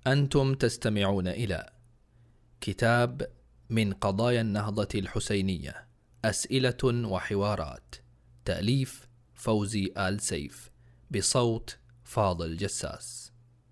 أنتم تستمعون إلى كتاب من قضايا النهضة الحسينية، أسئلة وحوارات، تأليف فوزي آل سيف، بصوت فاضل جساس.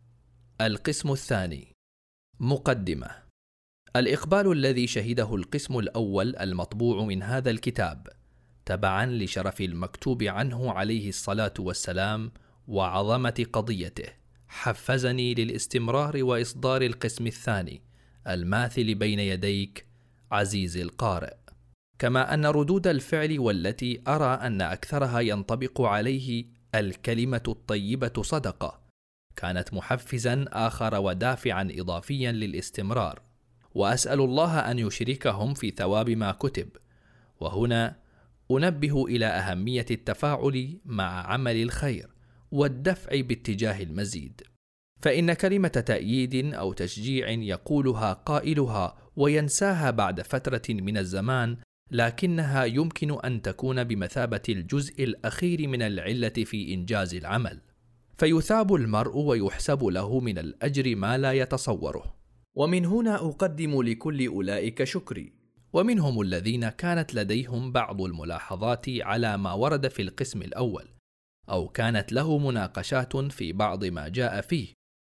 القسم الثاني. مقدمة. الإقبال الذي شهده القسم الأول المطبوع من هذا الكتاب تبعا لشرف المكتوب عنه عليه الصلاة والسلام وعظمة قضيته حفزني للاستمرار وإصدار القسم الثاني الماثل بين يديك عزيزي القارئ، كما أن ردود الفعل والتي أرى أن أكثرها ينطبق عليه الكلمة الطيبة صدقة كانت محفزا آخر ودافعا إضافيا للاستمرار، وأسأل الله أن يشركهم في ثواب ما كتب. وهنا أنبه إلى أهمية التفاعل مع عمل الخير والدفع باتجاه المزيد، فإن كلمة تأييد أو تشجيع يقولها قائلها وينساها بعد فترة من الزمان، لكنها يمكن أن تكون بمثابة الجزء الأخير من العلة في إنجاز العمل، فيثاب المرء ويحسب له من الأجر ما لا يتصوره. ومن هنا أقدم لكل أولئك شكري، ومنهم الذين كانت لديهم بعض الملاحظات على ما ورد في القسم الأول، أو كانت له مناقشات في بعض ما جاء فيه،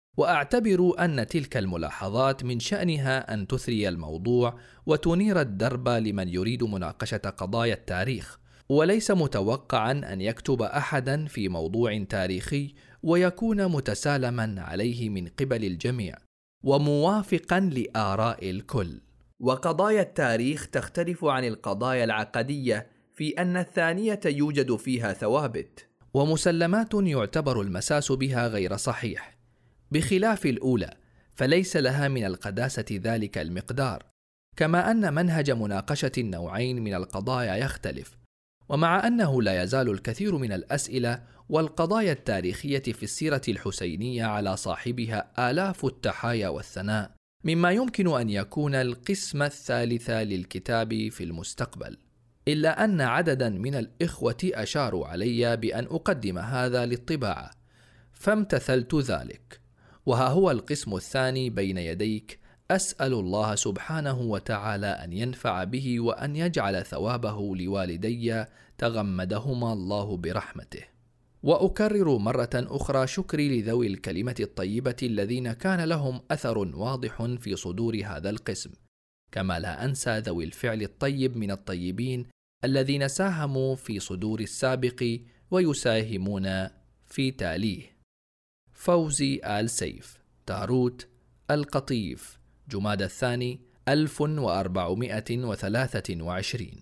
وأعتبر أن تلك الملاحظات من شأنها أن تثري الموضوع وتنير الدرب لمن يريد مناقشة قضايا التاريخ، وليس متوقعا أن يكتب أحدا في موضوع تاريخي ويكون متسالما عليه من قبل الجميع وموافقا لآراء الكل. وقضايا التاريخ تختلف عن القضايا العقدية في أن الثانية يوجد فيها ثوابت ومسلمات يعتبر المساس بها غير صحيح، بخلاف الأولى فليس لها من القداسة ذلك المقدار، كما أن منهج مناقشة النوعين من القضايا يختلف. ومع أنه لا يزال الكثير من الأسئلة والقضايا التاريخية في السيرة الحسينية على صاحبها آلاف التحايا والثناء، مما يمكن أن يكون القسم الثالث للكتاب في المستقبل، إلا أن عددا من الإخوة أشاروا علي بأن أقدم هذا للطباعة، فامتثلت ذلك. وها هو القسم الثاني بين يديك، أسأل الله سبحانه وتعالى أن ينفع به وأن يجعل ثوابه لوالدي تغمدهما الله برحمته. وأكرر مرة أخرى شكري لذوي الكلمة الطيبة الذين كان لهم أثر واضح في صدور هذا القسم، كما لا أنسى ذوي الفعل الطيب من الطيبين الذين ساهموا في صدور السابق ويساهمون في تاليه. فوزي آل سيف، تاروت، القطيف، جمادى الثاني 1423.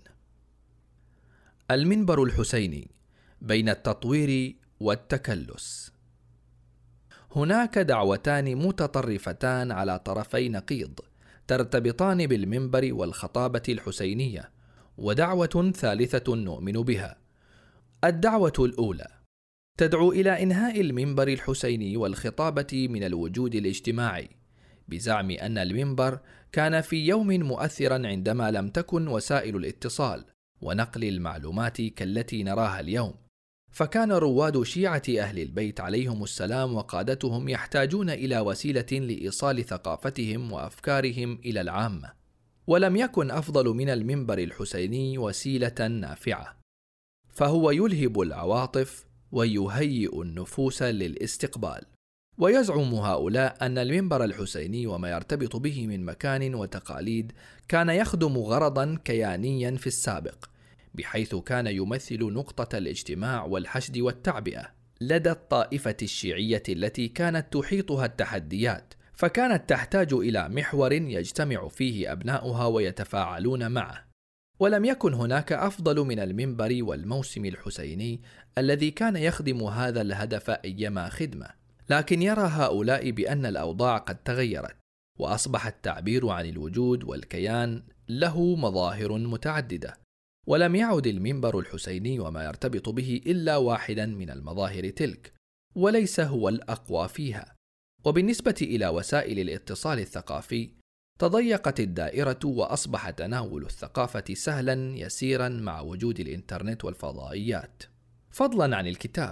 المنبر الحسيني بين التطوير والتكلس. هناك دعوتان متطرفتان على طرفي نقيض ترتبطان بالمنبر والخطابة الحسينية، ودعوة ثالثة نؤمن بها. الدعوة الأولى تدعو إلى إنهاء المنبر الحسيني والخطابة من الوجود الاجتماعي، بزعم أن المنبر كان في يوم مؤثرا عندما لم تكن وسائل الاتصال ونقل المعلومات كالتي نراها اليوم، فكان رواد شيعة أهل البيت عليهم السلام وقادتهم يحتاجون إلى وسيلة لإيصال ثقافتهم وأفكارهم إلى العامة، ولم يكن أفضل من المنبر الحسيني وسيلة نافعة، فهو يلهب العواطف ويهيئ النفوس للاستقبال. ويزعم هؤلاء أن المنبر الحسيني وما يرتبط به من مكان وتقاليد كان يخدم غرضا كيانيا في السابق، بحيث كان يمثل نقطة الاجتماع والحشد والتعبئة لدى الطائفة الشيعية التي كانت تحيطها التحديات، فكانت تحتاج إلى محور يجتمع فيه أبناؤها ويتفاعلون معه. ولم يكن هناك أفضل من المنبر والموسم الحسيني الذي كان يخدم هذا الهدف أيما خدمة. لكن يرى هؤلاء بأن الأوضاع قد تغيرت، وأصبح التعبير عن الوجود والكيان له مظاهر متعددة، ولم يعد المنبر الحسيني وما يرتبط به إلا واحدا من المظاهر تلك، وليس هو الأقوى فيها. وبالنسبة إلى وسائل الاتصال الثقافي، تضيقت الدائرة وأصبح تناول الثقافة سهلا يسيرا مع وجود الإنترنت والفضائيات، فضلا عن الكتاب،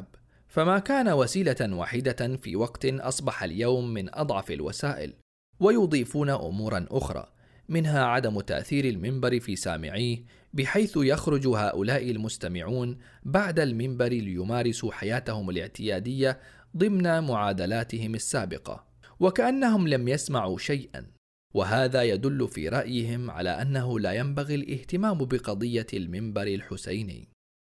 فما كان وسيلة واحدة في وقت أصبح اليوم من أضعف الوسائل، ويضيفون أمورا أخرى، منها عدم تأثير المنبر في سامعيه، بحيث يخرج هؤلاء المستمعون بعد المنبر ليمارسوا حياتهم الاعتيادية ضمن معادلاتهم السابقة، وكأنهم لم يسمعوا شيئا، وهذا يدل في رأيهم على أنه لا ينبغي الاهتمام بقضية المنبر الحسيني.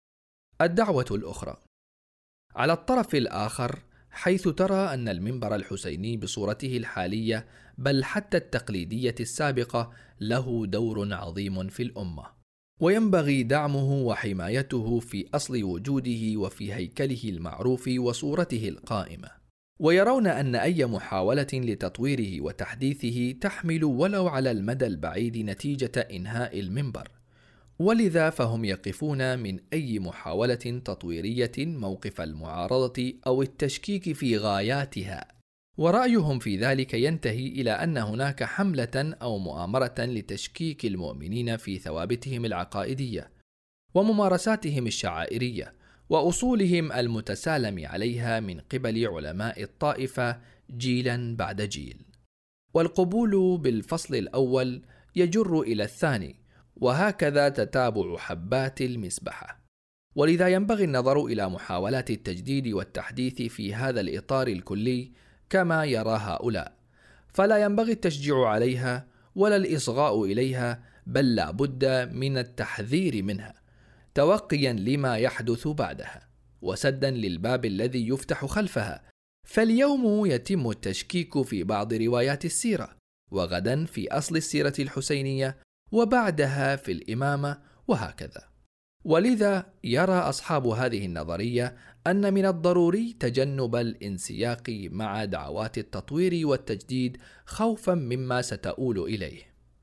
الدعوة الأخرى على الطرف الآخر، حيث ترى أن المنبر الحسيني بصورته الحالية بل حتى التقليدية السابقة له دور عظيم في الأمة، وينبغي دعمه وحمايته في أصل وجوده وفي هيكله المعروف وصورته القائمة، ويرون أن أي محاولة لتطويره وتحديثه تحمل ولو على المدى البعيد نتيجة إنهاء المنبر، ولذا فهم يقفون من أي محاولة تطويرية موقف المعارضة أو التشكيك في غاياتها، ورأيهم في ذلك ينتهي إلى أن هناك حملة أو مؤامرة لتشكيك المؤمنين في ثوابتهم العقائدية وممارساتهم الشعائرية وأصولهم المتسالم عليها من قبل علماء الطائفة جيلا بعد جيل. والقبول بالفصل الأول يجر إلى الثاني، وهكذا تتابع حبات المسبحة. ولذا ينبغي النظر إلى محاولات التجديد والتحديث في هذا الإطار الكلي كما يرى هؤلاء، فلا ينبغي التشجيع عليها ولا الإصغاء إليها، بل لا بد من التحذير منها توقيا لما يحدث بعدها وسدا للباب الذي يفتح خلفها. فاليوم يتم التشكيك في بعض روايات السيرة، وغدا في أصل السيرة الحسينية، وبعدها في الإمامة، وهكذا. ولذا يرى أصحاب هذه النظرية أن من الضروري تجنب الانسياق مع دعوات التطوير والتجديد خوفا مما ستؤول إليه.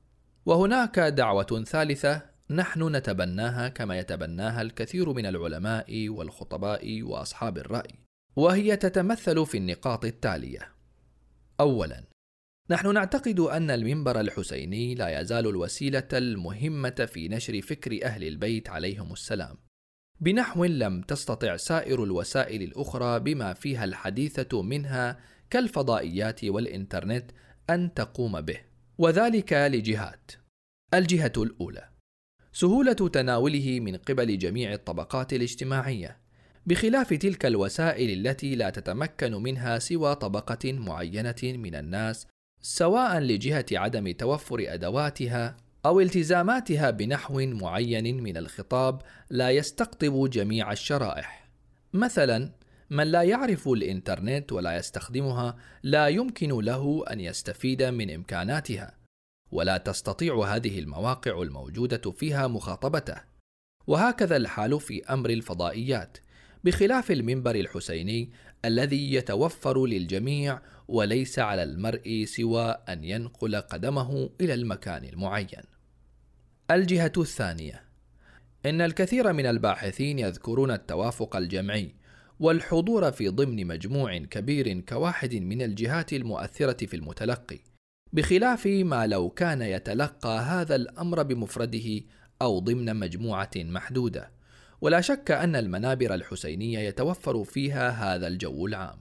وهناك دعوة ثالثة نحن نتبناها كما يتبناها الكثير من العلماء والخطباء وأصحاب الرأي، وهي تتمثل في النقاط التالية. أولا، نحن نعتقد أن المنبر الحسيني لا يزال الوسيلة المهمة في نشر فكر أهل البيت عليهم السلام، بنحو لم تستطع سائر الوسائل الأخرى بما فيها الحديثة منها كالفضائيات والإنترنت أن تقوم به، وذلك لجهات. الجهة الأولى، سهولة تناوله من قبل جميع الطبقات الاجتماعية، بخلاف تلك الوسائل التي لا تتمكن منها سوى طبقة معينة من الناس، سواء لجهة عدم توفر أدواتها أو التزاماتها بنحو معين من الخطاب لا يستقطب جميع الشرائح. مثلا، من لا يعرف الإنترنت ولا يستخدمها لا يمكن له أن يستفيد من إمكاناتها، ولا تستطيع هذه المواقع الموجودة فيها مخاطبته. وهكذا الحال في أمر الفضائيات، بخلاف المنبر الحسيني الذي يتوفر للجميع وليس على المرء سوى أن ينقل قدمه إلى المكان المعين. الجهة الثانية، إن الكثير من الباحثين يذكرون التوافق الجمعي والحضور في ضمن مجموع كبير كواحد من الجهات المؤثرة في المتلقي، بخلاف ما لو كان يتلقى هذا الأمر بمفرده أو ضمن مجموعة محدودة. ولا شك أن المنابر الحسينية يتوفر فيها هذا الجو العام.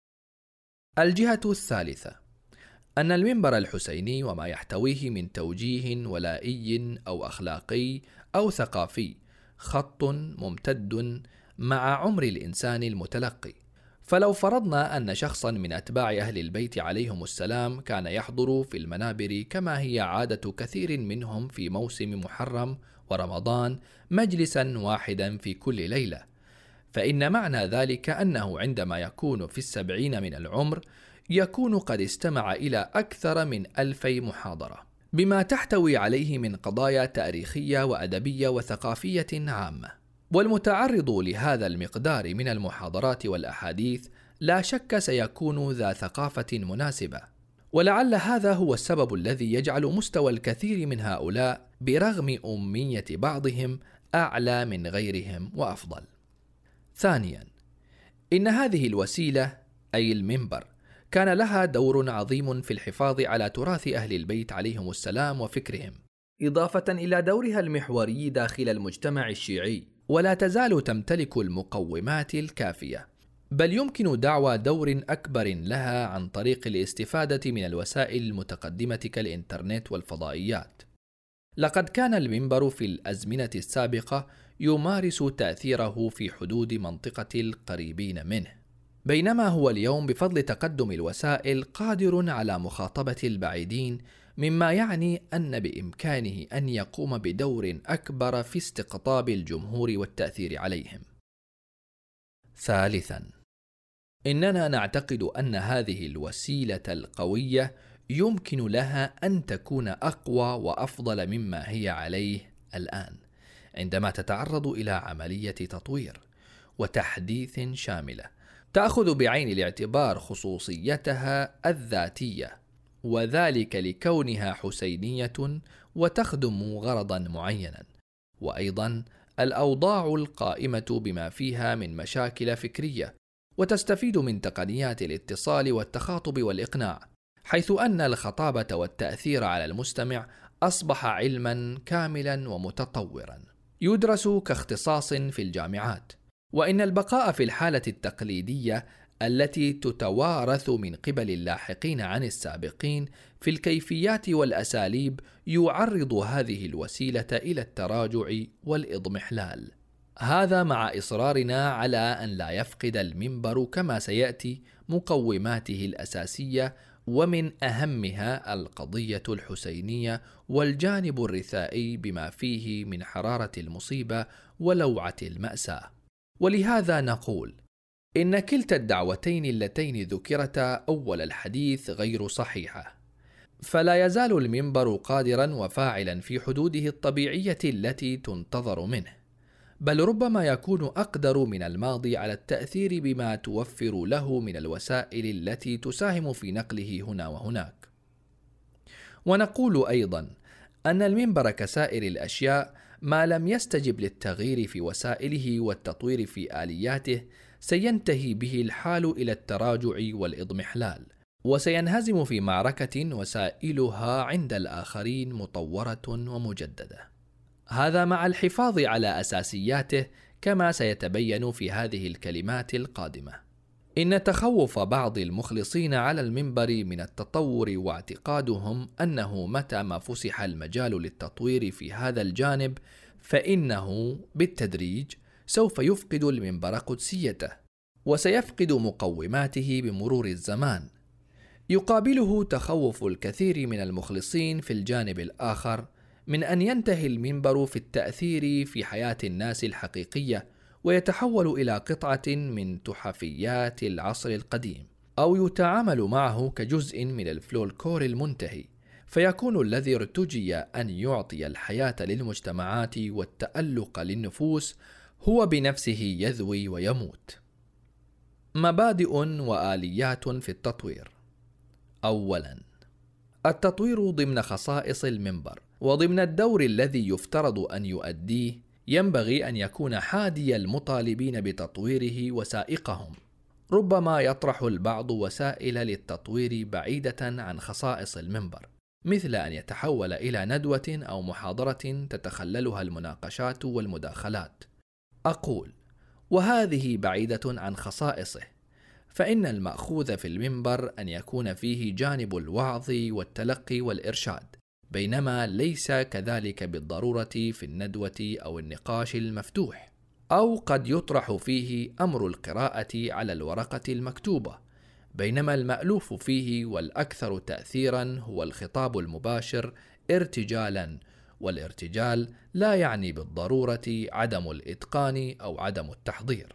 الجهة الثالثة، أن المنبر الحسيني وما يحتويه من توجيه ولائي أو أخلاقي أو ثقافي خط ممتد مع عمر الإنسان المتلقي. فلو فرضنا أن شخصا من أتباع أهل البيت عليهم السلام كان يحضر في المنابر كما هي عادة كثير منهم في موسم محرم ورمضان مجلسا واحدا في كل ليلة، فإن معنى ذلك أنه عندما يكون في 70 من العمر يكون قد استمع إلى أكثر من 1000 محاضرة، بما تحتوي عليه من قضايا تاريخية وأدبية وثقافية عامة. والمتعرض لهذا المقدار من المحاضرات والأحاديث لا شك سيكون ذا ثقافة مناسبة، ولعل هذا هو السبب الذي يجعل مستوى الكثير من هؤلاء برغم أمية بعضهم أعلى من غيرهم وأفضل. ثانيا، إن هذه الوسيلة أي المنبر كان لها دور عظيم في الحفاظ على تراث أهل البيت عليهم السلام وفكرهم، إضافة إلى دورها المحوري داخل المجتمع الشيعي، ولا تزال تمتلك المقومات الكافية. بل يمكن دعوى دور أكبر لها عن طريق الاستفادة من الوسائل المتقدمة كالإنترنت والفضائيات. لقد كان المنبر في الأزمنة السابقة يمارس تأثيره في حدود منطقة القريبين منه، بينما هو اليوم بفضل تقدم الوسائل قادر على مخاطبة البعيدين، مما يعني أن بإمكانه أن يقوم بدور أكبر في استقطاب الجمهور والتأثير عليهم. ثالثاً، إننا نعتقد أن هذه الوسيلة القوية يمكن لها أن تكون أقوى وأفضل مما هي عليه الآن عندما تتعرض إلى عملية تطوير وتحديث شاملة تأخذ بعين الاعتبار خصوصيتها الذاتية، وذلك لكونها حسينية وتخدم غرضا معينا، وأيضا الأوضاع القائمة بما فيها من مشاكل فكرية، وتستفيد من تقنيات الاتصال والتخاطب والإقناع، حيث أن الخطابة والتأثير على المستمع أصبح علما كاملا ومتطورا يدرس كاختصاص في الجامعات. وإن البقاء في الحالة التقليدية التي تتوارث من قبل اللاحقين عن السابقين في الكيفيات والأساليب يعرض هذه الوسيلة إلى التراجع والإضمحلال. هذا مع إصرارنا على أن لا يفقد المنبر كما سيأتي مقوماته الأساسية، ومن أهمها القضية الحسينية والجانب الرثائي بما فيه من حرارة المصيبة ولوعة المأساة. ولهذا نقول إن كلتا الدعوتين اللتين ذكرتا أول الحديث غير صحيحة، فلا يزال المنبر قادرا وفاعلا في حدوده الطبيعية التي تنتظر منه، بل ربما يكون أقدر من الماضي على التأثير بما توفر له من الوسائل التي تساهم في نقله هنا وهناك. ونقول أيضا أن المنبر كسائر الأشياء ما لم يستجب للتغيير في وسائله والتطوير في آلياته سينتهي به الحال إلى التراجع والإضمحلال، وسينهزم في معركة وسائلها عند الآخرين مطورة ومجددة. هذا مع الحفاظ على أساسياته كما سيتبين في هذه الكلمات القادمة. إن تخوف بعض المخلصين على المنبر من التطور واعتقادهم أنه متى ما فسح المجال للتطوير في هذا الجانب فإنه بالتدريج سوف يفقد المنبر قدسيته وسيفقد مقوماته بمرور الزمان، يقابله تخوف الكثير من المخلصين في الجانب الآخر من أن ينتهي المنبر في التأثير في حياة الناس الحقيقية ويتحول إلى قطعة من تحفيات العصر القديم، أو يتعامل معه كجزء من الفلولكور المنتهي، فيكون الذي ارتجي أن يعطي الحياة للمجتمعات والتألق للنفوس هو بنفسه يذوي ويموت. مبادئ وآليات في التطوير. أولاً، التطوير ضمن خصائص المنبر وضمن الدور الذي يفترض أن يؤديه ينبغي أن يكون حادي المطالبين بتطويره وسائقهم. ربما يطرح البعض وسائل للتطوير بعيدة عن خصائص المنبر، مثل أن يتحول إلى ندوة أو محاضرة تتخللها المناقشات والمداخلات. أقول وهذه بعيدة عن خصائصه، فإن المأخوذ في المنبر أن يكون فيه جانب الوعظ والتلقي والإرشاد، بينما ليس كذلك بالضرورة في الندوة أو النقاش المفتوح، أو قد يطرح فيه أمر القراءة على الورقة المكتوبة، بينما المألوف فيه والأكثر تأثيرا هو الخطاب المباشر ارتجالا، والارتجال لا يعني بالضرورة عدم الإتقان أو عدم التحضير.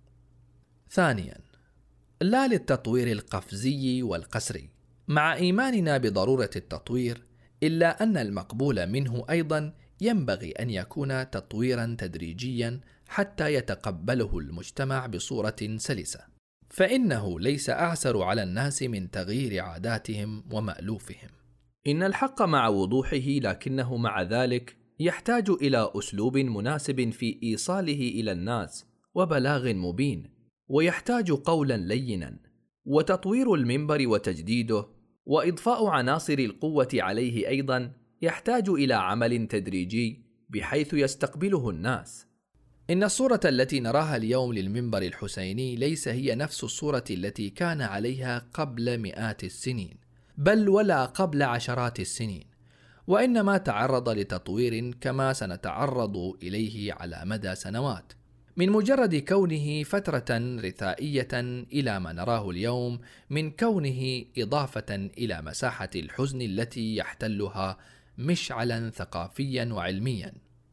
ثانيا، لا للتطوير القفزي والقسري، مع إيماننا بضرورة التطوير، إلا أن المقبول منه أيضا ينبغي أن يكون تطويرا تدريجيا حتى يتقبله المجتمع بصورة سلسة، فإنه ليس أعسر على الناس من تغيير عاداتهم ومألوفهم. إن الحق مع وضوحه، لكنه مع ذلك يحتاج إلى أسلوب مناسب في إيصاله إلى الناس وبلاغ مبين، ويحتاج قولا لينا، وتطوير المنبر وتجديده وإضفاء عناصر القوة عليه أيضا يحتاج إلى عمل تدريجي بحيث يستقبله الناس. إن الصورة التي نراها اليوم للمنبر الحسيني ليس هي نفس الصورة التي كان عليها قبل مئات السنين، بل ولا قبل عشرات السنين، وإنما تعرض لتطوير كما سنتعرض إليه على مدى سنوات، من مجرد كونه فترة رثائية إلى ما نراه اليوم من كونه إضافة إلى مساحة الحزن التي يحتلها مشعلا ثقافيا وعلميا.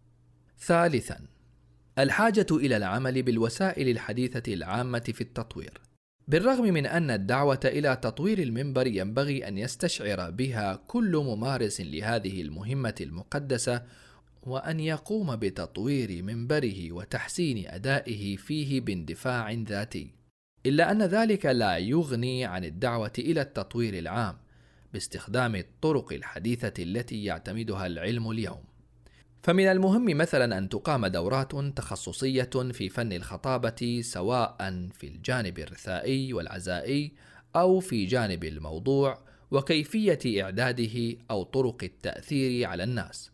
ثالثا، الحاجة إلى العمل بالوسائل الحديثة العامة في التطوير. بالرغم من أن الدعوة إلى تطوير المنبر ينبغي أن يستشعر بها كل ممارس لهذه المهمة المقدسة، وأن يقوم بتطوير منبره وتحسين أدائه فيه باندفاع ذاتي، إلا أن ذلك لا يغني عن الدعوة إلى التطوير العام باستخدام الطرق الحديثة التي يعتمدها العلم اليوم. فمن المهم مثلا أن تقام دورات تخصصية في فن الخطابة، سواء في الجانب الرثائي والعزائي أو في جانب الموضوع وكيفية إعداده أو طرق التأثير على الناس،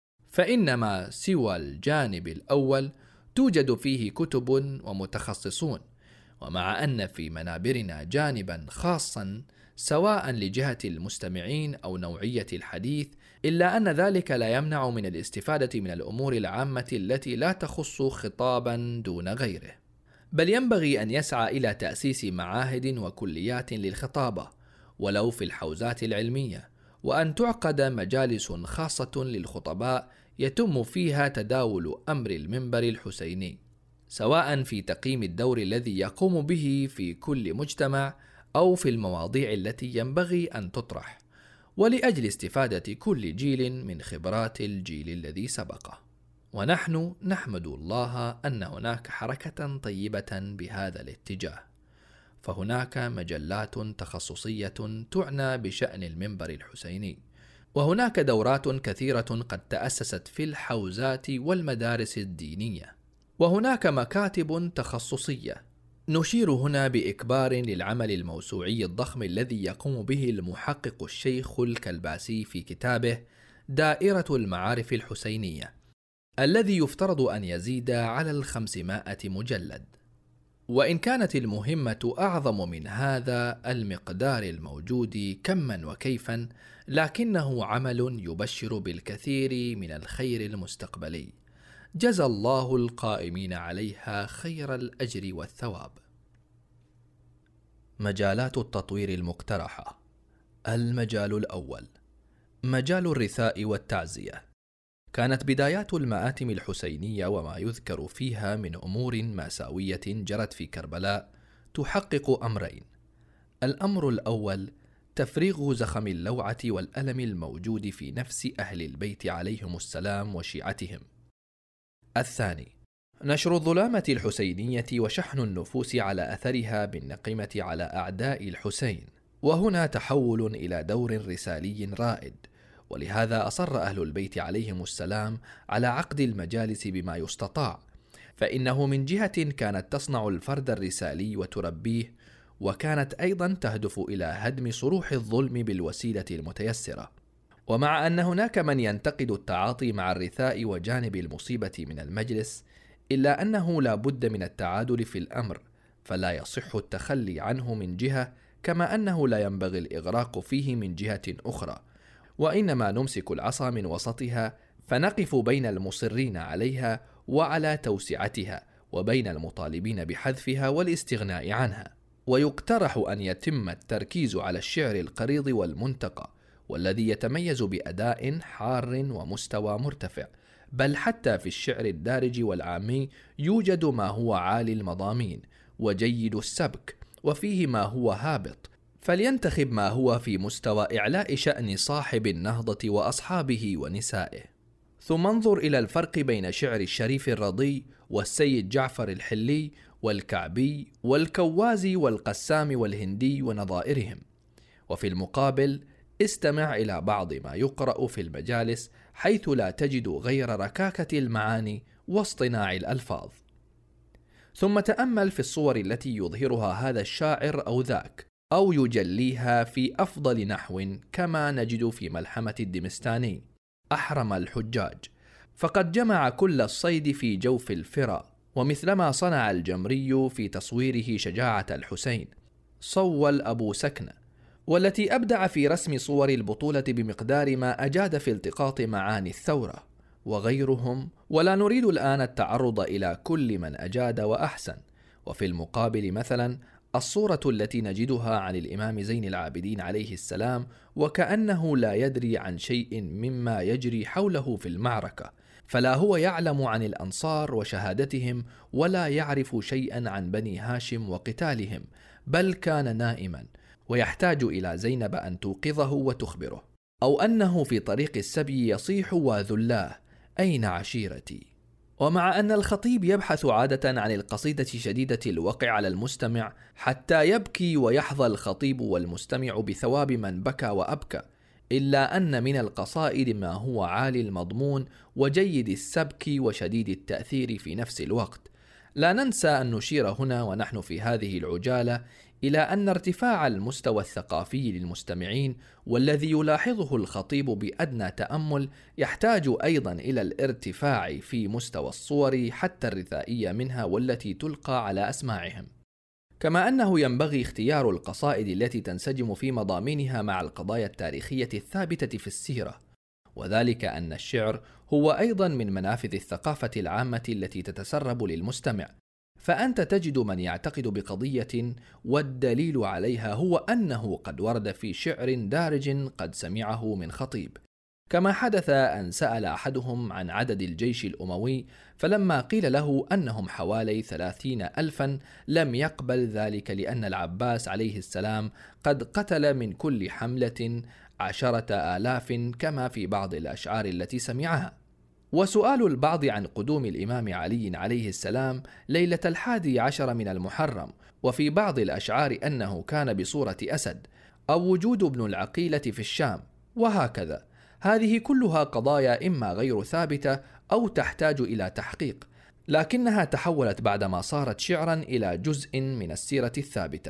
فإنما سوى الجانب الأول توجد فيه كتب ومتخصصون، ومع أن في منابرنا جانبا خاصا سواء لجهة المستمعين أو نوعية الحديث، إلا أن ذلك لا يمنع من الاستفادة من الأمور العامة التي لا تخص خطابا دون غيره، بل ينبغي أن يسعى إلى تأسيس معاهد وكليات للخطابة ولو في الحوزات العلمية، وأن تعقد مجالس خاصة للخطباء يتم فيها تداول أمر المنبر الحسيني، سواء في تقييم الدور الذي يقوم به في كل مجتمع أو في المواضيع التي ينبغي أن تطرح، ولأجل استفادة كل جيل من خبرات الجيل الذي سبقه. ونحن نحمد الله أن هناك حركة طيبة بهذا الاتجاه، فهناك مجلات تخصصية تعنى بشأن المنبر الحسيني، وهناك دورات كثيرة قد تأسست في الحوزات والمدارس الدينية، وهناك مكاتب تخصصية. نشير هنا بإكبار للعمل الموسوعي الضخم الذي يقوم به المحقق الشيخ الكلباسي في كتابه دائرة المعارف الحسينية، الذي يفترض أن يزيد على 500 مجلد. وإن كانت المهمة أعظم من هذا المقدار الموجود كما وكيفا، لكنه عمل يبشر بالكثير من الخير المستقبلي، جزى الله القائمين عليها خير الأجر والثواب. مجالات التطوير المقترحة. المجال الأول، مجال الرثاء والتعزية. كانت بدايات المآتم الحسينية وما يذكر فيها من أمور مأساوية جرت في كربلاء تحقق أمرين: الأمر الأول تفريغ زخم اللوعة والألم الموجود في نفس أهل البيت عليهم السلام وشيعتهم. الثاني نشر الظلامة الحسينية وشحن النفوس على أثرها بالنقمة على أعداء الحسين، وهنا تحول إلى دور رسالي رائد، ولهذا أصر أهل البيت عليهم السلام على عقد المجالس بما يستطاع، فإنه من جهة كانت تصنع الفرد الرسالي وتربيه، وكانت أيضا تهدف إلى هدم صروح الظلم بالوسيلة المتيسرة. ومع أن هناك من ينتقد التعاطي مع الرثاء وجانب المصيبة من المجلس، إلا أنه لا بد من التعادل في الأمر، فلا يصح التخلي عنه من جهة، كما أنه لا ينبغي الإغراق فيه من جهة أخرى، وإنما نمسك العصا من وسطها فنقف بين المصرين عليها وعلى توسعتها، وبين المطالبين بحذفها والاستغناء عنها. ويقترح أن يتم التركيز على الشعر القريض والمنتقى، والذي يتميز بأداء حار ومستوى مرتفع، بل حتى في الشعر الدارج والعامي يوجد ما هو عالي المضامين وجيد السبك، وفيه ما هو هابط، فلينتخب ما هو في مستوى إعلاء شأن صاحب النهضة وأصحابه ونسائه. ثم انظر إلى الفرق بين شعر الشريف الرضي والسيد جعفر الحلي والكعبي والكوازي والقسام والهندي ونظائرهم، وفي المقابل استمع إلى بعض ما يقرأ في المجالس، حيث لا تجد غير ركاكة المعاني واصطناع الألفاظ. ثم تأمل في الصور التي يظهرها هذا الشاعر أو ذاك، أو يجليها في أفضل نحو، كما نجد في ملحمة الدمستاني: أحرم الحجاج، فقد جمع كل الصيد في جوف الفرا، ومثلما صنع الجمري في تصويره شجاعة الحسين صول أبو سكنة، والتي أبدع في رسم صور البطولة بمقدار ما أجاد في التقاط معاني الثورة، وغيرهم، ولا نريد الآن التعرض إلى كل من أجاد وأحسن. وفي المقابل مثلا الصورة التي نجدها عن الإمام زين العابدين عليه السلام وكأنه لا يدري عن شيء مما يجري حوله في المعركة، فلا هو يعلم عن الأنصار وشهادتهم ولا يعرف شيئا عن بني هاشم وقتالهم، بل كان نائما ويحتاج إلى زينب أن توقظه وتخبره، أو أنه في طريق السبي يصيح وذلاه أين عشيرتي. ومع أن الخطيب يبحث عادة عن القصيدة شديدة الوقع على المستمع حتى يبكي ويحظى الخطيب والمستمع بثواب من بكى وأبكى، إلا أن من القصائد ما هو عالي المضمون وجيد السبك وشديد التأثير في نفس الوقت. لا ننسى أن نشير هنا ونحن في هذه العجالة إلى أن ارتفاع المستوى الثقافي للمستمعين والذي يلاحظه الخطيب بأدنى تأمل يحتاج أيضا إلى الارتفاع في مستوى الصور حتى الرثائية منها والتي تلقى على أسماعهم، كما أنه ينبغي اختيار القصائد التي تنسجم في مضامينها مع القضايا التاريخية الثابتة في السيرة، وذلك أن الشعر هو أيضا من منافذ الثقافة العامة التي تتسرب للمستمع، فأنت تجد من يعتقد بقضية والدليل عليها هو أنه قد ورد في شعر دارج قد سمعه من خطيب، كما حدث أن سأل أحدهم عن عدد الجيش الأموي، فلما قيل له أنهم حوالي 30,000 لم يقبل ذلك، لأن العباس عليه السلام قد قتل من كل حملة 10,000 كما في بعض الأشعار التي سمعها. وسؤال البعض عن قدوم الإمام علي عليه السلام ليلة 11 من المحرم، وفي بعض الأشعار أنه كان بصورة أسد، أو وجود ابن العقيلة في الشام، وهكذا. هذه كلها قضايا إما غير ثابتة أو تحتاج إلى تحقيق، لكنها تحولت بعدما صارت شعرا إلى جزء من السيرة الثابتة.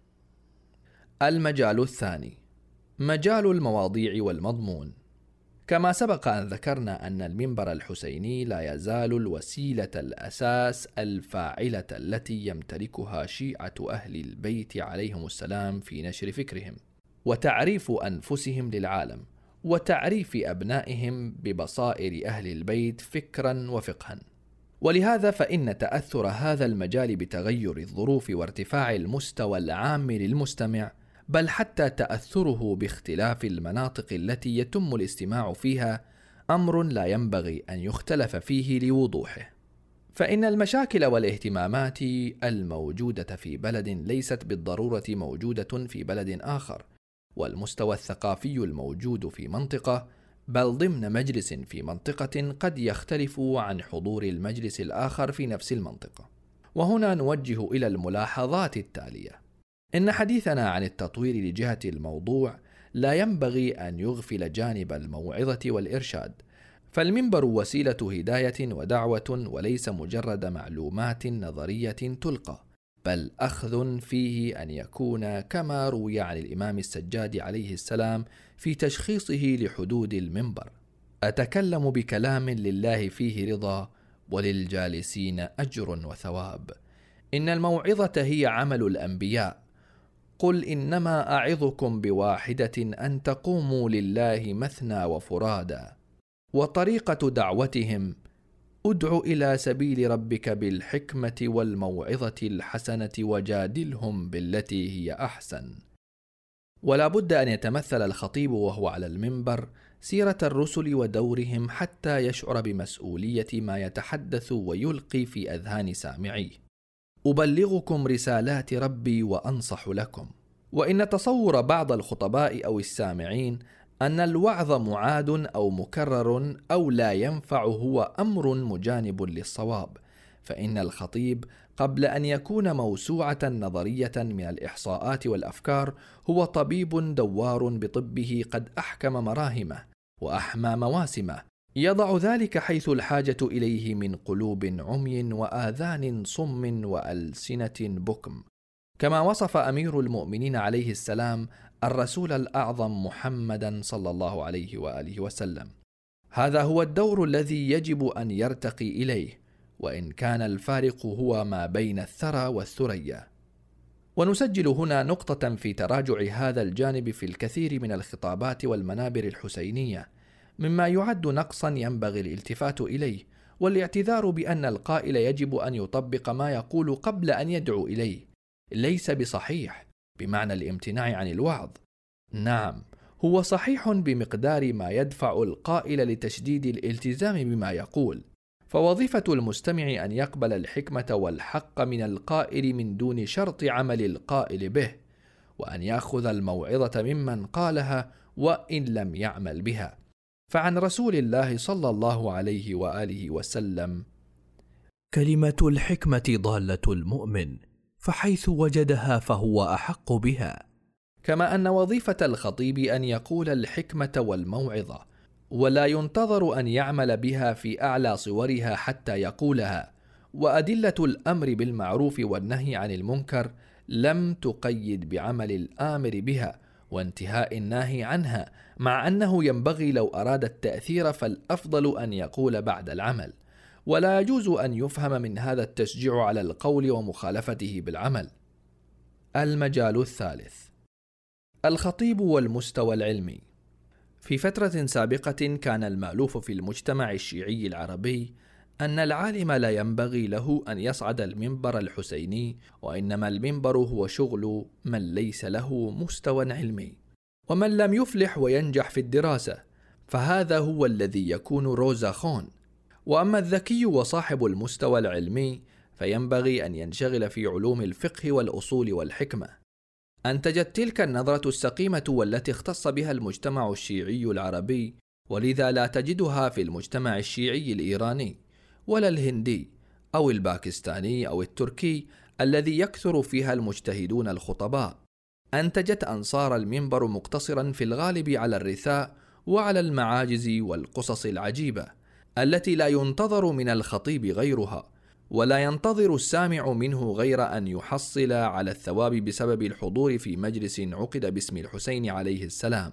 المجال الثاني مجال المواضيع والمضمون. كما سبق أن ذكرنا أن المنبر الحسيني لا يزال الوسيلة الأساس الفاعلة التي يمتلكها شيعة أهل البيت عليهم السلام في نشر فكرهم وتعريف أنفسهم للعالم وتعريف أبنائهم ببصائر أهل البيت فكرا وفقها. ولهذا فإن تأثر هذا المجال بتغير الظروف وارتفاع المستوى العام للمستمع، بل حتى تأثره باختلاف المناطق التي يتم الاستماع فيها، أمر لا ينبغي أن يختلف فيه لوضوحه. فإن المشاكل والاهتمامات الموجودة في بلد ليست بالضرورة موجودة في بلد آخر، والمستوى الثقافي الموجود في منطقة بل ضمن مجلس في منطقة قد يختلف عن حضور المجلس الآخر في نفس المنطقة. وهنا نوجه إلى الملاحظات التالية: إن حديثنا عن التطوير لجهة الموضوع لا ينبغي أن يغفل جانب الموعظة والإرشاد، فالمنبر وسيلة هداية ودعوة وليس مجرد معلومات نظرية تلقى، بل أخذ فيه أن يكون كما روي عن الإمام السجاد عليه السلام في تشخيصه لحدود المنبر: أتكلم بكلام لله فيه رضا وللجالسين أجر وثواب، إن الموعظة هي عمل الأنبياء، قل إنما أعظكم بواحدة أن تقوموا لله مثنى وفرادا، وطريقة دعوتهم ادع إلى سبيل ربك بالحكمة والموعظة الحسنة وجادلهم بالتي هي أحسن. ولا بد أن يتمثل الخطيب وهو على المنبر سيرة الرسل ودورهم حتى يشعر بمسؤولية ما يتحدث ويلقي في أذهان سامعيه: أبلغكم رسالات ربي وأنصح لكم. وإن تصور بعض الخطباء أو السامعين أن الوعظ معاد أو مكرر أو لا ينفع هو أمر مجانب للصواب، فإن الخطيب قبل أن يكون موسوعة نظرية من الإحصاءات والأفكار هو طبيب دوار بطبه قد أحكم مراهمه وأحمى مواسمه، يضع ذلك حيث الحاجة إليه من قلوب عمي وآذان صم وألسنة بكم، كما وصف أمير المؤمنين عليه السلام الرسول الأعظم محمدا صلى الله عليه وآله وسلم: هذا هو الدور الذي يجب أن يرتقي إليه، وإن كان الفارق هو ما بين الثرى والثريا. ونسجل هنا نقطة في تراجع هذا الجانب في الكثير من الخطابات والمنابر الحسينية، مما يعد نقصا ينبغي الالتفات إليه، والاعتذار بأن القائل يجب أن يطبق ما يقول قبل أن يدعو إليه ليس بصحيح بمعنى الامتناع عن الوعظ. نعم، هو صحيح بمقدار ما يدفع القائل لتشديد الالتزام بما يقول، فوظيفة المستمع أن يقبل الحكمة والحق من القائل من دون شرط عمل القائل به، وأن يأخذ الموعظة ممن قالها وإن لم يعمل بها. فعن رسول الله صلى الله عليه وآله وسلم: كلمة الحكمة ضالة المؤمن، فحيث وجدها فهو أحق بها. كما أن وظيفة الخطيب أن يقول الحكمة والموعظة، ولا ينتظر أن يعمل بها في أعلى صورها حتى يقولها. وأدلة الأمر بالمعروف والنهي عن المنكر لم تقيد بعمل الآمر بها وانتهاء الناهي عنها، مع أنه ينبغي لو أراد التأثير فالأفضل أن يقول بعد العمل، ولا يجوز أن يفهم من هذا التشجيع على القول ومخالفته بالعمل. المجال الثالث: الخطيب والمستوى العلمي. في فترة سابقة كان المألوف في المجتمع الشيعي العربي أن العالم لا ينبغي له أن يصعد المنبر الحسيني، وإنما المنبر هو شغل من ليس له مستوى علمي، ومن لم يفلح وينجح في الدراسة، فهذا هو الذي يكون روزاخون. وأما الذكي وصاحب المستوى العلمي فينبغي أن ينشغل في علوم الفقه والأصول والحكمة. أنتجت تلك النظرة السقيمة والتي اختص بها المجتمع الشيعي العربي، ولذا لا تجدها في المجتمع الشيعي الإيراني ولا الهندي أو الباكستاني أو التركي الذي يكثر فيها المجتهدون الخطباء. أنتجت أنصار المنبر مقتصرا في الغالب على الرثاء وعلى المعاجز والقصص العجيبة التي لا ينتظر من الخطيب غيرها، ولا ينتظر السامع منه غير أن يحصل على الثواب بسبب الحضور في مجلس عقد باسم الحسين عليه السلام.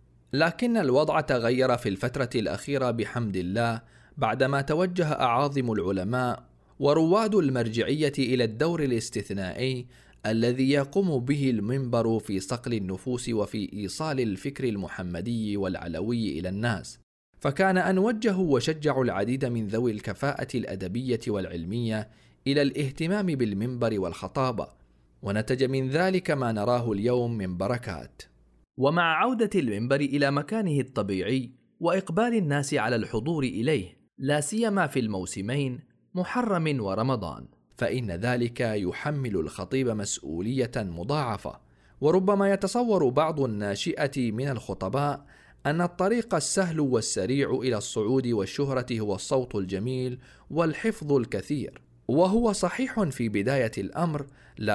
لكن الوضع تغير في الفترة الأخيرة بحمد الله، بعدما توجه أعاظم العلماء ورواد المرجعية إلى الدور الاستثنائي الذي يقوم به المنبر في صقل النفوس وفي إيصال الفكر المحمدي والعلوي إلى الناس. فكان أن وجهوا وشجعوا العديد من ذوي الكفاءة الأدبية والعلمية إلى الاهتمام بالمنبر والخطابة، ونتج من ذلك ما نراه اليوم من بركات. ومع عودة المنبر إلى مكانه الطبيعي وإقبال الناس على الحضور إليه، لا سيما في الموسمين محرم ورمضان، فإن ذلك يحمل الخطيب مسؤولية مضاعفة. وربما يتصور بعض الناشئة من الخطباء أن الطريق السهل والسريع إلى الصعود والشهرة هو الصوت الجميل والحفظ الكثير، وهو صحيح في بداية الأمر،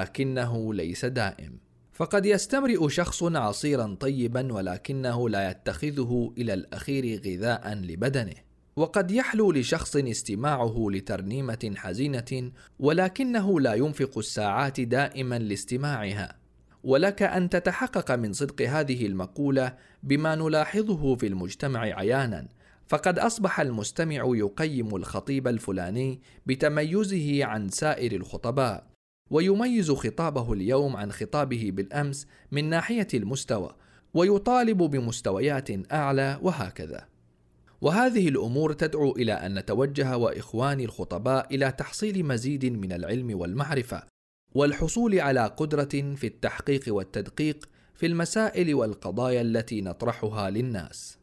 لكنه ليس دائم. فقد يستمرئ شخص عصيرا طيبا ولكنه لا يتخذه إلى الأخير غذاء لبدنه، وقد يحلو لشخص استماعه لترنيمة حزينة ولكنه لا ينفق الساعات دائما لاستماعها. ولك أن تتحقق من صدق هذه المقولة بما نلاحظه في المجتمع عيانا، فقد أصبح المستمع يقيم الخطيب الفلاني بتميزه عن سائر الخطباء، ويميز خطابه اليوم عن خطابه بالأمس من ناحية المستوى، ويطالب بمستويات أعلى، وهكذا. وهذه الأمور تدعو إلى أن نتوجه وإخواني الخطباء إلى تحصيل مزيد من العلم والمعرفة، والحصول على قدرة في التحقيق والتدقيق في المسائل والقضايا التي نطرحها للناس.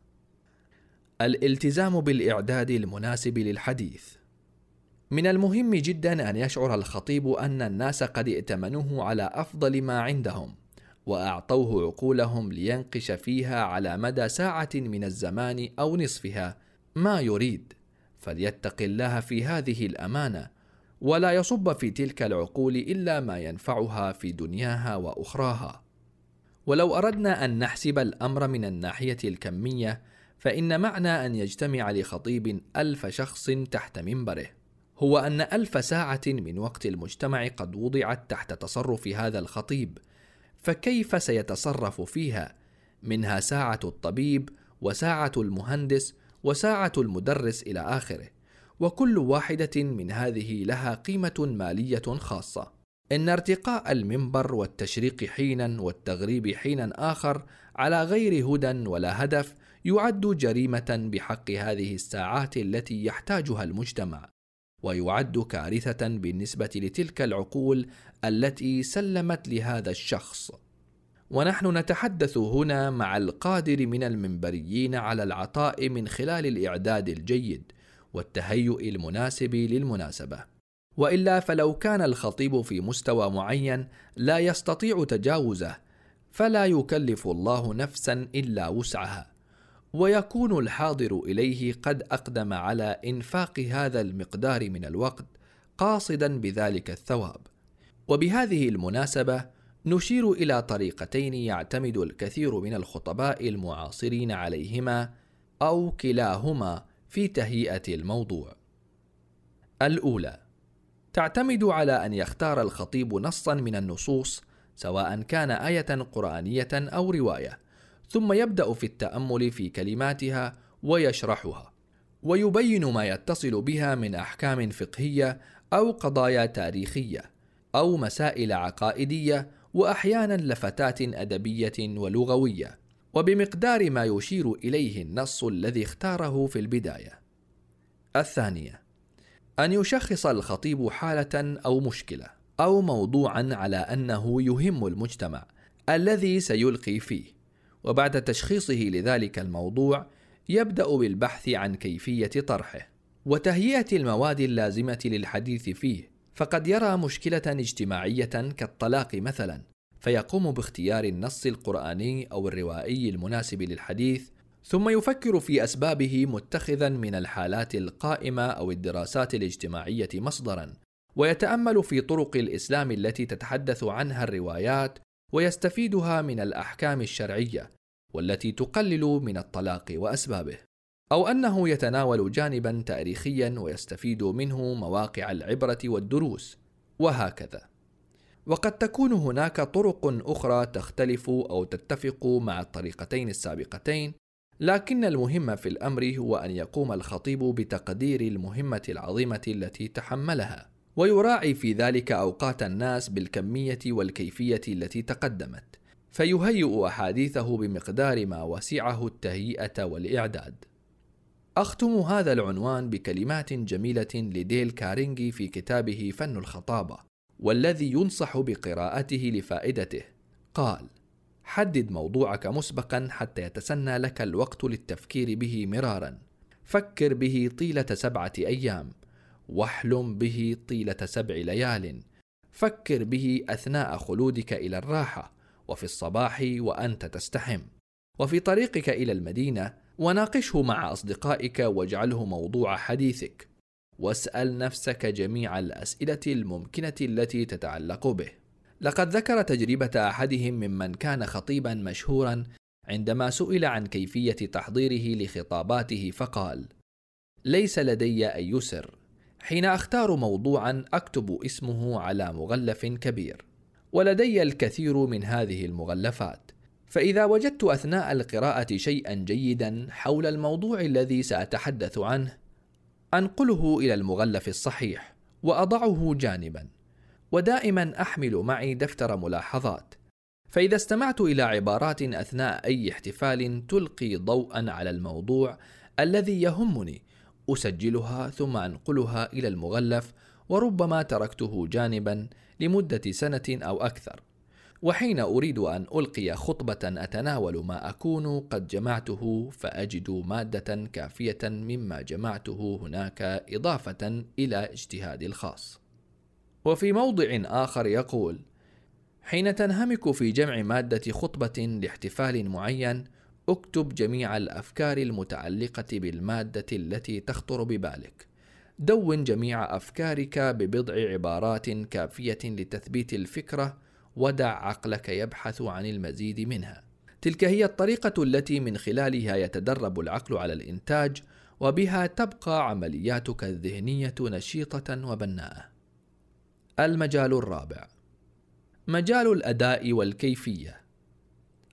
الالتزام بالإعداد المناسب للحديث. من المهم جدا أن يشعر الخطيب أن الناس قد ائتمنوه على أفضل ما عندهم، وأعطوه عقولهم لينقش فيها على مدى ساعة من الزمان أو نصفها ما يريد، فليتق الله في هذه الأمانة، ولا يصب في تلك العقول إلا ما ينفعها في دنياها وأخراها. ولو أردنا أن نحسب الأمر من الناحية الكمية، فإن معنى أن يجتمع لخطيب 1000 شخص تحت منبره هو أن 1000 ساعة من وقت المجتمع قد وضعت تحت تصرف هذا الخطيب، فكيف سيتصرف فيها؟ منها ساعة الطبيب، وساعة المهندس، وساعة المدرس إلى آخره، وكل واحدة من هذه لها قيمة مالية خاصة. إن ارتقاء المنبر والتشريق حينا والتغريب حينا آخر على غير هدى ولا هدف يعد جريمة بحق هذه الساعات التي يحتاجها المجتمع، ويعد كارثة بالنسبة لتلك العقول التي سلمت لهذا الشخص. ونحن نتحدث هنا مع القادر من المنبريين على العطاء من خلال الإعداد الجيد والتهيؤ المناسب للمناسبة، وإلا فلو كان الخطيب في مستوى معين لا يستطيع تجاوزه فلا يكلف الله نفسا إلا وسعها، ويكون الحاضر إليه قد أقدم على إنفاق هذا المقدار من الوقت قاصدا بذلك الثواب. وبهذه المناسبة نشير إلى طريقتين يعتمد الكثير من الخطباء المعاصرين عليهما أو كلاهما في تهيئة الموضوع. الأولى، تعتمد على أن يختار الخطيب نصا من النصوص سواء كان آية قرآنية أو رواية، ثم يبدأ في التأمل في كلماتها ويشرحها ويبين ما يتصل بها من أحكام فقهية أو قضايا تاريخية أو مسائل عقائدية، وأحيانا لفتات أدبية ولغوية، وبمقدار ما يشير إليه النص الذي اختاره في البداية. الثانية، أن يشخص الخطيب حالة أو مشكلة أو موضوعا على أنه يهم المجتمع الذي سيلقي فيه، وبعد تشخيصه لذلك الموضوع يبدأ بالبحث عن كيفية طرحه وتهيئة المواد اللازمة للحديث فيه. فقد يرى مشكلة اجتماعية كالطلاق مثلا، فيقوم باختيار النص القرآني أو الروائي المناسب للحديث، ثم يفكر في أسبابه متخذا من الحالات القائمة أو الدراسات الاجتماعية مصدرا، ويتأمل في طرق الإسلام التي تتحدث عنها الروايات ويستفيدها من الأحكام الشرعية والتي تقلل من الطلاق وأسبابه، أو أنه يتناول جانبا تاريخيا ويستفيد منه مواقع العبرة والدروس، وهكذا. وقد تكون هناك طرق أخرى تختلف أو تتفق مع الطريقتين السابقتين، لكن المهم في الأمر هو أن يقوم الخطيب بتقدير المهمة العظيمة التي تحملها، ويراعي في ذلك أوقات الناس بالكمية والكيفية التي تقدمت، فيهيئ أحاديثه بمقدار ما وسعه التهيئة والإعداد. أختم هذا العنوان بكلمات جميلة لديل كارينغي في كتابه فن الخطابة، والذي ينصح بقراءته لفائدته. قال: حدد موضوعك مسبقا حتى يتسنى لك الوقت للتفكير به مرارا، فكر به طيلة 7 أيام، واحلم به طيلة 7 ليال، فكر به أثناء خلودك إلى الراحة، وفي الصباح وأنت تستحم، وفي طريقك إلى المدينة، وناقشه مع أصدقائك واجعله موضوع حديثك، واسأل نفسك جميع الأسئلة الممكنة التي تتعلق به. لقد ذكر تجربة أحدهم ممن كان خطيبا مشهورا عندما سئل عن كيفية تحضيره لخطاباته فقال: ليس لدي أي سر، حين أختار موضوعا أكتب اسمه على مغلف كبير، ولدي الكثير من هذه المغلفات، فإذا وجدت أثناء القراءة شيئا جيدا حول الموضوع الذي سأتحدث عنه أنقله إلى المغلف الصحيح وأضعه جانبا، ودائما أحمل معي دفتر ملاحظات، فإذا استمعت إلى عبارات أثناء أي احتفال تلقي ضوءا على الموضوع الذي يهمني أسجلها ثم أنقلها إلى المغلف، وربما تركته جانبا لمدة 1 سنة أو أكثر، وحين أريد أن ألقي خطبة أتناول ما أكون قد جمعته فأجد مادة كافية مما جمعته هناك إضافة إلى اجتهادي الخاص. وفي موضع آخر يقول: حين تنهمك في جمع مادة خطبة لاحتفال معين، اكتب جميع الأفكار المتعلقة بالمادة التي تخطر ببالك، دون جميع أفكارك ببضع عبارات كافية لتثبيت الفكرة، ودع عقلك يبحث عن المزيد منها. تلك هي الطريقة التي من خلالها يتدرب العقل على الإنتاج، وبها تبقى عملياتك الذهنية نشيطة وبناءة. المجال الرابع: مجال الأداء والكيفية.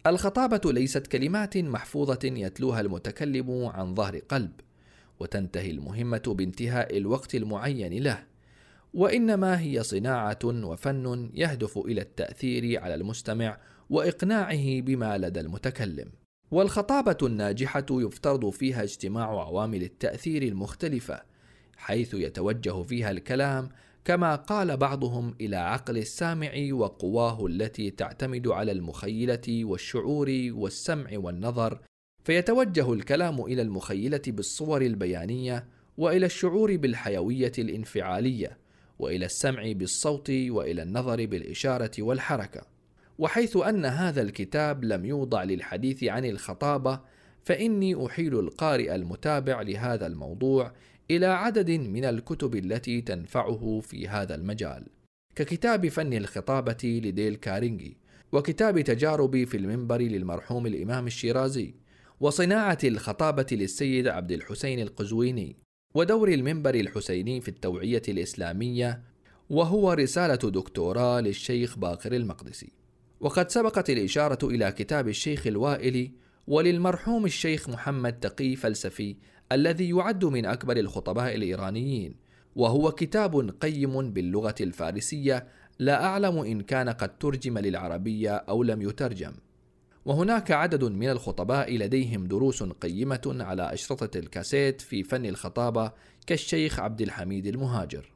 الخطابة ليست كلمات محفوظة يتلوها المتكلم عن ظهر قلب، وتنتهي المهمة بانتهاء الوقت المعين له، وإنما هي صناعة وفن يهدف إلى التأثير على المستمع وإقناعه بما لدى المتكلم. والخطابة الناجحة يفترض فيها اجتماع عوامل التأثير المختلفة، حيث يتوجه فيها الكلام كما قال بعضهم إلى عقل السامع وقواه التي تعتمد على المخيلة والشعور والسمع والنظر، فيتوجه الكلام إلى المخيلة بالصور البيانية، وإلى الشعور بالحيوية الانفعالية، وإلى السمع بالصوت، وإلى النظر بالإشارة والحركة. وحيث أن هذا الكتاب لم يوضع للحديث عن الخطابة، فإني أحيل القارئ المتابع لهذا الموضوع إلى عدد من الكتب التي تنفعه في هذا المجال، ككتاب فن الخطابة لديل كارينجي، وكتاب تجاربي في المنبر للمرحوم الإمام الشيرازي، وصناعة الخطابة للسيد عبد الحسين القزويني، ودور المنبر الحسيني في التوعية الإسلامية، وهو رسالة دكتوراه للشيخ باقر المقدسي. وقد سبقت الإشارة إلى كتاب الشيخ الوائلي وللمرحوم الشيخ محمد تقي فلسفي، الذي يعد من أكبر الخطباء الإيرانيين، وهو كتاب قيم باللغة الفارسية، لا أعلم إن كان قد ترجم للعربية أو لم يترجم. وهناك عدد من الخطباء لديهم دروس قيمة على أشرطة الكاسيت في فن الخطابة، كالشيخ عبد الحميد المهاجر.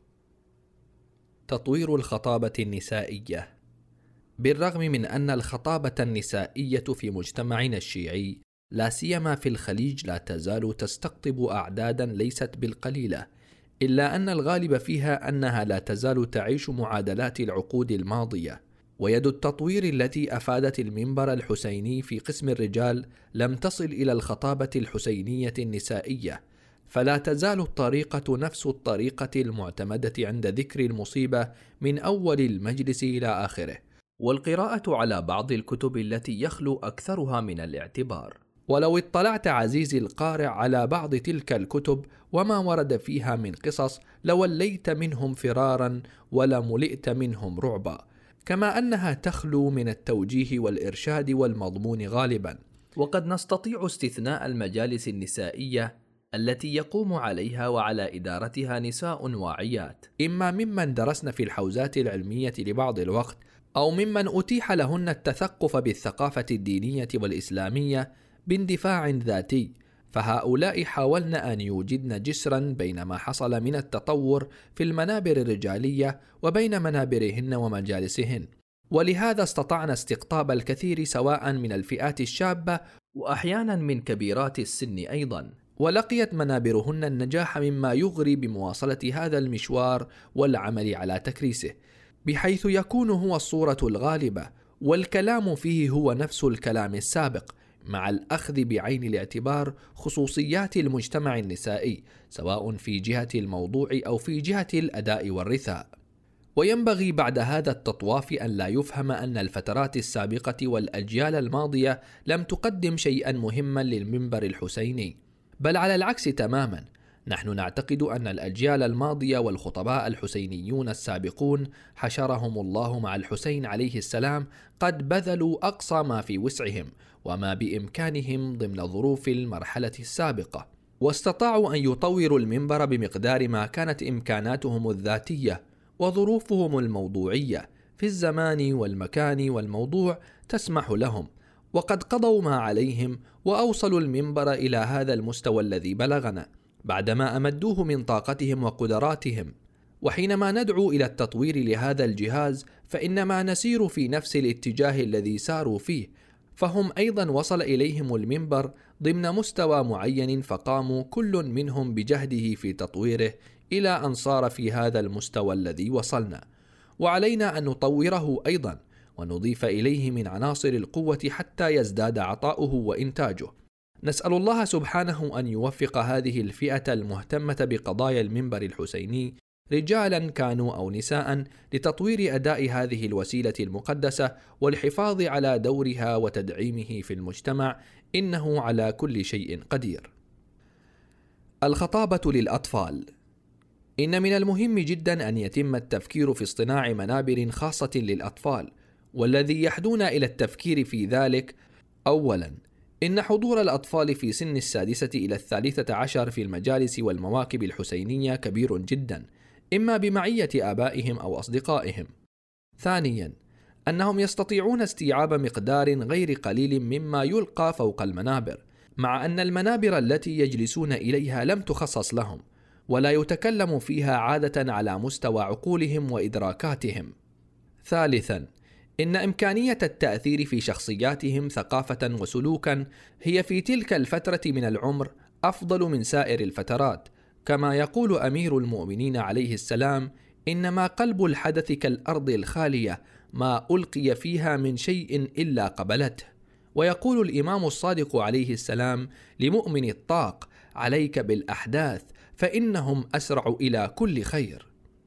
تطوير الخطابة النسائية. بالرغم من أن الخطابة النسائية في مجتمعنا الشيعي لا سيما في الخليج لا تزال تستقطب أعدادا ليست بالقليلة، إلا أن الغالب فيها أنها لا تزال تعيش معادلات العقود الماضية، ويد التطوير التي أفادت المنبر الحسيني في قسم الرجال لم تصل إلى الخطابة الحسينية النسائية، فلا تزال الطريقة نفس الطريقة المعتمدة عند ذكر المصيبة من أول المجلس إلى آخره، والقراءة على بعض الكتب التي يخلو أكثرها من الاعتبار. ولو اطلعت عزيزي القارئ على بعض تلك الكتب وما ورد فيها من قصص لوليت منهم فرارا ولا ملئت منهم رعبا، كما أنها تخلو من التوجيه والإرشاد والمضمون غالبا. وقد نستطيع استثناء المجالس النسائية التي يقوم عليها وعلى إدارتها نساء واعيات، إما ممن درسن في الحوزات العلمية لبعض الوقت، أو ممن أتيح لهن التثقف بالثقافة الدينية والإسلامية باندفاع ذاتي، فهؤلاء حاولن أن يوجدن جسرا بين ما حصل من التطور في المنابر الرجالية وبين منابرهن ومجالسهن، ولهذا استطعنا استقطاب الكثير سواء من الفئات الشابة وأحيانا من كبيرات السن أيضا، ولقيت منابرهن النجاح مما يغري بمواصلة هذا المشوار والعمل على تكريسه، بحيث يكون هو الصورة الغالبة والكلام فيه هو نفس الكلام السابق، مع الأخذ بعين الاعتبار خصوصيات المجتمع النسائي سواء في جهة الموضوع أو في جهة الأداء والرثاء. وينبغي بعد هذا التطواف أن لا يفهم أن الفترات السابقة والأجيال الماضية لم تقدم شيئا مهما للمنبر الحسيني، بل على العكس تماما. نحن نعتقد أن الأجيال الماضية والخطباء الحسينيون السابقون حشرهم الله مع الحسين عليه السلام قد بذلوا أقصى ما في وسعهم وما بإمكانهم ضمن ظروف المرحلة السابقة، واستطاعوا أن يطوروا المنبر بمقدار ما كانت إمكاناتهم الذاتية وظروفهم الموضوعية في الزمان والمكان والموضوع تسمح لهم، وقد قضوا ما عليهم وأوصلوا المنبر إلى هذا المستوى الذي بلغنا بعدما أمدوه من طاقتهم وقدراتهم. وحينما ندعو إلى التطوير لهذا الجهاز فإنما نسير في نفس الاتجاه الذي ساروا فيه، فهم أيضا وصل إليهم المنبر ضمن مستوى معين، فقاموا كل منهم بجهده في تطويره إلى أن صار في هذا المستوى الذي وصلنا، وعلينا أن نطوره أيضا ونضيف إليه من عناصر القوة حتى يزداد عطاؤه وإنتاجه. نسأل الله سبحانه أن يوفق هذه الفئة المهتمة بقضايا المنبر الحسيني، رجالا كانوا أو نساء، لتطوير أداء هذه الوسيلة المقدسة والحفاظ على دورها وتدعيمه في المجتمع، إنه على كل شيء قدير. الخطابة للأطفال. إن من المهم جدا أن يتم التفكير في اصطناع منابر خاصة للأطفال، والذي يحدون إلى التفكير في ذلك أولاً، إن حضور الأطفال في سن 6 إلى 13 في المجالس والمواكب الحسينية كبير جدا، إما بمعية آبائهم أو أصدقائهم. ثانياً، أنهم يستطيعون استيعاب مقدار غير قليل مما يلقى فوق المنابر، مع أن المنابر التي يجلسون إليها لم تخصص لهم، ولا يتكلم فيها عادة على مستوى عقولهم وإدراكاتهم. ثالثاً، إن إمكانية التأثير في شخصياتهم ثقافة وسلوكا هي في تلك الفترة من العمر أفضل من سائر الفترات، كما يقول أمير المؤمنين عليه السلام: إنما قلب الحدث كالأرض الخالية، ما ألقي فيها من شيء إلا قبلته. ويقول الإمام الصادق عليه السلام لمؤمن الطاق: عليك بالأحداث فإنهم أسرع إلى كل خير.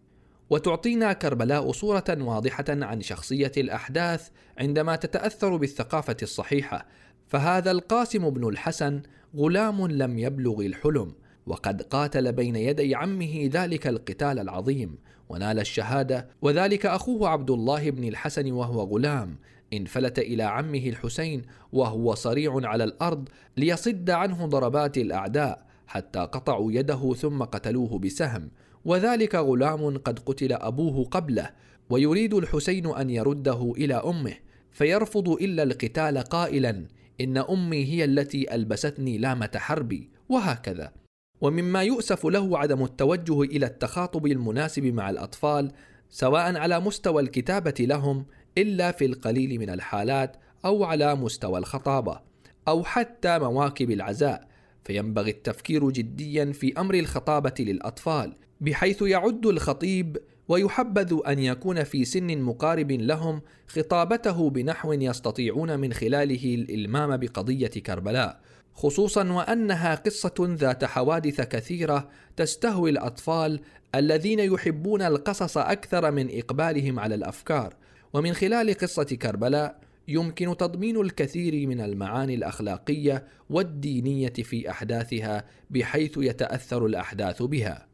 وتعطينا كربلاء صورة واضحة عن شخصية الأحداث عندما تتأثر بالثقافة الصحيحة، فهذا القاسم بن الحسن غلام لم يبلغ الحلم، وقد قاتل بين يدي عمه ذلك القتال العظيم ونال الشهادة، وذلك أخوه عبد الله بن الحسن وهو غلام انفلت إلى عمه الحسين وهو صريع على الأرض ليصد عنه ضربات الأعداء حتى قطعوا يده ثم قتلوه بسهم، وذلك غلام قد قتل أبوه قبله، ويريد الحسين أن يرده إلى أمه فيرفض إلا القتال قائلا: إن أمي هي التي ألبستني لامة حربي، وهكذا. ومما يؤسف له عدم التوجه إلى التخاطب المناسب مع الأطفال، سواء على مستوى الكتابة لهم إلا في القليل من الحالات، أو على مستوى الخطابة، أو حتى مواكب العزاء. فينبغي التفكير جديا في أمر الخطابة للأطفال، بحيث يعد الخطيب ويحبذ أن يكون في سن مقارب لهم خطابته بنحو يستطيعون من خلاله الإلمام بقضية كربلاء، خصوصا وأنها قصة ذات حوادث كثيرة تستهوي الأطفال الذين يحبون القصص أكثر من إقبالهم على الأفكار. ومن خلال قصة كربلاء يمكن تضمين الكثير من المعاني الأخلاقية والدينية في أحداثها، بحيث يتأثر الأحداث بها.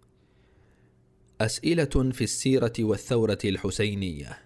أسئلة في السيرة والثورة الحسينية.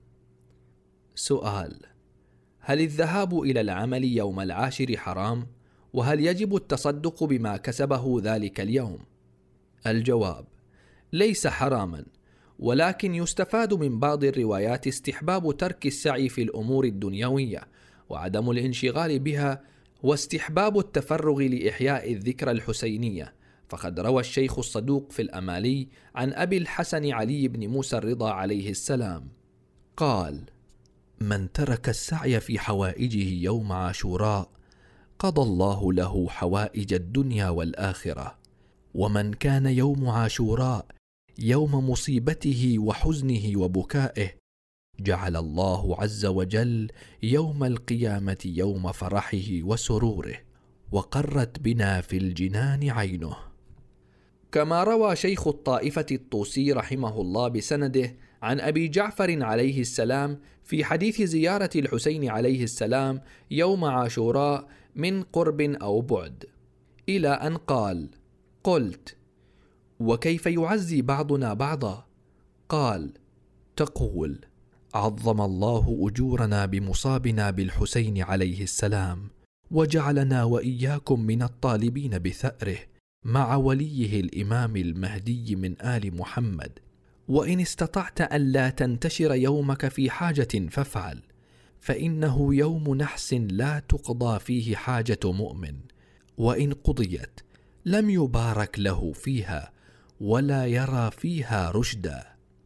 سؤال: هل الذهاب إلى العمل يوم 10 حرام؟ وهل يجب التصدق بما كسبه ذلك اليوم؟ الجواب: ليس حراما، ولكن يستفاد من بعض الروايات استحباب ترك السعي في الأمور الدنيوية وعدم الانشغال بها، واستحباب التفرغ لإحياء الذكرى الحسينية. فقد روى الشيخ الصدوق في الأمالي عن أبي الحسن علي بن موسى الرضا عليه السلام قال: من ترك السعي في حوائجه يوم عاشوراء قضى الله له حوائج الدنيا والآخرة، ومن كان يوم عاشوراء يوم مصيبته وحزنه وبكائه جعل الله عز وجل يوم القيامة يوم فرحه وسروره، وقرت بنا في الجنان عينه. كما روى شيخ الطائفة الطوسي رحمه الله بسنده عن أبي جعفر عليه السلام في حديث زيارة الحسين عليه السلام يوم عاشوراء من قرب أو بعد، إلى أن قال: قلت: وكيف يعزي بعضنا بعضا؟ قال: تقول: عظم الله أجورنا بمصابنا بالحسين عليه السلام، وجعلنا وإياكم من الطالبين بثأره مع وليه الإمام المهدي من آل محمد، وإن استطعت أن لا تنتشر يومك في حاجة فافعل، فإنه يوم نحس لا تقضى فيه حاجة مؤمن، وإن قضيت لم يبارك له فيها ولا يرى فيها رشدا.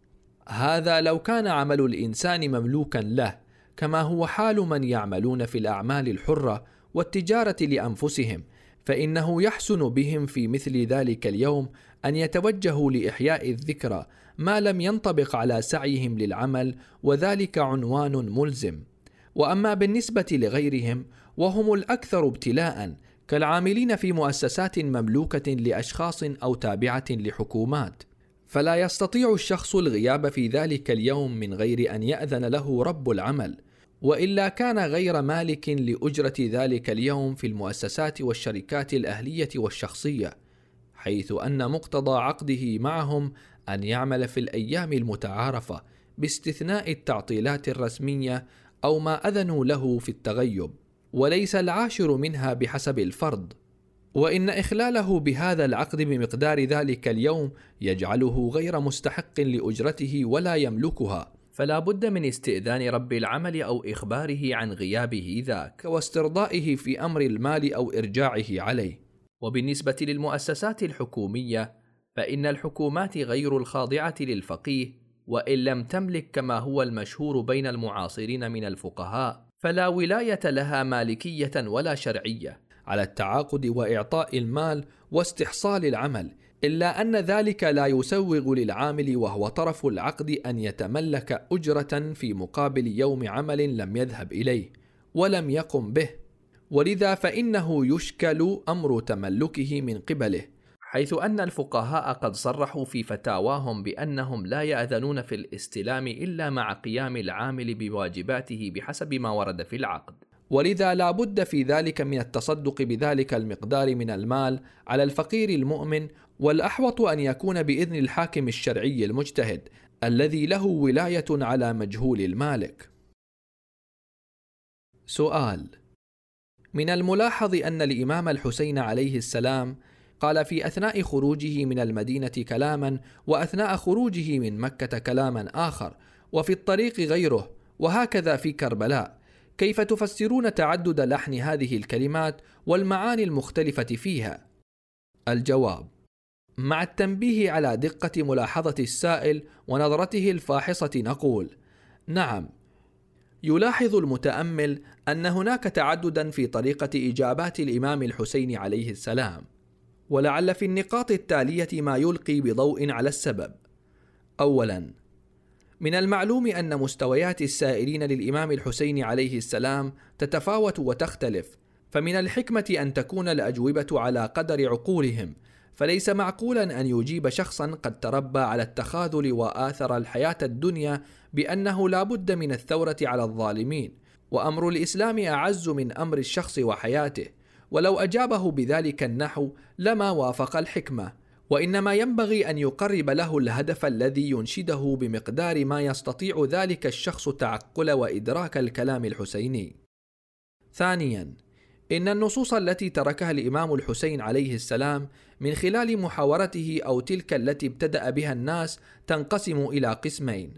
هذا لو كان عمل الإنسان مملوكا له، كما هو حال من يعملون في الأعمال الحرة والتجارة لأنفسهم، فإنه يحسن بهم في مثل ذلك اليوم أن يتوجهوا لإحياء الذكرى ما لم ينطبق على سعيهم للعمل، وذلك عنوان ملزم. وأما بالنسبة لغيرهم وهم الأكثر ابتلاء، كالعاملين في مؤسسات مملوكة لأشخاص أو تابعة لحكومات، فلا يستطيع الشخص الغياب في ذلك اليوم من غير أن يأذن له رب العمل، وإلا كان غير مالك لأجرة ذلك اليوم في المؤسسات والشركات الأهلية والشخصية، حيث أن مقتضى عقده معهم أن يعمل في الأيام المتعارفة باستثناء التعطيلات الرسمية أو ما أذنوا له في التغيب. وليس العاشر منها بحسب الفرض، وإن إخلاله بهذا العقد بمقدار ذلك اليوم يجعله غير مستحق لأجرته ولا يملكها، فلا بد من استئذان رب العمل أو إخباره عن غيابه ذاك واسترضائه في أمر المال أو إرجاعه عليه. وبالنسبة للمؤسسات الحكومية فإن الحكومات غير الخاضعة للفقيه، وإن لم تملك كما هو المشهور بين المعاصرين من الفقهاء، فلا ولاية لها مالكية ولا شرعية على التعاقد وإعطاء المال واستحصال العمل، إلا أن ذلك لا يسوغ للعامل وهو طرف العقد أن يتملك أجرة في مقابل يوم عمل لم يذهب إليه ولم يقم به، ولذا فإنه يشكل أمر تملكه من قبله، حيث أن الفقهاء قد صرحوا في فتاواهم بأنهم لا يأذنون في الاستلام إلا مع قيام العامل بواجباته بحسب ما ورد في العقد، ولذا لا بد في ذلك من التصدق بذلك المقدار من المال على الفقير المؤمن، والأحوط أن يكون بإذن الحاكم الشرعي المجتهد الذي له ولاية على مجهول المالك. سؤال: من الملاحظ أن الإمام الحسين عليه السلام قال في أثناء خروجه من المدينة كلاما، وأثناء خروجه من مكة كلاما آخر، وفي الطريق غيره، وهكذا في كربلاء، كيف تفسرون تعدد لحن هذه الكلمات والمعاني المختلفة فيها؟ الجواب: مع التنبيه على دقة ملاحظة السائل ونظرته الفاحصة نقول: نعم، يلاحظ المتأمل أن هناك تعددا في طريقة إجابات الإمام الحسين عليه السلام، ولعل في النقاط التالية ما يلقي بضوء على السبب. أولا، من المعلوم أن مستويات السائلين للإمام الحسين عليه السلام تتفاوت وتختلف، فمن الحكمة أن تكون الأجوبة على قدر عقولهم، فليس معقولا أن يجيب شخصا قد تربى على التخاذل وآثر الحياة الدنيا بأنه لا بد من الثورة على الظالمين، وأمر الإسلام أعز من أمر الشخص وحياته، ولو أجابه بذلك النحو لما وافق الحكمة، وإنما ينبغي أن يقرب له الهدف الذي ينشده بمقدار ما يستطيع ذلك الشخص تعقل وإدراك الكلام الحسيني. ثانيا، إن النصوص التي تركها الإمام الحسين عليه السلام من خلال محاورته أو تلك التي ابتدأ بها الناس تنقسم إلى قسمين: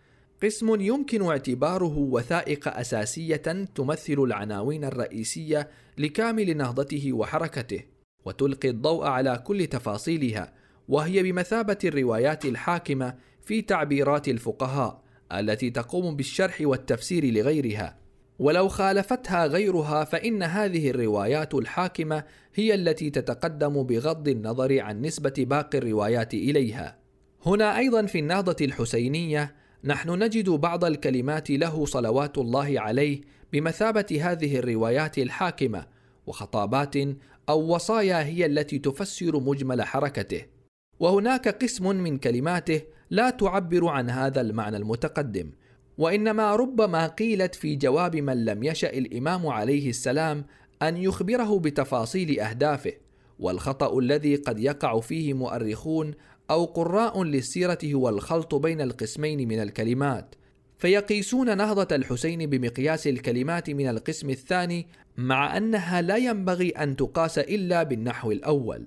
قسم يمكن اعتباره وثائق أساسية تمثل العناوين الرئيسية لكامل نهضته وحركته، وتلقي الضوء على كل تفاصيلها، وهي بمثابة الروايات الحاكمة في تعبيرات الفقهاء التي تقوم بالشرح والتفسير لغيرها، ولو خالفتها غيرها فإن هذه الروايات الحاكمة هي التي تتقدم بغض النظر عن نسبة باقي الروايات إليها. هنا أيضا في النهضة الحسينية نحن نجد بعض الكلمات له صلوات الله عليه بمثابة هذه الروايات الحاكمة، وخطابات أو وصايا هي التي تفسر مجمل حركته، وهناك قسم من كلماته لا تعبر عن هذا المعنى المتقدم، وإنما ربما قيلت في جواب من لم يشأ الإمام عليه السلام أن يخبره بتفاصيل أهدافه، والخطأ الذي قد يقع فيه مؤرخون أو قراء للسيرة هو الخلط بين القسمين من الكلمات، فيقيسون نهضة الحسين بمقياس الكلمات من القسم الثاني، مع أنها لا ينبغي أن تقاس إلا بالنحو الأول.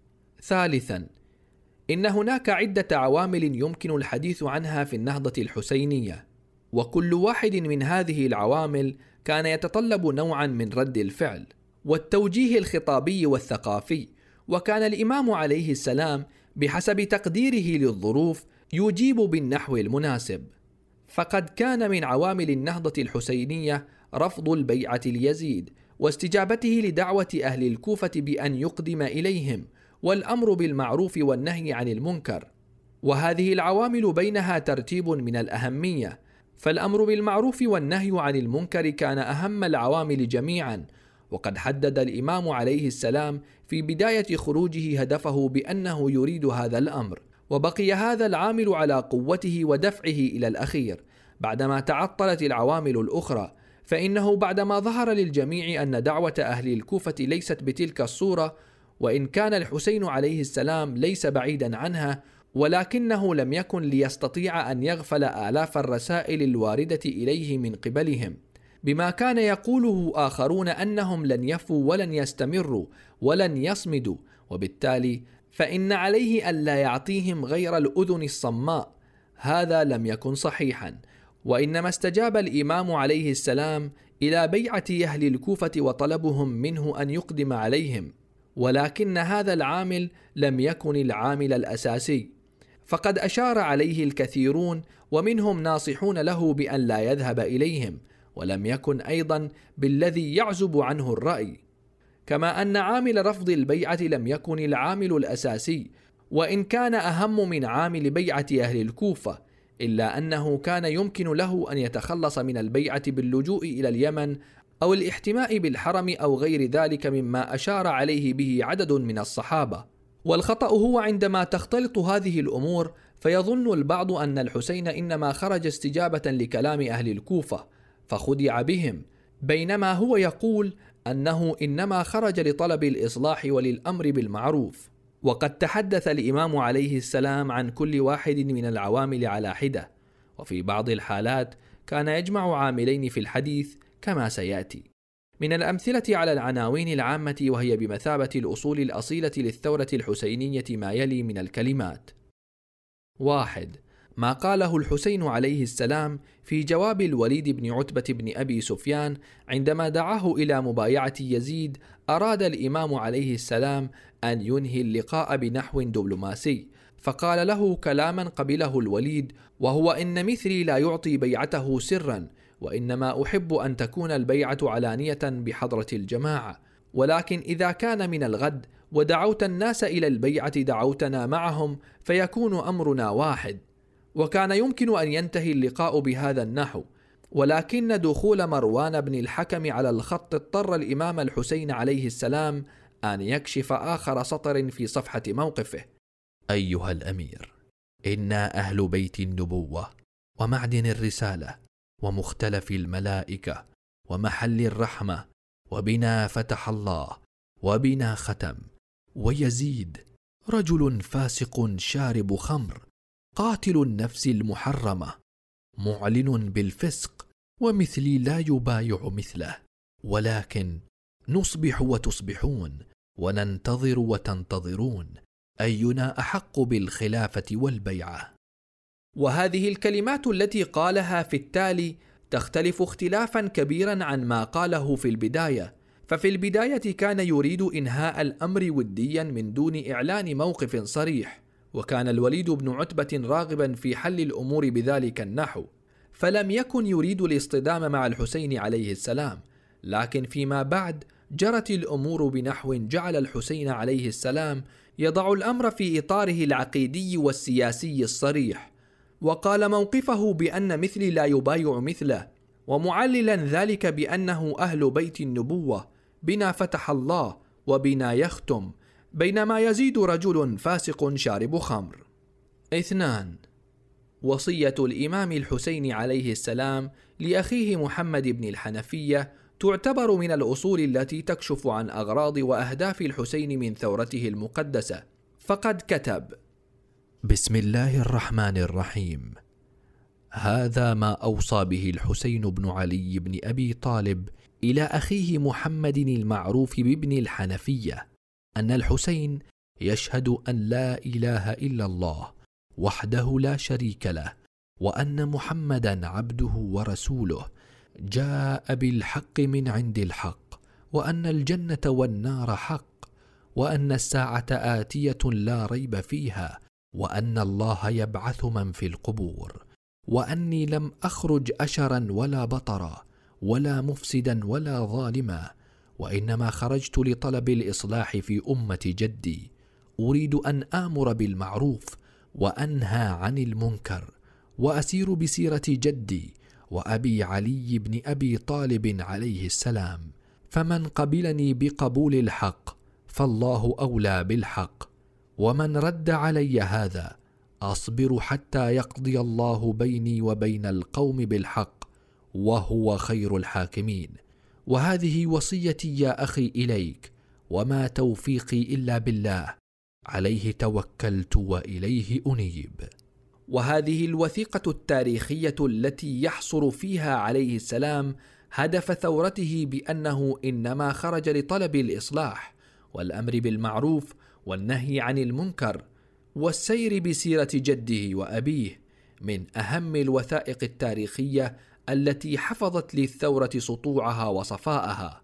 ثالثا، إن هناك عدة عوامل يمكن الحديث عنها في النهضة الحسينية، وكل واحد من هذه العوامل كان يتطلب نوعا من رد الفعل والتوجيه الخطابي والثقافي، وكان الإمام عليه السلام بحسب تقديره للظروف يجيب بالنحو المناسب. فقد كان من عوامل النهضة الحسينية رفض البيعة ليزيد، واستجابته لدعوة أهل الكوفة بأن يقدم إليهم، والأمر بالمعروف والنهي عن المنكر، وهذه العوامل بينها ترتيب من الأهمية، فالأمر بالمعروف والنهي عن المنكر كان أهم العوامل جميعا، وقد حدد الإمام عليه السلام في بداية خروجه هدفه بأنه يريد هذا الأمر، وبقي هذا العامل على قوته ودفعه إلى الأخير بعدما تعطلت العوامل الأخرى، فإنه بعدما ظهر للجميع أن دعوة أهل الكوفة ليست بتلك الصورة، وإن كان الحسين عليه السلام ليس بعيدا عنها، ولكنه لم يكن ليستطيع أن يغفل آلاف الرسائل الواردة إليه من قبلهم، بما كان يقوله آخرون أنهم لن يفوا ولن يستمروا ولن يصمدوا، وبالتالي فإن عليه ألا يعطيهم غير الأذن الصماء. هذا لم يكن صحيحا، وإنما استجاب الإمام عليه السلام إلى بيعة أهل الكوفة وطلبهم منه أن يقدم عليهم، ولكن هذا العامل لم يكن العامل الأساسي، فقد أشار عليه الكثيرون ومنهم ناصحون له بأن لا يذهب إليهم، ولم يكن أيضا بالذي يعزب عنه الرأي. كما أن عامل رفض البيعة لم يكن العامل الأساسي، وإن كان أهم من عامل بيعة أهل الكوفة، إلا أنه كان يمكن له أن يتخلص من البيعة باللجوء إلى اليمن أو الاحتماء بالحرم أو غير ذلك مما أشار عليه به عدد من الصحابة. والخطأ هو عندما تختلط هذه الأمور فيظن البعض أن الحسين إنما خرج استجابة لكلام أهل الكوفة فخدع بهم، بينما هو يقول أنه إنما خرج لطلب الإصلاح وللأمر بالمعروف. وقد تحدث الإمام عليه السلام عن كل واحد من العوامل على حدة، وفي بعض الحالات كان يجمع عاملين في الحديث كما سيأتي. من الأمثلة على العناوين العامة وهي بمثابة الأصول الأصيلة للثورة الحسينية ما يلي من الكلمات: 1. ما قاله الحسين عليه السلام في جواب الوليد بن عتبة بن أبي سفيان عندما دعاه إلى مبايعة يزيد. أراد الإمام عليه السلام أن ينهي اللقاء بنحو دبلوماسي، فقال له كلاما قبله الوليد، وهو: إن مثلي لا يعطي بيعته سرا، وإنما أحب أن تكون البيعة علانية بحضرة الجماعة، ولكن إذا كان من الغد ودعوت الناس إلى البيعة دعوتنا معهم فيكون أمرنا واحد. وكان يمكن أن ينتهي اللقاء بهذا النحو، ولكن دخول مروان بن الحكم على الخط اضطر الإمام الحسين عليه السلام أن يكشف آخر سطر في صفحة موقفه: أيها الأمير، إنا أهل بيت النبوة ومعدن الرسالة ومختلف الملائكة ومحل الرحمة، وبنا فتح الله وبنا ختم، ويزيد رجل فاسق شارب خمر قاتل النفس المحرمة معلن بالفسق، ومثلي لا يبايع مثله، ولكن نصبح وتصبحون وننتظر وتنتظرون، أينا أحق بالخلافة والبيعة. وهذه الكلمات التي قالها في التالي تختلف اختلافا كبيرا عن ما قاله في البداية، ففي البداية كان يريد إنهاء الأمر وديا من دون إعلان موقف صريح، وكان الوليد بن عتبة راغبا في حل الأمور بذلك النحو، فلم يكن يريد الاصطدام مع الحسين عليه السلام. لكن فيما بعد جرت الأمور بنحو جعل الحسين عليه السلام يضع الأمر في إطاره العقيدي والسياسي الصريح، وقال موقفه بأن مثلي لا يبايع مثله، ومعللا ذلك بأنه أهل بيت النبوة، بنا فتح الله وبنا يختم، بينما يزيد رجل فاسق شارب خمر. 2. وصية الإمام الحسين عليه السلام لأخيه محمد بن الحنفية تعتبر من الأصول التي تكشف عن أغراض وأهداف الحسين من ثورته المقدسة، فقد كتب: بسم الله الرحمن الرحيم. هذا ما أوصى به الحسين بن علي بن أبي طالب إلى أخيه محمد المعروف بابن الحنفية، أن الحسين يشهد أن لا إله إلا الله وحده لا شريك له، وأن محمدا عبده ورسوله جاء بالحق من عند الحق، وأن الجنة والنار حق، وأن الساعة آتية لا ريب فيها، وأن الله يبعث من في القبور، وأني لم أخرج أشرا ولا بطرا ولا مفسدا ولا ظالما، وإنما خرجت لطلب الإصلاح في أمة جدي، أريد أن آمر بالمعروف وأنهى عن المنكر، وأسير بسيرة جدي وأبي علي بن أبي طالب عليه السلام، فمن قبلني بقبول الحق فالله أولى بالحق، ومن رد علي هذا أصبر حتى يقضي الله بيني وبين القوم بالحق، وهو خير الحاكمين. وهذه وصيتي يا أخي إليك، وما توفيقي إلا بالله، عليه توكلت وإليه أنيب. وهذه الوثيقة التاريخية التي يحصر فيها عليه السلام هدف ثورته بأنه إنما خرج لطلب الإصلاح والأمر بالمعروف والنهي عن المنكر والسير بسيرة جده وأبيه، من أهم الوثائق التاريخية التي حفظت للثورة سطوعها وصفاءها.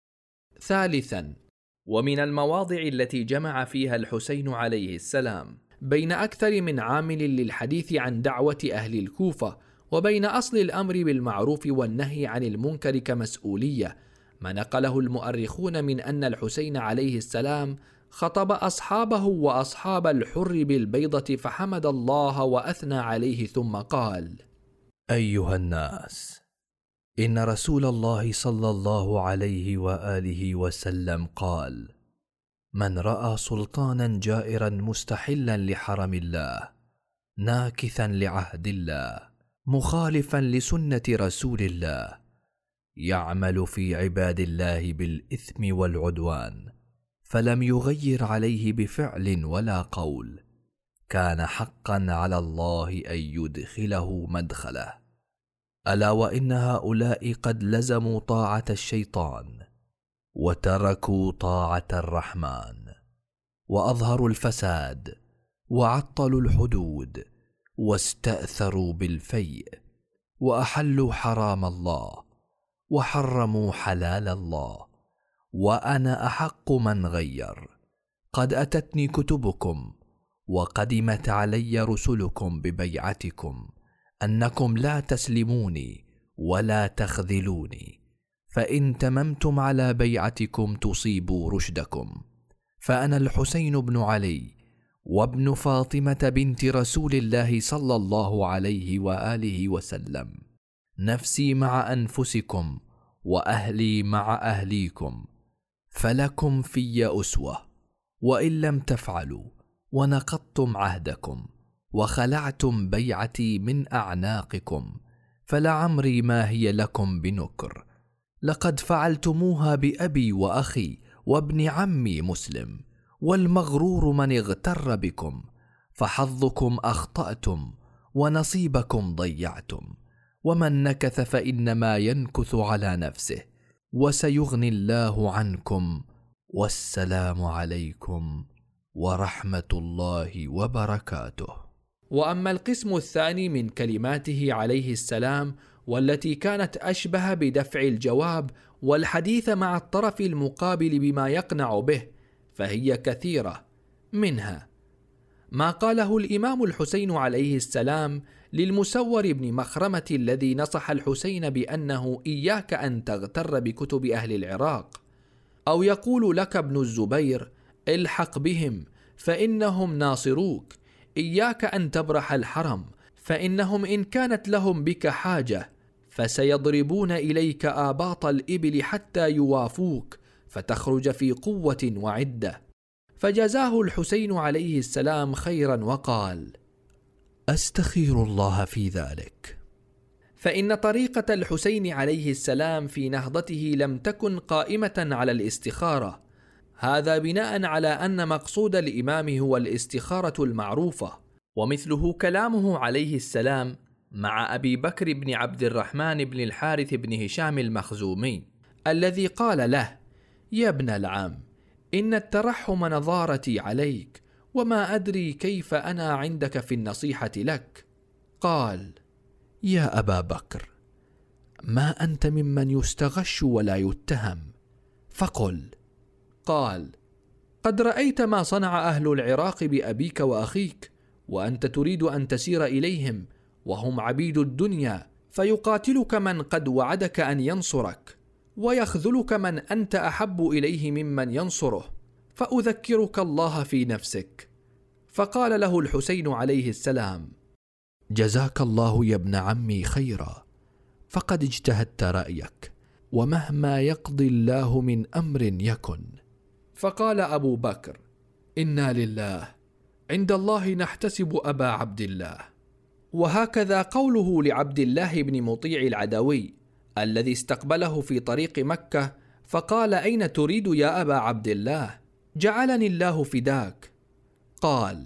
ثالثاً، ومن المواضع التي جمع فيها الحسين عليه السلام بين أكثر من عامل للحديث عن دعوة أهل الكوفة وبين أصل الأمر بالمعروف والنهي عن المنكر كمسؤولية، ما نقله المؤرخون من أن الحسين عليه السلام خطب أصحابه وأصحاب الحر بالبيضة فحمد الله وأثنى عليه ثم قال: أيها الناس، إن رسول الله صلى الله عليه وآله وسلم قال: من رأى سلطانا جائرا مستحلا لحرم الله، ناكثا لعهد الله، مخالفا لسنة رسول الله، يعمل في عباد الله بالإثم والعدوان، فلم يغير عليه بفعل ولا قول، كان حقا على الله أن يدخله مدخله. ألا وإن هؤلاء قد لزموا طاعة الشيطان وتركوا طاعة الرحمن، وأظهروا الفساد وعطلوا الحدود واستأثروا بالفيء، وأحلوا حرام الله وحرموا حلال الله، وأنا أحق من غير. قد أتتني كتبكم وقدمت علي رسلكم ببيعتكم أنكم لا تسلموني ولا تخذلوني، فإن تممتم على بيعتكم تصيبوا رشدكم. فأنا الحسين بن علي وابن فاطمة بنت رسول الله صلى الله عليه وآله وسلم، نفسي مع أنفسكم وأهلي مع أهليكم، فلكم في أسوة، وإن لم تفعلوا ونقضتم عهدكم وخلعتم بيعتي من أعناقكم، فلعمري ما هي لكم بنكر. لقد فعلتموها بأبي وأخي وابن عمي مسلم، والمغرور من اغتر بكم، فحظكم أخطأتم ونصيبكم ضيعتم، ومن نكث فإنما ينكث على نفسه، وسيغني الله عنكم، والسلام عليكم ورحمة الله وبركاته. وأما القسم الثاني من كلماته عليه السلام، والتي كانت أشبه بدفع الجواب والحديث مع الطرف المقابل بما يقنع به، فهي كثيرة. منها ما قاله الإمام الحسين عليه السلام للمسور بن مخرمة الذي نصح الحسين بأنه إياك أن تغتر بكتب أهل العراق، أو يقول لك ابن الزبير: الحق بهم فإنهم ناصروك، إياك أن تبرح الحرم، فإنهم إن كانت لهم بك حاجة فسيضربون إليك آباط الإبل حتى يوافوك، فتخرج في قوة وعدة. فجزاه الحسين عليه السلام خيرا وقال: أستخير الله في ذلك. فإن طريقة الحسين عليه السلام في نهضته لم تكن قائمة على الاستخارة، هذا بناء على أن مقصود الإمام هو الاستخارة المعروفة. ومثله كلامه عليه السلام مع أبي بكر بن عبد الرحمن بن الحارث بن هشام المخزومي، الذي قال له: يا ابن العم، إن الترحم نظارتي عليك، وما أدري كيف أنا عندك في النصيحة لك. قال: يا أبا بكر، ما أنت ممن يستغش ولا يتهم، فقل. قال: قد رأيت ما صنع أهل العراق بأبيك وأخيك، وأنت تريد أن تسير إليهم وهم عبيد الدنيا، فيقاتلك من قد وعدك أن ينصرك، ويخذلك من أنت أحب إليه ممن ينصره، فأذكرك الله في نفسك. فقال له الحسين عليه السلام: جزاك الله يا ابن عمي خيرا، فقد اجتهدت رأيك، ومهما يقضي الله من أمر يكن. فقال أبو بكر: إنا لله، عند الله نحتسب أبا عبد الله. وهكذا قوله لعبد الله بن مطيع العدوي الذي استقبله في طريق مكة فقال: أين تريد يا أبا عبد الله؟ جعلني الله فداك. قال: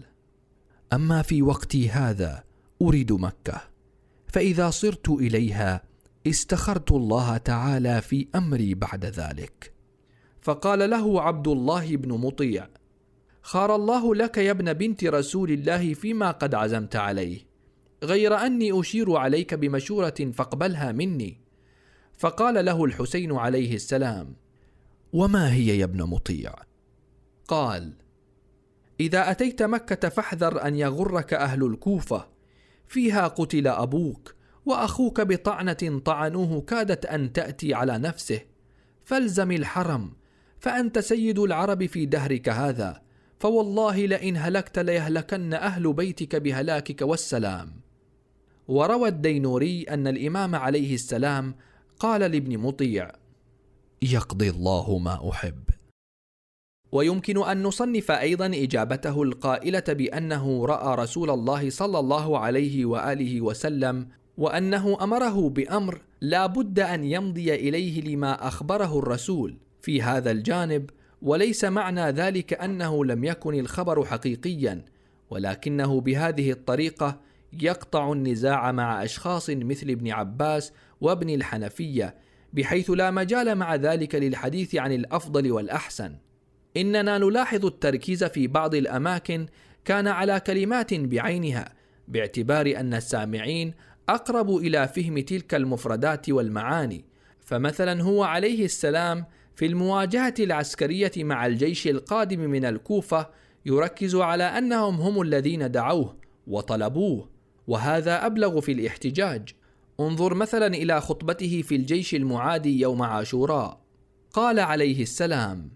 أما في وقتي هذا أريد مكة، فإذا صرت إليها استخرت الله تعالى في أمري بعد ذلك. فقال له عبد الله بن مطيع: خار الله لك يا ابن بنت رسول الله فيما قد عزمت عليه، غير أني أشير عليك بمشورة فاقبلها مني. فقال له الحسين عليه السلام: وما هي يا ابن مطيع؟ قال: إذا أتيت مكة فاحذر أن يغرك أهل الكوفة، فيها قتل أبوك، وأخوك بطعنة طعنوه كادت أن تأتي على نفسه، فالزم الحرم، فأنت سيد العرب في دهرك هذا، فوالله لئن هلكت ليهلكن أهل بيتك بهلاكك والسلام. وروى الدينوري أن الإمام عليه السلام قال لابن مطيع: يقضي الله ما أحب. ويمكن أن نصنف أيضا إجابته القائلة بأنه رأى رسول الله صلى الله عليه وآله وسلم، وأنه أمره بأمر لا بد أن يمضي إليه لما أخبره الرسول في هذا الجانب، وليس معنى ذلك أنه لم يكن الخبر حقيقيا، ولكنه بهذه الطريقة يقطع النزاع مع أشخاص مثل ابن عباس وابن الحنفية، بحيث لا مجال مع ذلك للحديث عن الأفضل والأحسن. إننا نلاحظ التركيز في بعض الأماكن كان على كلمات بعينها، باعتبار أن السامعين أقرب إلى فهم تلك المفردات والمعاني. فمثلا هو عليه السلام في المواجهة العسكرية مع الجيش القادم من الكوفة يركز على أنهم هم الذين دعوه وطلبوه، وهذا أبلغ في الاحتجاج. انظر مثلا إلى خطبته في الجيش المعادي يوم عاشوراء، قال عليه السلام: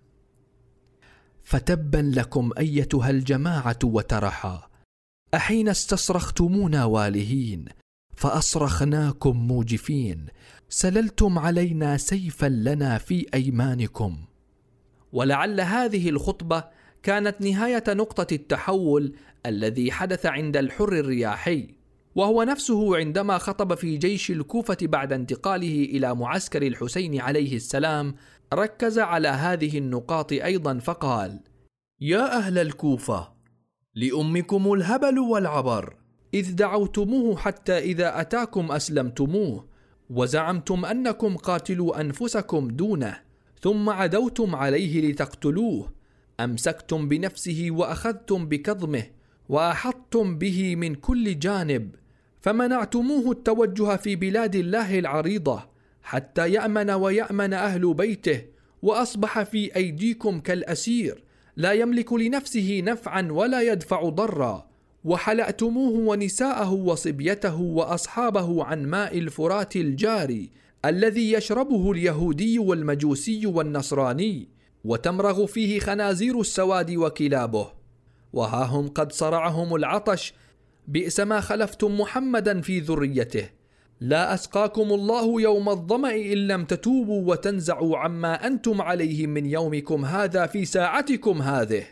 فتبا لكم أيتها الجماعة وترحا، أحين استصرختمونا والهين، فأصرخناكم موجفين، سللتم علينا سيفا لنا في أيمانكم. ولعل هذه الخطبة كانت نهاية نقطة التحول الذي حدث عند الحر الرياحي، وهو نفسه عندما خطب في جيش الكوفة بعد انتقاله إلى معسكر الحسين عليه السلام، ركز على هذه النقاط أيضا فقال: يا أهل الكوفة، لأمكم الهبل والعبر، إذ دعوتموه حتى إذا أتاكم أسلمتموه، وزعمتم أنكم قاتلوا أنفسكم دونه، ثم عدوتم عليه لتقتلوه، أمسكتم بنفسه وأخذتم بكظمه، وأحطتم به من كل جانب، فمنعتموه التوجه في بلاد الله العريضة حتى يأمن ويأمن أهل بيته، وأصبح في أيديكم كالأسير لا يملك لنفسه نفعا ولا يدفع ضرا، وحلأتموه ونساءه وصبيته وأصحابه عن ماء الفرات الجاري الذي يشربه اليهودي والمجوسي والنصراني، وتمرغ فيه خنازير السواد وكلابه، وها هم قد صرعهم العطش، بئس ما خلفتم محمدا في ذريته، لا أسقاكم الله يوم الظمأ إن لم تتوبوا وتنزعوا عما أنتم عليه من يومكم هذا في ساعتكم هذه.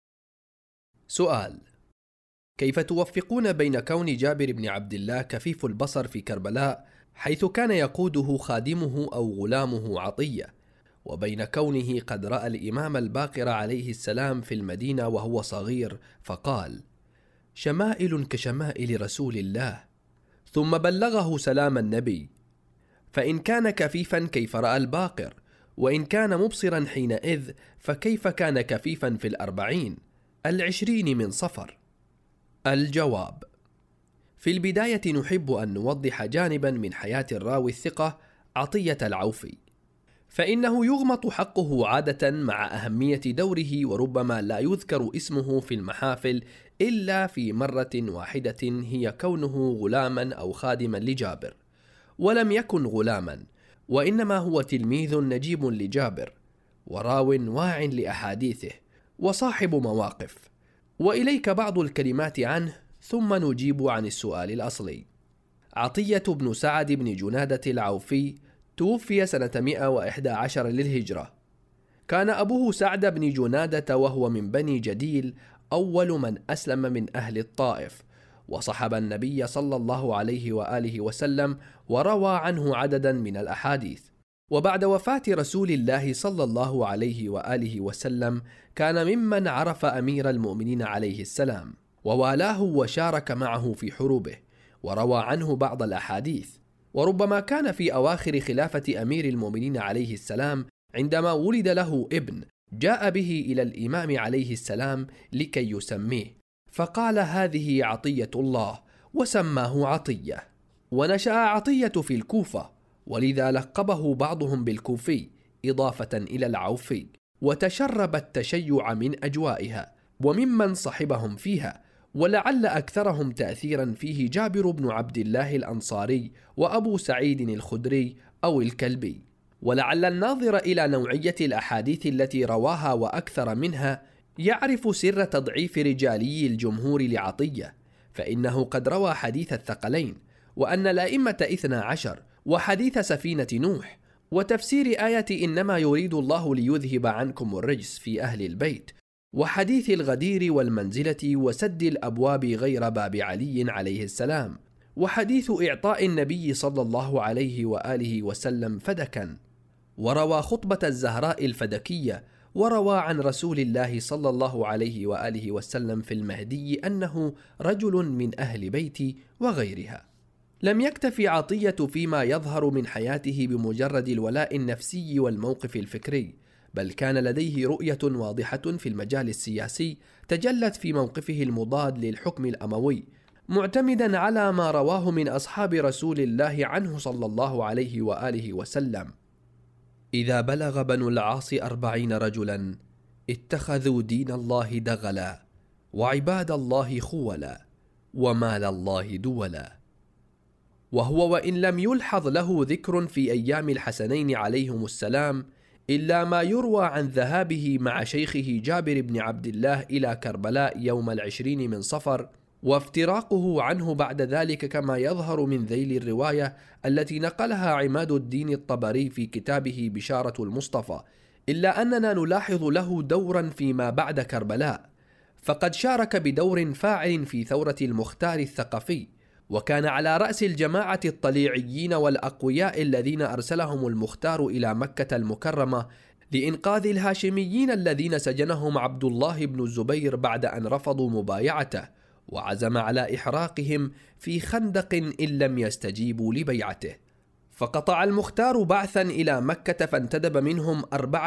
سؤال: كيف توفقون بين كون جابر بن عبد الله كفيف البصر في كربلاء حيث كان يقوده خادمه أو غلامه عطية، وبين كونه قد رأى الإمام الباقر عليه السلام في المدينة وهو صغير فقال: شمائل كشمائل رسول الله، ثم بلغه سلام النبي؟ فإن كان كفيفا كيف رأى الباقر؟ وإن كان مبصرا حينئذ فكيف كان كفيفا في 40 من صفر؟ الجواب: في البداية نحب أن نوضح جانبا من حياة الراوي الثقة عطية العوفي، فإنه يغمط حقه عادة مع أهمية دوره، وربما لا يذكر اسمه في المحافل إلا في مرة واحدة، هي كونه غلاما أو خادما لجابر، ولم يكن غلاما، وإنما هو تلميذ نجيب لجابر، وراو واع لأحاديثه، وصاحب مواقف. وإليك بعض الكلمات عنه ثم نجيب عن السؤال الأصلي. عطية بن سعد بن جنادة العوفي توفي سنة 111 للهجرة. كان أبوه سعد بن جنادة وهو من بني جديل، أول من أسلم من أهل الطائف، وصحب النبي صلى الله عليه وآله وسلم، وروى عنه عددا من الأحاديث. وبعد وفاة رسول الله صلى الله عليه وآله وسلم كان ممن عرف أمير المؤمنين عليه السلام، ووالاه وشارك معه في حروبه، وروى عنه بعض الأحاديث. وربما كان في أواخر خلافة أمير المؤمنين عليه السلام عندما ولد له ابن جاء به إلى الإمام عليه السلام لكي يسميه، فقال هذه عطية الله، وسماه عطية. ونشأ عطية في الكوفة، ولذا لقبه بعضهم بالكوفي إضافة إلى العوفي، وتشرب التشيع من أجوائها وممن صحبهم فيها، ولعل أكثرهم تأثيرا فيه جابر بن عبد الله الأنصاري وأبو سعيد الخدري أو الكلبي. ولعل الناظر إلى نوعية الأحاديث التي رواها وأكثر منها يعرف سر تضعيف رجالي الجمهور لعطية، فإنه قد روى حديث الثقلين، وأن الأئمة 12، وحديث سفينة نوح، وتفسير آية إنما يريد الله ليذهب عنكم الرجس في أهل البيت، وحديث الغدير والمنزلة وسد الأبواب غير باب علي عليه السلام، وحديث إعطاء النبي صلى الله عليه وآله وسلم فدكا، وروى خطبة الزهراء الفدكية، وروى عن رسول الله صلى الله عليه وآله وسلم في المهدي أنه رجل من أهل بيتي وغيرها. لم يكتف عطية فيما يظهر من حياته بمجرد الولاء النفسي والموقف الفكري، بل كان لديه رؤية واضحة في المجال السياسي تجلت في موقفه المضاد للحكم الأموي، معتمدا على ما رواه من أصحاب رسول الله عنه صلى الله عليه وآله وسلم: إذا بلغ بنو العاص 40 رجلا اتخذوا دين الله دغلا، وعباد الله خولا، ومال الله دولا. وهو وإن لم يلحظ له ذكر في أيام الحسنين عليهم السلام إلا ما يروى عن ذهابه مع شيخه جابر بن عبد الله إلى كربلاء يوم 20 من صفر، وافتراقه عنه بعد ذلك كما يظهر من ذيل الرواية التي نقلها عماد الدين الطبري في كتابه بشارة المصطفى، إلا أننا نلاحظ له دورا فيما بعد كربلاء، فقد شارك بدور فاعل في ثورة المختار الثقفي، وكان على رأس الجماعة الطليعيين والأقوياء الذين أرسلهم المختار إلى مكة المكرمة لإنقاذ الهاشميين الذين سجنهم عبد الله بن الزبير بعد أن رفضوا مبايعته، وعزم على إحراقهم في خندق إن لم يستجيبوا لبيعته. فقطع المختار بعثا إلى مكة فانتدب منهم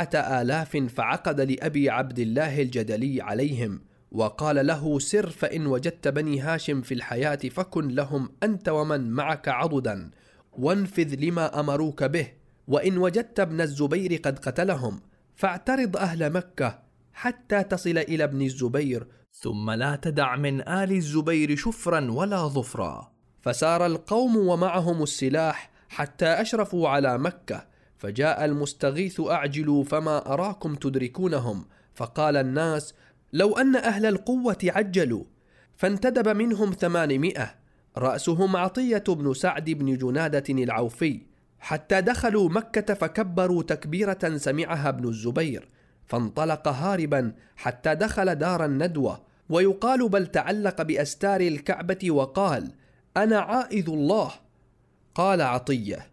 4000 فعقد لأبي عبد الله الجدلي عليهم، وقال له: سر فإن وجدت بني هاشم في الحياة فكن لهم أنت ومن معك عضدا، وانفذ لما أمروك به، وإن وجدت ابن الزبير قد قتلهم فاعترض أهل مكة حتى تصل إلى ابن الزبير، ثم لا تدع من آل الزبير شفرا ولا ظفرا. فسار القوم ومعهم السلاح حتى أشرفوا على مكة، فجاء المستغيث: أعجلوا فما أراكم تدركونهم. فقال الناس: لو أن أهل القوة عجلوا. فانتدب منهم 800 رأسهم عطية بن سعد بن جنادة العوفي، حتى دخلوا مكة فكبروا تكبيرة سمعها ابن الزبير، فانطلق هاربا حتى دخل دار الندوة، ويقال بل تعلق بأستار الكعبة وقال: أنا عائذ الله. قال عطية: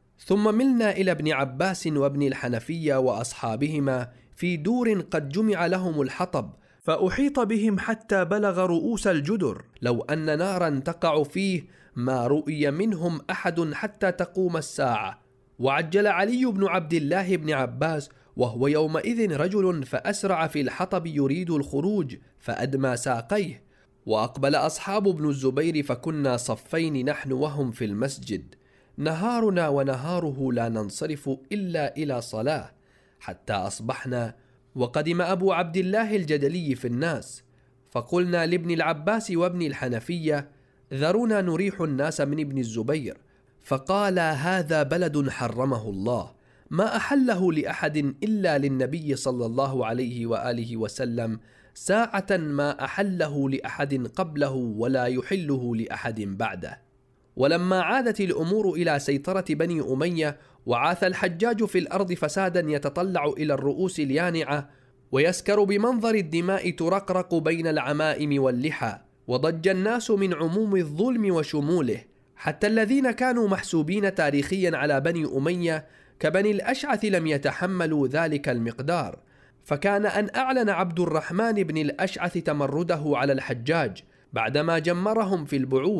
ثم ملنا إلى ابن عباس وابن الحنفية وأصحابهما في دور قد جمع لهم الحطب، فأحيط بهم حتى بلغ رؤوس الجدر، لو أن نارا تقع فيه ما رؤي منهم أحد حتى تقوم الساعة. وعجل علي بن عبد الله بن عباس وهو يومئذ رجل، فأسرع في الحطب يريد الخروج فأدمى ساقيه، وأقبل أصحاب ابن الزبير فكنا صفين نحن وهم في المسجد، نهارنا ونهاره لا ننصرف إلا إلى صلاة، حتى أصبحنا وقدم أبو عبد الله الجدلي في الناس، فقلنا لابن العباس وابن الحنفية: ذرونا نريح الناس من ابن الزبير. فقال: هذا بلد حرمه الله، ما أحله لأحد إلا للنبي صلى الله عليه وآله وسلم ساعة ما أحله لأحد قبله ولا يحله لأحد بعده. ولما عادت الأمور إلى سيطرة بني أمية، وعاث الحجاج في الأرض فسادا يتطلع إلى الرؤوس اليانعة، ويسكر بمنظر الدماء ترقرق بين العمائم واللحى، وضج الناس من عموم الظلم وشموله، حتى الذين كانوا محسوبين تاريخيا على بني أمية كبني الأشعث لم يتحملوا ذلك المقدار، فكان أن أعلن عبد الرحمن بن الأشعث تمرده على الحجاج بعدما جمرهم في البعوث،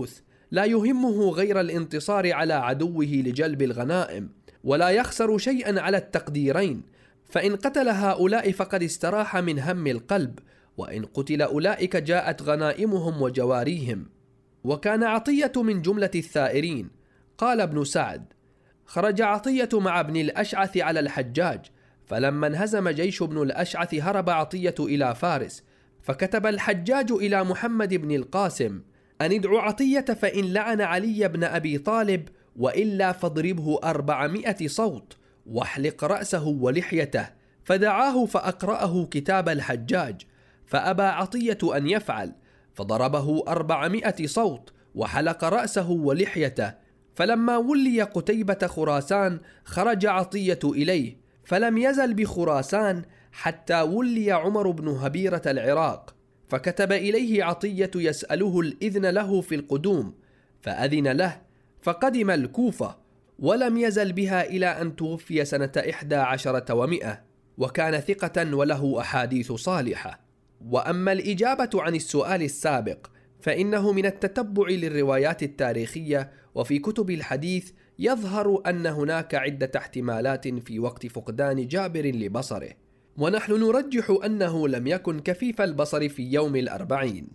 لا يهمه غير الانتصار على عدوه لجلب الغنائم، ولا يخسر شيئا على التقديرين، فإن قتل هؤلاء فقد استراح من هم القلب، وإن قتل أولئك جاءت غنائمهم وجواريهم. وكان عطية من جملة الثائرين. قال ابن سعد: خرج عطية مع ابن الأشعث على الحجاج، فلما انهزم جيش ابن الأشعث هرب عطية إلى فارس، فكتب الحجاج إلى محمد بن القاسم أن ادعوا عطية فإن لعن علي بن أبي طالب، وإلا فاضربه 400 صوت واحلق رأسه ولحيته. فدعاه فأقرأه كتاب الحجاج، فأبى عطية أن يفعل، فضربه 400 صوت وحلق رأسه ولحيته. فلما ولي قتيبة خراسان خرج عطية إليه، فلم يزل بخراسان حتى ولي عمر بن هبيرة العراق، فكتب إليه عطية يسأله الإذن له في القدوم، فأذن له، فقدم الكوفة، ولم يزل بها إلى أن توفي سنة 11 و100، وكان ثقة وله أحاديث صالحة. وأما الإجابة عن السؤال السابق فإنه من التتبع للروايات التاريخية وفي كتب الحديث يظهر أن هناك عدة احتمالات في وقت فقدان جابر لبصره، ونحن نرجح أنه لم يكن كفيف البصر في يوم 40.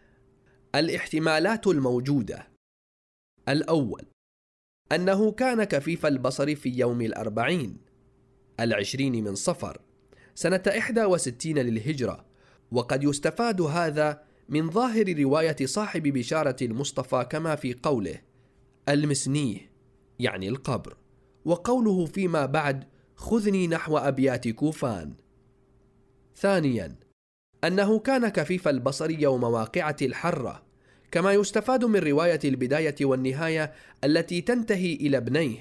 الاحتمالات الموجودة: الأول، أنه كان كفيف البصر في يوم 40 20 من صفر سنة 61 للهجرة، وقد يستفاد هذا من ظاهر رواية صاحب بشارة المصطفى كما في قوله المسنيه يعني القبر، وقوله فيما بعد خذني نحو أبيات كوفان. ثانيا، أنه كان كفيف البصر يوم واقعة الحرة، كما يستفاد من رواية البداية والنهاية التي تنتهي إلى ابنيه.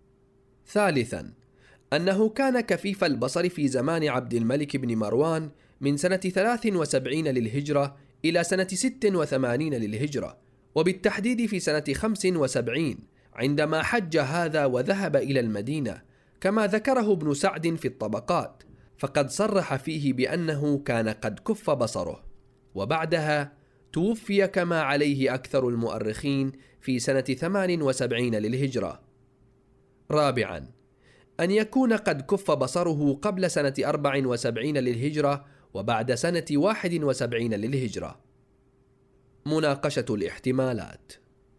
ثالثا، أنه كان كفيف البصر في زمان عبد الملك بن مروان من سنة 73 للهجرة إلى سنة 86 للهجرة، وبالتحديد في سنة 75 عندما حج هذا وذهب إلى المدينة، كما ذكره ابن سعد في الطبقات، فقد صرح فيه بأنه كان قد كف بصره، وبعدها توفي كما عليه أكثر المؤرخين في سنة 78 للهجرة. رابعا، أن يكون قد كف بصره قبل سنة 74 للهجرة وبعد سنة 71 للهجرة. مناقشة الاحتمالات.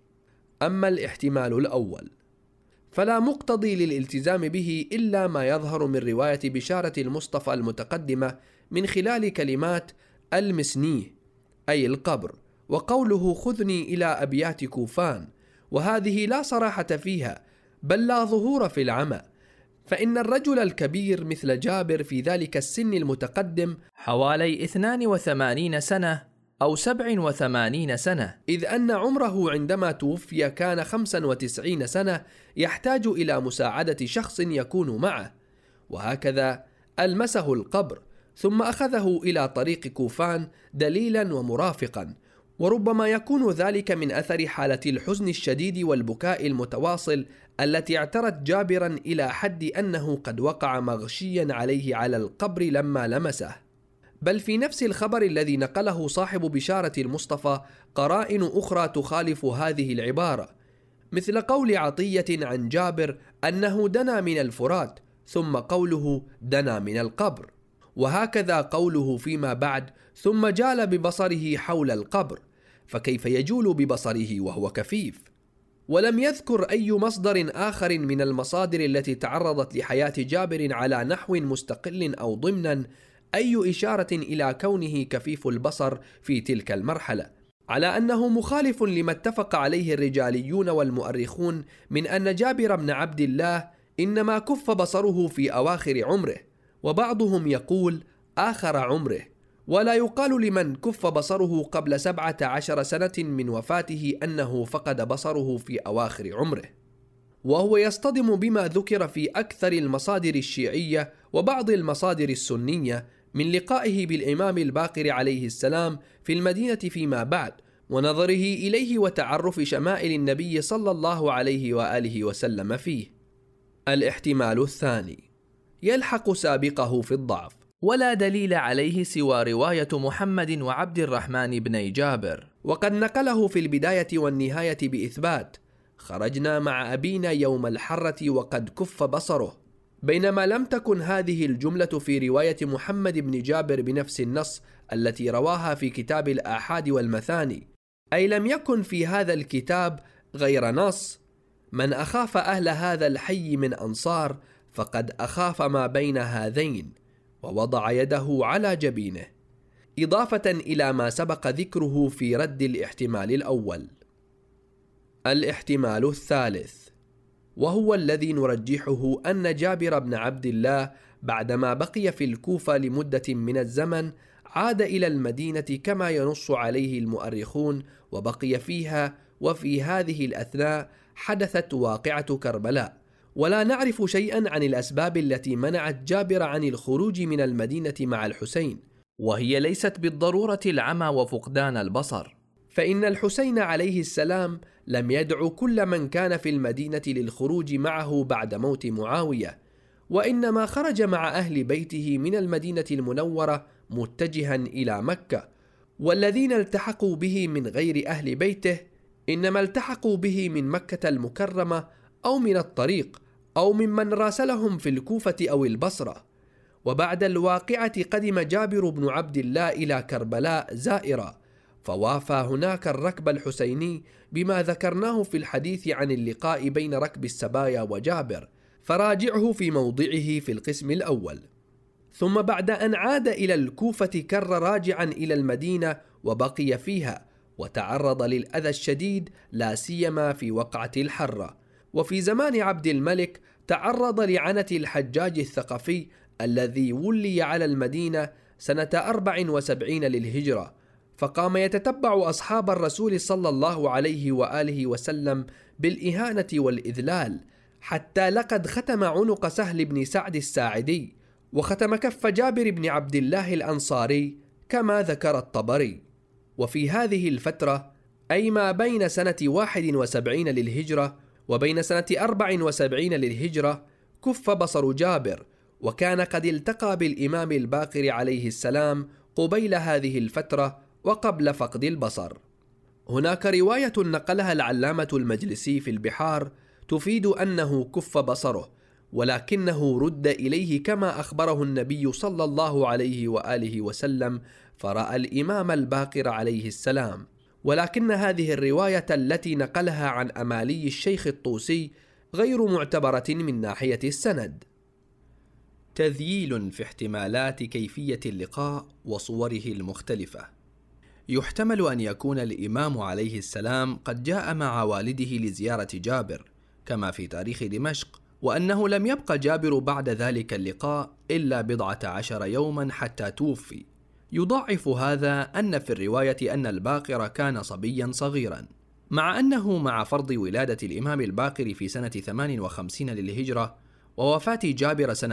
أما الاحتمال الأول فلا مقتضي للالتزام به إلا ما يظهر من رواية بشارة المصطفى المتقدمة من خلال كلمات المسنيه أي القبر، وقوله خذني إلى أبيات كوفان، وهذه لا صراحة فيها بل لا ظهور في العمى، فإن الرجل الكبير مثل جابر في ذلك السن المتقدم حوالي 82 سنة أو 87 سنة، إذ أن عمره عندما توفي كان 95 سنة، يحتاج إلى مساعدة شخص يكون معه، وهكذا ألمسه القبر ثم أخذه إلى طريق كوفان دليلا ومرافقا، وربما يكون ذلك من أثر حالة الحزن الشديد والبكاء المتواصل التي اعترت جابرا إلى حد أنه قد وقع مغشيا عليه على القبر لما لمسه. بل في نفس الخبر الذي نقله صاحب بشارة المصطفى قرائن أخرى تخالف هذه العبارة، مثل قول عطية عن جابر أنه دنا من الفرات، ثم قوله دنا من القبر، وهكذا قوله فيما بعد ثم جال ببصره حول القبر، فكيف يجول ببصره وهو كفيف؟ ولم يذكر أي مصدر آخر من المصادر التي تعرضت لحياة جابر على نحو مستقل أو ضمنا أي إشارة إلى كونه كفيف البصر في تلك المرحلة، على أنه مخالف لما اتفق عليه الرجاليون والمؤرخون من أن جابر بن عبد الله إنما كف بصره في أواخر عمره، وبعضهم يقول آخر عمره، ولا يقال لمن كف بصره قبل 17 سنة من وفاته أنه فقد بصره في أواخر عمره، وهو يصطدم بما ذكر في أكثر المصادر الشيعية وبعض المصادر السنية من لقائه بالإمام الباقر عليه السلام في المدينة فيما بعد، ونظره إليه وتعرف شمائل النبي صلى الله عليه وآله وسلم فيه. الاحتمال الثاني يلحق سابقه في الضعف، ولا دليل عليه سوى رواية محمد وعبد الرحمن بن جابر. وقد نقله في البداية والنهاية بإثبات: خرجنا مع أبينا يوم الحرة وقد كف بصره، بينما لم تكن هذه الجملة في رواية محمد بن جابر بنفس النص التي رواها في كتاب الآحاد والمثاني، أي لم يكن في هذا الكتاب غير نص: من أخاف أهل هذا الحي من أنصار فقد أخاف ما بين هذين، ووضع يده على جبينه، إضافة إلى ما سبق ذكره في رد الاحتمال الأول. الاحتمال الثالث، وهو الذي نرجحه، أن جابر بن عبد الله بعدما بقي في الكوفة لمدة من الزمن عاد إلى المدينة كما ينص عليه المؤرخون وبقي فيها، وفي هذه الأثناء حدثت واقعة كربلاء، ولا نعرف شيئا عن الأسباب التي منعت جابر عن الخروج من المدينة مع الحسين، وهي ليست بالضرورة العمى وفقدان البصر، فإن الحسين عليه السلام لم يدع كل من كان في المدينة للخروج معه بعد موت معاوية، وإنما خرج مع أهل بيته من المدينة المنورة متجها إلى مكة، والذين التحقوا به من غير أهل بيته إنما التحقوا به من مكة المكرمة أو من الطريق أو ممن راسلهم في الكوفة أو البصرة. وبعد الواقعة قدم جابر بن عبد الله إلى كربلاء زائرا، فوافى هناك الركب الحسيني بما ذكرناه في الحديث عن اللقاء بين ركب السبايا وجابر، فراجعه في موضعه في القسم الأول. ثم بعد أن عاد إلى الكوفة كر راجعا إلى المدينة وبقي فيها، وتعرض للأذى الشديد لا سيما في وقعة الحرة. وفي زمان عبد الملك تعرض لعنة الحجاج الثقفي الذي ولي على المدينة سنة 74 للهجرة، فقام يتتبع أصحاب الرسول صلى الله عليه وآله وسلم بالإهانة والإذلال، حتى لقد ختم عنق سهل بن سعد الساعدي، وختم كف جابر بن عبد الله الأنصاري كما ذكر الطبري. وفي هذه الفترة، أي ما بين سنة 71 للهجرة وبين سنة 74 للهجرة، كف بصر جابر، وكان قد التقى بالإمام الباقر عليه السلام قبيل هذه الفترة وقبل فقد البصر. هناك رواية نقلها العلامة المجلسي في البحار تفيد أنه كف بصره، ولكنه رد إليه كما أخبره النبي صلى الله عليه وآله وسلم، فرأى الإمام الباقر عليه السلام، ولكن هذه الرواية التي نقلها عن أمالي الشيخ الطوسي غير معتبرة من ناحية السند. تذييل في احتمالات كيفية اللقاء وصوره المختلفة. يحتمل أن يكون الإمام عليه السلام قد جاء مع والده لزيارة جابر كما في تاريخ دمشق، وأنه لم يبقى جابر بعد ذلك اللقاء إلا 14 يوما حتى توفي. يضاعف هذا أن في الرواية أن الباقر كان صبيا صغيرا، مع أنه مع فرض ولادة الإمام الباقر في سنة 58 للهجرة ووفاة جابر سنة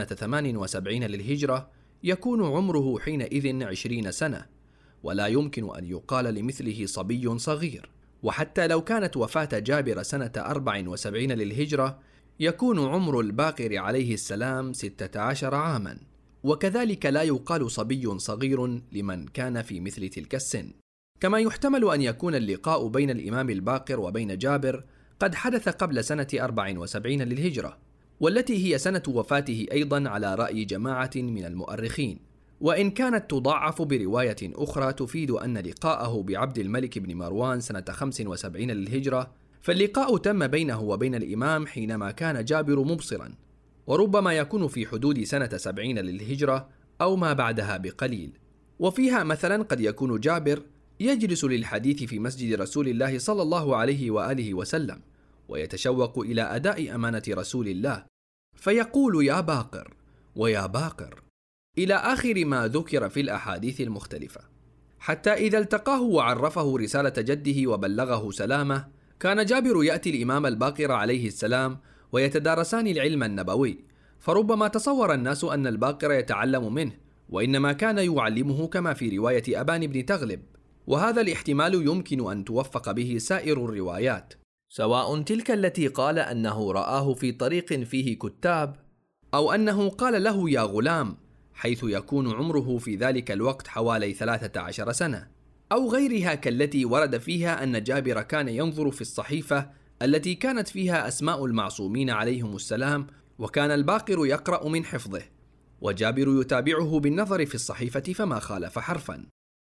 78 للهجرة يكون عمره حينئذ 20 سنة، ولا يمكن أن يقال لمثله صبي صغير. وحتى لو كانت وفاة جابر سنة 74 للهجرة يكون عمر الباقر عليه السلام 16 عاما، وكذلك لا يقال صبي صغير لمن كان في مثل تلك السن. كما يحتمل أن يكون اللقاء بين الإمام الباقر وبين جابر قد حدث قبل سنة 74 للهجرة، والتي هي سنة وفاته أيضا على رأي جماعة من المؤرخين، وإن كانت تضاعف برواية أخرى تفيد أن لقاءه بعبد الملك بن مروان سنة 75 للهجرة، فاللقاء تم بينه وبين الإمام حينما كان جابر مبصرا، وربما يكون في حدود سنة 70 للهجرة أو ما بعدها بقليل. وفيها مثلا قد يكون جابر يجلس للحديث في مسجد رسول الله صلى الله عليه وآله وسلم ويتشوق إلى أداء أمانة رسول الله، فيقول يا باقر ويا باقر إلى آخر ما ذكر في الأحاديث المختلفة، حتى إذا التقاه وعرفه رسالة جده وبلغه سلامه كان جابر يأتي الإمام الباقر عليه السلام ويتدارسان العلم النبوي، فربما تصور الناس أن الباقر يتعلم منه، وإنما كان يعلمه كما في رواية أبان بن تغلب، وهذا الاحتمال يمكن أن توفق به سائر الروايات، سواء تلك التي قال أنه رآه في طريق فيه كتاب، أو أنه قال له يا غلام، حيث يكون عمره في ذلك الوقت حوالي 13 سنة. أو غيرها كالتي ورد فيها أن جابر كان ينظر في الصحيفة التي كانت فيها أسماء المعصومين عليهم السلام، وكان الباقر يقرأ من حفظه، وجابر يتابعه بالنظر في الصحيفة فما خالف حرفا.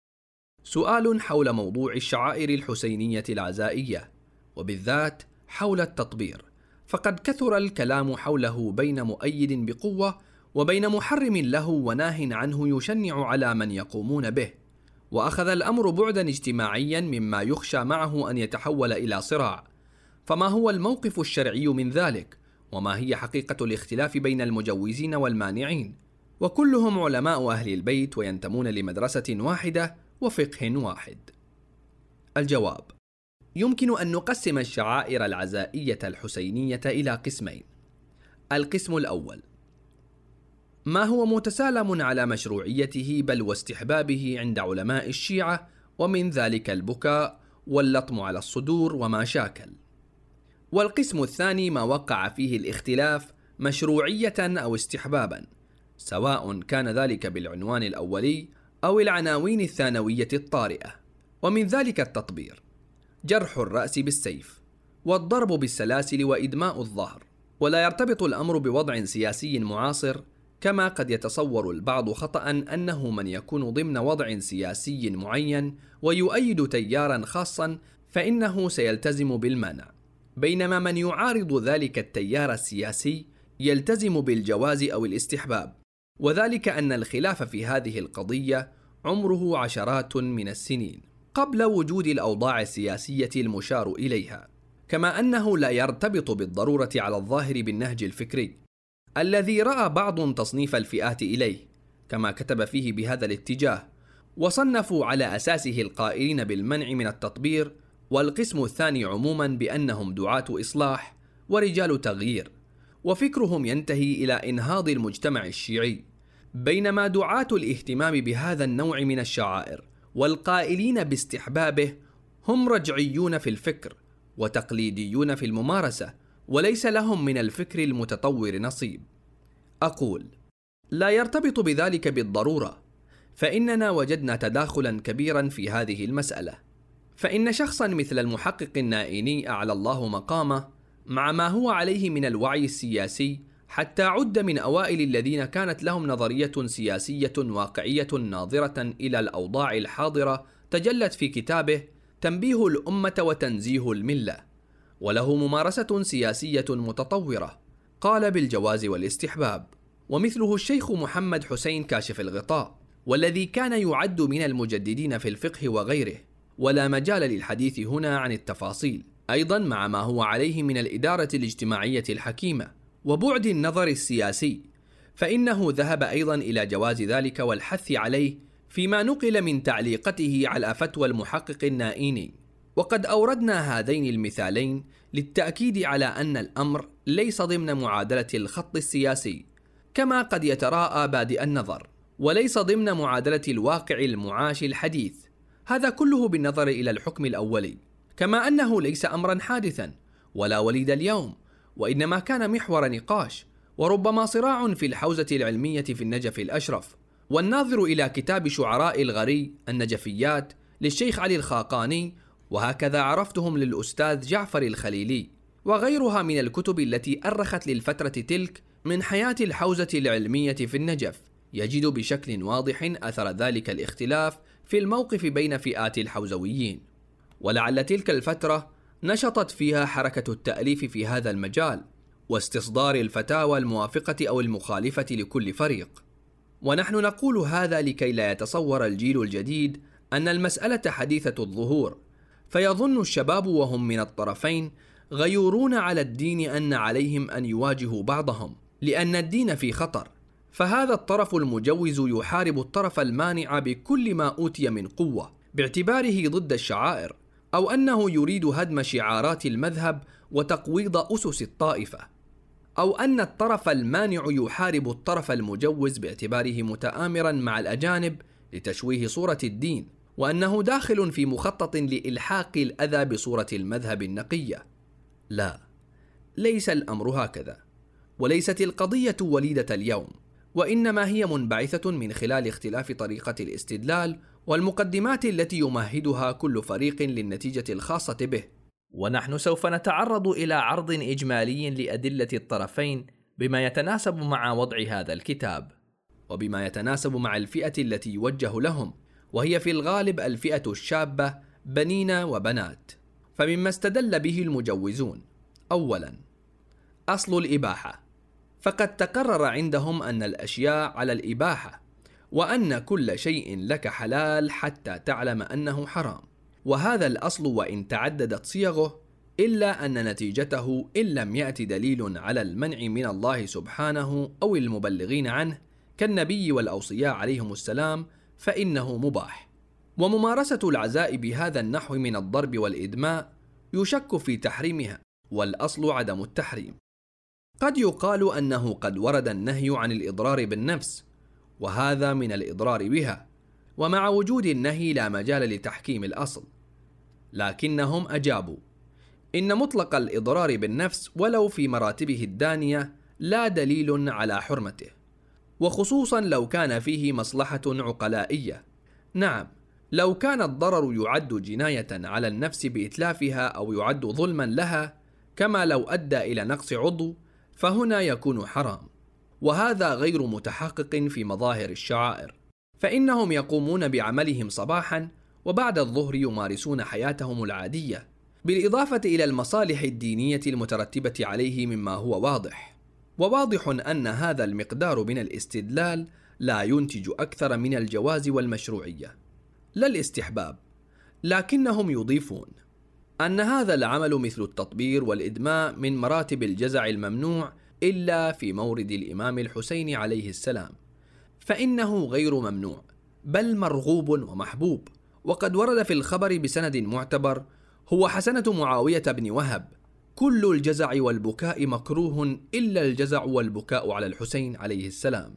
سؤال حول موضوع الشعائر الحسينية العزائية، وبالذات حول التطبير، فقد كثر الكلام حوله بين مؤيد بقوة وبين محرم له وناه عنه يشنع على من يقومون به، وأخذ الأمر بعدا اجتماعيا مما يخشى معه أن يتحول إلى صراع. فما هو الموقف الشرعي من ذلك؟ وما هي حقيقة الاختلاف بين المجوزين والمانعين؟ وكلهم علماء أهل البيت وينتمون لمدرسة واحدة وفقه واحد. الجواب: يمكن أن نقسم الشعائر العزائية الحسينية إلى قسمين. القسم الأول ما هو متسالم على مشروعيته بل واستحبابه عند علماء الشيعة، ومن ذلك البكاء واللطم على الصدور وما شاكل. والقسم الثاني ما وقع فيه الاختلاف مشروعية أو استحبابا، سواء كان ذلك بالعنوان الأولي أو العناوين الثانوية الطارئة، ومن ذلك التطبير، جرح الرأس بالسيف، والضرب بالسلاسل وإدماء الظهر. ولا يرتبط الأمر بوضع سياسي معاصر كما قد يتصور البعض خطأ أنه من يكون ضمن وضع سياسي معين ويؤيد تيارا خاصا فإنه سيلتزم بالمنع، بينما من يعارض ذلك التيار السياسي يلتزم بالجواز أو الاستحباب، وذلك أن الخلاف في هذه القضية عمره عشرات من السنين قبل وجود الأوضاع السياسية المشار إليها، كما أنه لا يرتبط بالضرورة على الظاهر بالنهج الفكري الذي رأى بعض تصنيف الفئات إليه، كما كتب فيه بهذا الاتجاه، وصنفوا على أساسه القائلين بالمنع من التطبير، والقسم الثاني عموما بأنهم دعاة إصلاح ورجال تغيير، وفكرهم ينتهي إلى إنهاض المجتمع الشيعي، بينما دعاة الاهتمام بهذا النوع من الشعائر والقائلين باستحبابه هم رجعيون في الفكر وتقليديون في الممارسة، وليس لهم من الفكر المتطور نصيب. أقول: لا يرتبط بذلك بالضرورة، فإننا وجدنا تداخلا كبيرا في هذه المسألة، فإن شخصا مثل المحقق النائيني أعلى الله مقامه مع ما هو عليه من الوعي السياسي، حتى عد من أوائل الذين كانت لهم نظرية سياسية واقعية ناظرة إلى الأوضاع الحاضرة، تجلت في كتابه تنبيه الأمة وتنزيه الملة، وله ممارسة سياسية متطورة، قال بالجواز والاستحباب. ومثله الشيخ محمد حسين كاشف الغطاء، والذي كان يعد من المجددين في الفقه وغيره، ولا مجال للحديث هنا عن التفاصيل، أيضا مع ما هو عليه من الإدارة الاجتماعية الحكيمة وبعد النظر السياسي، فإنه ذهب أيضا إلى جواز ذلك والحث عليه فيما نقل من تعليقته على فتوى المحقق النائيني. وقد أوردنا هذين المثالين للتأكيد على أن الأمر ليس ضمن معادلة الخط السياسي كما قد يتراءى بادئ النظر، وليس ضمن معادلة الواقع المعاش الحديث، هذا كله بالنظر إلى الحكم الأولي، كما أنه ليس أمرا حادثا ولا وليد اليوم، وإنما كان محور نقاش وربما صراع في الحوزة العلمية في النجف الأشرف. والناظر إلى كتاب شعراء الغري النجفيات للشيخ علي الخاقاني، وهكذا عرفتهم للأستاذ جعفر الخليلي، وغيرها من الكتب التي أرخت للفترة تلك من حياة الحوزة العلمية في النجف، يجد بشكل واضح أثر ذلك الاختلاف في الموقف بين فئات الحوزويين. ولعل تلك الفترة نشطت فيها حركة التأليف في هذا المجال واستصدار الفتاوى الموافقة أو المخالفة لكل فريق. ونحن نقول هذا لكي لا يتصور الجيل الجديد أن المسألة حديثة الظهور، فيظن الشباب وهم من الطرفين غيورون على الدين أن عليهم أن يواجهوا بعضهم، لأن الدين في خطر، فهذا الطرف المجوز يحارب الطرف المانع بكل ما أوتي من قوة باعتباره ضد الشعائر، أو أنه يريد هدم شعارات المذهب وتقويض أسس الطائفة، أو أن الطرف المانع يحارب الطرف المجوز باعتباره متآمرا مع الأجانب لتشويه صورة الدين، وأنه داخل في مخطط لإلحاق الأذى بصورة المذهب النقية. لا، ليس الأمر هكذا، وليست القضية وليدة اليوم، وإنما هي منبعثة من خلال اختلاف طريقة الاستدلال والمقدمات التي يمهدها كل فريق للنتيجة الخاصة به. ونحن سوف نتعرض إلى عرض إجمالي لأدلة الطرفين بما يتناسب مع وضع هذا الكتاب، وبما يتناسب مع الفئة التي يوجه لهم، وهي في الغالب الفئة الشابة بنين وبنات. فمما استدل به المجوزون: أولا، أصل الإباحة، فقد تقرر عندهم أن الأشياء على الإباحة، وأن كل شيء لك حلال حتى تعلم أنه حرام، وهذا الأصل وإن تعددت صيغه إلا أن نتيجته إن لم يأتي دليل على المنع من الله سبحانه أو المبلغين عنه كالنبي والأوصياء عليهم السلام فإنه مباح. وممارسة العزاء بهذا النحو من الضرب والإدماء يشك في تحريمها، والأصل عدم التحريم. قد يقال أنه قد ورد النهي عن الإضرار بالنفس، وهذا من الإضرار بها، ومع وجود النهي لا مجال لتحكيم الأصل. لكنهم أجابوا: إن مطلق الإضرار بالنفس ولو في مراتبه الدانية لا دليل على حرمته، وخصوصا لو كان فيه مصلحة عقلائية. نعم، لو كان الضرر يعد جناية على النفس بإتلافها أو يعد ظلما لها، كما لو أدى إلى نقص عضو، فهنا يكون حرام، وهذا غير متحقق في مظاهر الشعائر، فإنهم يقومون بعملهم صباحا وبعد الظهر يمارسون حياتهم العادية، بالإضافة إلى المصالح الدينية المترتبة عليه مما هو واضح. وواضح أن هذا المقدار من الاستدلال لا ينتج أكثر من الجواز والمشروعية لا الاستحباب، لكنهم يضيفون أن هذا العمل مثل التطبير والإدماء من مراتب الجزع الممنوع إلا في مورد الإمام الحسين عليه السلام، فإنه غير ممنوع بل مرغوب ومحبوب. وقد ورد في الخبر بسند معتبر: هو حسنة معاوية بن وهب: كل الجزع والبكاء مكروه إلا الجزع والبكاء على الحسين عليه السلام.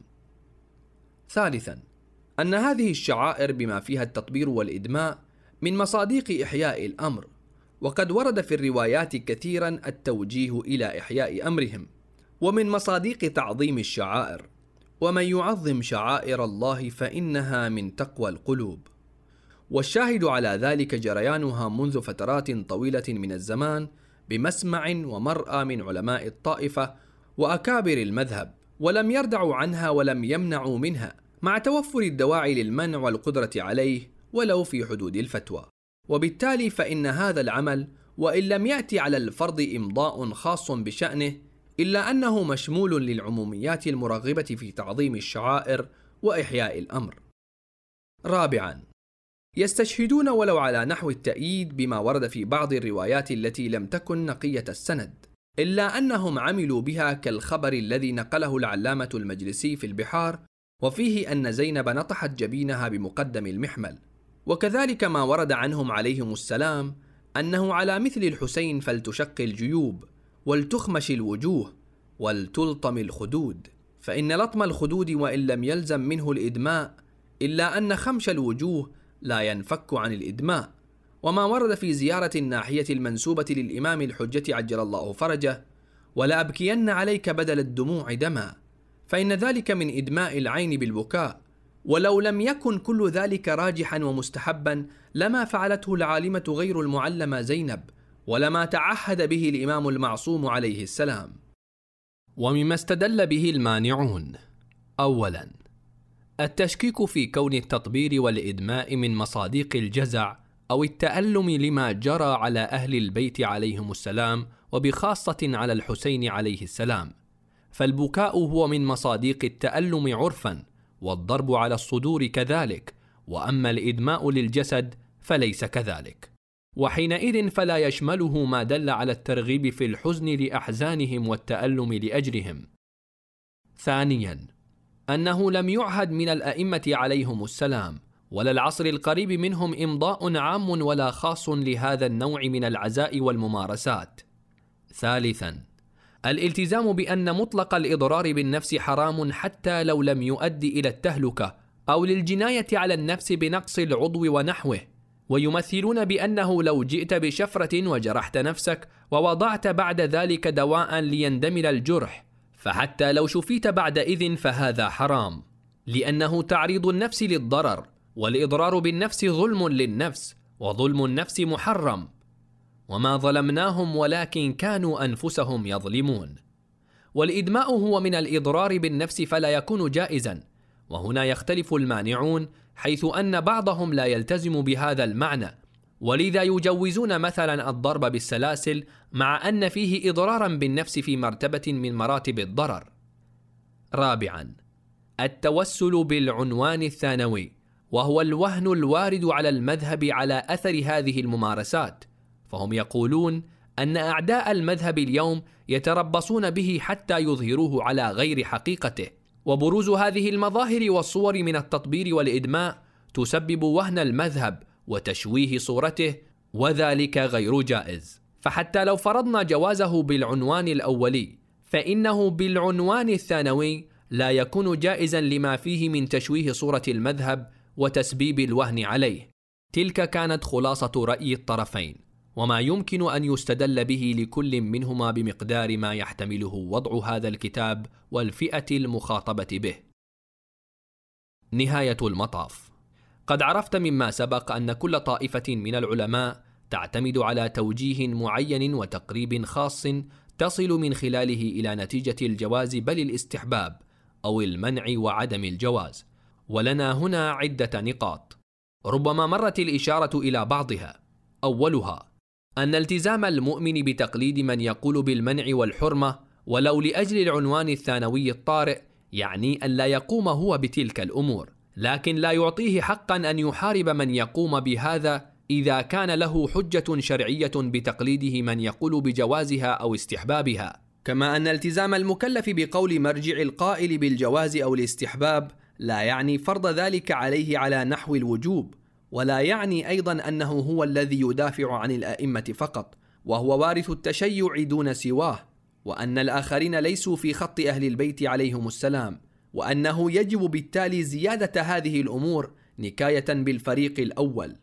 ثالثا، أن هذه الشعائر بما فيها التطبير والإدماء من مصادق إحياء الأمر، وقد ورد في الروايات كثيرا التوجيه إلى إحياء أمرهم، ومن مصادق تعظيم الشعائر: ومن يعظم شعائر الله فإنها من تقوى القلوب. والشاهد على ذلك جريانها منذ فترات طويلة من الزمان بمسمع ومرأى من علماء الطائفة وأكابر المذهب، ولم يردعوا عنها ولم يمنعوا منها، مع توفر الدواعي للمنع والقدرة عليه ولو في حدود الفتوى. وبالتالي فإن هذا العمل وإن لم يأتي على الفرض إمضاء خاص بشأنه، إلا أنه مشمول للعموميات المرغبة في تعظيم الشعائر وإحياء الأمر. رابعا، يستشهدون ولو على نحو التأييد بما ورد في بعض الروايات التي لم تكن نقية السند، إلا أنهم عملوا بها كالخبر الذي نقله العلامة المجلسي في البحار، وفيه أن زينب نطحت جبينها بمقدم المحمل. وكذلك ما ورد عنهم عليهم السلام أنه على مثل الحسين فلتشق الجيوب ولتخمش الوجوه ولتلطم الخدود، فإن لطم الخدود وإن لم يلزم منه الإدماء إلا أن خمش الوجوه لا ينفك عن الإدماء. وما ورد في زيارة الناحية المنسوبة للإمام الحجة عجل الله فرجه: ولا أبكين عليك بدل الدموع دما، فإن ذلك من إدماء العين بالبكاء. ولو لم يكن كل ذلك راجحا ومستحبا لما فعلته العالمة غير المعلمة زينب، ولما تعهد به الإمام المعصوم عليه السلام. ومما استدل به المانعون: أولا، التشكيك في كون التطبير والإدماء من مصادق الجزع أو التألم لما جرى على أهل البيت عليهم السلام، وبخاصة على الحسين عليه السلام، فالبكاء هو من مصادق التألم عرفا، والضرب على الصدور كذلك، وأما الإدماء للجسد فليس كذلك، وحينئذ فلا يشمله ما دل على الترغيب في الحزن لأحزانهم والتألم لأجلهم. ثانيا، أنه لم يعهد من الأئمة عليهم السلام ولا العصر القريب منهم إمضاء عام ولا خاص لهذا النوع من العزاء والممارسات. ثالثا، الالتزام بأن مطلق الإضرار بالنفس حرام حتى لو لم يؤدي إلى التهلكة أو للجناية على النفس بنقص العضو ونحوه، ويمثلون بأنه لو جئت بشفرة وجرحت نفسك ووضعت بعد ذلك دواء ليندمل الجرح، فحتى لو شفيت بعد إذن فهذا حرام، لأنه تعريض النفس للضرر، والإضرار بالنفس ظلم للنفس، وظلم النفس محرم، وما ظلمناهم ولكن كانوا أنفسهم يظلمون. والإدماء هو من الإضرار بالنفس فلا يكون جائزا، وهنا يختلف المانعون، حيث أن بعضهم لا يلتزم بهذا المعنى، ولذا يجوزون مثلا الضرب بالسلاسل مع أن فيه إضرارا بالنفس في مرتبة من مراتب الضرر. رابعا، التوسل بالعنوان الثانوي، وهو الوهن الوارد على المذهب على أثر هذه الممارسات، فهم يقولون أن أعداء المذهب اليوم يتربصون به حتى يظهروه على غير حقيقته، وبروز هذه المظاهر والصور من التطبير والإدماء تسبب وهن المذهب وتشويه صورته، وذلك غير جائز. فحتى لو فرضنا جوازه بالعنوان الأولي، فإنه بالعنوان الثانوي لا يكون جائزا لما فيه من تشويه صورة المذهب وتسبيب الوهن عليه. تلك كانت خلاصة رأي الطرفين، وما يمكن أن يستدل به لكل منهما بمقدار ما يحتمله وضع هذا الكتاب والفئة المخاطبة به. نهاية المطاف. قد عرفت مما سبق أن كل طائفة من العلماء تعتمد على توجيه معين وتقريب خاص تصل من خلاله إلى نتيجة الجواز بل الاستحباب أو المنع وعدم الجواز، ولنا هنا عدة نقاط ربما مرت الإشارة إلى بعضها. أولها أن التزام المؤمن بتقليد من يقول بالمنع والحرمة ولو لأجل العنوان الثانوي الطارئ يعني أن لا يقوم هو بتلك الأمور، لكن لا يعطيه حقا أن يحارب من يقوم بهذا إذا كان له حجة شرعية بتقليده من يقول بجوازها أو استحبابها. كما أن التزام المكلف بقول مرجع القائل بالجواز أو الاستحباب لا يعني فرض ذلك عليه على نحو الوجوب، ولا يعني أيضا أنه هو الذي يدافع عن الأئمة فقط وهو وارث التشيع دون سواه، وأن الآخرين ليسوا في خط أهل البيت عليهم السلام، وأنه يجب بالتالي زيادة هذه الأمور نكاية بالفريق الأول.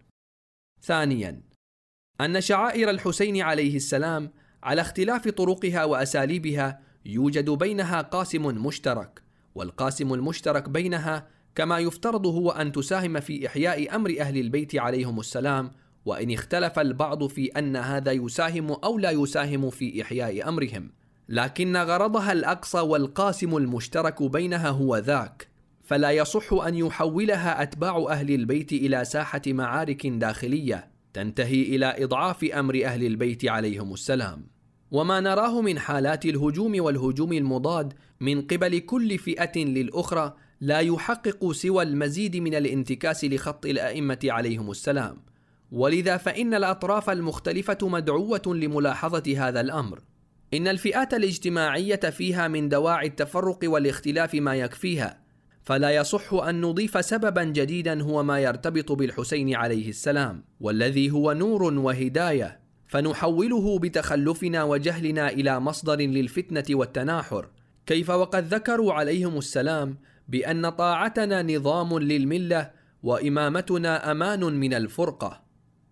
ثانيا، أن شعائر الحسين عليه السلام على اختلاف طرقها وأساليبها يوجد بينها قاسم مشترك، والقاسم المشترك بينها كما يفترض هو أن تساهم في إحياء أمر أهل البيت عليهم السلام، وإن اختلف البعض في أن هذا يساهم أو لا يساهم في إحياء أمرهم، لكن غرضها الأقصى والقاسم المشترك بينها هو ذاك، فلا يصح أن يحولها أتباع أهل البيت إلى ساحة معارك داخلية تنتهي إلى إضعاف أمر أهل البيت عليهم السلام. وما نراه من حالات الهجوم والهجوم المضاد من قبل كل فئة للأخرى لا يحقق سوى المزيد من الانتكاس لخط الأئمة عليهم السلام، ولذا فإن الأطراف المختلفة مدعوة لملاحظة هذا الأمر. إن الفئات الاجتماعية فيها من دواعي التفرق والاختلاف ما يكفيها، فلا يصح أن نضيف سببا جديدا هو ما يرتبط بالحسين عليه السلام والذي هو نور وهداية، فنحوله بتخلفنا وجهلنا إلى مصدر للفتنة والتناحر، كيف وقد ذكروا عليهم السلام بأن طاعتنا نظام للملة وإمامتنا أمان من الفرقة.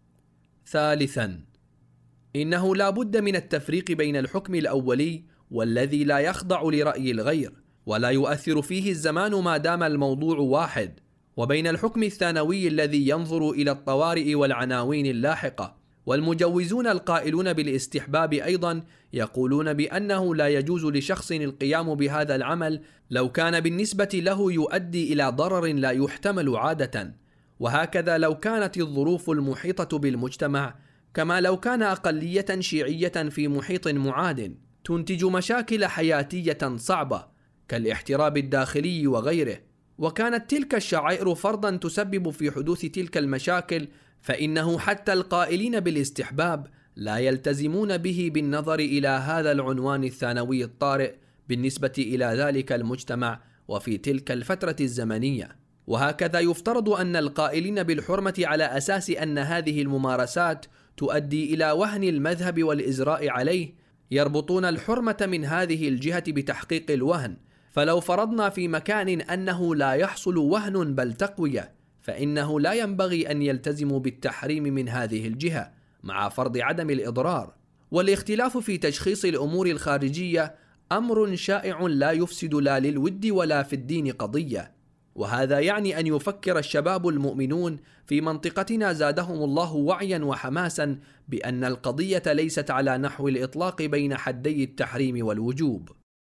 ثالثا، إنه لا بد من التفريق بين الحكم الأولي والذي لا يخضع لرأي الغير ولا يؤثر فيه الزمان ما دام الموضوع واحد، وبين الحكم الثانوي الذي ينظر إلى الطوارئ والعناوين اللاحقة. والمجوزون القائلون بالاستحباب أيضا يقولون بأنه لا يجوز لشخص القيام بهذا العمل لو كان بالنسبة له يؤدي إلى ضرر لا يحتمل عادة، وهكذا لو كانت الظروف المحيطة بالمجتمع، كما لو كان أقلية شيعية في محيط معاد تنتج مشاكل حياتية صعبة كالاحتراب الداخلي وغيره، وكانت تلك الشعائر فرضا تسبب في حدوث تلك المشاكل، فإنه حتى القائلين بالاستحباب لا يلتزمون به بالنظر إلى هذا العنوان الثانوي الطارئ بالنسبة إلى ذلك المجتمع وفي تلك الفترة الزمنية. وهكذا يفترض أن القائلين بالحرمة على أساس أن هذه الممارسات تؤدي إلى وهن المذهب والإزراء عليه يربطون الحرمة من هذه الجهة بتحقيق الوهن، فلو فرضنا في مكان أنه لا يحصل وهن بل تقوية، فإنه لا ينبغي أن يلتزموا بالتحريم من هذه الجهة مع فرض عدم الإضرار. والاختلاف في تشخيص الأمور الخارجية أمر شائع لا يفسد لا للود ولا في الدين قضية، وهذا يعني أن يفكر الشباب المؤمنون في منطقتنا زادهم الله وعيا وحماسا بأن القضية ليست على نحو الإطلاق بين حدي التحريم والوجوب.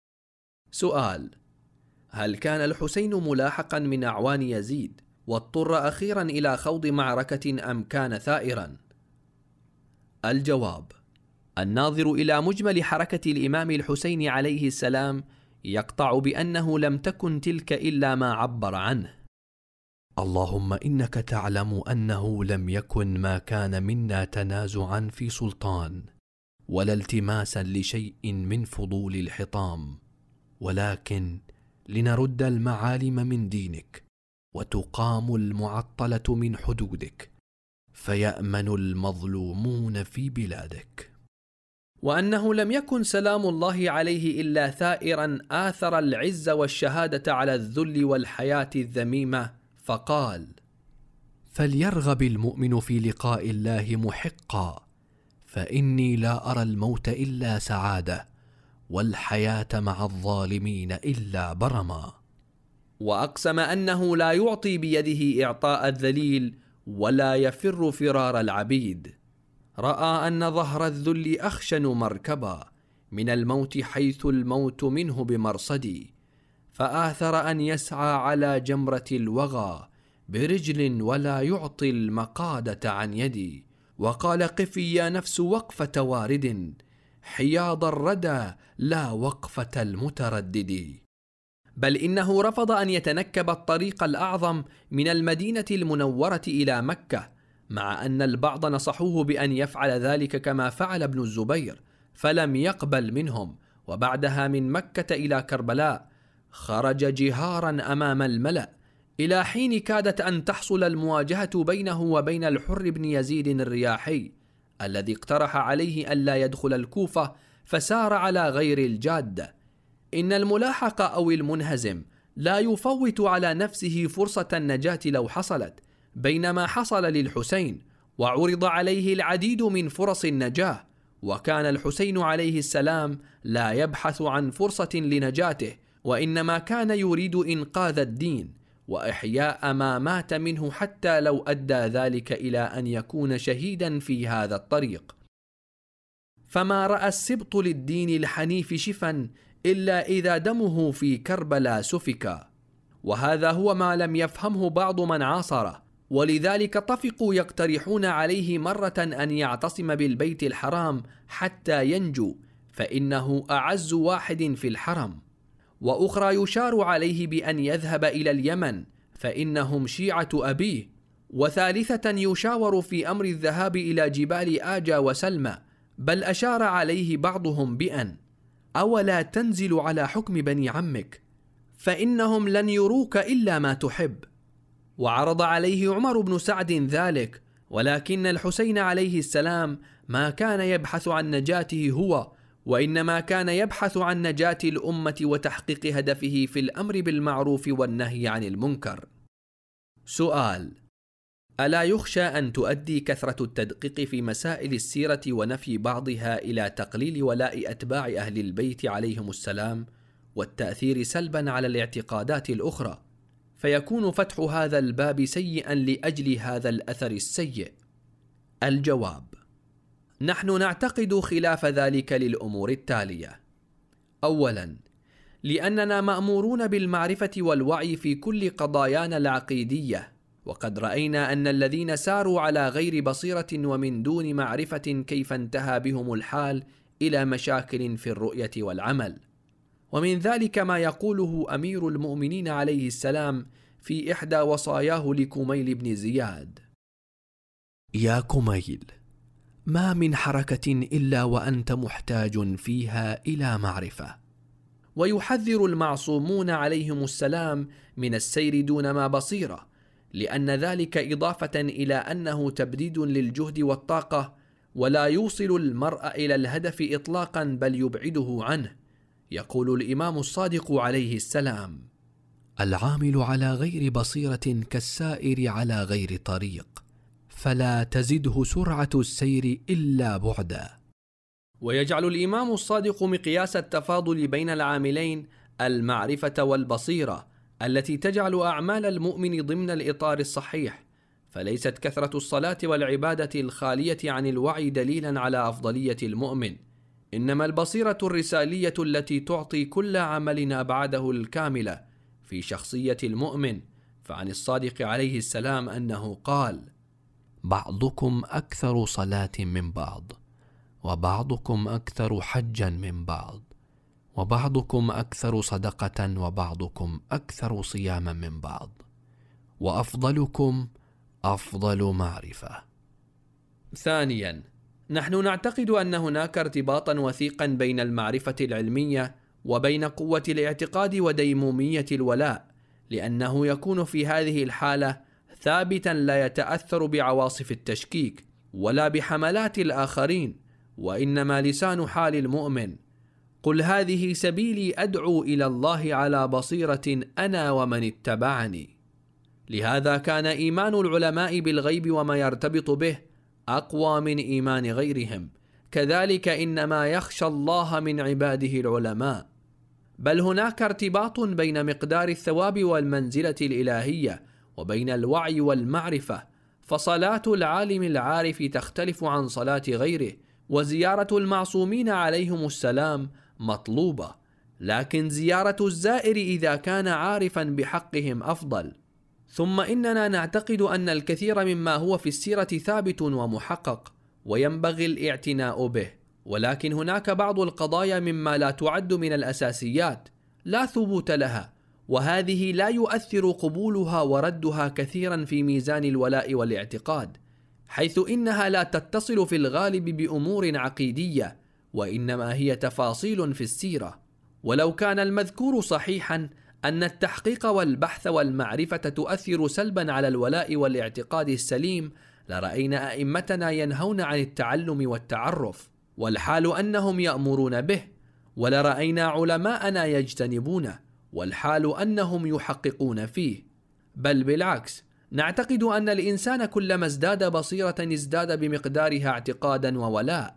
سؤال: هل كان الحسين ملاحقا من أعوان يزيد واضطر أخيرا إلى خوض معركة أم كان ثائرا؟ الجواب: الناظر إلى مجمل حركة الإمام الحسين عليه السلام يقطع بأنه لم تكن تلك إلا ما عبر عنه: اللهم إنك تعلم أنه لم يكن ما كان منا تنازعا في سلطان ولا التماسا لشيء من فضول الحطام، ولكن لنرد المعالم من دينك وتقام المعطلة من حدودك فيأمن المظلومون في بلادك. وأنه لم يكن سلام الله عليه إلا ثائرا آثر العز والشهادة على الذل والحياة الذميمة، فقال: فليرغب المؤمن في لقاء الله محقا، فإني لا أرى الموت إلا سعادة والحياة مع الظالمين إلا برما. وأقسم أنه لا يعطي بيده إعطاء الذليل ولا يفر فرار العبيد. رأى أن ظهر الذل أخشن مركبا من الموت حيث الموت منه بمرصدي، فآثر أن يسعى على جمرة الوغى برجل ولا يعطي المقادة عن يدي، وقال: قفي يا نفس وقفة وارد حياض الردى لا وقفة المتردد. بل إنه رفض أن يتنكب الطريق الأعظم من المدينة المنورة إلى مكة، مع أن البعض نصحوه بأن يفعل ذلك كما فعل ابن الزبير، فلم يقبل منهم. وبعدها من مكة إلى كربلاء خرج جهارا أمام الملأ، إلى حين كادت أن تحصل المواجهة بينه وبين الحر بن يزيد الرياحي الذي اقترح عليه ألا يدخل الكوفة، فسار على غير الجادة. إن الملاحق أو المنهزم لا يفوت على نفسه فرصة النجاة لو حصلت، بينما حصل للحسين وعرض عليه العديد من فرص النجاة، وكان الحسين عليه السلام لا يبحث عن فرصة لنجاته، وإنما كان يريد إنقاذ الدين وإحياء ما مات منه، حتى لو أدى ذلك إلى أن يكون شهيدا في هذا الطريق. فما رأى السبط للدين الحنيف شفا إلا إذا دمه في كربلاء سفكا، وهذا هو ما لم يفهمه بعض من عاصره، ولذلك طفقوا يقترحون عليه مرة أن يعتصم بالبيت الحرام حتى ينجو، فإنه أعز واحد في الحرم، وأخرى يشار عليه بأن يذهب إلى اليمن فإنهم شيعة أبيه، وثالثة يشاور في أمر الذهاب إلى جبال آجا وسلمى، بل أشار عليه بعضهم بأن أولا تنزل على حكم بني عمك فإنهم لن يروك إلا ما تحب. وعرض عليه عمر بن سعد ذلك، ولكن الحسين عليه السلام ما كان يبحث عن نجاته هو، وإنما كان يبحث عن نجاة الأمة وتحقيق هدفه في الأمر بالمعروف والنهي عن المنكر. سؤال: ألا يخشى أن تؤدي كثرة التدقيق في مسائل السيرة ونفي بعضها إلى تقليل ولاء أتباع أهل البيت عليهم السلام والتأثير سلبا على الاعتقادات الأخرى، فيكون فتح هذا الباب سيئا لأجل هذا الأثر السيء؟ الجواب: نحن نعتقد خلاف ذلك للأمور التالية. أولا، لأننا مأمورون بالمعرفة والوعي في كل قضايانا العقيدية، وقد رأينا أن الذين ساروا على غير بصيرة ومن دون معرفة كيف انتهى بهم الحال إلى مشاكل في الرؤية والعمل. ومن ذلك ما يقوله أمير المؤمنين عليه السلام في إحدى وصاياه لكميل بن زياد: يا كميل، ما من حركة إلا وأنت محتاج فيها إلى معرفة. ويحذر المعصومون عليهم السلام من السير دون ما بصيرة، لأن ذلك إضافة إلى أنه تبديد للجهد والطاقة، ولا يوصل المرء إلى الهدف إطلاقا بل يبعده عنه. يقول الإمام الصادق عليه السلام: العامل على غير بصيرة كالسائر على غير طريق، فلا تزده سرعة السير إلا بعدا. ويجعل الإمام الصادق مقياس التفاضل بين العاملين المعرفة والبصيرة، التي تجعل أعمال المؤمن ضمن الإطار الصحيح، فليست كثرة الصلاة والعبادة الخالية عن الوعي دليلا على أفضلية المؤمن، إنما البصيرة الرسالية التي تعطي كل عمل أبعاده الكاملة في شخصية المؤمن. فعن الصادق عليه السلام أنه قال: بعضكم أكثر صلاة من بعض، وبعضكم أكثر حجا من بعض، وبعضكم أكثر صدقة، وبعضكم أكثر صياما من بعض، وأفضلكم أفضل معرفة. ثانيا، نحن نعتقد أن هناك ارتباطا وثيقا بين المعرفة العلمية وبين قوة الاعتقاد وديمومية الولاء، لأنه يكون في هذه الحالة ثابتا لا يتأثر بعواصف التشكيك ولا بحملات الآخرين، وإنما لسان حال المؤمن: قل هذه سبيلي أدعو إلى الله على بصيرة أنا ومن اتبعني. لهذا كان إيمان العلماء بالغيب وما يرتبط به أقوى من إيمان غيرهم، كذلك إنما يخشى الله من عباده العلماء. بل هناك ارتباط بين مقدار الثواب والمنزلة الإلهية وبين الوعي والمعرفة، فصلاة العالم العارف تختلف عن صلاة غيره، وزيارة المعصومين عليهم السلام مطلوبة، لكن زيارة الزائر إذا كان عارفا بحقهم أفضل. ثم إننا نعتقد أن الكثير مما هو في السيرة ثابت ومحقق وينبغي الاعتناء به، ولكن هناك بعض القضايا مما لا تعد من الأساسيات لا ثبوت لها، وهذه لا يؤثر قبولها وردها كثيرا في ميزان الولاء والاعتقاد، حيث إنها لا تتصل في الغالب بأمور عقيدية، وإنما هي تفاصيل في السيرة. ولو كان المذكور صحيحا أن التحقيق والبحث والمعرفة تؤثر سلبا على الولاء والاعتقاد السليم، لرأينا أئمتنا ينهون عن التعلم والتعرف، والحال أنهم يأمرون به، ولرأينا علماءنا يجتنبونه، والحال أنهم يحققون فيه. بل بالعكس، نعتقد أن الإنسان كلما ازداد بصيرة ازداد بمقدارها اعتقادا وولاء.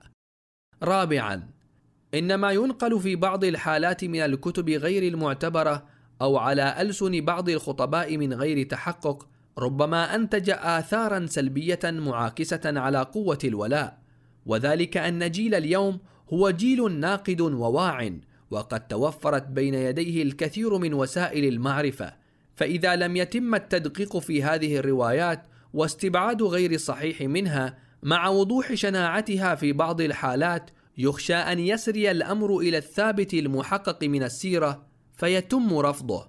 رابعا، إن ما ينقل في بعض الحالات من الكتب غير المعتبرة أو على ألسن بعض الخطباء من غير تحقق ربما أنتج آثارا سلبية معاكسة على قوة الولاء، وذلك أن جيل اليوم هو جيل ناقد وواع، وقد توفرت بين يديه الكثير من وسائل المعرفة، فإذا لم يتم التدقيق في هذه الروايات واستبعاد غير الصحيح منها مع وضوح شناعتها في بعض الحالات، يخشى أن يسري الأمر إلى الثابت المحقق من السيرة فيتم رفضه.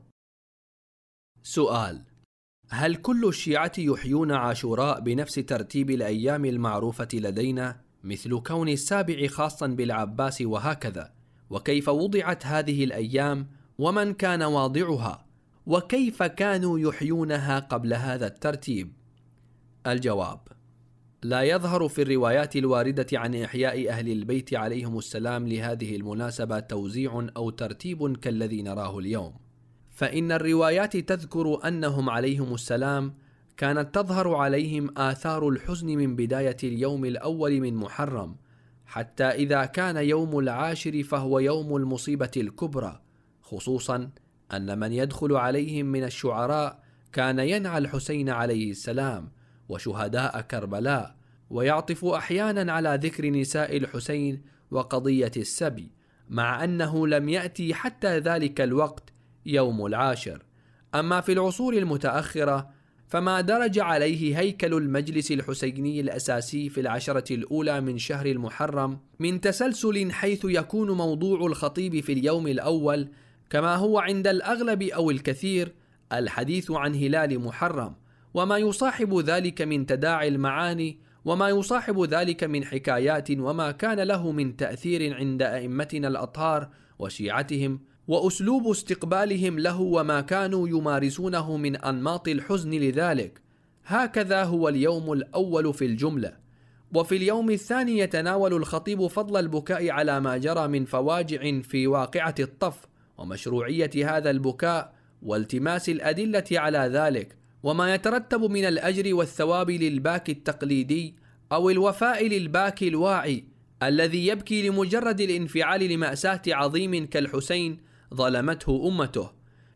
سؤال: هل كل الشيعة يحيون عاشوراء بنفس ترتيب الأيام المعروفة لدينا، مثل كون السابع خاصا بالعباس وهكذا؟ وكيف وضعت هذه الأيام؟ ومن كان واضعها؟ وكيف كانوا يحيونها قبل هذا الترتيب؟ الجواب: لا يظهر في الروايات الواردة عن إحياء أهل البيت عليهم السلام لهذه المناسبة توزيع أو ترتيب كالذي نراه اليوم، فإن الروايات تذكر أنهم عليهم السلام كانت تظهر عليهم آثار الحزن من بداية اليوم الأول من محرم، حتى إذا كان يوم العاشر فهو يوم المصيبة الكبرى، خصوصا أن من يدخل عليهم من الشعراء كان ينعى الحسين عليه السلام وشهداء كربلاء، ويعطف أحيانا على ذكر نساء الحسين وقضية السبي، مع أنه لم يأتي حتى ذلك الوقت يوم العاشر. أما في العصور المتأخرة فما درج عليه هيكل المجلس الحسيني الأساسي في العشرة الأولى من شهر المحرم من تسلسل، حيث يكون موضوع الخطيب في اليوم الأول كما هو عند الأغلب أو الكثير الحديث عن هلال محرم، وما يصاحب ذلك من تداعي المعاني، وما يصاحب ذلك من حكايات، وما كان له من تأثير عند أئمتنا الأطهار وشيعتهم، وأسلوب استقبالهم له، وما كانوا يمارسونه من أنماط الحزن لذلك. هكذا هو اليوم الأول في الجملة. وفي اليوم الثاني يتناول الخطيب فضل البكاء على ما جرى من فواجع في واقعة الطف، ومشروعية هذا البكاء، والتماس الأدلة على ذلك، وما يترتب من الأجر والثواب للباكي التقليدي أو الوفاء للباكي الواعي الذي يبكي لمجرد الانفعال لمأساة عظيم كالحسين ظلمته أمته.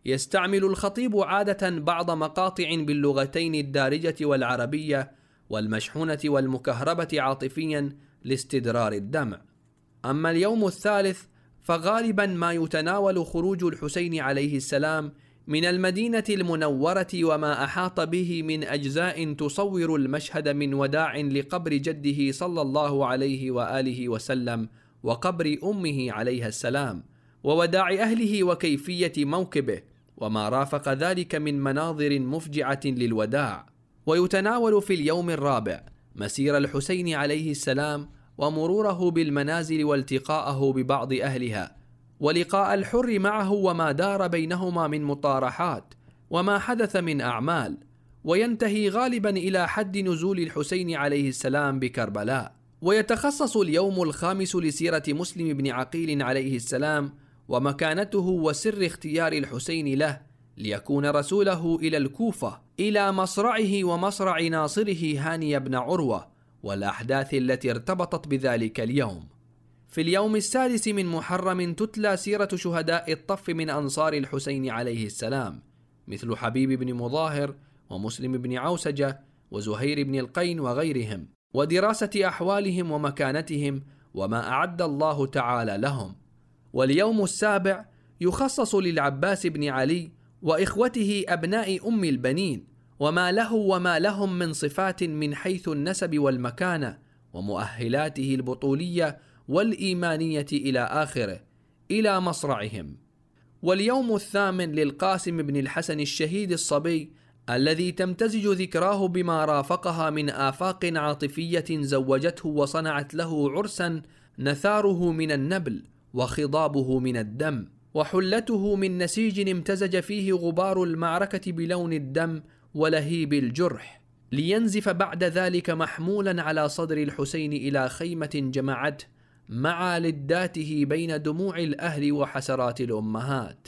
يستعمل الخطيب عادة بعض مقاطع باللغتين الدارجة والعربية والمشحونة والمكهربة عاطفيا لاستدرار الدمع. أما اليوم الثالث فغالبا ما يتناول خروج الحسين عليه السلام من المدينة المنورة وما أحاط به من أجزاء تصور المشهد من وداع لقبر جده صلى الله عليه وآله وسلم وقبر أمه عليها السلام، ووداع أهله وكيفية موكبه وما رافق ذلك من مناظر مفجعة للوداع. ويتناول في اليوم الرابع مسير الحسين عليه السلام ومروره بالمنازل والتقاءه ببعض أهلها ولقاء الحر معه وما دار بينهما من مطارحات وما حدث من أعمال، وينتهي غالبا إلى حد نزول الحسين عليه السلام بكربلاء. ويتخصص اليوم الخامس لسيرة مسلم بن عقيل عليه السلام ومكانته وسر اختيار الحسين له ليكون رسوله إلى الكوفة إلى مصرعه ومصرع ناصره هاني بن عروة والأحداث التي ارتبطت بذلك اليوم. في اليوم السادس من محرم تتلى سيرة شهداء الطف من أنصار الحسين عليه السلام مثل حبيب بن مظاهر ومسلم بن عوسجة وزهير بن القين وغيرهم، ودراسة أحوالهم ومكانتهم وما أعد الله تعالى لهم. واليوم السابع يخصص للعباس بن علي وإخوته أبناء أم البنين وما له وما لهم من صفات من حيث النسب والمكانة ومؤهلاته البطولية والإيمانية إلى آخره إلى مصرعهم. واليوم الثامن للقاسم بن الحسن الشهيد الصبي الذي تمتزج ذكراه بما رافقها من آفاق عاطفية زوجته وصنعت له عرسا نثاره من النبل وخضابه من الدم وحلته من نسيج امتزج فيه غبار المعركة بلون الدم ولهيب الجرح، لينزف بعد ذلك محمولا على صدر الحسين إلى خيمة جمعته مع لداته بين دموع الأهل وحسرات الأمهات.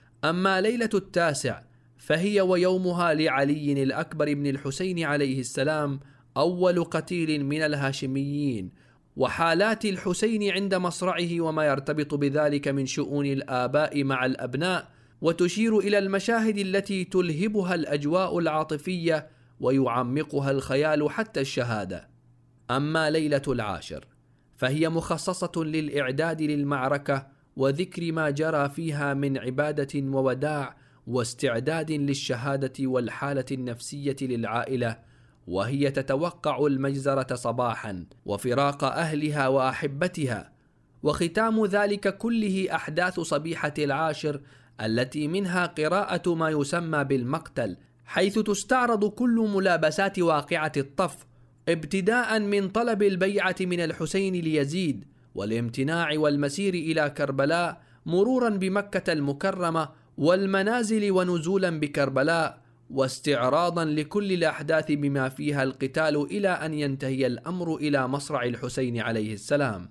أما ليلة التاسع فهي ويومها لعلي الأكبر بن الحسين عليه السلام أول قتيل من الهاشميين، وحالات الحسين عند مصرعه وما يرتبط بذلك من شؤون الآباء مع الأبناء، وتشير إلى المشاهد التي تلهبها الأجواء العاطفية ويعمقها الخيال حتى الشهادة. أما ليلة العاشر فهي مخصصة للإعداد للمعركة وذكر ما جرى فيها من عبادة ووداع واستعداد للشهادة والحالة النفسية للعائلة، وهي تتوقع المجزرة صباحا وفراق أهلها وأحبتها، وختام ذلك كله أحداث صبيحة العاشر التي منها قراءة ما يسمى بالمقتل، حيث تستعرض كل ملابسات واقعة الطف ابتداء من طلب البيعة من الحسين ليزيد والامتناع والمسير إلى كربلاء مرورا بمكة المكرمة والمنازل ونزولا بكربلاء واستعراضا لكل الأحداث بما فيها القتال إلى أن ينتهي الأمر إلى مصرع الحسين عليه السلام.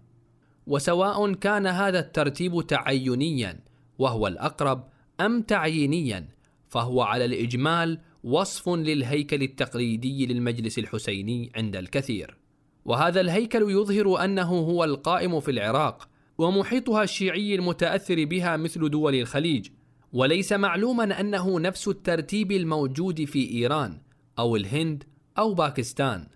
وسواء كان هذا الترتيب تعينيا وهو الأقرب أم تعيينيا فهو على الإجمال وصف للهيكل التقليدي للمجلس الحسيني عند الكثير، وهذا الهيكل يظهر أنه هو القائم في العراق ومحيطها الشيعي المتأثر بها مثل دول الخليج، وليس معلوما أنه نفس الترتيب الموجود في إيران أو الهند أو باكستان.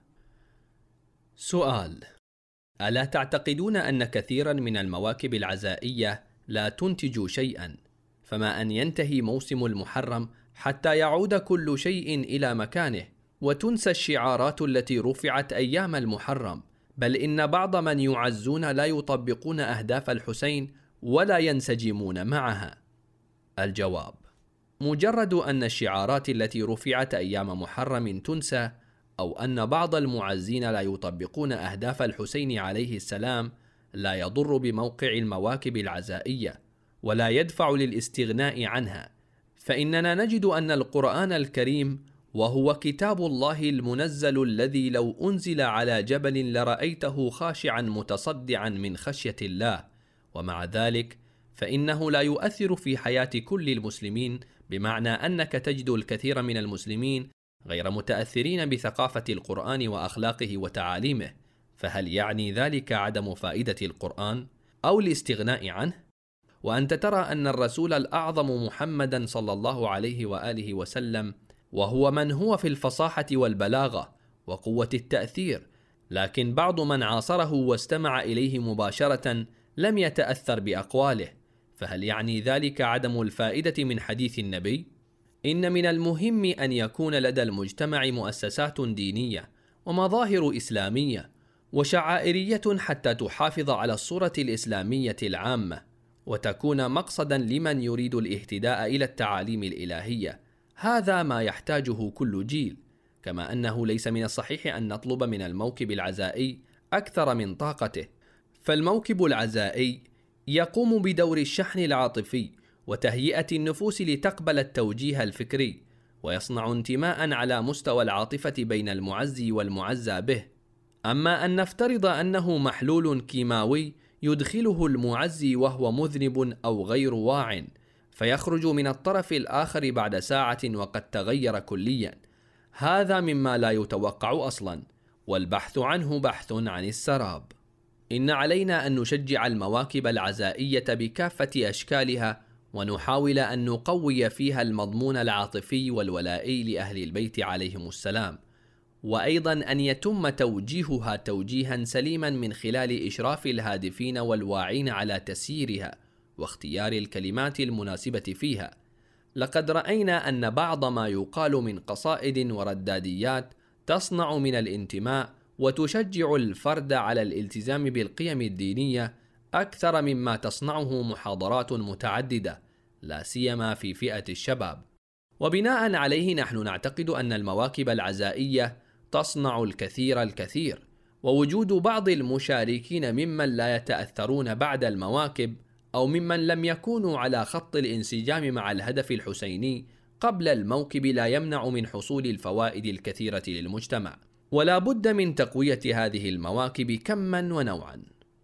سؤال: ألا تعتقدون أن كثيرا من المواكب العزائية لا تنتج شيئا، فما أن ينتهي موسم المحرم حتى يعود كل شيء إلى مكانه وتنسى الشعارات التي رفعت أيام المحرم، بل إن بعض من يعزون لا يطبقون أهداف الحسين ولا ينسجمون معها؟ الجواب: مجرد أن الشعارات التي رفعت أيام محرم تنسى، أو أن بعض المعزين لا يطبقون أهداف الحسين عليه السلام، لا يضر بموقع المواكب العزائية ولا يدفع للاستغناء عنها، فإننا نجد أن القرآن الكريم وهو كتاب الله المنزل الذي لو أنزل على جبل لرأيته خاشعا متصدعا من خشية الله، ومع ذلك فإنه لا يؤثر في حياة كل المسلمين، بمعنى أنك تجد الكثير من المسلمين غير متأثرين بثقافة القرآن وأخلاقه وتعاليمه، فهل يعني ذلك عدم فائدة القرآن أو الاستغناء عنه؟ وأنت ترى أن الرسول الأعظم محمدا صلى الله عليه وآله وسلم وهو من هو في الفصاحة والبلاغة وقوة التأثير، لكن بعض من عاصره واستمع إليه مباشرة لم يتأثر بأقواله، فهل يعني ذلك عدم الفائدة من حديث النبي؟ إن من المهم أن يكون لدى المجتمع مؤسسات دينية ومظاهر إسلامية وشعائرية حتى تحافظ على الصورة الإسلامية العامة، وتكون مقصدا لمن يريد الاهتداء إلى التعاليم الإلهية. هذا ما يحتاجه كل جيل، كما أنه ليس من الصحيح أن نطلب من الموكب العزائي أكثر من طاقته، فالموكب العزائي يقوم بدور الشحن العاطفي وتهيئة النفوس لتقبل التوجيه الفكري، ويصنع انتماء على مستوى العاطفة بين المعزي والمعزى به. أما أن نفترض أنه محلول كيماوي يدخله المعزي وهو مذنب أو غير واع، فيخرج من الطرف الآخر بعد ساعة وقد تغير كليا، هذا مما لا يتوقع أصلا، والبحث عنه بحث عن السراب. إن علينا أن نشجع المواكب العزائية بكافة أشكالها، ونحاول أن نقوي فيها المضمون العاطفي والولائي لأهل البيت عليهم السلام، وأيضا أن يتم توجيهها توجيها سليما من خلال إشراف الهادفين والواعين على تسييرها واختيار الكلمات المناسبة فيها. لقد رأينا أن بعض ما يقال من قصائد ورداديات تصنع من الانتماء وتشجع الفرد على الالتزام بالقيم الدينية أكثر مما تصنعه محاضرات متعددة، لا سيما في فئة الشباب. وبناء عليه نحن نعتقد أن المواكب العزائية تصنع الكثير، ووجود بعض المشاركين ممن لا يتأثرون بعد المواكب أو ممن لم يكونوا على خط الانسجام مع الهدف الحسيني قبل الموكب لا يمنع من حصول الفوائد الكثيرة للمجتمع، ولا بد من تقوية هذه المواكب كما ونوعا.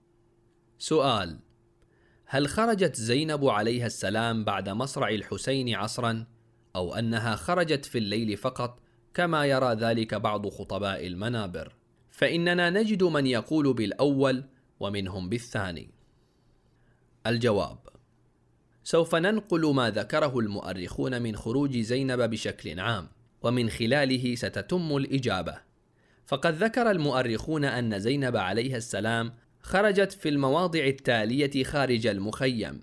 سؤال: هل خرجت زينب عليها السلام بعد مصرع الحسين عصرا، أو أنها خرجت في الليل فقط كما يرى ذلك بعض خطباء المنابر؟ فإننا نجد من يقول بالأول ومنهم بالثاني. الجواب: سوف ننقل ما ذكره المؤرخون من خروج زينب بشكل عام، ومن خلاله ستتم الإجابة. فقد ذكر المؤرخون أن زينب عليها السلام خرجت في المواضع التالية خارج المخيم.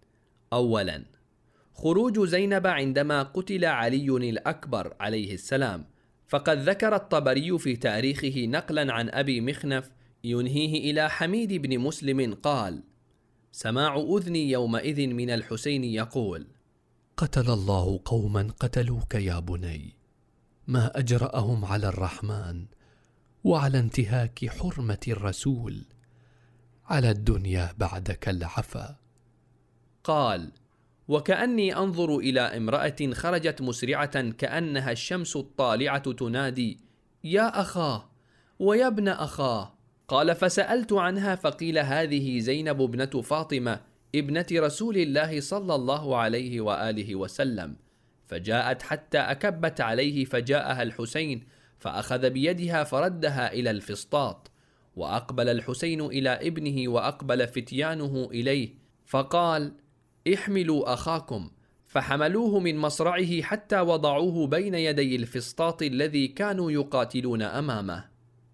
أولا، خروج زينب عندما قتل علي الأكبر عليه السلام، فقد ذكر الطبري في تاريخه نقلا عن أبي مخنف ينهيه إلى حميد بن مسلم قال: سماع أذني يومئذ من الحسين يقول: قتل الله قوما قتلوك يا بني، ما أجرأهم على الرحمن وعلى انتهاك حرمة الرسول، على الدنيا بعدك العفا. قال: وكأني أنظر إلى امرأة خرجت مسرعة كأنها الشمس الطالعة تنادي: يا أخاه ويا ابن أخاه. قال: فسألت عنها فقيل: هذه زينب ابنة فاطمة ابنة رسول الله صلى الله عليه وآله وسلم. فجاءت حتى أكبت عليه، فجاءها الحسين فأخذ بيدها فردها إلى الفسطاط، وأقبل الحسين إلى ابنه وأقبل فتيانه إليه، فقال: احملوا أخاكم، فحملوه من مصرعه حتى وضعوه بين يدي الفسطاط الذي كانوا يقاتلون أمامه.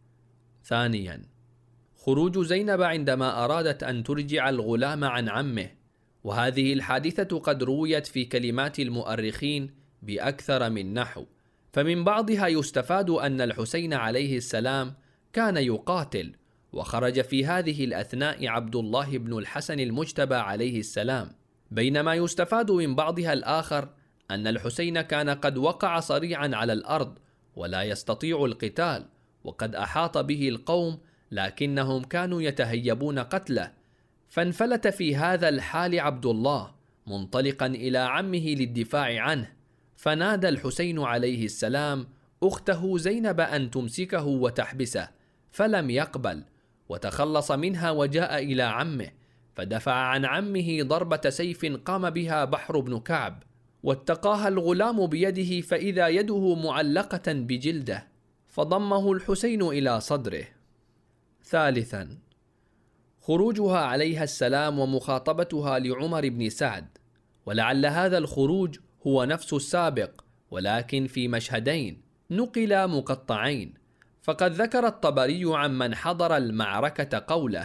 ثانيا، خروج زينب عندما أرادت أن ترجع الغلام عن عمه، وهذه الحادثة قد رويت في كلمات المؤرخين بأكثر من نحو، فمن بعضها يستفاد أن الحسين عليه السلام كان يقاتل، وخرج في هذه الأثناء عبد الله بن الحسن المجتبى عليه السلام، بينما يستفاد من بعضها الآخر أن الحسين كان قد وقع صريعا على الأرض ولا يستطيع القتال، وقد أحاط به القوم لكنهم كانوا يتهيبون قتله، فانفلت في هذا الحال عبد الله منطلقا إلى عمه للدفاع عنه، فنادى الحسين عليه السلام أخته زينب أن تمسكه وتحبسه، فلم يقبل وتخلص منها وجاء إلى عمه، فدفع عن عمه ضربة سيف قام بها بحر بن كعب، واتقاها الغلام بيده فإذا يده معلقة بجلده، فضمه الحسين إلى صدره. ثالثا، خروجها عليها السلام ومخاطبتها لعمر بن سعد، ولعل هذا الخروج هو نفس السابق ولكن في مشهدين نقل مقطعين. فقد ذكر الطبري عمن حضر المعركة قوله: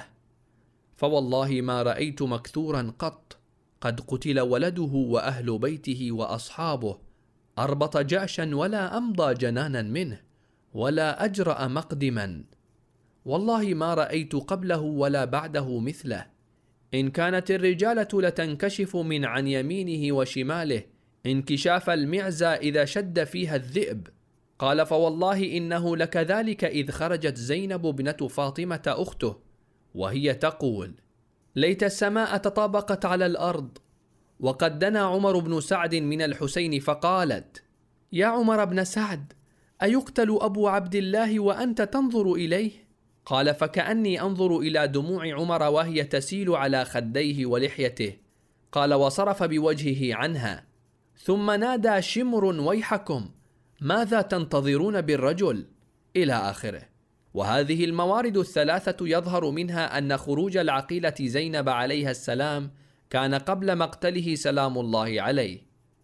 فوالله ما رأيت مكثورا قد قتل ولده وأهل بيته وأصحابه، أربط جأشا ولا أمضى جنانا منه ولا أجرأ مقدما، والله ما رأيت قبله ولا بعده مثله. إن كانت الرجالة لتنكشف من عن يمينه وشماله انكشاف المعزى إذا شد فيها الذئب. قال: فوالله إنه لكذلك إذ خرجت زينب بنت فاطمة أخته وهي تقول: ليت السماء تطابقت على الأرض. وقد دنا عمر بن سعد من الحسين فقالت: يا عمر بن سعد، أيقتل أبو عبد الله وأنت تنظر إليه؟ قال: فكأني أنظر إلى دموع عمر وهي تسيل على خديه ولحيته. قال: وصرف بوجهه عنها، ثم نادى: شمر ويحكم، ماذا تنتظرون بالرجل؟ إلى آخره. وهذه الموارد الثلاثة يظهر منها أن خروج العقيلة زينب عليها السلام كان قبل مقتله سلام الله عليه.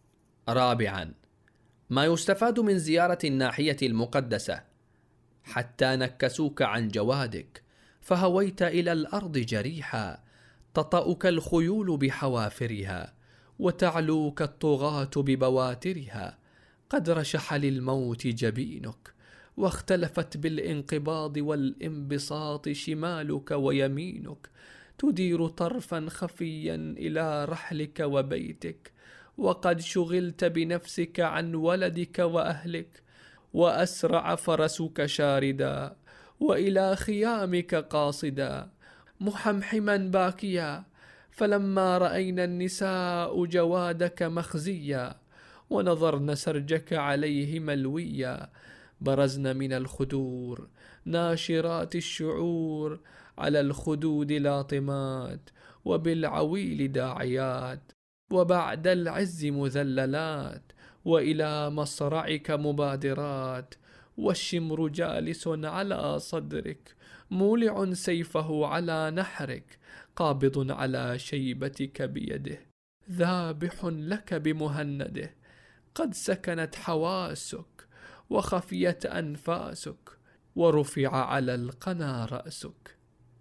رابعا، ما يستفاد من زيارة الناحية المقدسة: حتى نكسوك عن جوادك فهويت إلى الأرض جريحا، تطأك الخيول بحوافرها وتعلوك الطغاة ببواترها، قد رشح للموت جبينك واختلفت بالانقباض والانبساط شمالك ويمينك، تدير طرفا خفيا إلى رحلك وبيتك، وقد شغلت بنفسك عن ولدك وأهلك، وأسرع فرسك شاردا وإلى خيامك قاصدا، محمحما باكيا، فلما رأينا النساء جوادك مخزيا ونظرن سرجك عليه ملويا، برزن من الخدور ناشرات الشعور، على الخدود لاطمات وبالعويل داعيات، وبعد العز مذللات، وإلى مصرعك مبادرات، والشمر جالس على صدرك مولع سيفه على نحرك، قابض على شيبتك بيده، ذابح لك بمهنده، قد سكنت حواسك وخفيت أنفاسك، ورفع على القنا رأسك.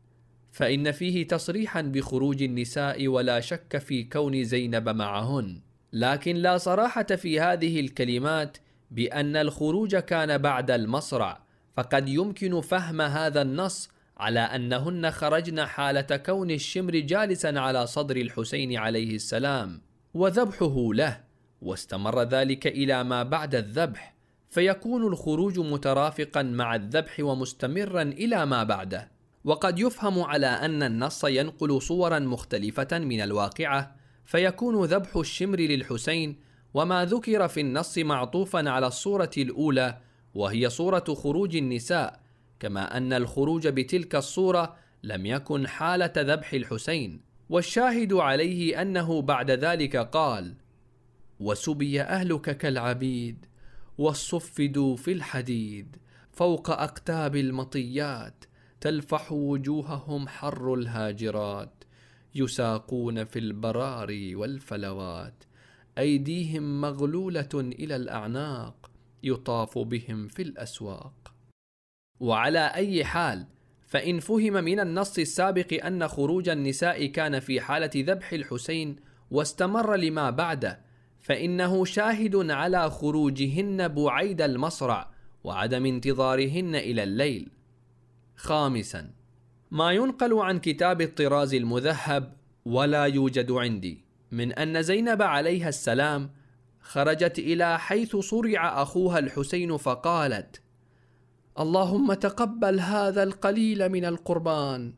فإن فيه تصريحا بخروج النساء ولا شك في كون زينب معهن، لكن لا صراحة في هذه الكلمات بأن الخروج كان بعد المصرع، فقد يمكن فهم هذا النص على أنهن خرجن حالة كون الشمر جالسا على صدر الحسين عليه السلام وذبحه له، واستمر ذلك إلى ما بعد الذبح، فيكون الخروج مترافقا مع الذبح ومستمرا إلى ما بعده. وقد يفهم على أن النص ينقل صورا مختلفة من الواقعة، فيكون ذبح الشمر للحسين وما ذكر في النص معطوفا على الصورة الأولى وهي صورة خروج النساء، كما أن الخروج بتلك الصورة لم يكن حالة ذبح الحسين. والشاهد عليه أنه بعد ذلك قال: وسبي أهلك كالعبيد والصفدوا في الحديد، فوق أقتاب المطيات تلفح وجوههم حر الهاجرات، يساقون في البراري والفلوات، أيديهم مغلولة إلى الأعناق، يطاف بهم في الأسواق. وعلى أي حال، فإن فهم من النص السابق أن خروج النساء كان في حالة ذبح الحسين واستمر لما بعده، فإنه شاهد على خروجهن بعيد المصرع وعدم انتظارهن إلى الليل. خامسا، ما ينقل عن كتاب الطراز المذهب ولا يوجد عندي من أن زينب عليها السلام خرجت إلى حيث صرع أخوها الحسين فقالت: اللهم تقبل هذا القليل من القربان.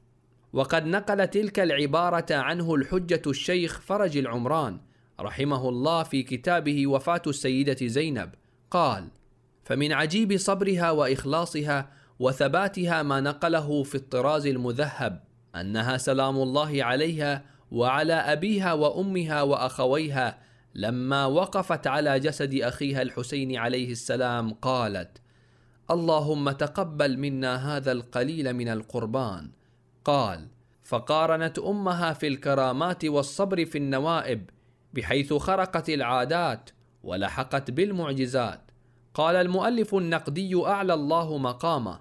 وقد نقل تلك العبارة عنه الحجة الشيخ فرج العمران رحمه الله في كتابه وفاة السيدة زينب، قال: فمن عجيب صبرها وإخلاصها وثباتها ما نقله في الطراز المذهب أنها سلام الله عليها وعلى أبيها وأمها وأخويها لما وقفت على جسد أخيها الحسين عليه السلام قالت: اللهم تقبل منا هذا القليل من القربان. قال: فقارنت أمها في الكرامات والصبر في النوائب، بحيث خرقت العادات ولحقت بالمعجزات. قال المؤلف النقدي: أعلى الله مقامه،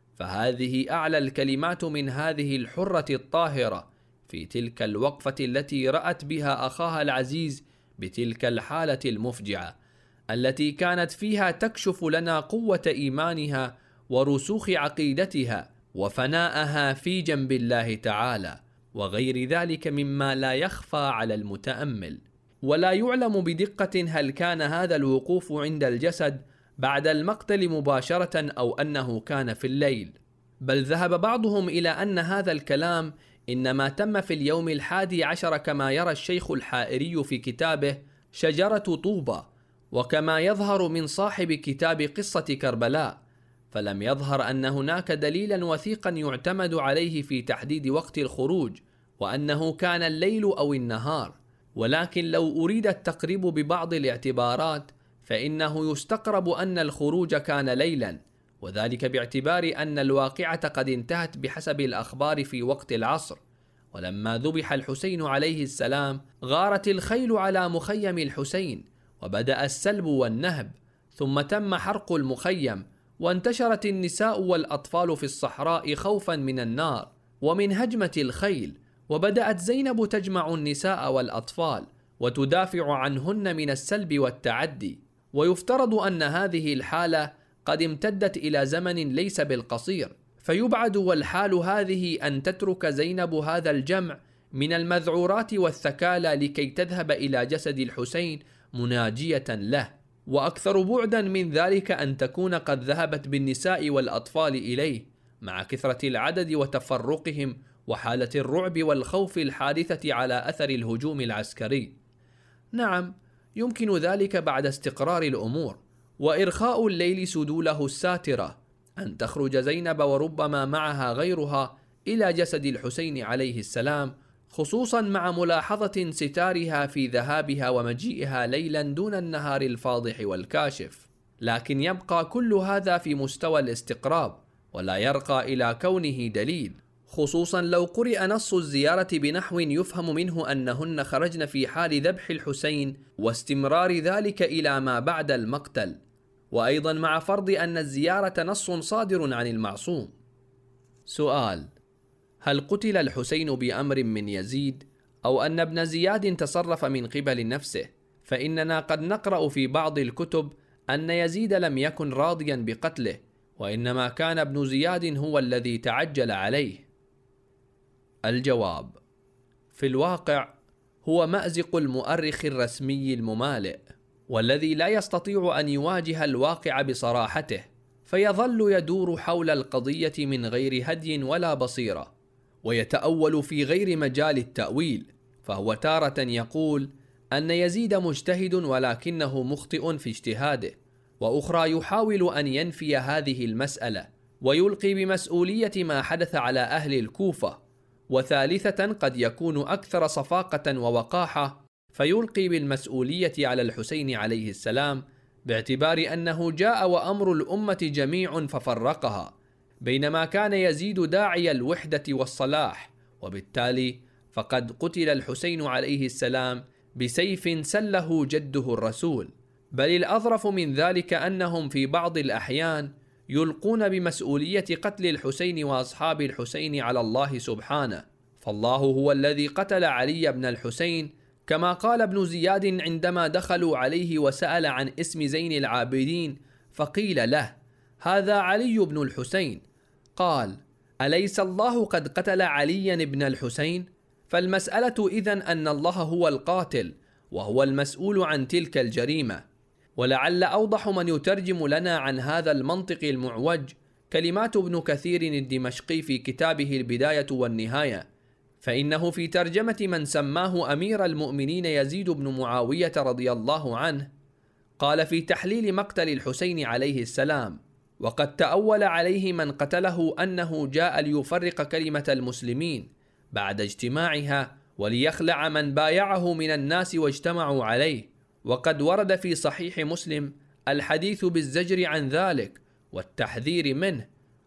فهذه أعلى الكلمات من هذه الحرة الطاهرة في تلك الوقفة التي رأت بها أخاها العزيز بتلك الحالة المفجعة، التي كانت فيها تكشف لنا قوة إيمانها ورسوخ عقيدتها وفناءها في جنب الله تعالى، وغير ذلك مما لا يخفى على المتأمل. ولا يعلم بدقة هل كان هذا الوقوف عند الجسد بعد المقتل مباشرة أو أنه كان في الليل، بل ذهب بعضهم إلى أن هذا الكلام إنما تم في اليوم 11 كما يرى الشيخ الحائري في كتابه شجرة طوبى، وكما يظهر من صاحب كتاب قصة كربلاء، فلم يظهر أن هناك دليلا وثيقا يعتمد عليه في تحديد وقت الخروج وأنه كان الليل أو النهار. ولكن لو أريد التقريب ببعض الاعتبارات فإنه يستقرب أن الخروج كان ليلا، وذلك باعتبار أن الواقعة قد انتهت بحسب الأخبار في وقت العصر، ولما ذبح الحسين عليه السلام غارت الخيل على مخيم الحسين وبدأ السلب والنهب، ثم تم حرق المخيم، وانتشرت النساء والأطفال في الصحراء خوفا من النار ومن هجمة الخيل، وبدأت زينب تجمع النساء والأطفال وتدافع عنهن من السلب والتعدي. ويفترض أن هذه الحالة قد امتدت إلى زمن ليس بالقصير، فيبعد والحال هذه أن تترك زينب هذا الجمع من المذعورات والثكالى لكي تذهب إلى جسد الحسين مناجية له، وأكثر بعدا من ذلك أن تكون قد ذهبت بالنساء والأطفال إليه مع كثرة العدد وتفرقهم وحالة الرعب والخوف الحادثة على أثر الهجوم العسكري. نعم، يمكن ذلك بعد استقرار الأمور وإرخاء الليل سدوله الساترة أن تخرج زينب وربما معها غيرها إلى جسد الحسين عليه السلام، خصوصا مع ملاحظة ستارها في ذهابها ومجيئها ليلا دون النهار الفاضح والكاشف. لكن يبقى كل هذا في مستوى الاستقراب ولا يرقى إلى كونه دليل، خصوصا لو قرئ نص الزيارة بنحو يفهم منه أنهن خرجن في حال ذبح الحسين واستمرار ذلك إلى ما بعد المقتل، وأيضا مع فرض أن الزيارة نص صادر عن المعصوم. سؤال: هل قتل الحسين بأمر من يزيد أو أن ابن زياد تصرف من قبل نفسه؟ فإننا قد نقرأ في بعض الكتب أن يزيد لم يكن راضيا بقتله، وإنما كان ابن زياد هو الذي تعجل عليه. الجواب: في الواقع هو مأزق المؤرخ الرسمي الممالئ، والذي لا يستطيع أن يواجه الواقع بصراحته، فيظل يدور حول القضية من غير هدي ولا بصيرة، ويتأول في غير مجال التأويل، فهو تارة يقول أن يزيد مجتهد ولكنه مخطئ في اجتهاده، وأخرى يحاول أن ينفي هذه المسألة ويلقي بمسؤولية ما حدث على أهل الكوفة، وثالثة قد يكون أكثر صفاقة ووقاحة فيلقي بالمسؤولية على الحسين عليه السلام، باعتبار أنه جاء وأمر الأمة جميع ففرقها، بينما كان يزيد داعي الوحدة والصلاح، وبالتالي فقد قتل الحسين عليه السلام بسيف سله جده الرسول. بل الأظرف من ذلك أنهم في بعض الأحيان يلقون بمسؤولية قتل الحسين وأصحاب الحسين على الله سبحانه، فالله هو الذي قتل علي بن الحسين، كما قال ابن زياد عندما دخلوا عليه وسأل عن اسم زين العابدين فقيل له: هذا علي بن الحسين. قال: أليس الله قد قتل عليا بن الحسين؟ فالمسألة إذن أن الله هو القاتل وهو المسؤول عن تلك الجريمة. ولعل أوضح من يترجم لنا عن هذا المنطق المعوج كلمات ابن كثير الدمشقي في كتابه البداية والنهاية، فإنه في ترجمة من سماه أمير المؤمنين يزيد بن معاوية رضي الله عنه قال في تحليل مقتل الحسين عليه السلام: وقد تأول عليه من قتله أنه جاء ليفرق كلمة المسلمين بعد اجتماعها وليخلع من بايعه من الناس واجتمعوا عليه، وقد ورد في صحيح مسلم الحديث بالزجر عن ذلك والتحذير منه،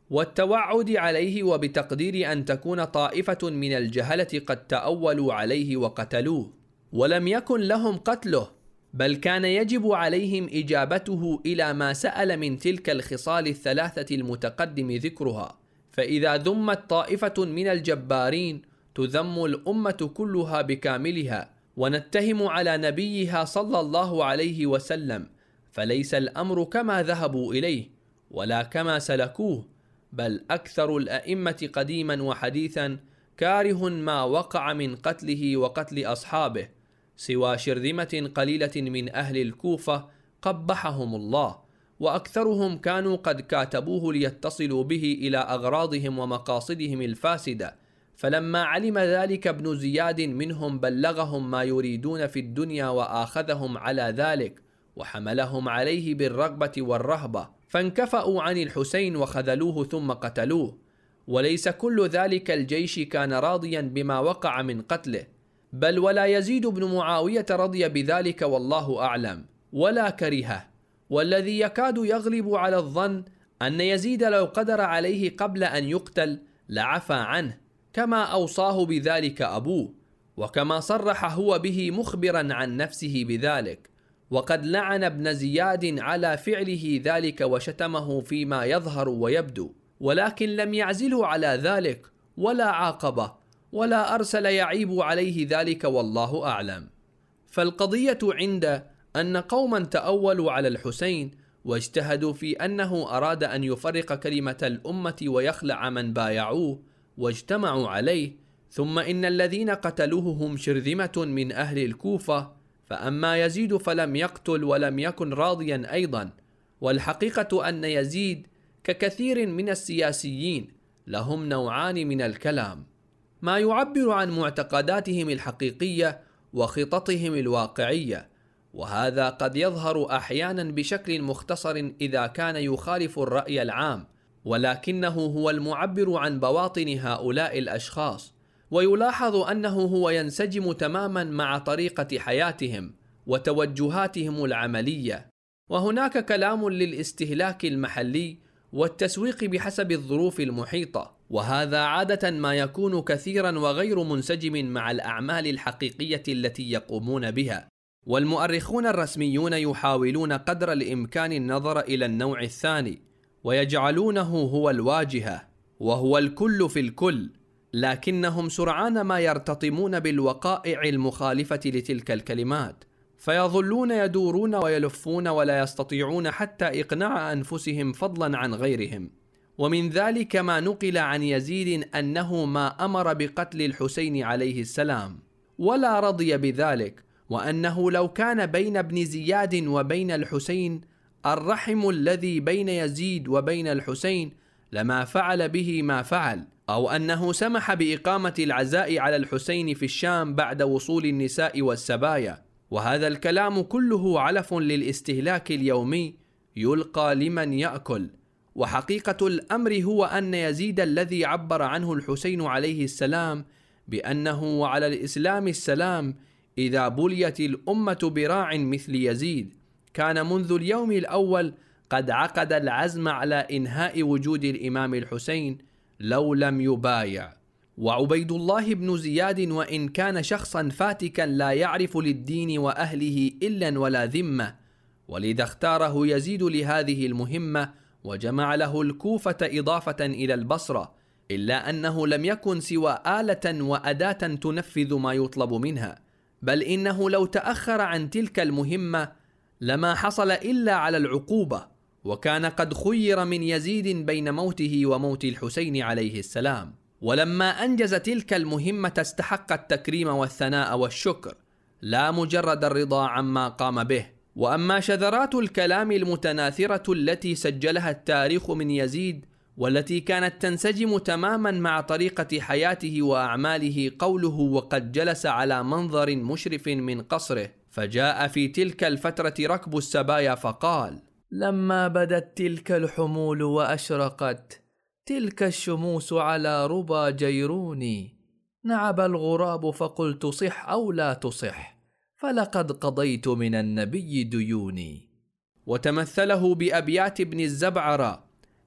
والتوعد عليه، وبتقدير أن تكون طائفة من الجهلة قد تأولوا عليه وقتلوه، ولم يكن لهم قتله، بل كان يجب عليهم إجابته إلى ما سأل من تلك الخصال الثلاثة المتقدم ذكرها. فإذا ذمت طائفة من الجبارين تذم الأمة كلها بكاملها، ونتهم على نبيها صلى الله عليه وسلم، فليس الأمر كما ذهبوا إليه ولا كما سلكوه، بل أكثر الأئمة قديما وحديثا كاره ما وقع من قتله وقتل أصحابه، سوى شرذمة قليلة من أهل الكوفة قبحهم الله، وأكثرهم كانوا قد كاتبوه ليتصلوا به إلى أغراضهم ومقاصدهم الفاسدة، فلما علم ذلك ابن زياد منهم بلغهم ما يريدون في الدنيا وآخذهم على ذلك وحملهم عليه بالرغبة والرهبة، فانكفأوا عن الحسين وخذلوه ثم قتلوه. وليس كل ذلك الجيش كان راضيا بما وقع من قتله، بل ولا يزيد بن معاوية رضي بذلك والله أعلم، ولا كرهه. والذي يكاد يغلب على الظن أن يزيد لو قدر عليه قبل أن يقتل لعفى عنه، كما أوصاه بذلك أبوه، وكما صرح هو به مخبرا عن نفسه بذلك، وقد لعن ابن زياد على فعله ذلك وشتمه فيما يظهر ويبدو، ولكن لم يعزله على ذلك ولا عاقبه ولا أرسل يعيب عليه ذلك والله أعلم. فالقضية عند أن قوما تأولوا على الحسين واجتهدوا في أنه أراد أن يفرق كلمة الأمة ويخلع من بايعوه واجتمعوا عليه، ثم إن الذين قتلوه هم شرذمة من أهل الكوفة، فأما يزيد فلم يقتل ولم يكن راضيا أيضا. والحقيقة أن يزيد ككثير من السياسيين لهم نوعان من الكلام، ما يعبر عن معتقداتهم الحقيقية وخططهم الواقعية، وهذا قد يظهر أحيانا بشكل مختصر إذا كان يخالف الرأي العام، ولكنه هو المعبر عن بواطن هؤلاء الأشخاص، ويلاحظ أنه هو ينسجم تماما مع طريقة حياتهم وتوجهاتهم العملية. وهناك كلام للاستهلاك المحلي والتسويق بحسب الظروف المحيطة، وهذا عادة ما يكون كثيرا وغير منسجم مع الأعمال الحقيقية التي يقومون بها. والمؤرخون الرسميون يحاولون قدر الإمكان النظر إلى النوع الثاني ويجعلونه هو الواجهة، وهو الكل في الكل، لكنهم سرعان ما يرتطمون بالوقائع المخالفة لتلك الكلمات، فيظلون يدورون ويلفون ولا يستطيعون حتى إقناع أنفسهم فضلا عن غيرهم. ومن ذلك ما نقل عن يزيد أنه ما أمر بقتل الحسين عليه السلام ولا رضي بذلك، وأنه لو كان بين ابن زياد وبين الحسين الرحم الذي بين يزيد وبين الحسين لما فعل به ما فعل، أو أنه سمح بإقامة العزاء على الحسين في الشام بعد وصول النساء والسبايا. وهذا الكلام كله علف للاستهلاك اليومي يلقى لمن يأكل. وحقيقة الأمر هو أن يزيد الذي عبر عنه الحسين عليه السلام بأنه وعلى الإسلام السلام إذا بليت الأمة براع مثل يزيد، كان منذ اليوم الأول قد عقد العزم على إنهاء وجود الإمام الحسين لو لم يبايع. وعبيد الله بن زياد وإن كان شخصا فاتكا لا يعرف للدين وأهله إلا ولا ذمة، ولذا اختاره يزيد لهذه المهمة وجمع له الكوفة إضافة إلى البصرة، إلا أنه لم يكن سوى آلة وأداة تنفذ ما يطلب منها، بل إنه لو تأخر عن تلك المهمة لما حصل إلا على العقوبة، وكان قد خير من يزيد بين موته وموت الحسين عليه السلام. ولما أنجز تلك المهمة استحق التكريم والثناء والشكر، لا مجرد الرضا عما قام به. وأما شذرات الكلام المتناثرة التي سجلها التاريخ من يزيد والتي كانت تنسجم تماما مع طريقة حياته وأعماله، قوله وقد جلس على منظر مشرف من قصره فجاء في تلك الفترة ركب السبايا فقال: لما بدت تلك الحمول وأشرقت تلك الشموس على ربى جيروني، نعب الغراب فقلت صح أو لا تصح، فلقد قضيت من النبي ديوني. وتمثله بأبيات ابن الزبعرة: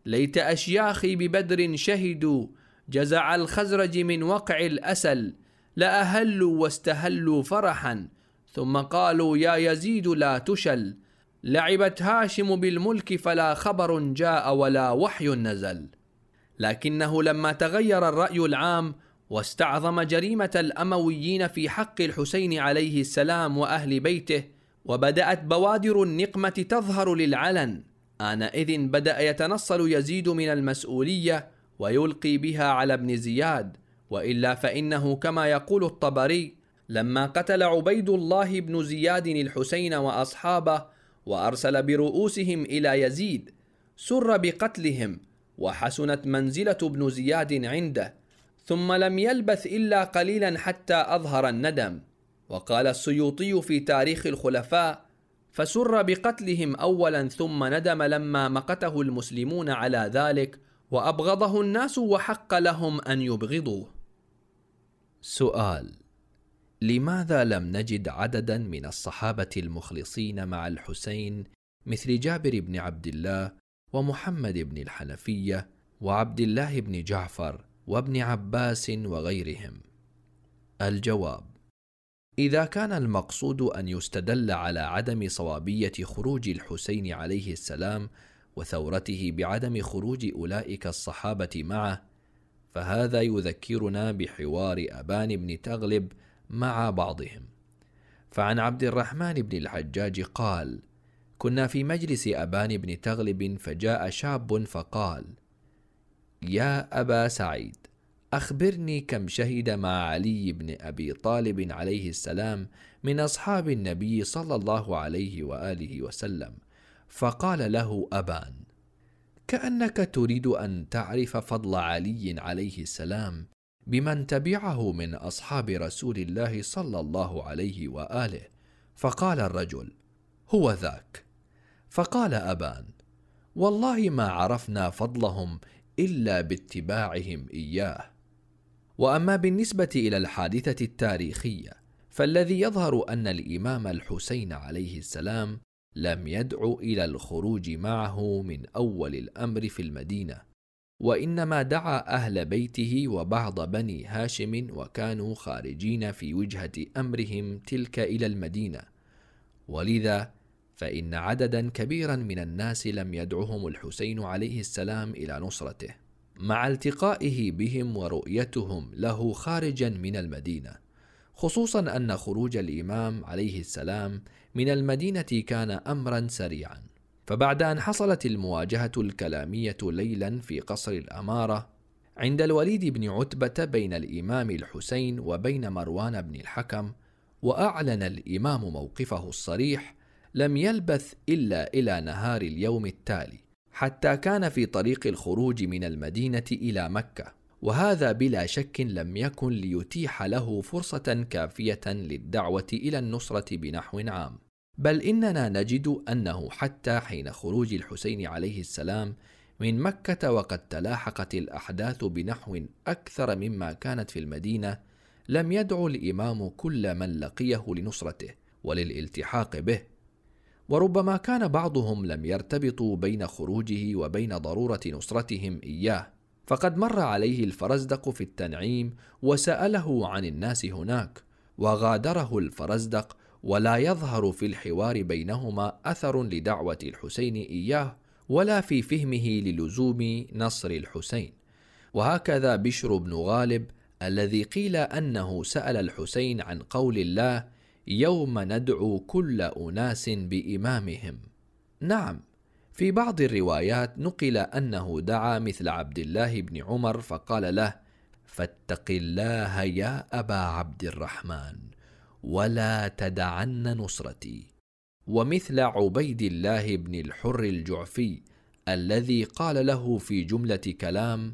ليت أشياخي ببدر شهدوا جزع الخزرج من وقع الأسل، لأهلوا واستهلوا فرحا ثم قالوا يا يزيد لا تشل، لعبت هاشم بالملك فلا خبر جاء ولا وحي نزل. لكنه لما تغير الرأي العام واستعظم جريمة الأمويين في حق الحسين عليه السلام وأهل بيته، وبدأت بوادر النقمة تظهر للعلن، آنئذ بدأ يتنصل يزيد من المسؤولية ويلقي بها على ابن زياد، وإلا فإنه كما يقول الطبري: لما قتل عبيد الله بن زياد الحسين وأصحابه وأرسل برؤوسهم إلى يزيد سر بقتلهم، وحسنت منزلة ابن زياد عنده، ثم لم يلبث إلا قليلا حتى أظهر الندم. وقال السيوطي في تاريخ الخلفاء: فسر بقتلهم أولا ثم ندم لما مقته المسلمون على ذلك وأبغضه الناس وحق لهم أن يبغضوه. سؤال: لماذا لم نجد عددا من الصحابة المخلصين مع الحسين مثل جابر بن عبد الله ومحمد بن الحنفية وعبد الله بن جعفر وابن عباس وغيرهم؟ الجواب: إذا كان المقصود أن يستدل على عدم صوابية خروج الحسين عليه السلام وثورته بعدم خروج أولئك الصحابة معه، فهذا يذكرنا بحوار أبان بن تغلب مع بعضهم. فعن عبد الرحمن بن الحجاج قال: كنا في مجلس أبان بن تغلب فجاء شاب فقال: يا أبا سعيد، أخبرني كم شهد مع علي بن أبي طالب عليه السلام من أصحاب النبي صلى الله عليه وآله وسلم. فقال له أبان: كأنك تريد أن تعرف فضل علي عليه السلام بمن تبعه من أصحاب رسول الله صلى الله عليه وآله. فقال الرجل: هو ذاك. فقال أبان: والله ما عرفنا فضلهم إلا باتباعهم إياه. وأما بالنسبة إلى الحادثة التاريخية، فالذي يظهر أن الإمام الحسين عليه السلام لم يدعو إلى الخروج معه من أول الأمر في المدينة، وإنما دعا أهل بيته وبعض بني هاشم، وكانوا خارجين في وجهة أمرهم تلك إلى المدينة، ولذا فإن عددا كبيرا من الناس لم يدعهم الحسين عليه السلام إلى نصرته، مع التقائه بهم ورؤيتهم له خارجا من المدينة، خصوصا أن خروج الإمام عليه السلام من المدينة كان أمرا سريعا. فبعد أن حصلت المواجهة الكلامية ليلا في قصر الأمارة عند الوليد بن عتبة بين الإمام الحسين وبين مروان بن الحكم، وأعلن الإمام موقفه الصريح، لم يلبث إلا إلى نهار اليوم التالي حتى كان في طريق الخروج من المدينة إلى مكة، وهذا بلا شك لم يكن ليتيح له فرصة كافية للدعوة إلى النصرة بنحو عام، بل إننا نجد أنه حتى حين خروج الحسين عليه السلام من مكة وقد تلاحقت الأحداث بنحو أكثر مما كانت في المدينة، لم يدعو الإمام كل من لقيه لنصرته وللالتحاق به، وربما كان بعضهم لم يرتبطوا بين خروجه وبين ضرورة نصرتهم إياه، فقد مر عليه الفرزدق في التنعيم وسأله عن الناس هناك، وغادره الفرزدق ولا يظهر في الحوار بينهما أثر لدعوة الحسين إياه ولا في فهمه للزوم نصر الحسين. وهكذا بشر بن غالب الذي قيل أنه سأل الحسين عن قول الله: يوم ندعو كل أناس بإمامهم. نعم، في بعض الروايات نقل أنه دعا مثل عبد الله بن عمر فقال له: فاتق الله يا أبا عبد الرحمن ولا تدعن نصرتي، ومثل عبيد الله بن الحر الجعفي الذي قال له في جملة كلام: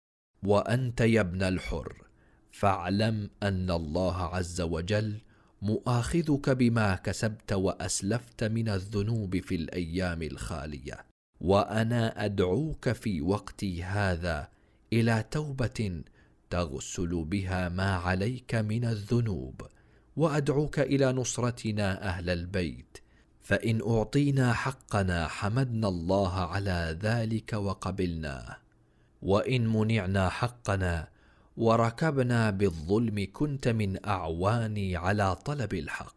وأنت يا ابن الحر فاعلم أن الله عز وجل مؤاخذك بما كسبت وأسلفت من الذنوب في الأيام الخالية، وأنا أدعوك في وقتي هذا إلى توبة تغسل بها ما عليك من الذنوب، وأدعوك إلى نصرتنا أهل البيت، فإن أعطينا حقنا حمدنا الله على ذلك وقبلناه، وإن منعنا حقنا وركبنا بالظلم كنت من أعواني على طلب الحق.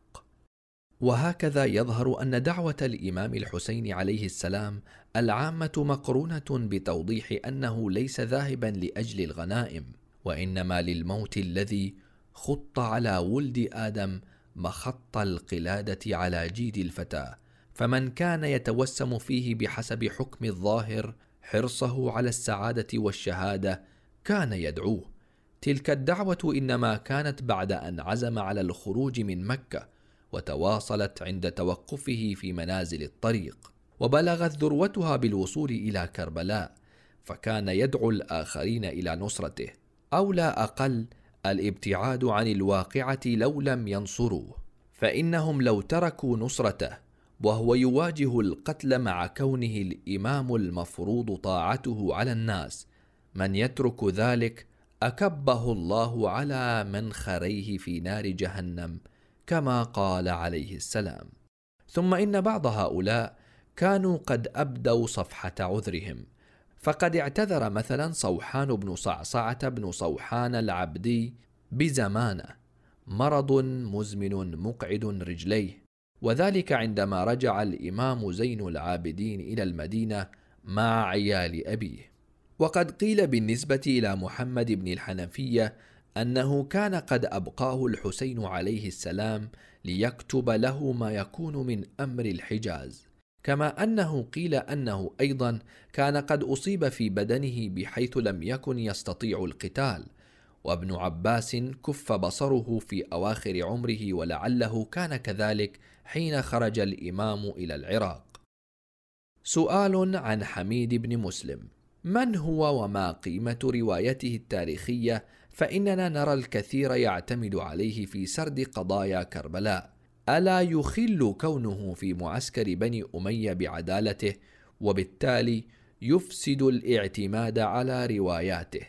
وهكذا يظهر أن دعوة الإمام الحسين عليه السلام العامة مقرونة بتوضيح أنه ليس ذاهبا لأجل الغنائم، وإنما للموت الذي خط على ولد آدم مخط القلادة على جيد الفتى، فمن كان يتوسم فيه بحسب حكم الظاهر حرصه على السعادة والشهادة كان يدعوه. تلك الدعوة إنما كانت بعد أن عزم على الخروج من مكة، وتواصلت عند توقفه في منازل الطريق، وبلغت ذروتها بالوصول إلى كربلاء، فكان يدعو الآخرين إلى نصرته، أو لا أقل الابتعاد عن الواقعة لو لم ينصروه، فإنهم لو تركوا نصرته وهو يواجه القتل مع كونه الإمام المفروض طاعته على الناس، من يترك ذلك أكبه الله على منخريه في نار جهنم كما قال عليه السلام. ثم إن بعض هؤلاء كانوا قد أبدوا صفحة عذرهم، فقد اعتذر مثلا صوحان بن صعصعة بن صوحان العبدي بزمانة مرض مزمن مقعد رجليه، وذلك عندما رجع الإمام زين العابدين إلى المدينة مع عيال أبيه. وقد قيل بالنسبة إلى محمد بن الحنفية أنه كان قد أبقاه الحسين عليه السلام ليكتب له ما يكون من أمر الحجاز، كما أنه قيل أنه أيضا كان قد أصيب في بدنه بحيث لم يكن يستطيع القتال، وابن عباس كف بصره في أواخر عمره ولعله كان كذلك حين خرج الإمام إلى العراق. سؤال عن حميد بن مسلم: من هو وما قيمة روايته التاريخية؟ فإننا نرى الكثير يعتمد عليه في سرد قضايا كربلاء، ألا يخل كونه في معسكر بني أمية بعدالته، وبالتالي يفسد الاعتماد على رواياته؟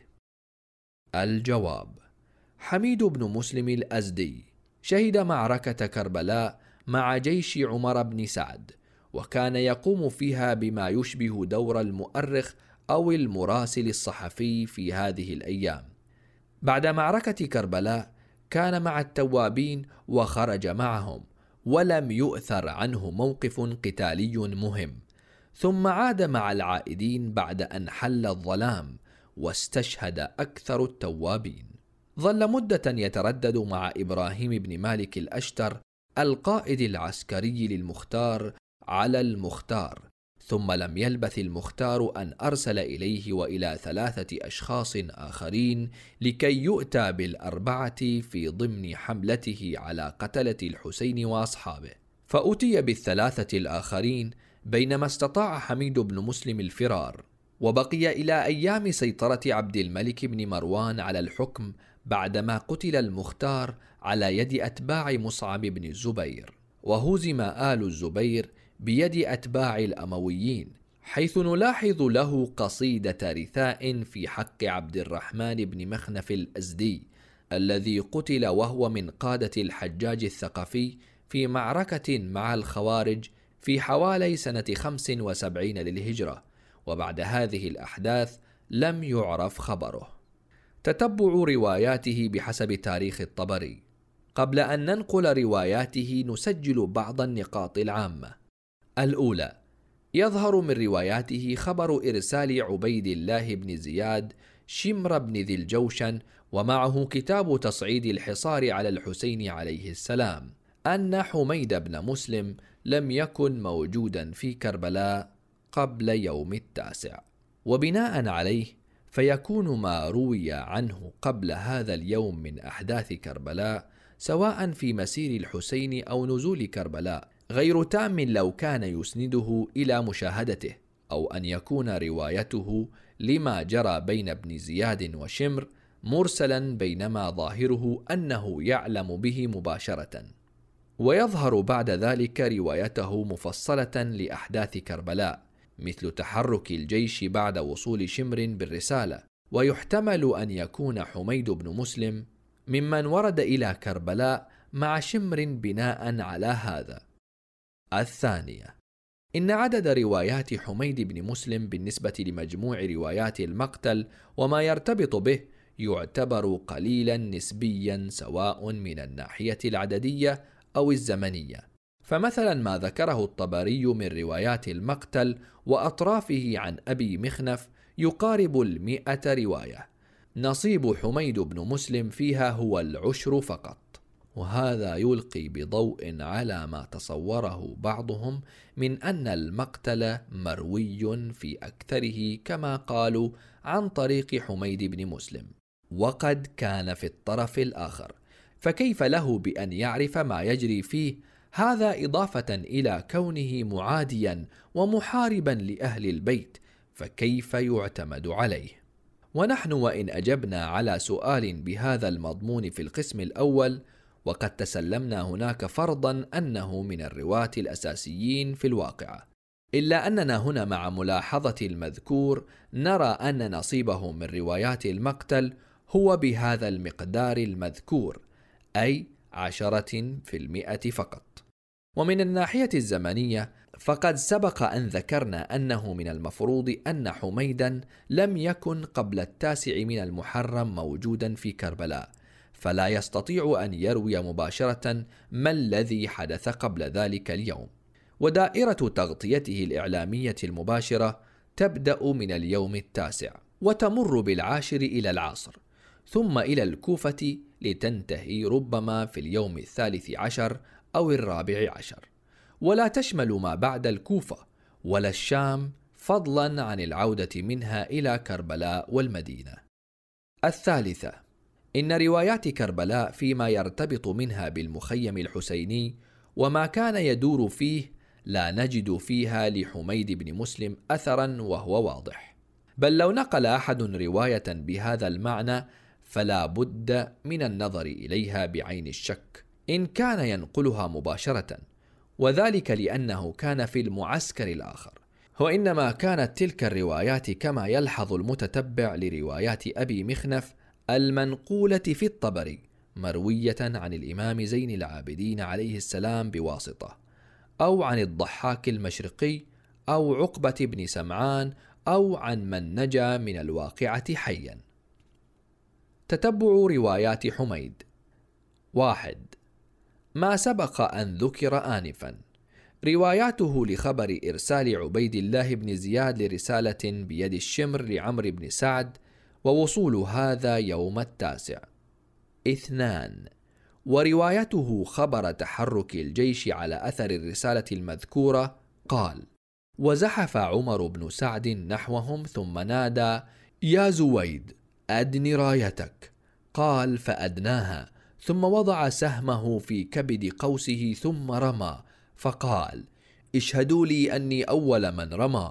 الجواب: حميد بن مسلم الأزدي شهد معركة كربلاء مع جيش عمر بن سعد، وكان يقوم فيها بما يشبه دور المؤرخ أو المراسل الصحفي في هذه الأيام. بعد معركة كربلاء كان مع التوابين وخرج معهم، ولم يؤثر عنه موقف قتالي مهم، ثم عاد مع العائدين بعد أن حل الظلام، واستشهد أكثر التوابين. ظل مدة يتردد مع إبراهيم بن مالك الأشتر القائد العسكري للمختار على المختار، ثم لم يلبث المختار أن أرسل إليه وإلى 3 أشخاص آخرين لكي يؤتى بالأربعة في ضمن حملته على قتلة الحسين وأصحابه، فأتي بال3 الآخرين بينما استطاع حميد بن مسلم الفرار، وبقي إلى أيام سيطرة عبد الملك بن مروان على الحكم بعدما قتل المختار على يد أتباع مصعب بن الزبير، وهزم آل الزبير بيد أتباع الأمويين، حيث نلاحظ له قصيدة رثاء في حق عبد الرحمن بن مخنف الأزدي الذي قتل وهو من قادة الحجاج الثقفي في معركة مع الخوارج في حوالي سنة 75 للهجرة، وبعد هذه الأحداث لم يعرف خبره. تتبع رواياته بحسب تاريخ الطبري. قبل أن ننقل رواياته نسجل بعض النقاط العامة. الأولى: يظهر من رواياته خبر إرسال عبيد الله بن زياد شمر بن ذي الجوشن ومعه كتاب تصعيد الحصار على الحسين عليه السلام أن حميد بن مسلم لم يكن موجودا في كربلاء قبل يوم 9، وبناء عليه فيكون ما روي عنه قبل هذا اليوم من أحداث كربلاء سواء في مسير الحسين أو نزول كربلاء غير تام لو كان يسنده إلى مشاهدته، أو أن يكون روايته لما جرى بين ابن زياد وشمر مرسلا بينما ظاهره أنه يعلم به مباشرة. ويظهر بعد ذلك روايته مفصلة لأحداث كربلاء، مثل تحرك الجيش بعد وصول شمر بالرسالة، ويحتمل أن يكون حميد بن مسلم ممن ورد إلى كربلاء مع شمر بناء على هذا. الثانية، إن عدد روايات حميد بن مسلم بالنسبة لمجموع روايات المقتل وما يرتبط به يعتبر قليلا نسبيا، سواء من الناحية العددية أو الزمنية. فمثلا ما ذكره الطبري من روايات المقتل وأطرافه عن أبي مخنف يقارب 100 رواية، نصيب حميد بن مسلم فيها هو 10 فقط، وهذا يلقي بضوء على ما تصوره بعضهم من أن المقتل مروي في أكثره كما قالوا عن طريق حميد بن مسلم، وقد كان في الطرف الآخر، فكيف له بأن يعرف ما يجري فيه؟ هذا إضافة إلى كونه معاديا ومحاربا لأهل البيت، فكيف يعتمد عليه؟ ونحن وإن أجبنا على سؤال بهذا المضمون في القسم الأول، وقد تسلمنا هناك فرضا أنه من الرواة الأساسيين في الواقعة، إلا أننا هنا مع ملاحظة المذكور نرى أن نصيبه من روايات المقتل هو بهذا المقدار المذكور، أي 10% فقط. ومن الناحية الزمنية فقد سبق أن ذكرنا أنه من المفروض أن حميدا لم يكن قبل 9 من المحرم موجودا في كربلاء، فلا يستطيع أن يروي مباشرة ما الذي حدث قبل ذلك اليوم، ودائرة تغطيته الإعلامية المباشرة تبدأ من اليوم 9 وتمر بال10 إلى العصر، ثم إلى الكوفة لتنتهي ربما في اليوم 13 أو 14، ولا تشمل ما بعد الكوفة ولا الشام، فضلا عن العودة منها إلى كربلاء والمدينة. الثالثة، إن روايات كربلاء فيما يرتبط منها بالمخيم الحسيني وما كان يدور فيه لا نجد فيها لحميد بن مسلم أثرا وهو واضح، بل لو نقل أحد رواية بهذا المعنى فلا بد من النظر إليها بعين الشك إن كان ينقلها مباشرة، وذلك لأنه كان في المعسكر الآخر، وإنما كانت تلك الروايات كما يلحظ المتتبع لروايات أبي مخنف المنقولة في الطبري مروية عن الإمام زين العابدين عليه السلام بواسطة، أو عن الضحاك المشرقي أو عقبة بن سمعان، أو عن من نجا من الواقعة حيا. تتبع روايات حميد: 1. ما سبق أن ذكر آنفا، رواياته لخبر إرسال عبيد الله بن زياد لرسالة بيد الشمر لعمرو بن سعد ووصول هذا يوم 9. 2. وروايته خبر تحرك الجيش على أثر الرسالة المذكورة، قال: وزحف عمر بن سعد نحوهم ثم نادى: يا زويد أدن رايتك. قال: فأدناها، ثم وضع سهمه في كبد قوسه ثم رمى، فقال: اشهدوا لي أني أول من رمى.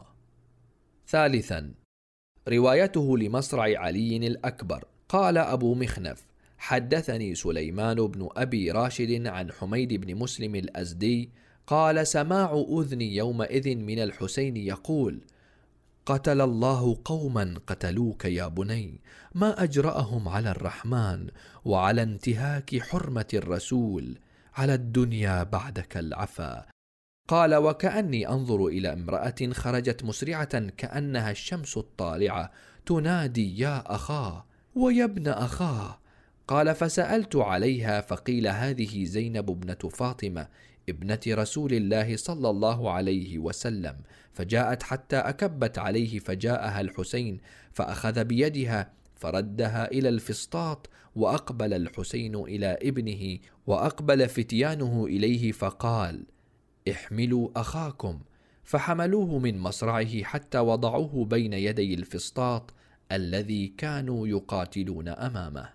3. روايته لمصرع علي الأكبر، قال أبو مخنف: حدثني سليمان بن أبي راشد عن حميد بن مسلم الأزدي قال: سماع أذني يومئذ من الحسين يقول: قتل الله قوما قتلوك يا بني، ما أجرأهم على الرحمن وعلى انتهاك حرمة الرسول، على الدنيا بعدك العفا. قال: وكأني أنظر إلى امرأة خرجت مسرعة كأنها الشمس الطالعة تنادي: يا أخاه ويا ابن أخاه. قال: فسألت عليها فقيل: هذه زينب ابنة فاطمة ابنة رسول الله صلى الله عليه وسلم، فجاءت حتى أكبت عليه، فجاءها الحسين فأخذ بيدها فردها إلى الفسطاط، وأقبل الحسين إلى ابنه وأقبل فتيانه إليه، فقال: احملوا أخاكم، فحملوه من مصرعه حتى وضعوه بين يدي الفسطاط الذي كانوا يقاتلون أمامه.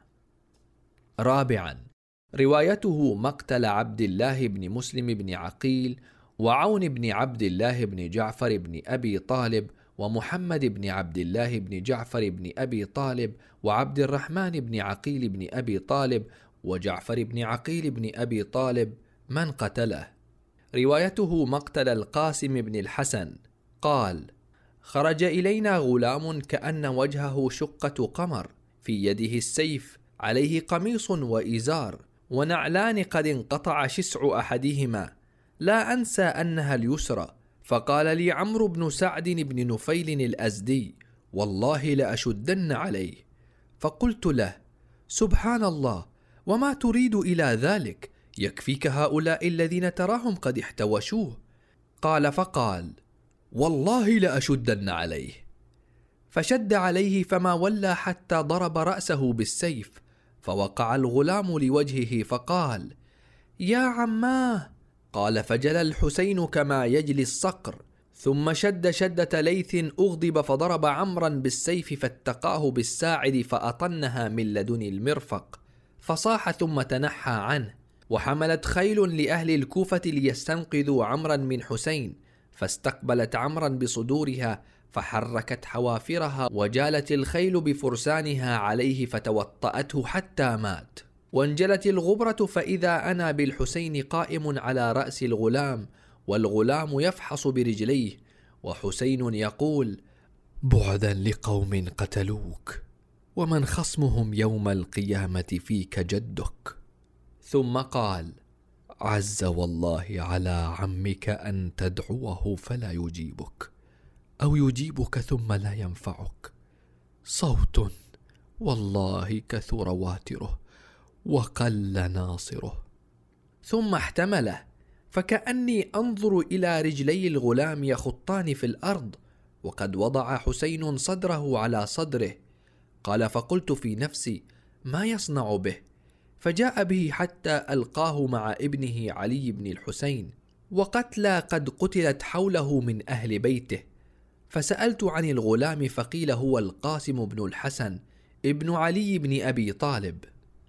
4. روايته مقتل عبد الله بن مسلم بن عقيل وعون بن عبد الله بن جعفر بن أبي طالب ومحمد بن عبد الله بن جعفر بن أبي طالب وعبد الرحمن بن عقيل بن أبي طالب وجعفر بن عقيل بن أبي طالب من قتله. روايته مقتل القاسم بن الحسن، قال: خرج إلينا غلام كأن وجهه شقة قمر، في يده السيف، عليه قميص وإزار ونعلان قد انقطع شسع أحدهما، لا أنسى أنها اليسرى. فقال لي عمرو بن سعد بن نفيل الأزدي: والله لأشدن عليه. فقلت له: سبحان الله، وما تريد إلى ذلك؟ يكفيك هؤلاء الذين تراهم قد احتوشوه. فقال: والله لأشدن عليه. فشد عليه فما ولى حتى ضرب رأسه بالسيف، فوقع الغلام لوجهه فقال: يا عماه. قال: فجلى الحسين كما يجلي الصقر، ثم شد شدة ليث أغضب فضرب عمرا بالسيف فاتقاه بالساعد فأطنها من لدن المرفق، فصاح ثم تنحى عنه. وحملت خيل لأهل الكوفة ليستنقذوا عمرا من حسين، فاستقبلت عمرا بصدورها فحركت حوافرها، وجالت الخيل بفرسانها عليه فتوطأته حتى مات. وانجلت الغبرة فإذا أنا بالحسين قائم على رأس الغلام، والغلام يفحص برجليه، وحسين يقول: بعدا لقوم قتلوك، ومن خصمهم يوم القيامة فيك جدك. ثم قال: عز والله على عمك أن تدعوه فلا يجيبك، أو يجيبك ثم لا ينفعك. صوت والله كثر واتره وقل ناصره. ثم احتمله، فكأني أنظر إلى رجلي الغلام يخطان في الأرض، وقد وضع حسين صدره على صدره. قال: فقلت في نفسي: ما يصنع به؟ فجاء به حتى ألقاه مع ابنه علي بن الحسين، وقتلى قد قتلت حوله من أهل بيته. فسألت عن الغلام فقيل: هو القاسم بن الحسن ابن علي بن أبي طالب.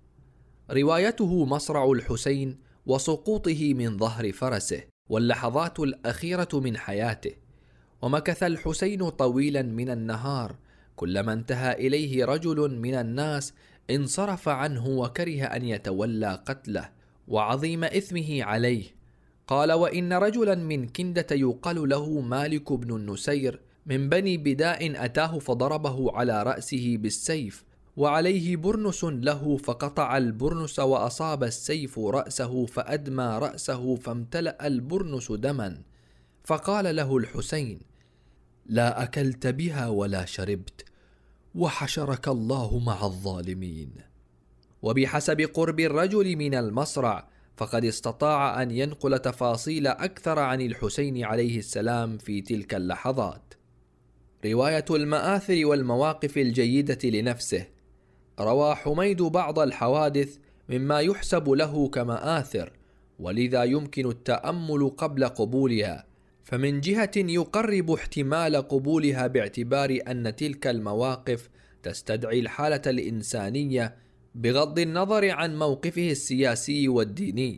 روايته مصرع الحسين وسقوطه من ظهر فرسه، واللحظات الأخيرة من حياته. ومكث الحسين طويلا من النهار، كلما انتهى إليه رجل من الناس انصرف عنه وكره أن يتولى قتله، وعظيم إثمه عليه. قال: وإن رجلا من كندة يقال له مالك بن النسير من بني بداء أتاه فضربه على رأسه بالسيف، وعليه برنس له، فقطع البرنس وأصاب السيف رأسه فأدمى رأسه فامتلأ البرنس دما. فقال له الحسين: لا أكلت بها ولا شربت، وحشرك الله مع الظالمين. وبحسب قرب الرجل من المصرع فقد استطاع أن ينقل تفاصيل أكثر عن الحسين عليه السلام في تلك اللحظات. رواية المآثر والمواقف الجيدة لنفسه. روى حميد بعض الحوادث مما يحسب له كمآثر، ولذا يمكن التأمل قبل قبولها، فمن جهة يقرب احتمال قبولها باعتبار أن تلك المواقف تستدعي الحالة الإنسانية بغض النظر عن موقفه السياسي والديني،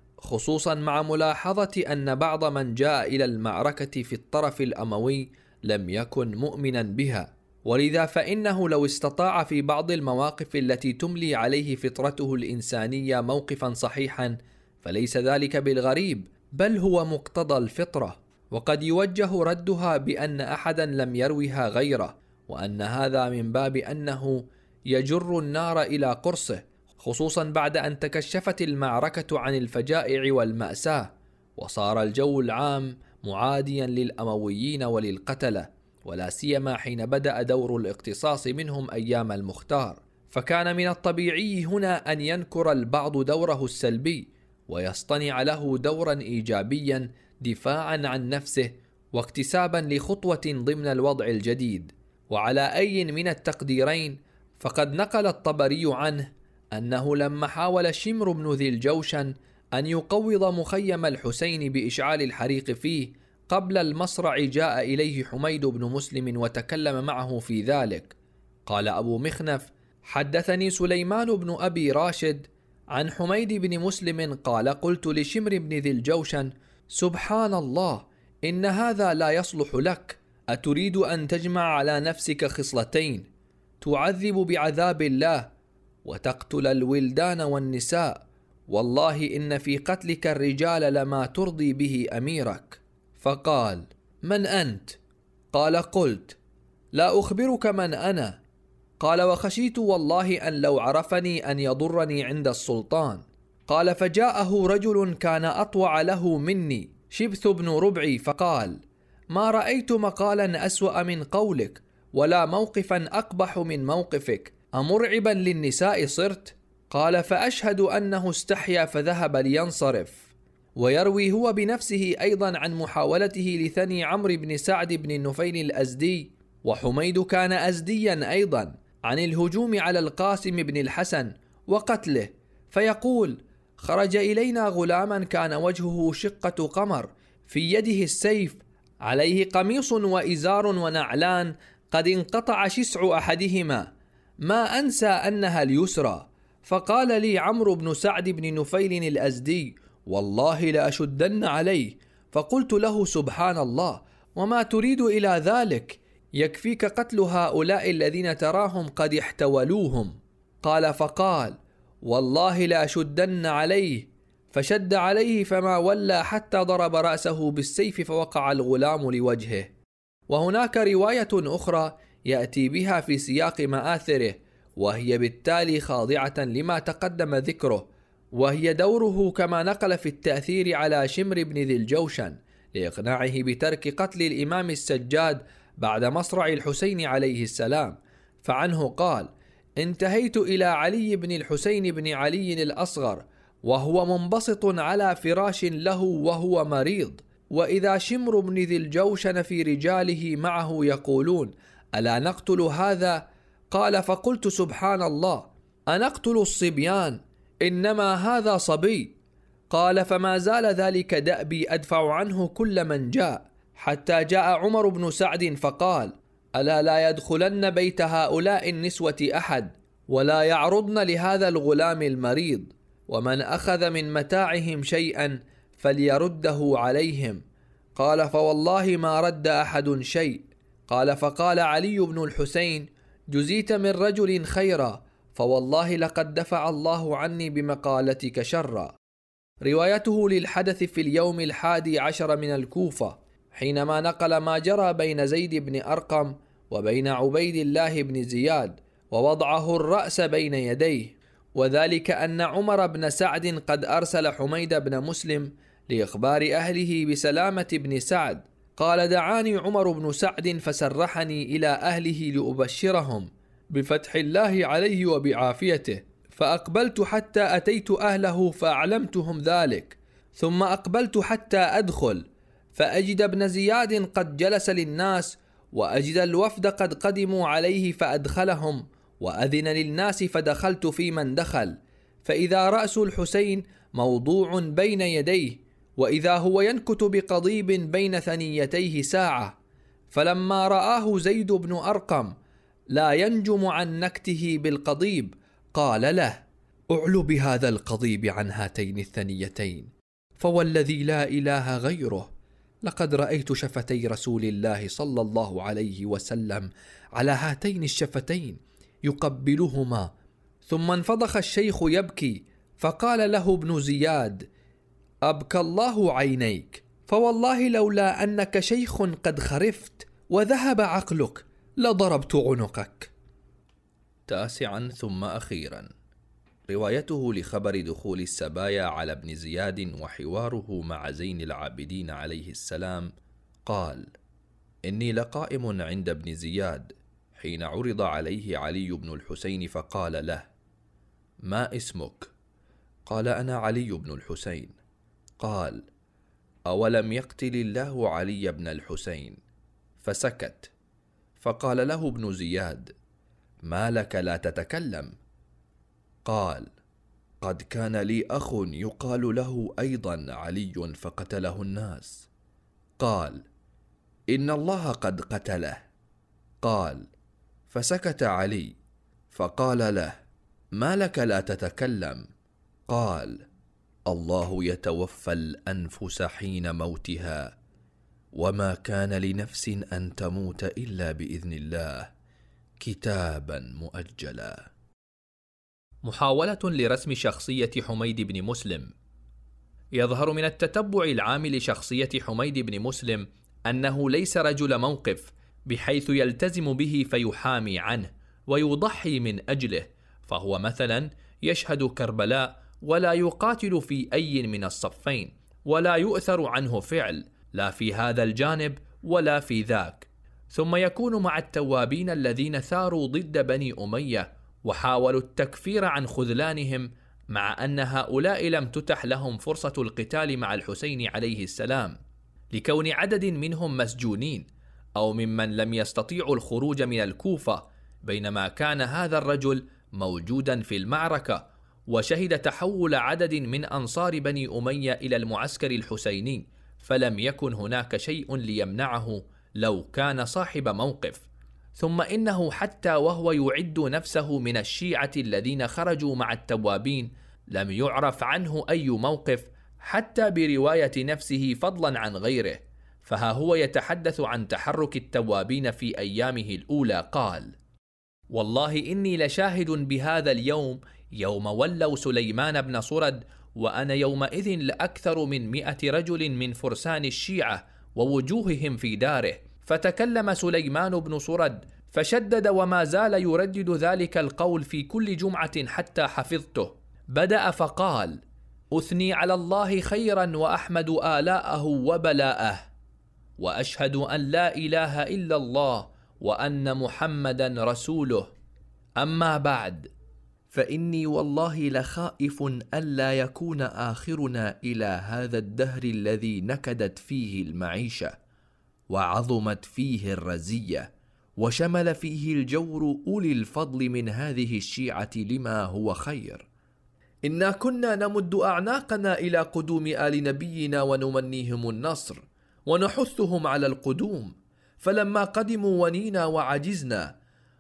خصوصا مع ملاحظة أن بعض من جاء إلى المعركة في الطرف الأموي لم يكن مؤمنا بها، ولذا فإنه لو استطاع في بعض المواقف التي تملي عليه فطرته الإنسانية موقفا صحيحا فليس ذلك بالغريب، بل هو مقتضى الفطرة. وقد يوجه ردها بأن أحدا لم يروها غيره، وأن هذا من باب أنه يجر النار إلى قرصه، خصوصا بعد أن تكشفت المعركة عن الفجائع والمأساة، وصار الجو العام معاديا للأمويين وللقتلة، ولا سيما حين بدأ دور الاقتصاص منهم أيام المختار. فكان من الطبيعي هنا أن ينكر البعض دوره السلبي ويصطنع له دورا إيجابيا دفاعا عن نفسه واكتسابا لخطوة ضمن الوضع الجديد. وعلى أي من التقديرين فقد نقل الطبري عنه أنه لما حاول شمر بن ذي الجوشن أن يقوض مخيم الحسين بإشعال الحريق فيه قبل المصرع جاء إليه حميد بن مسلم وتكلم معه في ذلك. قال أبو مخنف: حدثني سليمان بن أبي راشد عن حميد بن مسلم قال: قلت لشمر بن ذي الجوشن: سبحان الله، إن هذا لا يصلح لك، أتريد أن تجمع على نفسك خصلتين، تعذب بعذاب الله وتقتل الولدان والنساء، والله إن في قتلك الرجال لما ترضي به أميرك. فقال: من أنت؟ قال: قلت: لا أخبرك من أنا. قال: وخشيت والله أن لو عرفني أن يضرني عند السلطان. قال: فجاءه رجل كان أطوع له مني، شبث بن ربعي، فقال: ما رأيت مقالا أسوأ من قولك، ولا موقفا أقبح من موقفك، أمرعبا للنساء صرت؟ قال: فأشهد أنه استحيا فذهب لينصرف. ويروي هو بنفسه أيضا عن محاولته لثني عمرو بن سعد بن النفيل الأزدي، وحميد كان أزديا أيضا، عن الهجوم على القاسم بن الحسن وقتله، فيقول: خرج إلينا غلاما كان وجهه شقة قمر، في يده السيف، عليه قميص وإزار ونعلان قد انقطع شسع أحدهما، ما أنسى أنها اليسرى. فقال لي عمرو بن سعد بن نفيل الأزدي: والله لأشدن عليه. فقلت له: سبحان الله، وما تريد إلى ذلك؟ يكفيك قتل هؤلاء الذين تراهم قد احتولوهم. فقال: والله لأشدن عليه. فشد عليه فما ولى حتى ضرب رأسه بالسيف فوقع الغلام لوجهه. وهناك رواية أخرى يأتي بها في سياق مآثره، وهي بالتالي خاضعة لما تقدم ذكره، وهي دوره كما نقل في التأثير على شمر بن ذي الجوشن لإقناعه بترك قتل الإمام السجاد بعد مصرع الحسين عليه السلام. فعنه قال: انتهيت إلى علي بن الحسين بن علي الأصغر وهو منبسط على فراش له وهو مريض، وإذا شمر بن ذي الجوشن في رجاله معه يقولون: ألا نقتل هذا؟ قال: فقلت: سبحان الله، أنقتل الصبيان؟ إنما هذا صبي. قال: فما زال ذلك دأبي أدفع عنه كل من جاء، حتى جاء عمر بن سعد فقال: ألا لا يدخلن بيت هؤلاء النسوة أحد، ولا يعرضن لهذا الغلام المريض، ومن أخذ من متاعهم شيئا فليرده عليهم. قال: فوالله ما رد أحد شيء. فقال علي بن الحسين: جزيت من رجل خيرا، فوالله لقد دفع الله عني بمقالتك شرا. روايته للحدث في اليوم 11 من الكوفة، حينما نقل ما جرى بين زيد بن أرقم وبين عبيد الله بن زياد، ووضعه الرأس بين يديه، وذلك أن عمر بن سعد قد أرسل حميد بن مسلم لإخبار أهله بسلامة بن سعد. قال: دعاني عمر بن سعد فسرحني إلى أهله لأبشرهم بفتح الله عليه وبعافيته، فأقبلت حتى أتيت أهله فأعلمتهم ذلك، ثم أقبلت حتى أدخل فأجد ابن زياد قد جلس للناس، وأجد الوفد قد قدموا عليه فأدخلهم، وأذن للناس فدخلت في من دخل، فإذا رأس الحسين موضوع بين يديه، وإذا هو ينكت بقضيب بين ثنيتيه ساعة. فلما رآه زيد بن أرقم لا ينجم عن نكته بالقضيب، قال له: أعل بهذا القضيب عن هاتين الثنيتين، فوالذي لا إله غيره لقد رأيت شفتي رسول الله صلى الله عليه وسلم على هاتين الشفتين يقبلهما. ثم انفضخ الشيخ يبكي، فقال له ابن زياد: أبكى الله عينيك، فوالله لولا أنك شيخ قد خرفت وذهب عقلك لضربت عنقك. 9 ثم أخيرا، روايته لخبر دخول السبايا على ابن زياد وحواره مع زين العابدين عليه السلام. قال: إني لقائم عند ابن زياد حين عرض عليه علي بن الحسين، فقال له: ما اسمك؟ قال: أنا علي بن الحسين. قال: أولم يقتل الله علي بن الحسين؟ فسكت. فقال له ابن زياد: ما لك لا تتكلم؟ قال: قد كان لي أخ يقال له أيضا علي فقتله الناس. قال: إن الله قد قتله. قال: فسكت علي، فقال له: ما لك لا تتكلم؟ قال: الله يتوفى الأنفس حين موتها، وما كان لنفس أن تموت إلا بإذن الله، كتابا مؤجلا. محاولة لرسم شخصية حميد بن مسلم. يظهر من التتبع العام لشخصية حميد بن مسلم أنه ليس رجل موقف، بحيث يلتزم به فيحامي عنه ويضحي من أجله، فهو مثلا يشهد كربلاء ولا يقاتل في أي من الصفين، ولا يؤثر عنه فعل، لا في هذا الجانب ولا في ذاك. ثم يكون مع التوابين الذين ثاروا ضد بني أمية وحاولوا التكفير عن خذلانهم، مع أن هؤلاء لم تتح لهم فرصة القتال مع الحسين عليه السلام، لكون عدد منهم مسجونين أو ممن لم يستطيعوا الخروج من الكوفة، بينما كان هذا الرجل موجودا في المعركة وشهد تحول عدد من أنصار بني أمية إلى المعسكر الحسيني، فلم يكن هناك شيء ليمنعه لو كان صاحب موقف. ثم إنه حتى وهو يعد نفسه من الشيعة الذين خرجوا مع التوابين لم يعرف عنه أي موقف حتى برواية نفسه فضلا عن غيره. فها هو يتحدث عن تحرك التوابين في أيامه الأولى، قال: والله إني لشاهد بهذا اليوم يوم ولوا سليمان بن صرد، وأنا يومئذ لأكثر من 100 رجل من فرسان الشيعة ووجوههم في داره. فتكلم سليمان بن صرد فشدد وما زال يردد ذلك القول في كل جمعة حتى حفظته. بدأ فقال: أثني على الله خيرا وأحمد آلاءه وبلاءه، وأشهد أن لا إله إلا الله وأن محمدا رسوله. أما بعد، فإني والله لخائف ألا يكون آخرنا إلى هذا الدهر الذي نكدت فيه المعيشة وعظمت فيه الرزية وشمل فيه الجور أولي الفضل من هذه الشيعة لما هو خير. إنا كنا نمد أعناقنا إلى قدوم آل نبينا ونمنيهم النصر ونحثهم على القدوم، فلما قدموا ونينا وعجزنا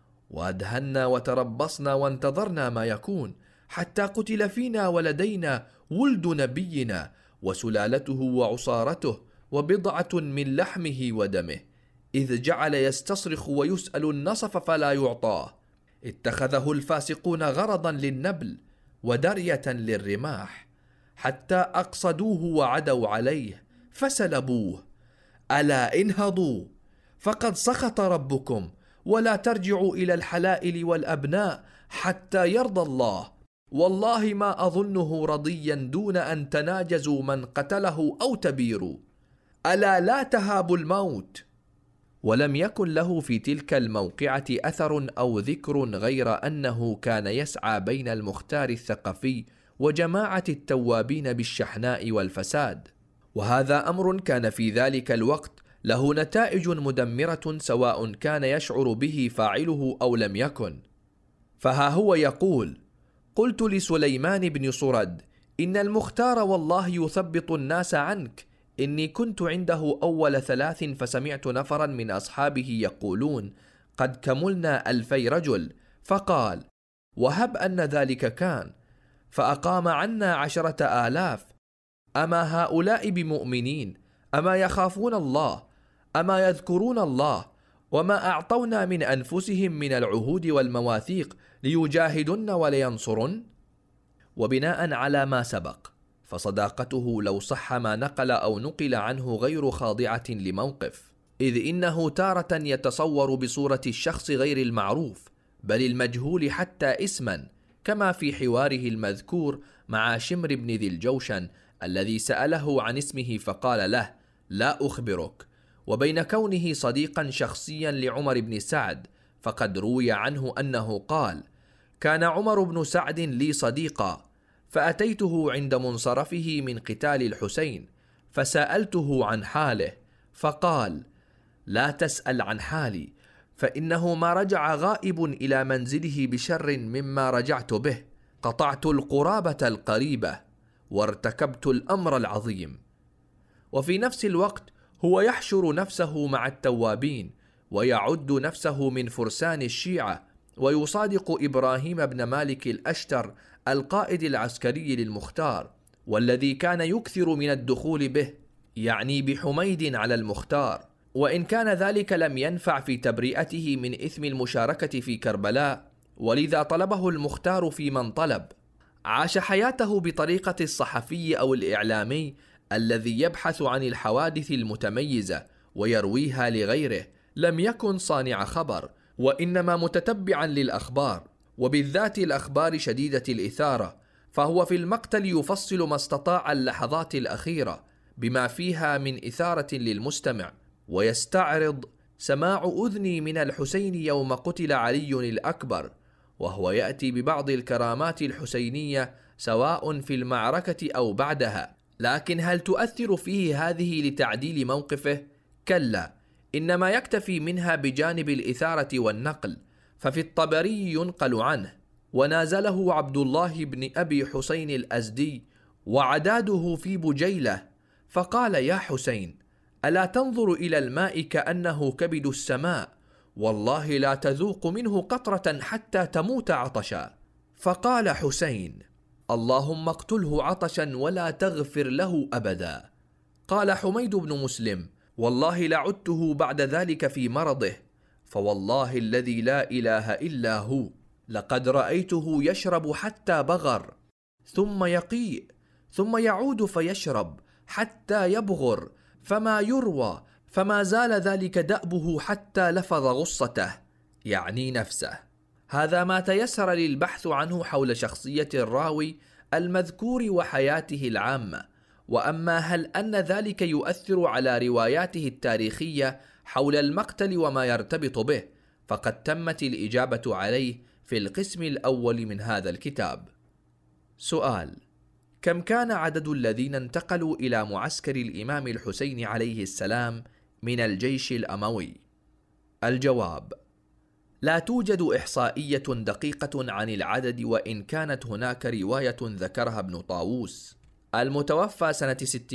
وأدهنا وتربصنا وانتظرنا ما يكون، حتى قتل فينا ولدينا ولد نبينا وسلالته وعصارته وبضعة من لحمه ودمه، إذ جعل يستصرخ ويسأل النصف فلا يعطاه. اتخذه الفاسقون غرضا للنبل ودرية للرماح، حتى أقصدوه وعدوا عليه فسلبوه. ألا انهضوا فقد سخط ربكم، ولا ترجعوا إلى الحلائل والأبناء حتى يرضى الله. والله ما أظنه رضيا دون أن تناجزوا من قتله أو تبيروا. ألا لا تهابوا الموت. ولم يكن له في تلك الموقعة أثر أو ذكر غير أنه كان يسعى بين المختار الثقفي وجماعة التوابين بالشحناء والفساد، وهذا أمر كان في ذلك الوقت له نتائج مدمرة سواء كان يشعر به فاعله أو لم يكن. فها هو يقول: قلت لسليمان بن صرد: إن المختار والله يثبط الناس عنك. إني كنت عنده أول 3 فسمعت نفرا من أصحابه يقولون: قد كملنا 2000 رجل. فقال: وهب أن ذلك كان، فأقام عنا 10,000. أما هؤلاء بمؤمنين؟ أما يخافون الله؟ أما يذكرون الله؟ وما أعطونا من أنفسهم من العهود والمواثيق ليجاهدن ولينصرن؟ وبناء على ما سبق، فصداقته لو صح ما نقل أو نقل عنه غير خاضعة لموقف، إذ إنه تارة يتصور بصورة الشخص غير المعروف بل المجهول حتى اسما، كما في حواره المذكور مع شمر بن ذي الجوشن الذي سأله عن اسمه فقال له: لا أخبرك. وبين كونه صديقا شخصيا لعمر بن سعد، فقد روي عنه أنه قال: كان عمر بن سعد لي صديقا، فأتيته عند منصرفه من قتال الحسين فسألته عن حاله، فقال: لا تسأل عن حالي، فإنه ما رجع غائب إلى منزله بشر مما رجعت به. قطعت القرابة القريبة وارتكبت الأمر العظيم. وفي نفس الوقت هو يحشر نفسه مع التوابين ويعد نفسه من فرسان الشيعة، ويصادق إبراهيم بن مالك الأشتر القائد العسكري للمختار، والذي كان يكثر من الدخول به، يعني بحميد على المختار، وإن كان ذلك لم ينفع في تبرئته من إثم المشاركة في كربلاء، ولذا طلبه المختار في من طلب. عاش حياته بطريقة الصحفي أو الإعلامي الذي يبحث عن الحوادث المتميزة ويرويها لغيره، لم يكن صانع خبر، وإنما متتبعا للأخبار، وبالذات الأخبار شديدة الإثارة، فهو في المقتل يفصل ما استطاع اللحظات الأخيرة بما فيها من إثارة للمستمع، ويستعرض سماع أذني من الحسين يوم قتل علي الأكبر، وهو يأتي ببعض الكرامات الحسينية سواء في المعركة أو بعدها. لكن هل تؤثر فيه هذه لتعديل موقفه؟ كلا، إنما يكتفي منها بجانب الإثارة والنقل. ففي الطبري ينقل عنه: ونازله عبد الله بن أبي حسين الأزدي وعداده في بجيلة، فقال: يا حسين، ألا تنظر إلى الماء كأنه كبد السماء، والله لا تذوق منه قطرة حتى تموت عطشا. فقال حسين: اللهم اقتله عطشا ولا تغفر له أبدا. قال حميد بن مسلم: والله لعدته بعد ذلك في مرضه، فوالله الذي لا إله إلا هو لقد رأيته يشرب حتى بغر، ثم يقيء، ثم يعود فيشرب حتى يبغر، فما يروى، فما زال ذلك دأبه حتى لفظ غصته، يعني نفسه. هذا ما تيسر للبحث عنه حول شخصية الراوي المذكور وحياته العامة. وأما هل أن ذلك يؤثر على رواياته التاريخية حول المقتل وما يرتبط به، فقد تمت الإجابة عليه في القسم الأول من هذا الكتاب. سؤال: كم كان عدد الذين انتقلوا إلى معسكر الإمام الحسين عليه السلام من الجيش الأموي؟ الجواب: لا توجد إحصائية دقيقة عن العدد، وإن كانت هناك رواية ذكرها ابن طاووس المتوفى سنة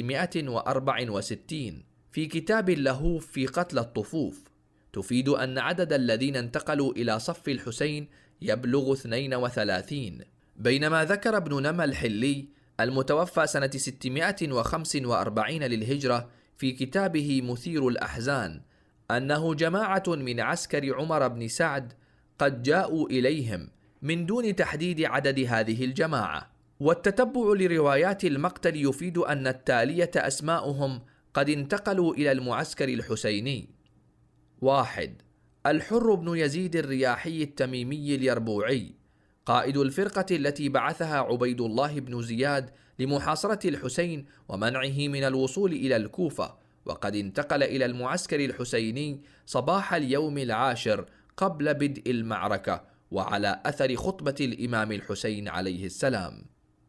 664 في كتاب له في قتل الطفوف، تفيد أن عدد الذين انتقلوا إلى صف الحسين يبلغ 32، بينما ذكر ابن نمى الحلي المتوفى سنة 645 للهجرة في كتابه مثير الأحزان أنه جماعة من عسكر عمر بن سعد قد جاءوا إليهم، من دون تحديد عدد هذه الجماعة. والتتبع لروايات المقتل يفيد أن التالية أسماؤهم قد انتقلوا إلى المعسكر الحسيني: 1. الحر بن يزيد الرياحي التميمي اليربوعي، قائد الفرقة التي بعثها عبيد الله بن زياد لمحاصرة الحسين ومنعه من الوصول إلى الكوفة، وقد انتقل إلى المعسكر الحسيني صباح اليوم 10 قبل بدء المعركة، وعلى أثر خطبة الإمام الحسين عليه السلام.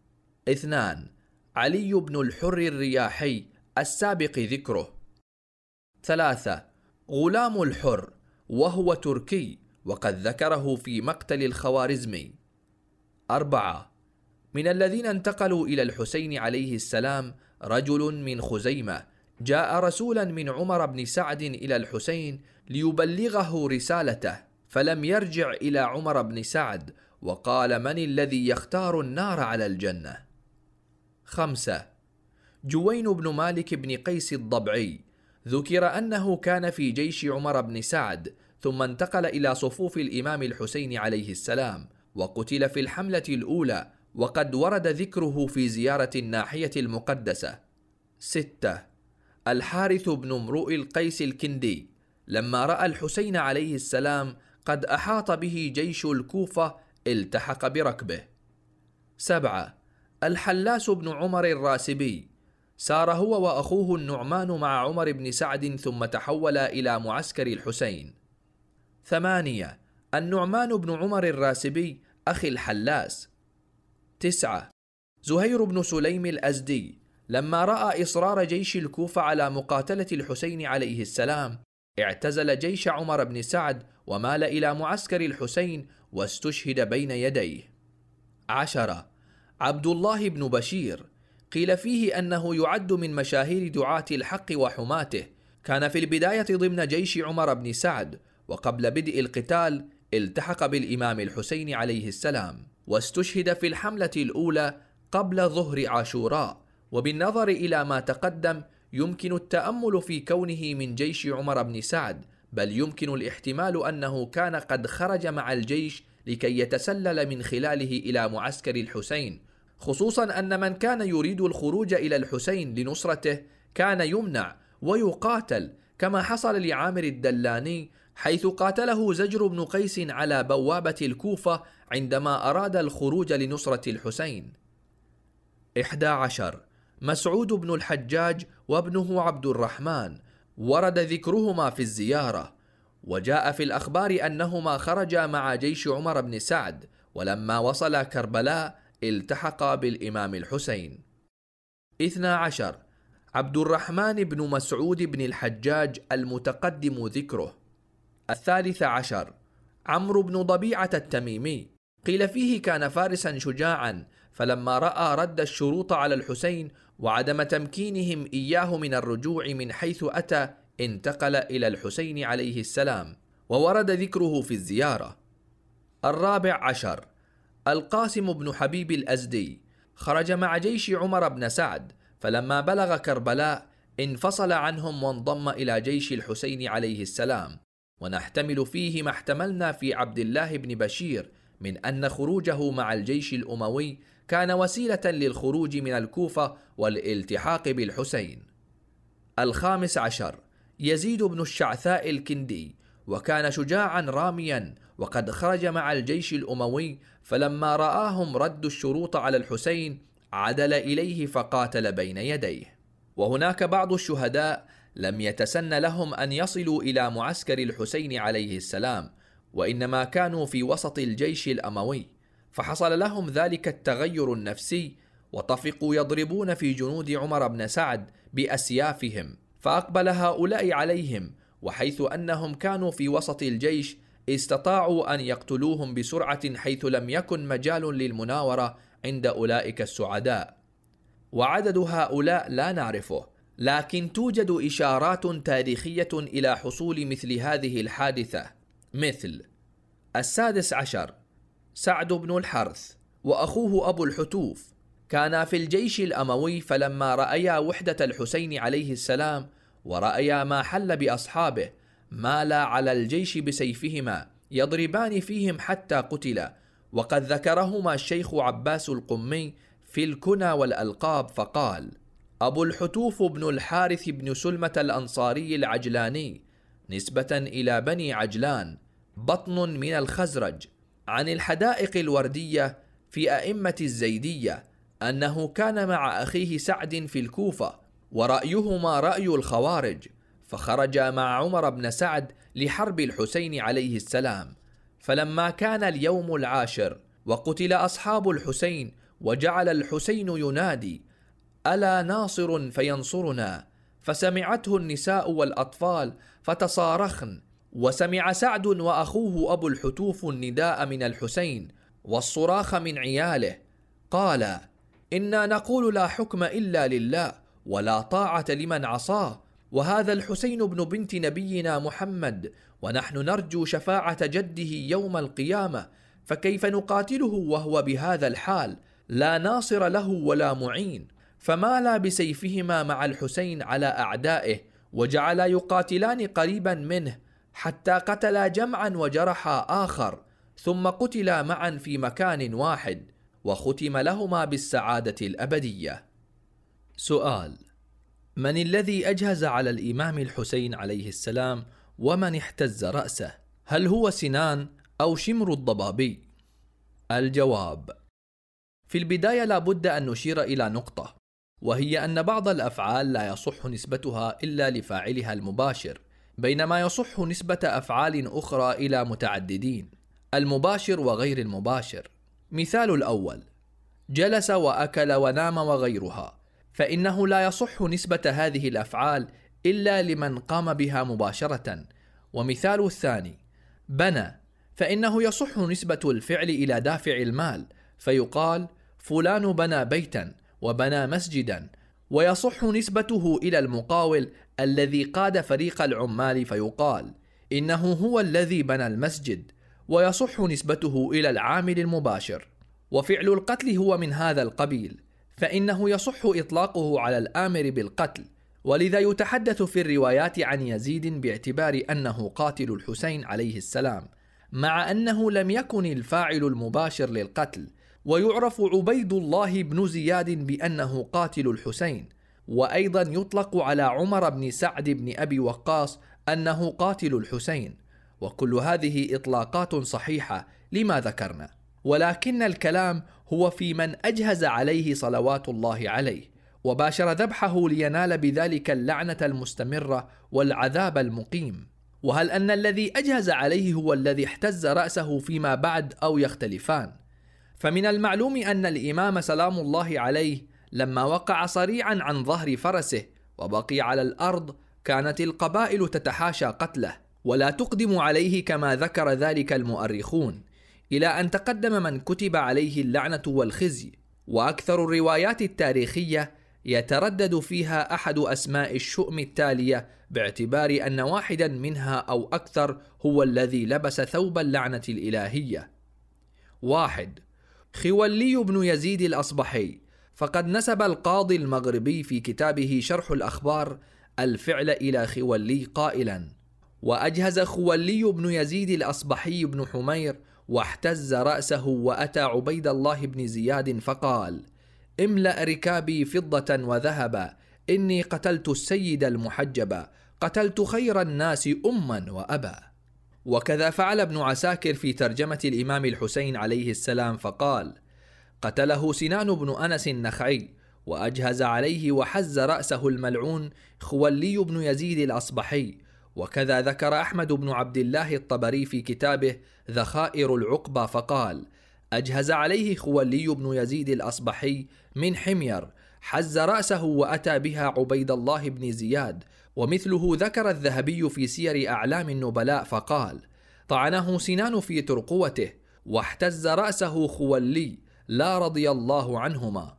2. علي بن الحر الرياحي السابق ذكره. 3. غلام الحر، وهو تركي وقد ذكره في مقتل الخوارزمي. 4. من الذين انتقلوا إلى الحسين عليه السلام رجل من خزيمة جاء رسولا من عمر بن سعد إلى الحسين ليبلغه رسالته، فلم يرجع إلى عمر بن سعد، وقال: من الذي يختار النار على الجنة؟ 5. جوين بن مالك بن قيس الضبعي، ذكر أنه كان في جيش عمر بن سعد، ثم انتقل إلى صفوف الإمام الحسين عليه السلام، وقتل في الحملة الأولى، وقد ورد ذكره في زيارة الناحية المقدسة. 6. الحارث بن امرؤ القيس الكندي، لما رأى الحسين عليه السلام قد أحاط به جيش الكوفة التحق بركبه. 7. الحلاس بن عمر الراسبي، سار هو وأخوه النعمان مع عمر بن سعد ثم تحولا إلى معسكر الحسين. 8. النعمان بن عمر الراسبي أخي الحلاس. 9. زهير بن سليم الأزدي، لما رأى إصرار جيش الكوفة على مقاتلة الحسين عليه السلام اعتزل جيش عمر بن سعد ومال إلى معسكر الحسين واستشهد بين يديه. 10. عبد الله بن بشير، قيل فيه أنه يعد من مشاهير دعاة الحق وحماته، كان في البداية ضمن جيش عمر بن سعد، وقبل بدء القتال التحق بالإمام الحسين عليه السلام، واستشهد في الحملة الأولى قبل ظهر عاشوراء. وبالنظر إلى ما تقدم يمكن التأمل في كونه من جيش عمر بن سعد، بل يمكن الاحتمال أنه كان قد خرج مع الجيش لكي يتسلل من خلاله إلى معسكر الحسين، خصوصا أن من كان يريد الخروج إلى الحسين لنصرته كان يمنع ويقاتل، كما حصل لعامر الدلاني حيث قاتله زجر بن قيس على بوابة الكوفة عندما أراد الخروج لنصرة الحسين. 11 مسعود بن الحجاج وابنه عبد الرحمن، ورد ذكرهما في الزيارة، وجاء في الأخبار أنهما خرجا مع جيش عمر بن سعد، ولما وصل كربلاء التحقا بالإمام الحسين. 12 عبد الرحمن بن مسعود بن الحجاج المتقدم ذكره. 13 عمرو بن ضبيعة التميمي، قيل فيه كان فارسا شجاعا، فلما رأى رد الشروط على الحسين وعدم تمكينهم إياه من الرجوع من حيث أتى انتقل إلى الحسين عليه السلام، وورد ذكره في الزيارة. 14 القاسم بن حبيب الأزدي، خرج مع جيش عمر بن سعد، فلما بلغ كربلاء انفصل عنهم وانضم إلى جيش الحسين عليه السلام، ونحتمل فيه ما احتملنا في عبد الله بن بشير من أن خروجه مع الجيش الأموي كان وسيلة للخروج من الكوفة والالتحاق بالحسين. 15 يزيد بن الشعثاء الكندي، وكان شجاعا راميا، وقد خرج مع الجيش الأموي، فلما رآهم ردوا الشروط على الحسين عدل إليه فقاتل بين يديه. وهناك بعض الشهداء لم يتسن لهم أن يصلوا إلى معسكر الحسين عليه السلام، وإنما كانوا في وسط الجيش الأموي، فحصل لهم ذلك التغير النفسي، وطفقوا يضربون في جنود عمر بن سعد بأسيافهم، فأقبل هؤلاء عليهم، وحيث أنهم كانوا في وسط الجيش استطاعوا أن يقتلوهم بسرعة، حيث لم يكن مجال للمناورة عند أولئك السعداء. وعدد هؤلاء لا نعرفه، لكن توجد إشارات تاريخية إلى حصول مثل هذه الحادثة، مثل 16 سعد بن الحرث وأخوه أبو الحتوف كانا في الجيش الأموي، فلما رأيا وحدة الحسين عليه السلام ورأيا ما حل بأصحابه مالا على الجيش بسيفهما يضربان فيهم حتى قتلا، وقد ذكرهما الشيخ عباس القمي في الكنى والألقاب، فقال: أبو الحتوف بن الحارث بن سلمة الأنصاري العجلاني نسبة إلى بني عجلان، بطن من الخزرج، عن الحدائق الوردية في أئمة الزيدية، أنه كان مع أخيه سعد في الكوفة، ورأيهما رأي الخوارج، فخرجا مع عمر بن سعد لحرب الحسين عليه السلام. فلما كان اليوم العاشر وقتل أصحاب الحسين، وجعل الحسين ينادي: ألا ناصر فينصرنا، فسمعته النساء والأطفال فتصارخن، وسمع سعد وأخوه أبو الحتوف النداء من الحسين والصراخ من عياله، قال: إنا نقول لا حكم إلا لله ولا طاعة لمن عصاه، وهذا الحسين بن بنت نبينا محمد، ونحن نرجو شفاعة جده يوم القيامة، فكيف نقاتله وهو بهذا الحال، لا ناصر له ولا معين؟ فمالا بسيفهما مع الحسين على أعدائه، وجعلا يقاتلان قريبا منه، حتى قتلا جمعا وجرحا آخر، ثم قتلا معا في مكان واحد، وختم لهما بالسعادة الأبدية. سؤال: من الذي أجهز على الإمام الحسين عليه السلام ومن احتز رأسه؟ هل هو سنان أو شمر الضبابي؟ الجواب: في البداية لا بد أن نشير إلى نقطة، وهي أن بعض الأفعال لا يصح نسبتها إلا لفاعلها المباشر، بينما يصح نسبة أفعال أخرى إلى متعددين، المباشر وغير المباشر. مثال الأول: جلس وأكل ونام وغيرها، فإنه لا يصح نسبة هذه الأفعال إلا لمن قام بها مباشرة. ومثال الثاني: بنى، فإنه يصح نسبة الفعل إلى دافع المال، فيقال: فلان بنى بيتا وبنى مسجدا، ويصح نسبته إلى المقاول الذي قاد فريق العمال، فيقال: إنه هو الذي بنى المسجد، ويصح نسبته إلى العامل المباشر. وفعل القتل هو من هذا القبيل، فإنه يصح إطلاقه على الآمر بالقتل، ولذا يتحدث في الروايات عن يزيد باعتبار أنه قاتل الحسين عليه السلام، مع أنه لم يكن الفاعل المباشر للقتل. ويعرف عبيد الله بن زياد بأنه قاتل الحسين، وأيضا يطلق على عمر بن سعد بن أبي وقاص أنه قاتل الحسين، وكل هذه إطلاقات صحيحة لما ذكرنا. ولكن الكلام هو في من أجهز عليه صلوات الله عليه وباشر ذبحه لينال بذلك اللعنة المستمرة والعذاب المقيم. وهل أن الذي أجهز عليه هو الذي احتز رأسه فيما بعد أو يختلفان؟ فمن المعلوم أن الإمام سلام الله عليه لما وقع صريعا عن ظهر فرسه وبقي على الأرض كانت القبائل تتحاشى قتله ولا تقدم عليه كما ذكر ذلك المؤرخون، إلى أن تقدم من كتب عليه اللعنة والخزي. وأكثر الروايات التاريخية يتردد فيها أحد أسماء الشؤم التالية باعتبار أن واحدا منها أو أكثر هو الذي لبس ثوب اللعنة الإلهية. 1. خولي بن يزيد الأصبحي، فقد نسب القاضي المغربي في كتابه شرح الأخبار الفعل إلى خولي قائلا: وأجهز خولي بن يزيد الأصبحي بن حمير واحتز رأسه وأتى عبيد الله بن زياد فقال: املأ ركابي فضة وذهبا، إني قتلت السيد المحجب، قتلت خير الناس أما وأبا. وكذا فعل ابن عساكر في ترجمة الإمام الحسين عليه السلام فقال: قتله سنان بن أنس النخعي، وأجهز عليه وحز رأسه الملعون خولي بن يزيد الأصبحي. وكذا ذكر أحمد بن عبد الله الطبري في كتابه ذخائر العقبة فقال: أجهز عليه خولي بن يزيد الأصبحي من حمير، حز رأسه وأتى بها عبيد الله بن زياد. ومثله ذكر الذهبي في سير أعلام النبلاء فقال: طعنه سنان في ترقوته، واحتز رأسه خولي لا رضي الله عنهما.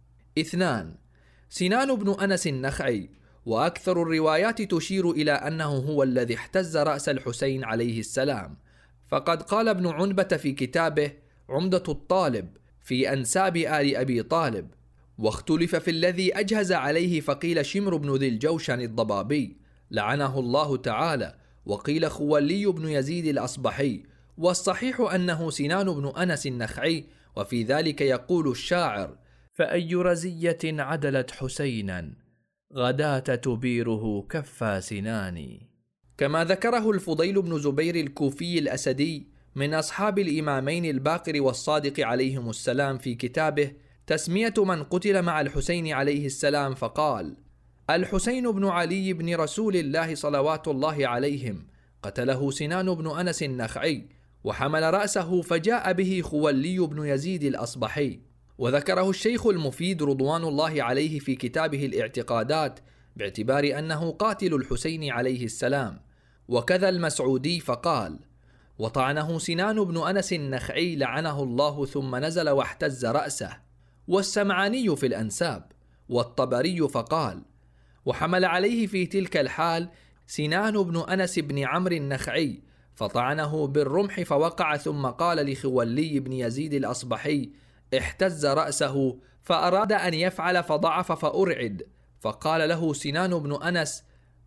2. سنان بن أنس النخعي، وأكثر الروايات تشير إلى أنه هو الذي احتز رأس الحسين عليه السلام، فقد قال ابن عنبة في كتابه عمدة الطالب في أنساب آل أبي طالب: واختلف في الذي أجهز عليه، فقيل شمر بن ذي الجوشن الضبابي لعنه الله تعالى، وقيل خولي بن يزيد الأصبحي، والصحيح أنه سنان بن أنس النخعي. وفي ذلك يقول الشاعر: فأي رزية عدلت حسينا، غداة تبيره كفى سناني. كما ذكره الفضيل بن زبير الكوفي الأسدي من أصحاب الإمامين الباقر والصادق عليهم السلام في كتابه تسمية من قتل مع الحسين عليه السلام فقال: الحسين بن علي بن رسول الله صلوات الله عليهم، قتله سنان بن أنس النخعي، وحمل رأسه فجاء به خولي بن يزيد الأصبحي. وذكره الشيخ المفيد رضوان الله عليه في كتابه الاعتقادات باعتبار أنه قاتل الحسين عليه السلام. وكذا المسعودي فقال: وطعنه سنان بن أنس النخعي لعنه الله، ثم نزل واحتز رأسه. والسمعاني في الأنساب. والطبري فقال: وحمل عليه في تلك الحال سنان بن أنس بن عمرو النخعي، فطعنه بالرمح فوقع، ثم قال لخولي بن يزيد الأصبحي: احتز رأسه، فأراد أن يفعل فضعف فأرعد، فقال له سنان بن أنس: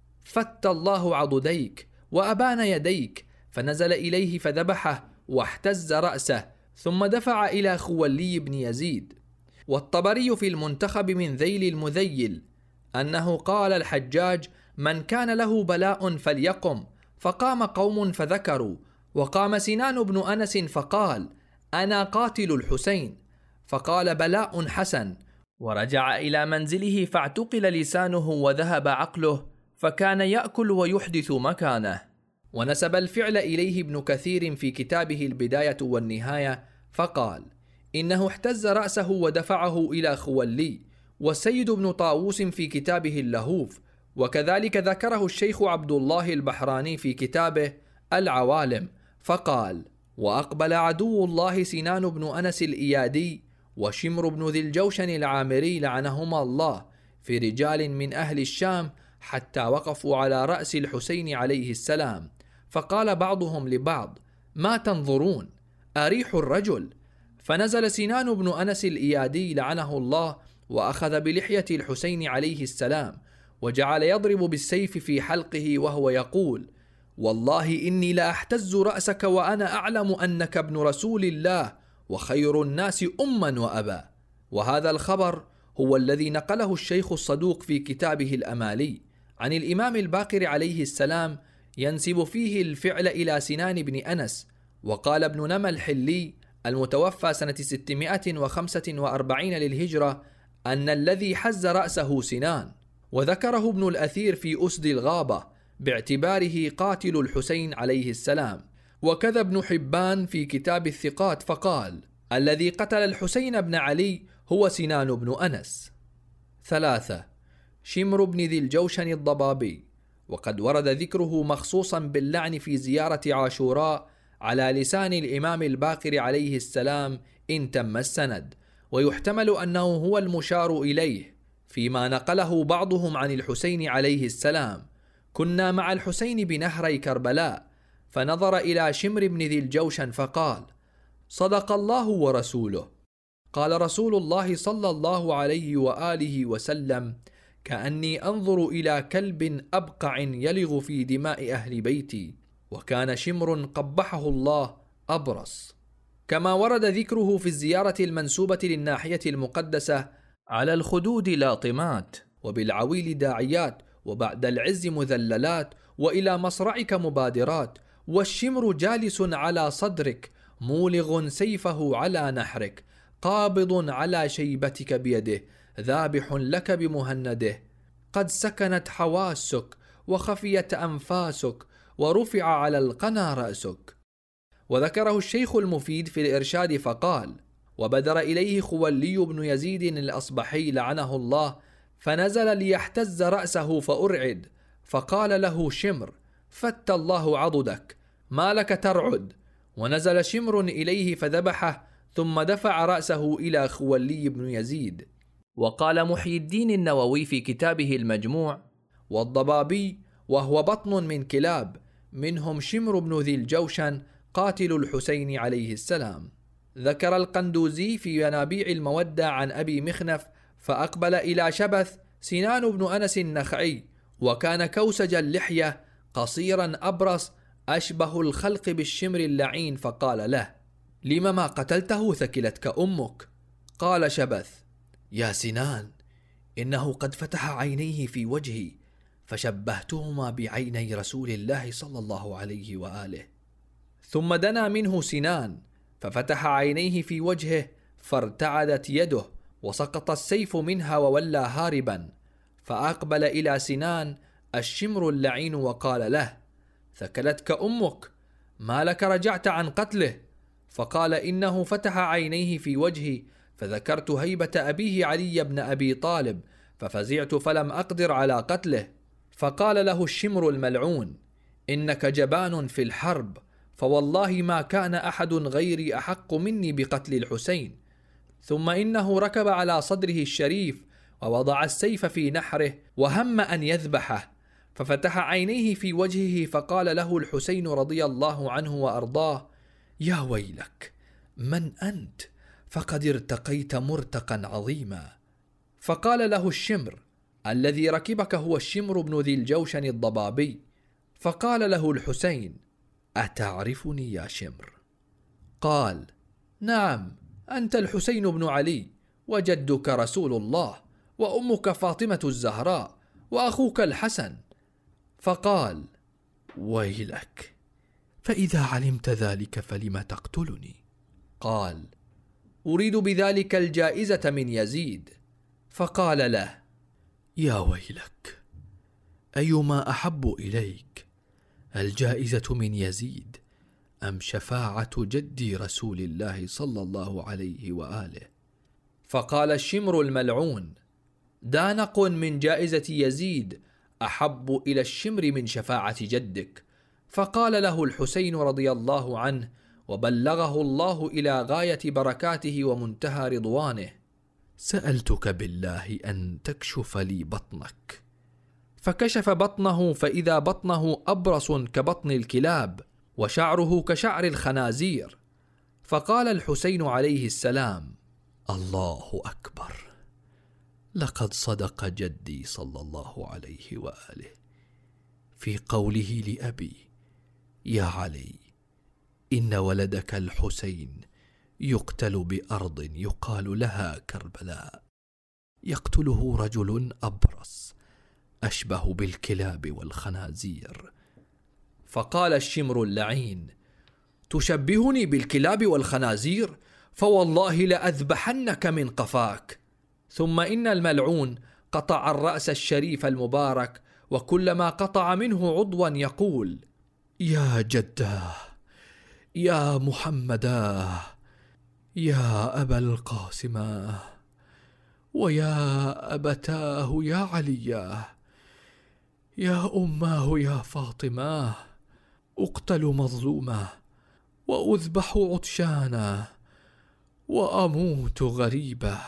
فت الله عضديك وأبان يديك، فنزل إليه فذبحه واحتز رأسه، ثم دفع إلى خولي بن يزيد. والطبري في المنتخب من ذيل المذيل أنه قال الحجاج: من كان له بلاء فليقم، فقام قوم فذكروا، وقام سنان بن أنس فقال: أنا قاتل الحسين، فقال: بلاء حسن، ورجع إلى منزله فاعتقل لسانه وذهب عقله، فكان يأكل ويحدث مكانه. ونسب الفعل إليه ابن كثير في كتابه البداية والنهاية فقال: إنه احتز رأسه ودفعه إلى خولي. والسيد بن طاووس في كتابه اللهوف. وكذلك ذكره الشيخ عبد الله البحراني في كتابه العوالم فقال: وأقبل عدو الله سنان بن أنس الإيادي وشمر بن ذي الجوشن العامري لعنهما الله في رجال من أهل الشام، حتى وقفوا على رأس الحسين عليه السلام، فقال بعضهم لبعض: ما تنظرون؟ أريح الرجل. فنزل سنان بن أنس الإيادي لعنه الله وأخذ بلحية الحسين عليه السلام، وجعل يضرب بالسيف في حلقه وهو يقول: والله إني لأحتز رأسك وأنا أعلم أنك ابن رسول الله وخير الناس أما وأبا. وهذا الخبر هو الذي نقله الشيخ الصدوق في كتابه الأمالي عن الإمام الباقر عليه السلام، ينسب فيه الفعل إلى سنان بن أنس. وقال ابن نمى الحلي: المتوفى سنة 645 للهجرة أن الذي حز رأسه سنان، وذكره ابن الأثير في أسد الغابة باعتباره قاتل الحسين عليه السلام. وكذا ابن حبان في كتاب الثقات فقال: الذي قتل الحسين بن علي هو سنان بن أنس. 3. شمر بن ذي الجوشن الضبابي، وقد ورد ذكره مخصوصا باللعن في زيارة عاشوراء على لسان الإمام الباقر عليه السلام إن تم السند، ويحتمل أنه هو المشار إليه فيما نقله بعضهم عن الحسين عليه السلام: كنا مع الحسين بنهري كربلاء، فنظر إلى شمر بن ذي الجوشن فقال: صدق الله ورسوله. قال رسول الله صلى الله عليه وآله وسلم: كأني أنظر إلى كلب أبقع يلغ في دماء أهل بيتي. وكان شمر قبحه الله أبرص. كما ورد ذكره في الزيارة المنسوبة للناحية المقدسة: على الخدود لاطمات، وبالعويل داعيات، وبعد العز مذللات، وإلى مصرعك مبادرات، والشمر جالس على صدرك مولغ سيفه على نحرك، قابض على شيبتك بيده، ذابح لك بمهنده، قد سكنت حواسك وخفيت أنفاسك، ورفع على القنا رأسك. وذكره الشيخ المفيد في الإرشاد فقال: وبدر إليه خولي بن يزيد الأصبحي لعنه الله، فنزل ليحتز رأسه فأرعد، فقال له شمر: فت الله عضدك، ما لك ترعد؟ ونزل شمر إليه فذبحه، ثم دفع رأسه إلى خولي بن يزيد. وقال محي الدين النووي في كتابه المجموع: والضبابي وهو بطن من كلاب، منهم شمر بن ذي الجوشن قاتل الحسين عليه السلام. ذكر القندوزي في ينابيع المودة عن أبي مخنف: فأقبل إلى شبث سنان بن أنس النخعي، وكان كوسج اللحية قصيرا أبرص أشبه الخلق بالشمر اللعين، فقال له: لم ما قتلته؟ ثكلتك أمك. قال شبث: يا سنان، إنه قد فتح عينيه في وجهي، فشبهتهما بعيني رسول الله صلى الله عليه وآله. ثم دنا منه سنان ففتح عينيه في وجهه، فارتعدت يده، وسقط السيف منها وولى هاربا. فأقبل إلى سنان الشمر اللعين وقال له: ثكلتك أمك، ما لك رجعت عن قتله؟ فقال: إنه فتح عينيه في وجهي، فذكرت هيبة أبيه علي بن أبي طالب، ففزعت فلم أقدر على قتله. فقال له الشمر الملعون: إنك جبان في الحرب، فوالله ما كان أحد غيري أحق مني بقتل الحسين. ثم إنه ركب على صدره الشريف، ووضع السيف في نحره، وهم أن يذبحه، ففتح عينيه في وجهه، فقال له الحسين رضي الله عنه وأرضاه: يا ويلك، من أنت؟ فقد ارتقيت مرتقا عظيما. فقال له الشمر: الذي ركبك هو الشمر بن ذي الجوشن الضبابي. فقال له الحسين: أتعرفني يا شمر؟ قال: نعم، أنت الحسين بن علي، وجدك رسول الله، وأمك فاطمة الزهراء، وأخوك الحسن. فقال: ويلك، فإذا علمت ذلك فلم تقتلني؟ قال: أريد بذلك الجائزة من يزيد. فقال له: يا ويلك، أيما أحب إليك، الجائزة من يزيد أم شفاعة جدي رسول الله صلى الله عليه وآله؟ فقال الشمر الملعون: دانق من جائزة يزيد أحب إلى الشمر من شفاعة جدك. فقال له الحسين رضي الله عنه، وبلغه الله إلى غاية بركاته ومنتهى رضوانه: سألتك بالله أن تكشف لي بطنك. فكشف بطنه، فإذا بطنه أبرص كبطن الكلاب، وشعره كشعر الخنازير. فقال الحسين عليه السلام: الله أكبر، لقد صدق جدي صلى الله عليه وآله في قوله لأبي: يا علي، إن ولدك الحسين يقتل بأرض يقال لها كربلاء، يقتله رجل أبرص أشبه بالكلاب والخنازير. فقال الشمر اللعين: تشبهني بالكلاب والخنازير؟ فوالله لأذبحنك من قفاك. ثم إن الملعون قطع الرأس الشريف المبارك، وكلما قطع منه عضوا يقول: يا جداه، يا محمداه، يا أبا القاسماه، ويا أبتاه يا علياه، يا أماه يا فاطماه، أقتل مظلوما وأذبح عطشانا وأموت غريبا.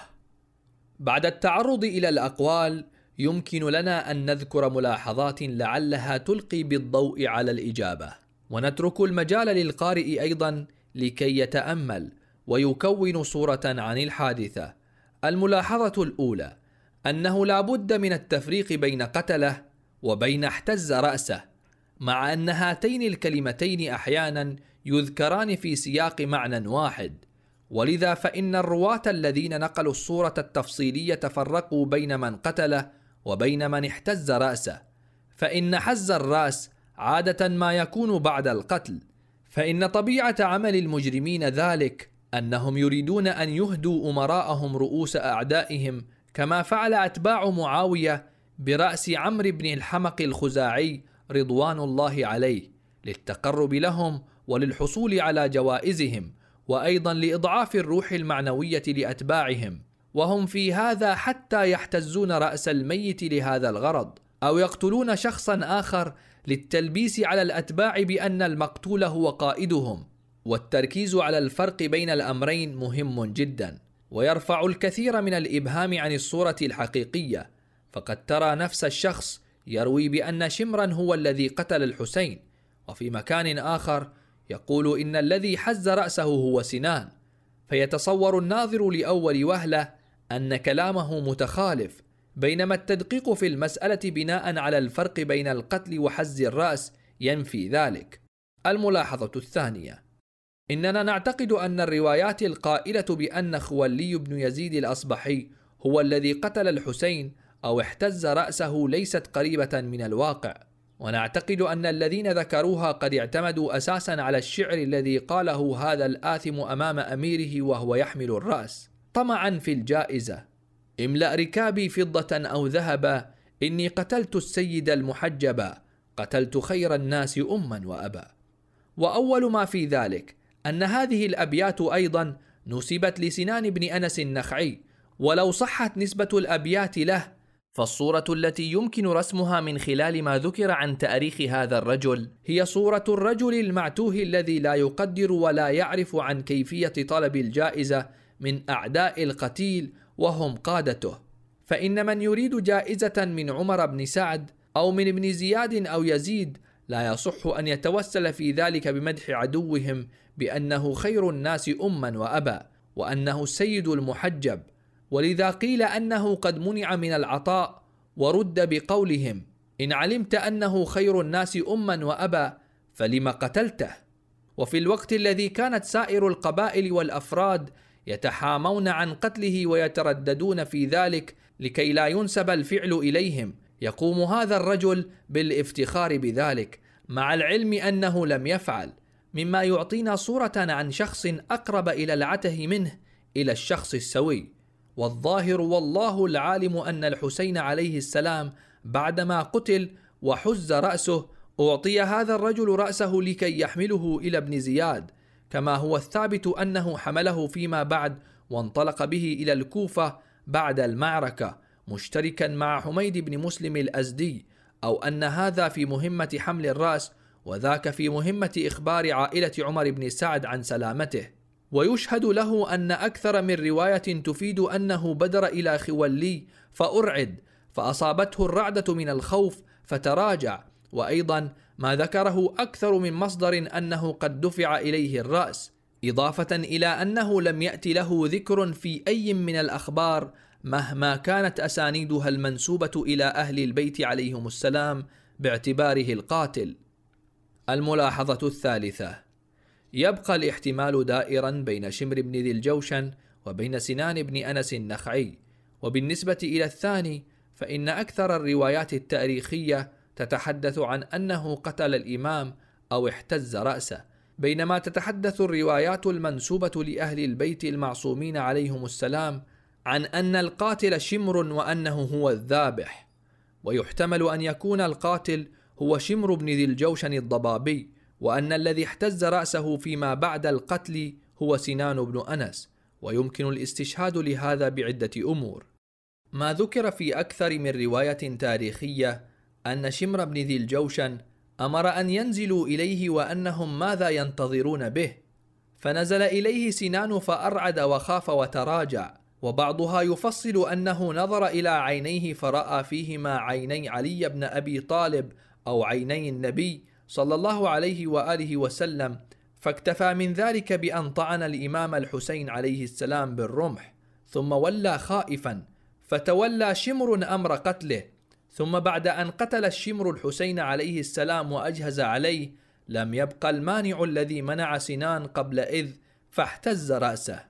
بعد التعرض إلى الأقوال يمكن لنا أن نذكر ملاحظات لعلها تلقي بالضوء على الإجابة، ونترك المجال للقارئ أيضا لكي يتأمل ويكون صورة عن الحادثة. الملاحظة الأولى: أنه لا بد من التفريق بين قتله وبين احتز رأسه، مع أن هاتين الكلمتين أحيانا يذكران في سياق معنى واحد، ولذا فإن الرواة الذين نقلوا الصورة التفصيلية فرقوا بين من قتله وبين من احتز رأسه. فإن حز الرأس عادة ما يكون بعد القتل، فإن طبيعة عمل المجرمين ذلك أنهم يريدون أن يهدوا أمراءهم رؤوس أعدائهم، كما فعل أتباع معاوية برأس عمرو بن الحمق الخزاعي رضوان الله عليه، للتقرب لهم وللحصول على جوائزهم، وأيضا لإضعاف الروح المعنوية لأتباعهم، وهم في هذا حتى يحتزون رأس الميت لهذا الغرض، أو يقتلون شخصا آخر للتلبيس على الأتباع بأن المقتول هو قائدهم. والتركيز على الفرق بين الأمرين مهم جدا، ويرفع الكثير من الإبهام عن الصورة الحقيقية. فقد ترى نفس الشخص يروي بأن شمرا هو الذي قتل الحسين، وفي مكان آخر يقول إن الذي حز رأسه هو سنان، فيتصور الناظر لأول وهلة أن كلامه متخالف، بينما التدقيق في المسألة بناء على الفرق بين القتل وحز الرأس ينفي ذلك. الملاحظة الثانية: إننا نعتقد أن الروايات القائلة بأن خويلي بن يزيد الأصبحي هو الذي قتل الحسين أو احتز رأسه ليست قريبة من الواقع، ونعتقد أن الذين ذكروها قد اعتمدوا أساسا على الشعر الذي قاله هذا الآثم أمام أميره وهو يحمل الرأس طمعا في الجائزة: املأ ركابي فضة أو ذهبا، إني قتلت السيد المحجبا، قتلت خير الناس أما وأبا. وأول ما في ذلك أن هذه الأبيات أيضا نسبت لسنان بن أنس النخعي، ولو صحت نسبة الأبيات له، فالصورة التي يمكن رسمها من خلال ما ذكر عن تاريخ هذا الرجل هي صورة الرجل المعتوه الذي لا يقدر ولا يعرف عن كيفية طلب الجائزة من أعداء القتيل وهم قادته. فإن من يريد جائزة من عمر بن سعد أو من ابن زياد أو يزيد لا يصح أن يتوسل في ذلك بمدح عدوهم بأنه خير الناس أما وأبا، وأنه السيد المحجب، ولذا قيل أنه قد منع من العطاء، ورد بقولهم: إن علمت أنه خير الناس أما وأبا فلم قتلته. وفي الوقت الذي كانت سائر القبائل والأفراد يتحامون عن قتله ويترددون في ذلك لكي لا ينسب الفعل إليهم، يقوم هذا الرجل بالافتخار بذلك مع العلم أنه لم يفعل، مما يعطينا صورة عن شخص أقرب إلى العته منه إلى الشخص السوي. والظاهر والله العالم أن الحسين عليه السلام بعدما قتل وحز رأسه أعطي هذا الرجل رأسه لكي يحمله إلى ابن زياد، كما هو الثابت أنه حمله فيما بعد وانطلق به إلى الكوفة بعد المعركة مشتركا مع حميد بن مسلم الأزدي، أو أن هذا في مهمة حمل الرأس وذاك في مهمة إخبار عائلة عمر بن سعد عن سلامته. ويشهد له أن أكثر من رواية تفيد أنه بدر إلى خويلي فأرعد فأصابته الرعدة من الخوف فتراجع، وأيضا ما ذكره أكثر من مصدر أنه قد دفع إليه الرأس، إضافة إلى أنه لم يأتي له ذكر في أي من الأخبار مهما كانت أسانيدها المنسوبة إلى أهل البيت عليهم السلام باعتباره القاتل. الملاحظة الثالثة: يبقى الاحتمال دائرا بين شمر بن ذي الجوشن وبين سنان بن أنس النخعي. وبالنسبة إلى الثاني فإن أكثر الروايات التاريخية تتحدث عن أنه قتل الإمام أو احتز رأسه، بينما تتحدث الروايات المنسوبة لأهل البيت المعصومين عليهم السلام عن أن القاتل شمر وأنه هو الذابح، ويحتمل أن يكون القاتل هو شمر بن ذي الجوشن الضبابي، وأن الذي احتز رأسه فيما بعد القتل هو سنان بن أنس، ويمكن الاستشهاد لهذا بعدة أمور. ما ذكر في أكثر من رواية تاريخية أن شمر بن ذي الجوشن أمر أن ينزلوا إليه وأنهم ماذا ينتظرون به، فنزل إليه سنان فأرعد وخاف وتراجع، وبعضها يفصل أنه نظر إلى عينيه فرأى فيهما عيني علي بن أبي طالب أو عيني النبي صلى الله عليه وآله وسلم، فاكتفى من ذلك بأن طعن الإمام الحسين عليه السلام بالرمح، ثم ولى خائفا، فتولى شمر أمر قتله، ثم بعد أن قتل الشمر الحسين عليه السلام وأجهز عليه، لم يبق المانع الذي منع سنان قبل إذ فاحتز رأسه.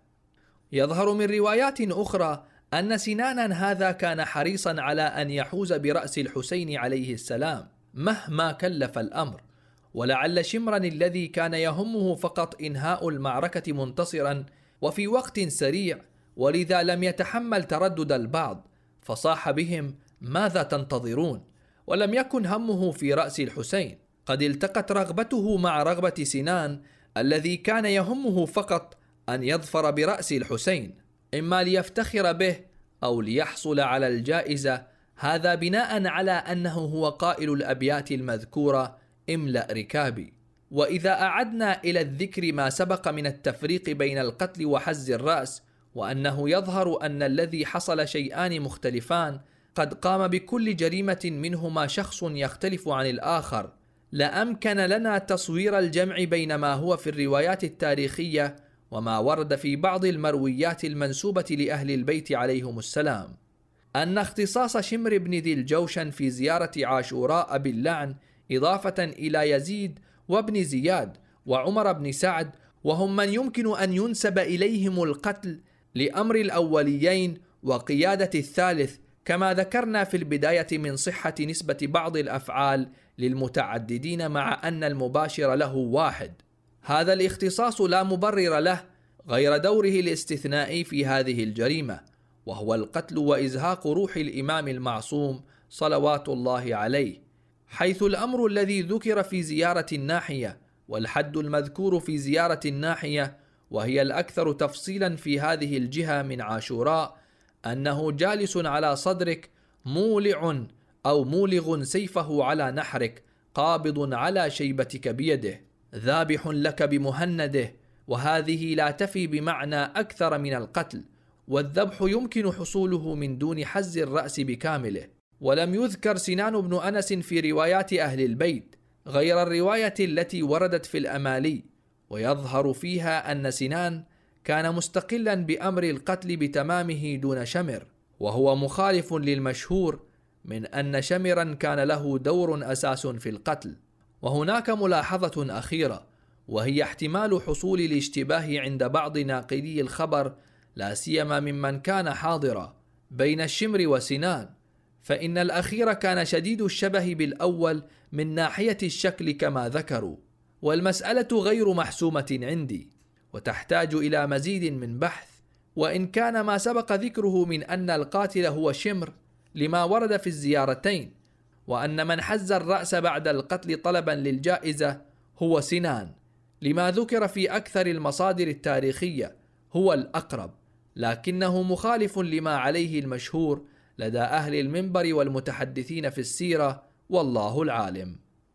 يظهر من روايات أخرى أن سنانا هذا كان حريصا على أن يحوز برأس الحسين عليه السلام مهما كلف الأمر، ولعل شمرا الذي كان يهمه فقط إنهاء المعركة منتصرا وفي وقت سريع، ولذا لم يتحمل تردد البعض، فصاح بهم: ماذا تنتظرون؟ ولم يكن همه في رأس الحسين، قد التقت رغبته مع رغبة سنان الذي كان يهمه فقط أن يظفر برأس الحسين، إما ليفتخر به أو ليحصل على الجائزة، هذا بناء على أنه هو قائل الأبيات المذكورة: املأ ركابي. وإذا أعدنا إلى الذكر ما سبق من التفريق بين القتل وحز الرأس، وأنه يظهر أن الذي حصل شيئان مختلفان، قد قام بكل جريمة منهما شخص يختلف عن الآخر، لأمكن لنا تصوير الجمع بين ما هو في الروايات التاريخية وما ورد في بعض المرويات المنسوبة لأهل البيت عليهم السلام. أن اختصاص شمر بن ذي الجوشن في زيارة عاشوراء باللعن إضافة إلى يزيد وابن زياد وعمر بن سعد، وهم من يمكن أن ينسب إليهم القتل لأمر الأوليين وقيادة الثالث، كما ذكرنا في البداية من صحة نسبة بعض الأفعال للمتعددين مع أن المباشر له واحد. هذا الاختصاص لا مبرر له غير دوره الاستثنائي في هذه الجريمة، وهو القتل وإزهاق روح الإمام المعصوم صلوات الله عليه، حيث الأمر الذي ذكر في زيارة الناحية والحد المذكور في زيارة الناحية، وهي الأكثر تفصيلا في هذه الجهة من عاشوراء، أنه جالس على صدرك مولع أو مولغ سيفه على نحرك، قابض على شيبتك بيده، ذابح لك بمهنده، وهذه لا تفي بمعنى أكثر من القتل، والذبح يمكن حصوله من دون حز الرأس بكامله. ولم يذكر سنان بن أنس في روايات أهل البيت غير الرواية التي وردت في الأمالي، ويظهر فيها أن سنان كان مستقلا بأمر القتل بتمامه دون شمر، وهو مخالف للمشهور من أن شمرا كان له دور أساس في القتل. وهناك ملاحظة أخيرة، وهي احتمال حصول الاشتباه عند بعض ناقلي الخبر، لا سيما ممن كان حاضرا، بين الشمر وسنان، فإن الأخير كان شديد الشبه بالأول من ناحية الشكل كما ذكروا، والمسألة غير محسومة عندي وتحتاج إلى مزيد من بحث، وإن كان ما سبق ذكره من أن القاتل هو شمر لما ورد في الزيارتين، وأن من حز الرأس بعد القتل طلبا للجائزة هو سنان لما ذكر في أكثر المصادر التاريخية، هو الأقرب، لكنه مخالف لما عليه المشهور لدى أهل المنبر والمتحدثين في السيرة، والله العالم.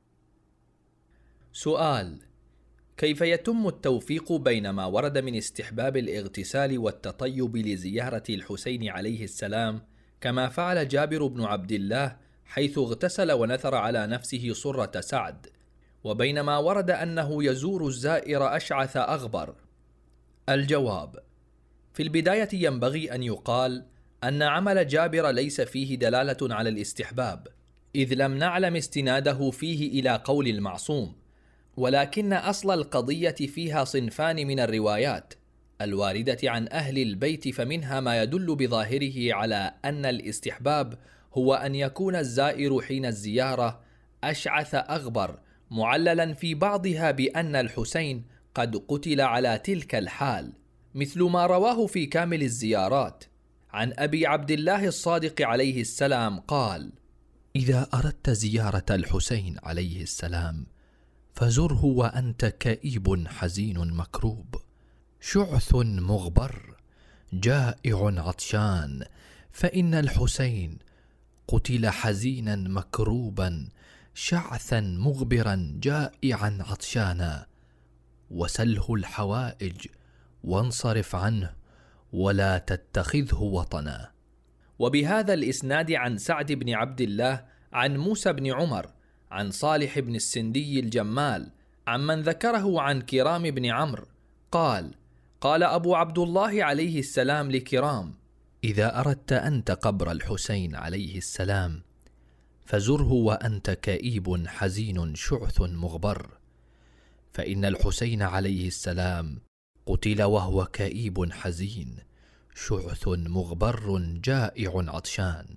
سؤال: كيف يتم التوفيق بين ما ورد من استحباب الاغتسال والتطيب لزيارة الحسين عليه السلام كما فعل جابر بن عبد الله حيث اغتسل ونثر على نفسه صرة سعد، وبين ما ورد أنه يزور الزائر أشعث أغبر؟ الجواب: في البداية ينبغي أن يقال أن عمل جابر ليس فيه دلالة على الاستحباب، إذ لم نعلم استناده فيه إلى قول المعصوم، ولكن أصل القضية فيها صنفان من الروايات الواردة عن أهل البيت، فمنها ما يدل بظاهره على أن الاستحباب هو أن يكون الزائر حين الزيارة أشعث أغبر معللا في بعضها بأن الحسين قد قتل على تلك الحال، مثل ما رواه في كامل الزيارات عن أبي عبد الله الصادق عليه السلام قال: إذا أردت زيارة الحسين عليه السلام فزره وأنت كئيب حزين مكروب، شعث مغبر جائع عطشان، فإن الحسين قتل حزينا مكروبا شعثا مغبرا جائعا عطشانا، وسله الحوائج وانصرف عنه ولا تتخذه وطنا. وبهذا الإسناد عن سعد بن عبد الله عن موسى بن عمر عن صالح بن السندي الجمال عمن ذكره عن كرام بن عمرو قال: قال أبو عبد الله عليه السلام لكرام: إذا أردت أنت قبر الحسين عليه السلام فزره وأنت كئيب حزين شعث مغبر، فإن الحسين عليه السلام قتل وهو كئيب حزين شعث مغبر جائع عطشان.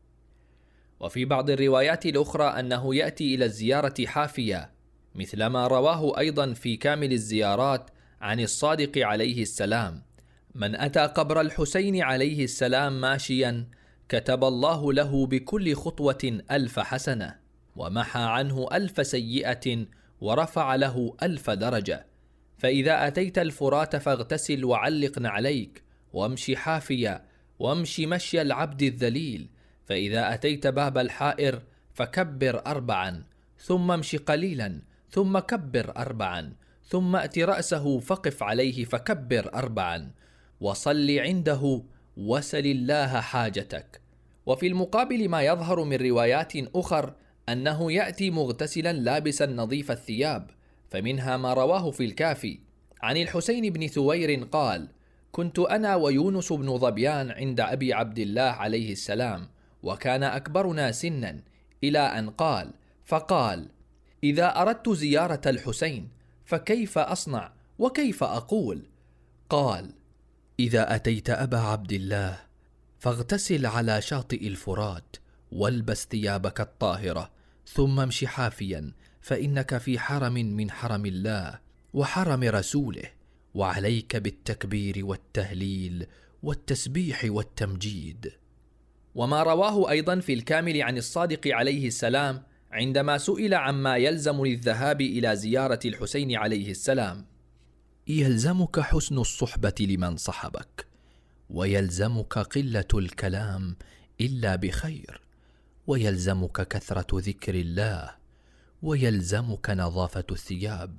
وفي بعض الروايات الأخرى أنه يأتي إلى الزيارة حافية، مثل ما رواه أيضا في كامل الزيارات عن الصادق عليه السلام: من أتى قبر الحسين عليه السلام ماشيا كتب الله له بكل خطوة 1000 حسنة، ومحى عنه 1000 سيئة، ورفع له 1000 درجة. فإذا أتيت الفرات فاغتسل وعلق نعليك، وامشي حافيا، وامشي مشي العبد الذليل. فإذا أتيت باب الحائر فكبر 4، ثم امشي قليلا، ثم كبر 4، ثم أت رأسه فقف عليه فكبر 4، وصل عنده وسل الله حاجتك. وفي المقابل ما يظهر من روايات أخر أنه يأتي مغتسلا لابسا نظيف الثياب، فمنها ما رواه في الكافي عن الحسين بن ثوير قال: كنت أنا ويونس بن ظبيان عند أبي عبد الله عليه السلام، وكان أكبرنا سنا، إلى أن قال: فقال: إذا أردت زيارة الحسين فكيف أصنع وكيف أقول؟ قال: إذا أتيت أبا عبد الله فاغتسل على شاطئ الفرات، والبس ثيابك الطاهرة، ثم امش حافيا، فإنك في حرم من حرم الله وحرم رسوله، وعليك بالتكبير والتهليل والتسبيح والتمجيد. وما رواه أيضا في الكامل عن الصادق عليه السلام عندما سئل عما يلزم للذهاب إلى زيارة الحسين عليه السلام: يلزمك حسن الصحبة لمن صحبك، ويلزمك قلة الكلام إلا بخير، ويلزمك كثرة ذكر الله، ويلزمك نظافة الثياب،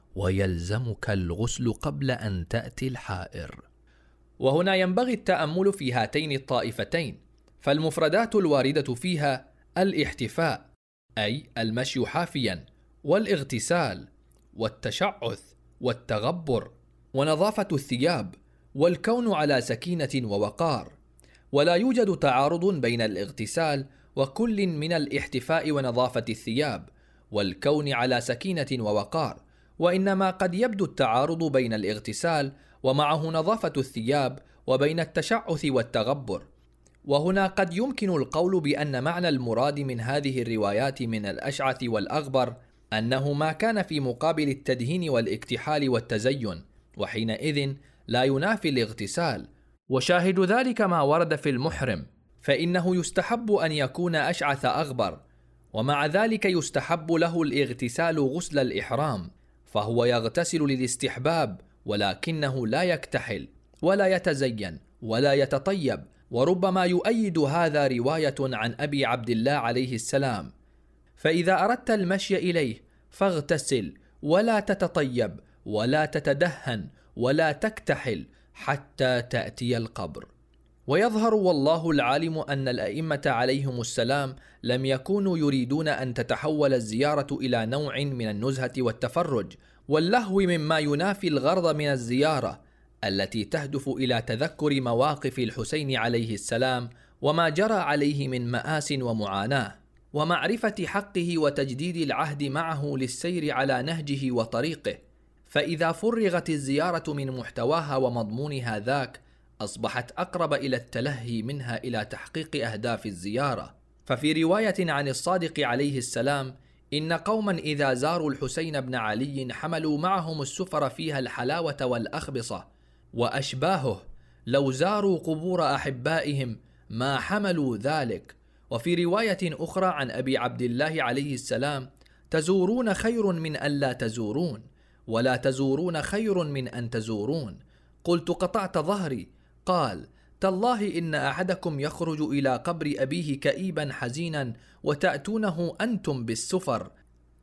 ويلزمك الغسل قبل أن تأتي الحائر. وهنا ينبغي التأمل في هاتين الطائفتين، فالمفردات الواردة فيها الاحتفاء، أي المشي حافيا، والاغتسال، والتشعث، والتغبر، ونظافة الثياب، والكون على سكينة ووقار. ولا يوجد تعارض بين الاغتسال وكل من الاحتفاء ونظافة الثياب والكون على سكينة ووقار، وإنما قد يبدو التعارض بين الاغتسال ومعه نظافة الثياب وبين التشعث والتغبر. وهنا قد يمكن القول بأن معنى المراد من هذه الروايات من الأشعث والأغبر أنه ما كان في مقابل التدهين والاكتحال والتزين، وحينئذ لا ينافي الاغتسال. وشاهد ذلك ما ورد في المحرم، فإنه يستحب أن يكون أشعث أغبر، ومع ذلك يستحب له الاغتسال غسل الإحرام، فهو يغتسل للاستحباب، ولكنه لا يكتحل ولا يتزين ولا يتطيب. وربما يؤيد هذا رواية عن أبي عبد الله عليه السلام: فإذا أردت المشي إليه فاغتسل ولا تتطيب ولا تتدهن ولا تكتحل حتى تأتي القبر. ويظهر والله العالم أن الأئمة عليهم السلام لم يكونوا يريدون أن تتحول الزيارة إلى نوع من النزهة والتفرج واللهو مما ينافي الغرض من الزيارة التي تهدف إلى تذكر مواقف الحسين عليه السلام وما جرى عليه من مآس ومعاناة، ومعرفة حقه وتجديد العهد معه للسير على نهجه وطريقه. فإذا فرغت الزيارة من محتواها ومضمونها ذاك، أصبحت أقرب إلى التلهي منها إلى تحقيق أهداف الزيارة. ففي رواية عن الصادق عليه السلام: إن قوما إذا زاروا الحسين بن علي حملوا معهم السفر فيها الحلاوة والأخبصة وأشباهه، لو زاروا قبور أحبائهم ما حملوا ذلك. وفي رواية أخرى عن أبي عبد الله عليه السلام: تزورون خير من أن لا تزورون، ولا تزورون خير من أن تزورون. قلت: قطعت ظهري. قال: تالله إن أحدكم يخرج إلى قبر أبيه كئيبا حزينا وتأتونه أنتم بالسفر،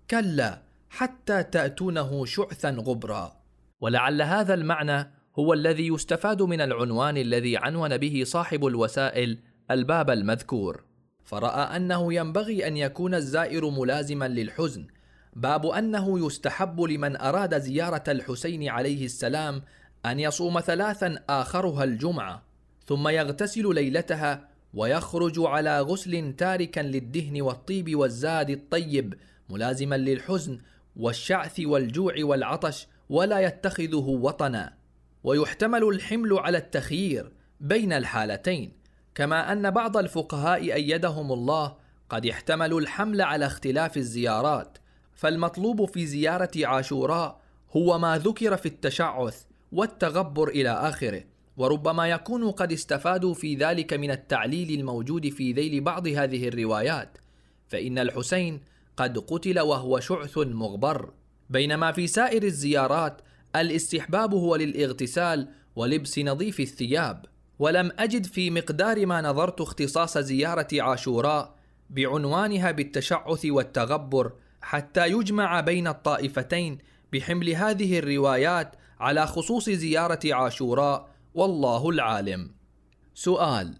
كلا حتى تأتونه شعثا غبرا. ولعل هذا المعنى هو الذي يستفاد من العنوان الذي عنون به صاحب الوسائل الباب المذكور، فرأى أنه ينبغي أن يكون الزائر ملازما للحزن، باب أنه يستحب لمن أراد زيارة الحسين عليه السلام أن يصوم 3 آخرها الجمعة، ثم يغتسل ليلتها ويخرج على غسل تاركا للدهن والطيب والزاد الطيب، ملازما للحزن والشعث والجوع والعطش، ولا يتخذه وطنا. ويحتمل الحمل على التخيير بين الحالتين، كما أن بعض الفقهاء أيدهم الله قد احتملوا الحمل على اختلاف الزيارات، فالمطلوب في زيارة عاشوراء هو ما ذكر في التشعث والتغبر إلى آخره، وربما يكون قد استفادوا في ذلك من التعليل الموجود في ذيل بعض هذه الروايات، فإن الحسين قد قتل وهو شعث مغبر، بينما في سائر الزيارات الاستحباب هو للاغتسال ولبس نظيف الثياب. ولم أجد في مقدار ما نظرت اختصاص زيارة عاشوراء بعنوانها بالتشعث والتغبر حتى يجمع بين الطائفتين بحمل هذه الروايات على خصوص زيارة عاشوراء، والله العالم. سؤال: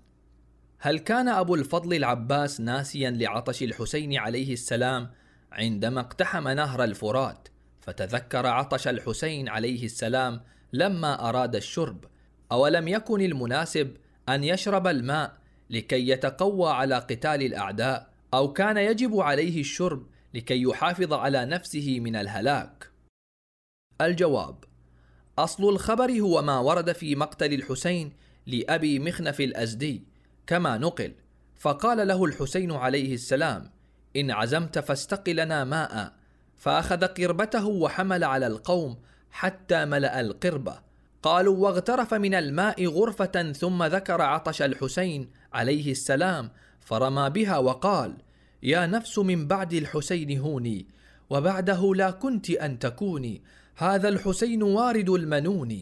هل كان أبو الفضل العباس ناسيا لعطش الحسين عليه السلام عندما اقتحم نهر الفرات فتذكر عطش الحسين عليه السلام لما أراد الشرب؟ أولم يكن المناسب أن يشرب الماء لكي يتقوى على قتال الأعداء، أو كان يجب عليه الشرب لكي يحافظ على نفسه من الهلاك؟ الجواب: أصل الخبر هو ما ورد في مقتل الحسين لأبي مخنف الأزدي كما نقل، فقال له الحسين عليه السلام: إن عزمت فاستق لنا ماء، فأخذ قربته وحمل على القوم حتى ملأ القربة. قالوا: واغترف من الماء غرفة، ثم ذكر عطش الحسين عليه السلام فرمى بها وقال: يا نفس من بعد الحسين هوني، وبعده لا كنت أن تكوني، هذا الحسين وارد المنون،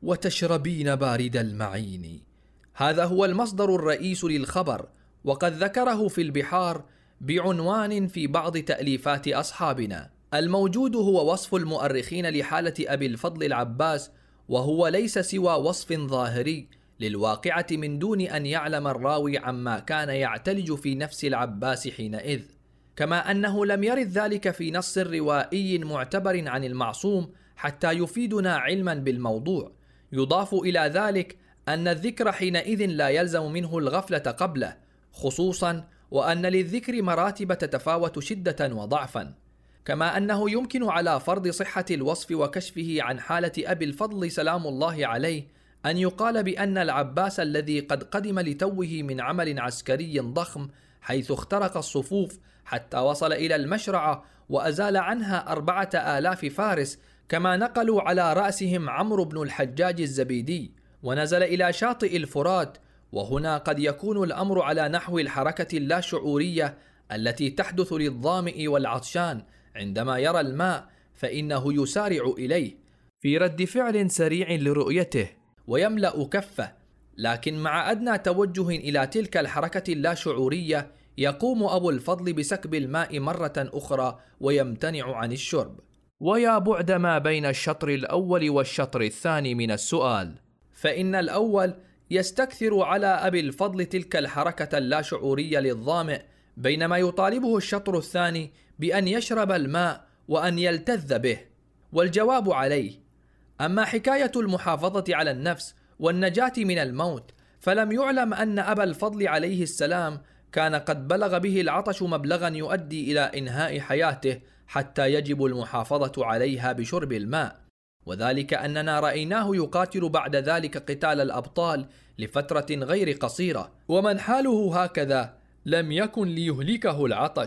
وتشربين بارد المعين. هذا هو المصدر الرئيس للخبر، وقد ذكره في البحار بعنوان في بعض تأليفات أصحابنا. الموجود هو وصف المؤرخين لحالة أبي الفضل العباس، وهو ليس سوى وصف ظاهري للواقعة من دون أن يعلم الراوي عما كان يعتلج في نفس العباس حينئذ، كما أنه لم يرد ذلك في نص روائي معتبر عن المعصوم حتى يفيدنا علما بالموضوع. يضاف إلى ذلك أن الذكر حينئذ لا يلزم منه الغفلة قبله، خصوصا وأن للذكر مراتب تتفاوت شدة وضعفا، كما أنه يمكن على فرض صحة الوصف وكشفه عن حالة أبي الفضل سلام الله عليه أن يقال بأن العباس الذي قد قدم لتوه من عمل عسكري ضخم، حيث اخترق الصفوف حتى وصل إلى المشرعة وأزال عنها 4000 فارس، كما نقلوا على رأسهم عمرو بن الحجاج الزبيدي، ونزل إلى شاطئ الفرات. وهنا قد يكون الأمر على نحو الحركة اللاشعورية التي تحدث للظامئ والعطشان عندما يرى الماء، فإنه يسارع إليه في رد فعل سريع لرؤيته ويملأ كفه، لكن مع أدنى توجه إلى تلك الحركة اللاشعورية يقوم أبو الفضل بسكب الماء مرة أخرى ويمتنع عن الشرب. ويا بعد ما بين الشطر الأول والشطر الثاني من السؤال، فإن الأول يستكثر على أبي الفضل تلك الحركة اللاشعورية للظامئ، بينما يطالبه الشطر الثاني بأن يشرب الماء وأن يلتذ به. والجواب عليه: أما حكاية المحافظة على النفس والنجاة من الموت، فلم يعلم أن أبا الفضل عليه السلام كان قد بلغ به العطش مبلغا يؤدي إلى إنهاء حياته حتى يجب المحافظة عليها بشرب الماء، وذلك أننا رأيناه يقاتل بعد ذلك قتال الأبطال لفترة غير قصيرة، ومن حاله هكذا لم يكن ليهلكه العطش،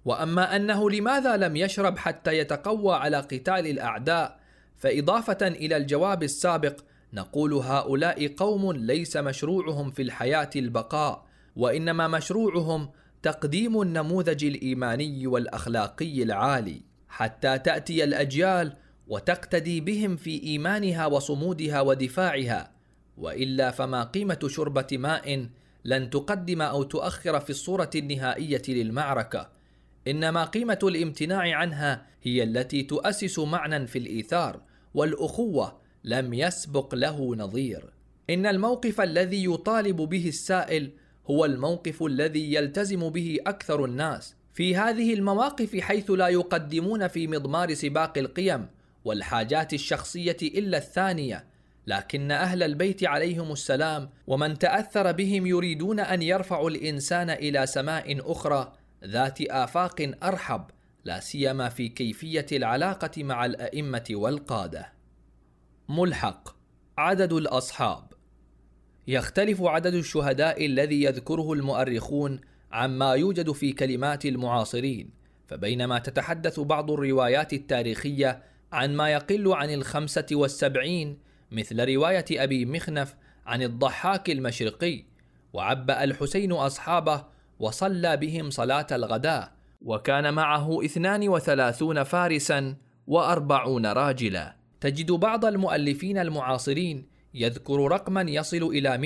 وأما أنه لماذا لم يشرب حتى يتقوى على قتال الأعداء، فإضافة إلى الجواب السابق نقول هؤلاء قوم ليس مشروعهم في الحياة البقاء، وإنما مشروعهم تقديم النموذج الإيماني والأخلاقي العالي حتى تأتي الأجيال وتقتدي بهم في إيمانها وصمودها ودفاعها، وإلا فما قيمة شربة ماء لن تقدم أو تؤخر في الصورة النهائية للمعركة، إنما قيمة الامتناع عنها هي التي تؤسس معنى في الإيثار والأخوة لم يسبق له نظير. إن الموقف الذي يطالب به السائل هو الموقف الذي يلتزم به أكثر الناس في هذه المواقف، حيث لا يقدمون في مضمار سباق القيم والحاجات الشخصية إلا الثانية، لكن أهل البيت عليهم السلام ومن تأثر بهم يريدون أن يرفعوا الإنسان إلى سماء أخرى ذات آفاق أرحب، لا سيما في كيفية العلاقة مع الأئمة والقادة. ملحق: عدد الأصحاب. يختلف عدد الشهداء الذي يذكره المؤرخون عما يوجد في كلمات المعاصرين، فبينما تتحدث بعض الروايات التاريخية عن ما يقل عن 75 مثل رواية أبي مخنف عن الضحاك المشرقي، وعبأ الحسين أصحابه وصلى بهم صلاة الغداء، وكان معه 32 فارسا و40 راجلا. تجد بعض المؤلفين المعاصرين يذكر رقما يصل إلى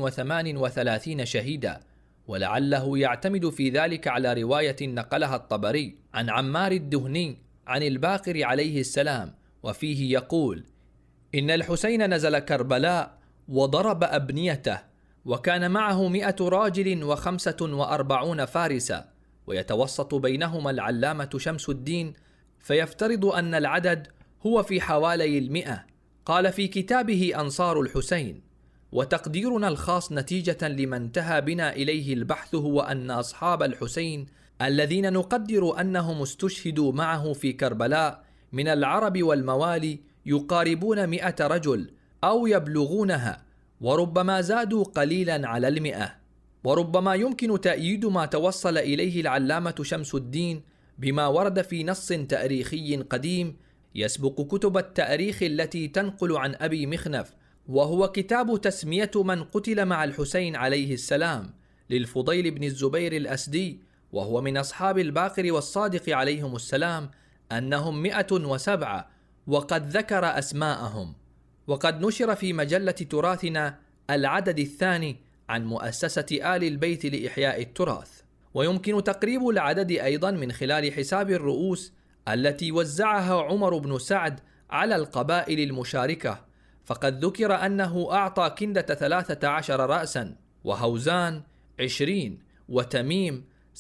138 شهيدا، ولعله يعتمد في ذلك على رواية نقلها الطبري عن عمار الدهني عن الباقر عليه السلام، وفيه يقول: إن الحسين نزل كربلاء وضرب أبنيته، وكان معه 100 راجل و45 فارسا، ويتوسط بينهما العلامة شمس الدين فيفترض أن العدد هو في حوالي 100. قال في كتابه أنصار الحسين: وتقديرنا الخاص نتيجة لما انتهى بنا إليه البحث هو أن أصحاب الحسين الذين نقدر أنهم استشهدوا معه في كربلاء من العرب والموالي يقاربون 100 رجل أو يبلغونها، وربما زادوا قليلا على 100. وربما يمكن تأييد ما توصل إليه العلامة شمس الدين بما ورد في نص تاريخي قديم يسبق كتب التاريخ التي تنقل عن أبي مخنف، وهو كتاب تسمية من قتل مع الحسين عليه السلام للفضيل بن الزبير الأسدي، وهو من أصحاب الباقر والصادق عليهم السلام، أنهم 107، وقد ذكر أسماءهم. وقد نشر في مجلة تراثنا العدد الثاني عن مؤسسة آل البيت لإحياء التراث. ويمكن تقريب العدد أيضا من خلال حساب الرؤوس التي وزعها عمر بن سعد على القبائل المشاركة، فقد ذكر أنه أعطى كندة 13 رأسا، وهوزان 20، وتميم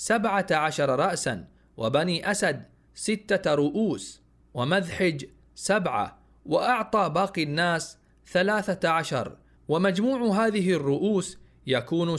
17 رأسا، وبني أسد 6 رؤوس، ومذحج 7، وأعطى باقي الناس 13، ومجموع هذه الرؤوس يكون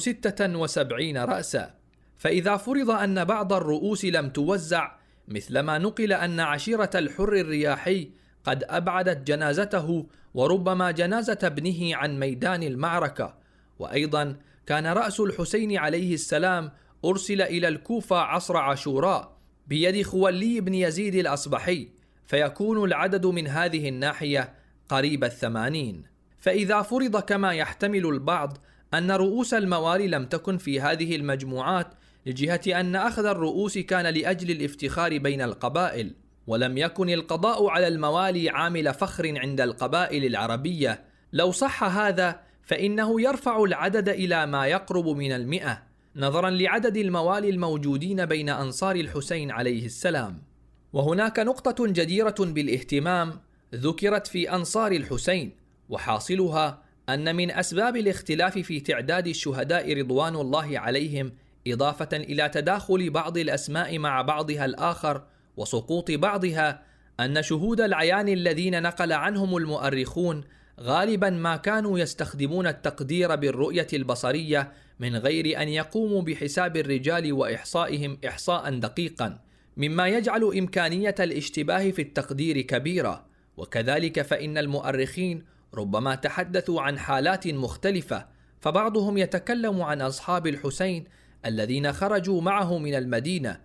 76 رأسا. فإذا فرض أن بعض الرؤوس لم توزع، مثلما نقل أن عشيرة الحر الرياحي قد أبعدت جنازته وربما جنازة ابنه عن ميدان المعركة، وأيضا كان رأس الحسين عليه السلام أرسل إلى الكوفة عصر عاشوراء بيد خوالي بن يزيد الأصبحي، فيكون العدد من هذه الناحية قريب 80. فإذا فرض كما يحتمل البعض أن رؤوس الموالي لم تكن في هذه المجموعات لجهة أن أخذ الرؤوس كان لأجل الافتخار بين القبائل، ولم يكن القضاء على الموالي عامل فخر عند القبائل العربية، لو صح هذا فإنه يرفع العدد إلى ما يقرب من 100 نظرا لعدد الموالي الموجودين بين أنصار الحسين عليه السلام. وهناك نقطة جديرة بالاهتمام ذكرت في أنصار الحسين، وحاصلها أن من أسباب الاختلاف في تعداد الشهداء رضوان الله عليهم، إضافة إلى تداخل بعض الأسماء مع بعضها الآخر وسقوط بعضها، أن شهود العيان الذين نقل عنهم المؤرخون غالبا ما كانوا يستخدمون التقدير بالرؤية البصرية من غير أن يقوموا بحساب الرجال وإحصائهم إحصاء دقيقا، مما يجعل إمكانية الاشتباه في التقدير كبيرة. وكذلك فإن المؤرخين ربما تحدثوا عن حالات مختلفة، فبعضهم يتكلم عن أصحاب الحسين الذين خرجوا معه من المدينة،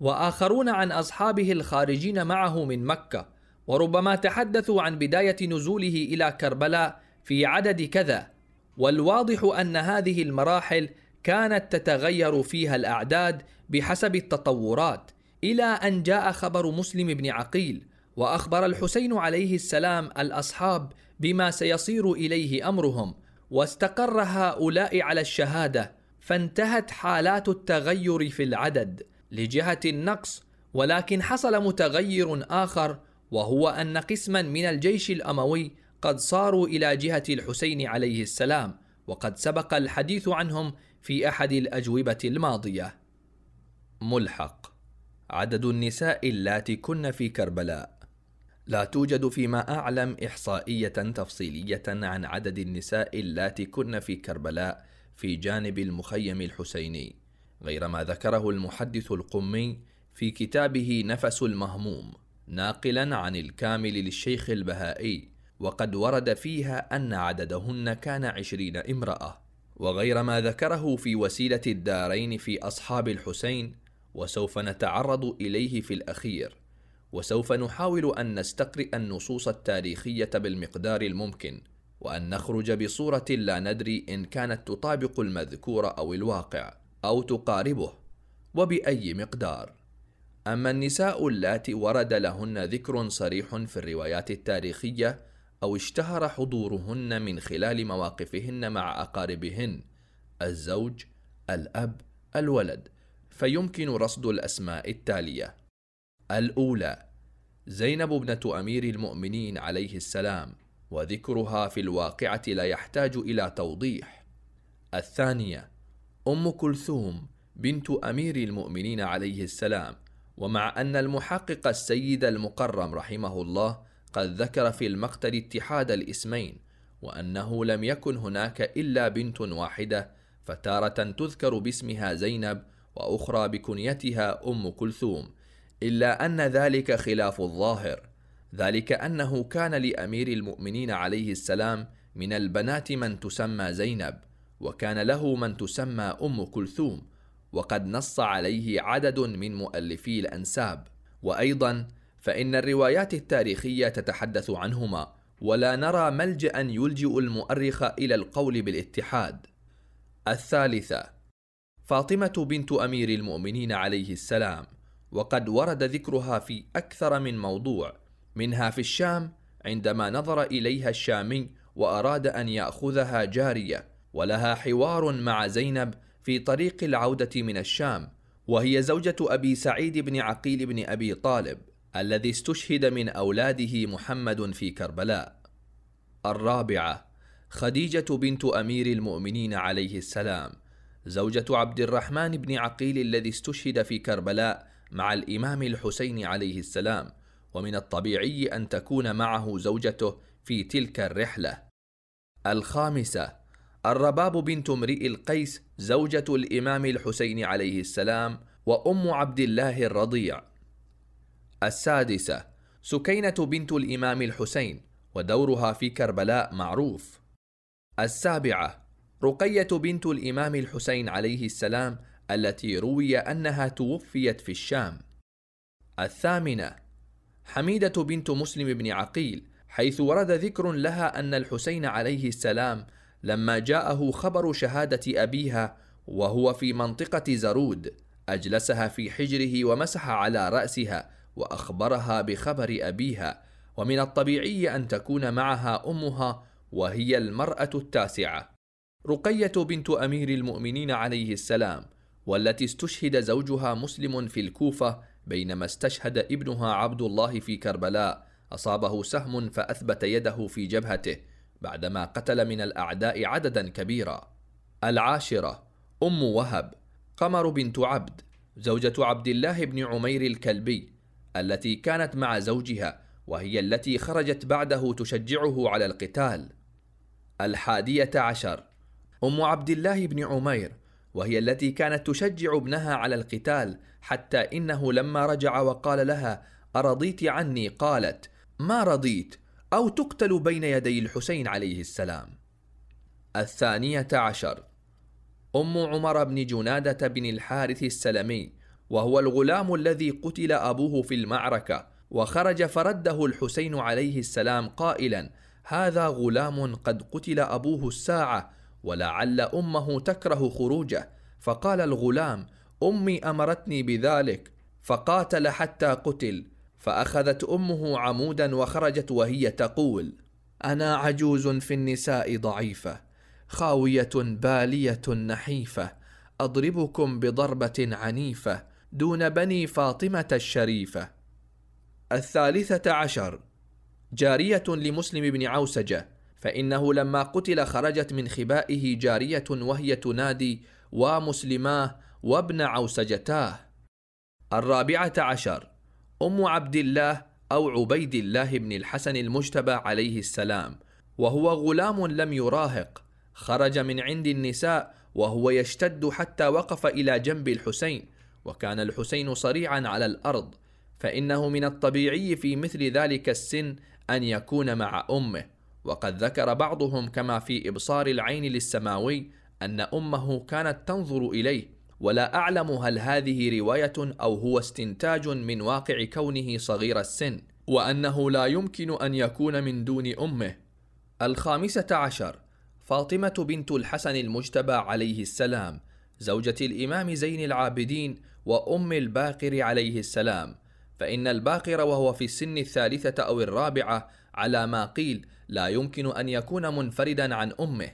وآخرون عن أصحابه الخارجين معه من مكة، وربما تحدثوا عن بداية نزوله إلى كربلاء في عدد كذا. والواضح أن هذه المراحل كانت تتغير فيها الأعداد بحسب التطورات، إلى أن جاء خبر مسلم بن عقيل وأخبر الحسين عليه السلام الأصحاب بما سيصير إليه أمرهم، واستقر هؤلاء على الشهادة، فانتهت حالات التغير في العدد لجهة النقص. ولكن حصل متغير آخر، وهو أن قسما من الجيش الأموي قد صاروا إلى جهة الحسين عليه السلام، وقد سبق الحديث عنهم في أحد الأجوبة الماضية. ملحق: عدد النساء اللاتي كن في كربلاء. لا توجد فيما أعلم إحصائية تفصيلية عن عدد النساء اللاتي كن في كربلاء في جانب المخيم الحسيني، غير ما ذكره المحدث القمي في كتابه نفس المهموم، ناقلا عن الكامل للشيخ البهائي، وقد ورد فيها أن عددهن كان 20 امرأة، وغير ما ذكره في وسيلة الدارين في أصحاب الحسين، وسوف نتعرض إليه في الأخير. وسوف نحاول أن نستقرئ النصوص التاريخية بالمقدار الممكن، وأن نخرج بصورة لا ندري إن كانت تطابق المذكور أو الواقع أو تقاربه، وبأي مقدار. أما النساء اللاتي ورد لهن ذكر صريح في الروايات التاريخية أو اشتهر حضورهن من خلال مواقفهن مع أقاربهن، الزوج، الأب، الولد، فيمكن رصد الأسماء التالية: الأولى زينب ابنة أمير المؤمنين عليه السلام، وذكرها في الواقعة لا يحتاج إلى توضيح. الثانية أم كلثوم بنت أمير المؤمنين عليه السلام، ومع أن المحقق السيد المقرم رحمه الله قد ذكر في المقتل اتحاد الاسمين، وأنه لم يكن هناك إلا بنت واحدة، فتارة تذكر باسمها زينب وأخرى بكنيتها أم كلثوم، إلا أن ذلك خلاف الظاهر، ذلك أنه كان لأمير المؤمنين عليه السلام من البنات من تسمى زينب، وكان له من تسمى أم كلثوم، وقد نص عليه عدد من مؤلفي الأنساب. وأيضا فإن الروايات التاريخية تتحدث عنهما، ولا نرى ملجأ يلجئ المؤرخ إلى القول بالاتحاد. الثالثة فاطمة بنت أمير المؤمنين عليه السلام، وقد ورد ذكرها في أكثر من موضوع، منها في الشام عندما نظر إليها الشامي وأراد أن يأخذها جارية، ولها حوار مع زينب في طريق العودة من الشام، وهي زوجة أبي سعيد بن عقيل بن أبي طالب الذي استشهد من أولاده محمد في كربلاء. الرابعة خديجة بنت أمير المؤمنين عليه السلام، زوجة عبد الرحمن بن عقيل الذي استشهد في كربلاء مع الإمام الحسين عليه السلام، ومن الطبيعي أن تكون معه زوجته في تلك الرحلة. الخامسة الرباب بنت امرئ القيس، زوجة الإمام الحسين عليه السلام وأم عبد الله الرضيع. السادسة سكينة بنت الإمام الحسين، ودورها في كربلاء معروف. السابعة رقية بنت الإمام الحسين عليه السلام، التي روي أنها توفيت في الشام. الثامنة حميدة بنت مسلم بن عقيل، حيث ورد ذكر لها أن الحسين عليه السلام لما جاءه خبر شهادة أبيها وهو في منطقة زرود، أجلسها في حجره ومسح على رأسها وأخبرها بخبر أبيها، ومن الطبيعي أن تكون معها أمها وهي المرأة التاسعة. رقية بنت أمير المؤمنين عليه السلام، والتي استشهد زوجها مسلم في الكوفة بينما استشهد ابنها عبد الله في كربلاء، أصابه سهم فأثبت يده في جبهته بعدما قتل من الأعداء عددا كبيرا. العاشرة أم وهب قمر بنت عبد، زوجة عبد الله بن عمير الكلبي، التي كانت مع زوجها، وهي التي خرجت بعده تشجعه على القتال. الحادية عشر أم عبد الله بن عمير، وهي التي كانت تشجع ابنها على القتال، حتى إنه لما رجع وقال لها أرضيت عني؟ قالت ما رضيت، أو تقتل بين يدي الحسين عليه السلام. الثانية عشر أم عمر بن جنادة بن الحارث السلمي، وهو الغلام الذي قتل أبوه في المعركة، وخرج فرده الحسين عليه السلام قائلا: هذا غلام قد قتل أبوه الساعة، ولعل أمه تكره خروجه. فقال الغلام: أمي أمرتني بذلك، فقاتل حتى قتل، فأخذت أمه عمودا وخرجت وهي تقول: أنا عجوز في النساء ضعيفة، خاوية بالية نحيفة، أضربكم بضربة عنيفة دون بني فاطمة الشريفة. 13 جارية لمسلم بن عوسجة، فإنه لما قتل خرجت من خبائه جارية وهي تنادي: ومسلماه وابن عوسجتاه. 14 أم عبد الله أو عبيد الله بن الحسن المجتبى عليه السلام، وهو غلام لم يراهق، خرج من عند النساء وهو يشتد حتى وقف إلى جنب الحسين، وكان الحسين صريعا على الأرض، فإنه من الطبيعي في مثل ذلك السن أن يكون مع أمه. وقد ذكر بعضهم كما في إبصار العين للسماوي أن أمه كانت تنظر إليه، ولا أعلم هل هذه رواية أو هو استنتاج من واقع كونه صغير السن، وأنه لا يمكن أن يكون من دون أمه. 15 فاطمة بنت الحسن المجتبى عليه السلام، زوجة الإمام زين العابدين وأم الباقر عليه السلام، فإن الباقر وهو في السن 3 أو 4 على ما قيل لا يمكن أن يكون منفردا عن أمه.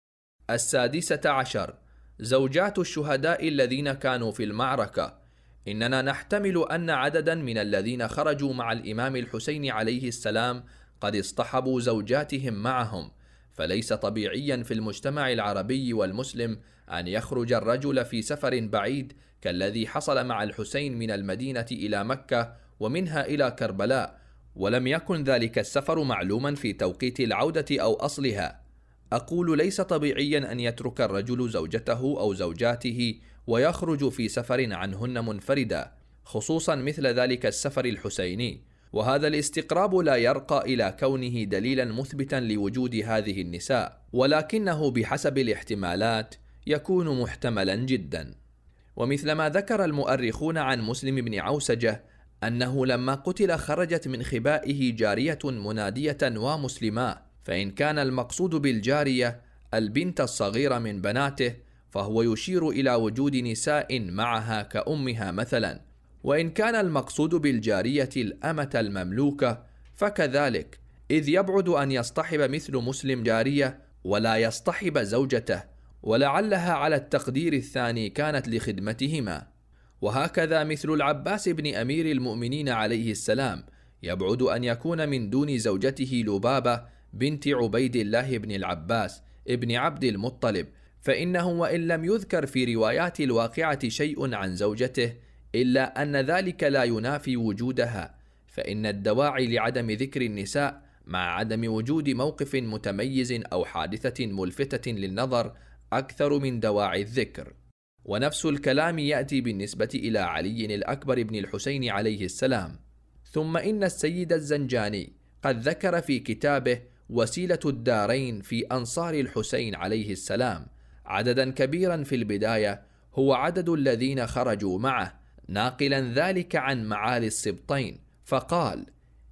16 زوجات الشهداء الذين كانوا في المعركة، إننا نحتمل أن عددا من الذين خرجوا مع الإمام الحسين عليه السلام قد اصطحبوا زوجاتهم معهم، فليس طبيعيا في المجتمع العربي والمسلم أن يخرج الرجل في سفر بعيد كالذي حصل مع الحسين من المدينة إلى مكة ومنها إلى كربلاء، ولم يكن ذلك السفر معلوما في توقيت العودة أو أصلها. أقول ليس طبيعيا أن يترك الرجل زوجته أو زوجاته ويخرج في سفر عنهن منفردا، خصوصا مثل ذلك السفر الحسيني، وهذا الاستقراب لا يرقى إلى كونه دليلا مثبتا لوجود هذه النساء، ولكنه بحسب الاحتمالات يكون محتملا جدا. ومثل ما ذكر المؤرخون عن مسلم بن عوسجة أنه لما قتل خرجت من خبائه جارية منادية ومسلماه، فإن كان المقصود بالجارية البنت الصغيرة من بناته فهو يشير إلى وجود نساء معها كأمها مثلا، وإن كان المقصود بالجارية الأمة المملوكة فكذلك، إذ يبعد أن يصطحب مثل مسلم جارية ولا يصطحب زوجته، ولعلها على التقدير الثاني كانت لخدمتهما. وهكذا مثل العباس بن أمير المؤمنين عليه السلام، يبعد أن يكون من دون زوجته لبابة بنت عبيد الله بن العباس ابن عبد المطلب، فإنه وإن لم يذكر في روايات الواقعة شيء عن زوجته إلا أن ذلك لا ينافي وجودها، فإن الدواعي لعدم ذكر النساء مع عدم وجود موقف متميز أو حادثة ملفتة للنظر أكثر من دواعي الذكر. ونفس الكلام يأتي بالنسبة إلى علي الأكبر بن الحسين عليه السلام. ثم إن السيد الزنجاني قد ذكر في كتابه وسيلة الدارين في أنصار الحسين عليه السلام عددا كبيرا في البداية هو عدد الذين خرجوا معه، ناقلا ذلك عن معالي السبطين، فقال: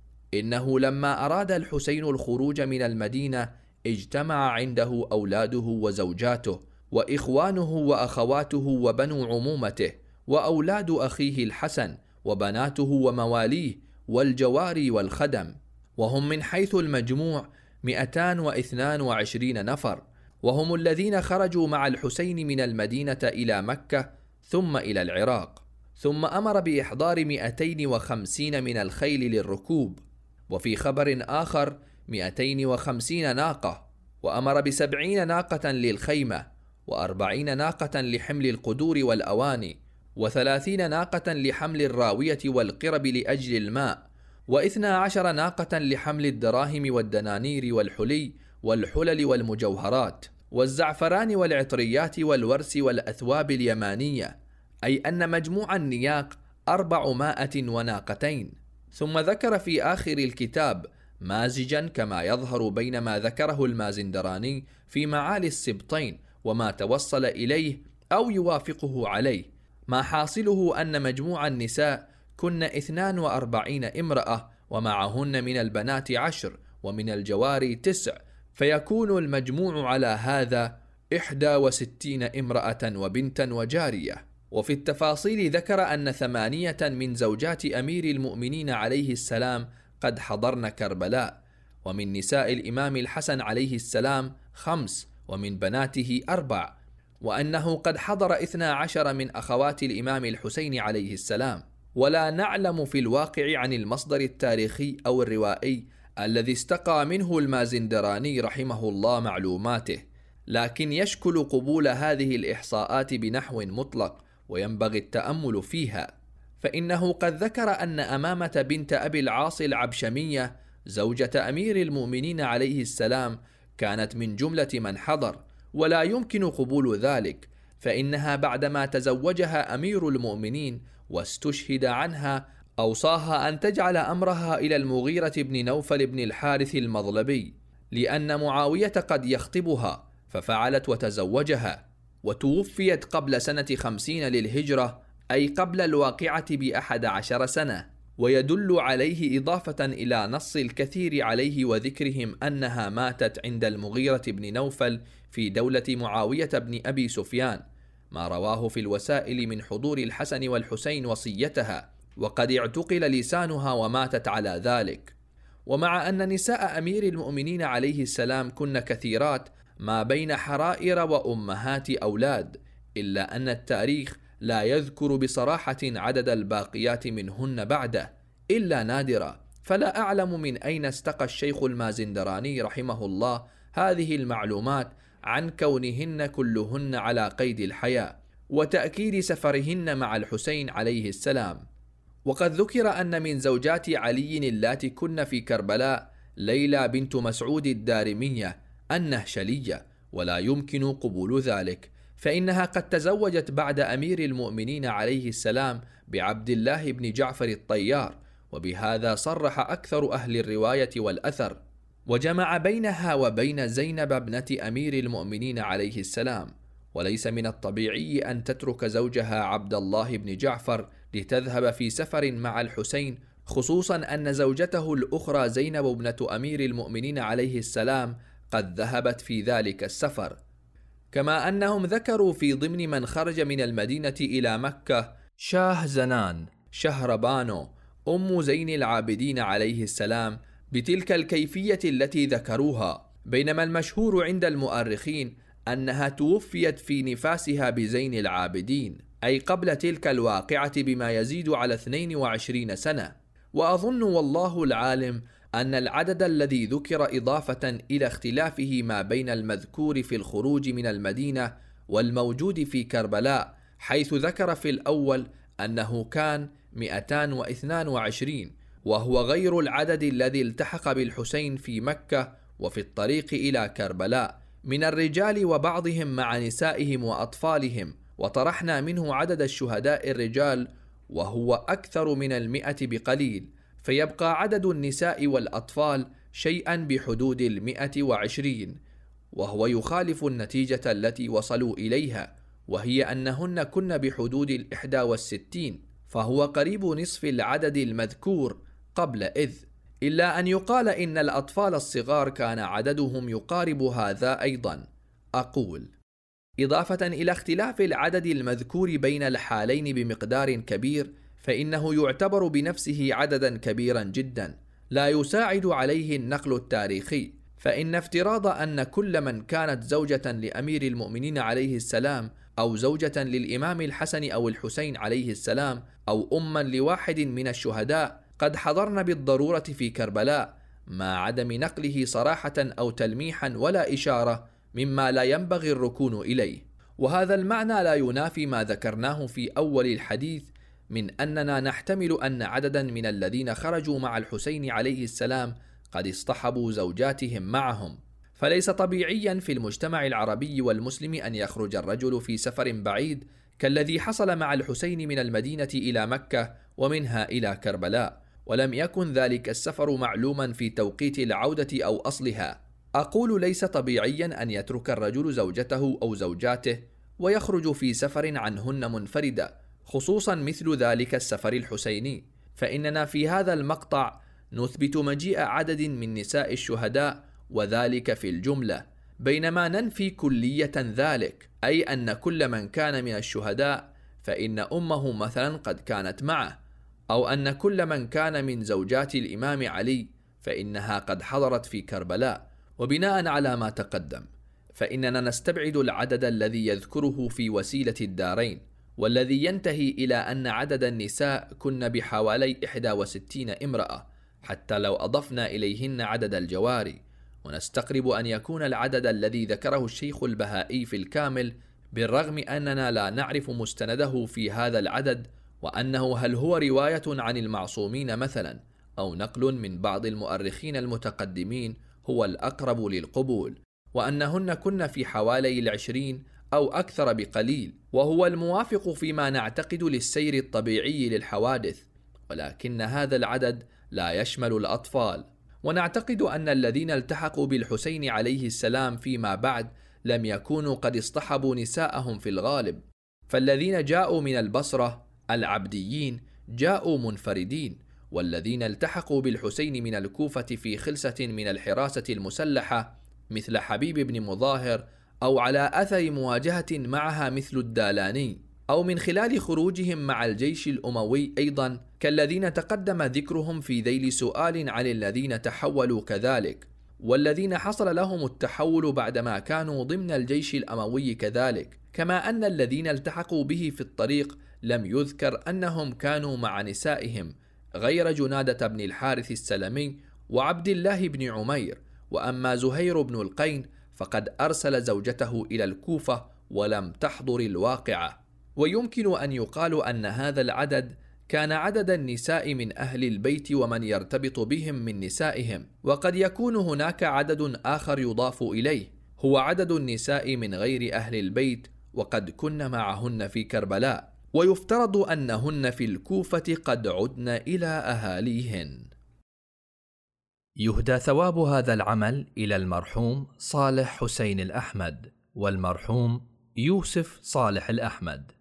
إنه لما أراد الحسين الخروج من المدينة اجتمع عنده أولاده وزوجاته وإخوانه وأخواته وبنو عمومته وأولاد أخيه الحسن وبناته ومواليه والجواري والخدم، وهم من حيث المجموع 222 نفر، وهم الذين خرجوا مع الحسين من المدينة إلى مكة ثم إلى العراق. ثم أمر بإحضار 250 من الخيل للركوب، وفي خبر آخر 250 ناقة، وأمر ب70 ناقة للخيمة، و40 ناقة لحمل القدور والأواني، و30 ناقة لحمل الراوية والقرب لأجل الماء، و12 ناقة لحمل الدراهم والدنانير والحلي والحلل والمجوهرات والزعفران والعطريات والورس والأثواب اليمانية، أي أن مجموع النياق 402. ثم ذكر في آخر الكتاب مازجا كما يظهر بين ما ذكره المازندراني في معالي السبطين وما توصل إليه أو يوافقه عليه، ما حاصله أن مجموع النساء كن 42 امرأة، ومعهن من البنات 10 ومن الجواري 9، فيكون المجموع على هذا 61 امرأة وبنتا وجارية. وفي التفاصيل ذكر أن 8 من زوجات أمير المؤمنين عليه السلام قد حضرن كربلاء، ومن نساء الإمام الحسن عليه السلام 5، ومن بناته 4، وأنه قد حضر 12 من أخوات الإمام الحسين عليه السلام. ولا نعلم في الواقع عن المصدر التاريخي أو الروائي الذي استقى منه المازندراني رحمه الله معلوماته، لكن يشكل قبول هذه الإحصاءات بنحو مطلق، وينبغي التأمل فيها. فإنه قد ذكر أن أمامة بنت أبي العاص العبشمية زوجة أمير المؤمنين عليه السلام كانت من جملة من حضر، ولا يمكن قبول ذلك، فإنها بعدما تزوجها أمير المؤمنين واستشهد عنها أوصاها أن تجعل أمرها إلى المغيرة بن نوفل بن الحارث المضلبي، لأن معاوية قد يخطبها، ففعلت وتزوجها، وتوفيت قبل سنة 50 للهجرة، أي قبل الواقعة ب11 سنة. ويدل عليه إضافة إلى نص الكثير عليه وذكرهم أنها ماتت عند المغيرة بن نوفل في دولة معاوية بن أبي سفيان، ما رواه في الوسائل من حضور الحسن والحسين وصيتها، وقد اعتقل لسانها وماتت على ذلك. ومع أن نساء أمير المؤمنين عليه السلام كن كثيرات ما بين حرائر وأمهات أولاد، إلا أن التاريخ لا يذكر بصراحة عدد الباقيات منهن بعده إلا نادرا، فلا أعلم من أين استقى الشيخ المازندراني رحمه الله هذه المعلومات عن كونهن كلهن على قيد الحياة، وتأكيد سفرهن مع الحسين عليه السلام. وقد ذكر أن من زوجات علي اللاتي كن في كربلاء ليلى بنت مسعود الدارمية النهشلية، ولا يمكن قبول ذلك، فإنها قد تزوجت بعد أمير المؤمنين عليه السلام بعبد الله بن جعفر الطيار، وبهذا صرح أكثر أهل الرواية والأثر، وجمع بينها وبين زينب ابنة أمير المؤمنين عليه السلام. وليس من الطبيعي أن تترك زوجها عبد الله بن جعفر لتذهب في سفر مع الحسين، خصوصا أن زوجته الأخرى زينب ابنة أمير المؤمنين عليه السلام قد ذهبت في ذلك السفر. كما أنهم ذكروا في ضمن من خرج من المدينة إلى مكة شاه زنان شهربانو أم زين العابدين عليه السلام بتلك الكيفية التي ذكروها، بينما المشهور عند المؤرخين أنها توفيت في نفاسها بزين العابدين، أي قبل تلك الواقعة بما يزيد على 22 سنة. وأظن والله العالم أن العدد الذي ذكر إضافة إلى اختلافه ما بين المذكور في الخروج من المدينة والموجود في كربلاء، حيث ذكر في الأول أنه كان 222، وهو غير العدد الذي التحق بالحسين في مكة وفي الطريق إلى كربلاء من الرجال وبعضهم مع نسائهم وأطفالهم، وطرحنا منه عدد الشهداء الرجال وهو أكثر من 100 بقليل، فيبقى عدد النساء والأطفال شيئا بحدود 120، وهو يخالف النتيجة التي وصلوا إليها، وهي أنهن كن بحدود 61، فهو قريب نصف العدد المذكور قبل إذ، إلا أن يقال إن الأطفال الصغار كان عددهم يقارب هذا أيضا. أقول إضافة إلى اختلاف العدد المذكور بين الحالين بمقدار كبير، فإنه يعتبر بنفسه عددا كبيرا جدا لا يساعد عليه النقل التاريخي، فإن افتراض أن كل من كانت زوجة لأمير المؤمنين عليه السلام أو زوجة للإمام الحسن أو الحسين عليه السلام أو أما لواحد من الشهداء قد حضرن بالضرورة في كربلاء، مع عدم نقله صراحة أو تلميحا ولا إشارة، مما لا ينبغي الركون إليه. وهذا المعنى لا ينافي ما ذكرناه في أول الحديث من أننا نحتمل أن عددا من الذين خرجوا مع الحسين عليه السلام قد اصطحبوا زوجاتهم معهم، فليس طبيعيا في المجتمع العربي والمسلم أن يخرج الرجل في سفر بعيد كالذي حصل مع الحسين من المدينة إلى مكة ومنها إلى كربلاء، ولم يكن ذلك السفر معلوما في توقيت العودة أو أصلها. أقول ليس طبيعيا أن يترك الرجل زوجته أو زوجاته ويخرج في سفر عنهن منفردة، خصوصا مثل ذلك السفر الحسيني، فإننا في هذا المقطع نثبت مجيء عدد من نساء الشهداء وذلك في الجملة، بينما ننفي كلية ذلك، أي أن كل من كان من الشهداء فإن أمه مثلا قد كانت معه، أو أن كل من كان من زوجات الإمام علي فإنها قد حضرت في كربلاء. وبناء على ما تقدم فإننا نستبعد العدد الذي يذكره في وسيلة الدارين، والذي ينتهي إلى أن عدد النساء كن بحوالي 61 امرأة، حتى لو أضفنا إليهن عدد الجواري، ونستقرب أن يكون العدد الذي ذكره الشيخ البهائي في الكامل، بالرغم أننا لا نعرف مستنده في هذا العدد، وأنه هل هو رواية عن المعصومين مثلا أو نقل من بعض المؤرخين المتقدمين هو الأقرب للقبول، وأنهن كن في حوالي 20 أو أكثر بقليل، وهو الموافق فيما نعتقد للسير الطبيعي للحوادث، ولكن هذا العدد لا يشمل الأطفال. ونعتقد أن الذين التحقوا بالحسين عليه السلام فيما بعد لم يكونوا قد اصطحبوا نساءهم في الغالب، فالذين جاءوا من البصرة العبديين جاءوا منفردين، والذين التحقوا بالحسين من الكوفة في خلسة من الحراسة المسلحة مثل حبيب بن مظاهر، أو على أثر مواجهة معها مثل الدالاني، أو من خلال خروجهم مع الجيش الأموي أيضا كالذين تقدم ذكرهم في ذيل سؤال عن الذين تحولوا كذلك، والذين حصل لهم التحول بعدما كانوا ضمن الجيش الأموي كذلك، كما أن الذين التحقوا به في الطريق لم يذكر أنهم كانوا مع نسائهم غير جنادة بن الحارث السلمي وعبد الله بن عمير. وأما زهير بن القين فقد أرسل زوجته إلى الكوفة ولم تحضر الواقعة. ويمكن أن يقال أن هذا العدد كان عدد النساء من أهل البيت ومن يرتبط بهم من نسائهم، وقد يكون هناك عدد آخر يضاف إليه هو عدد النساء من غير أهل البيت وقد كن معهن في كربلاء، ويفترض أنهن في الكوفة قد عدن إلى أهاليهن. يهدى ثواب هذا العمل إلى المرحوم صالح حسين الأحمد والمرحوم يوسف صالح الأحمد.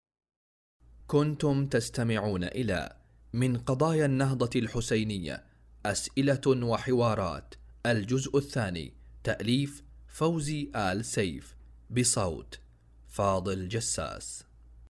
كنتم تستمعون إلى من قضايا النهضة الحسينية أسئلة وحوارات، الجزء الثاني، تأليف فوزي آل سيف، بصوت فاضل جساس.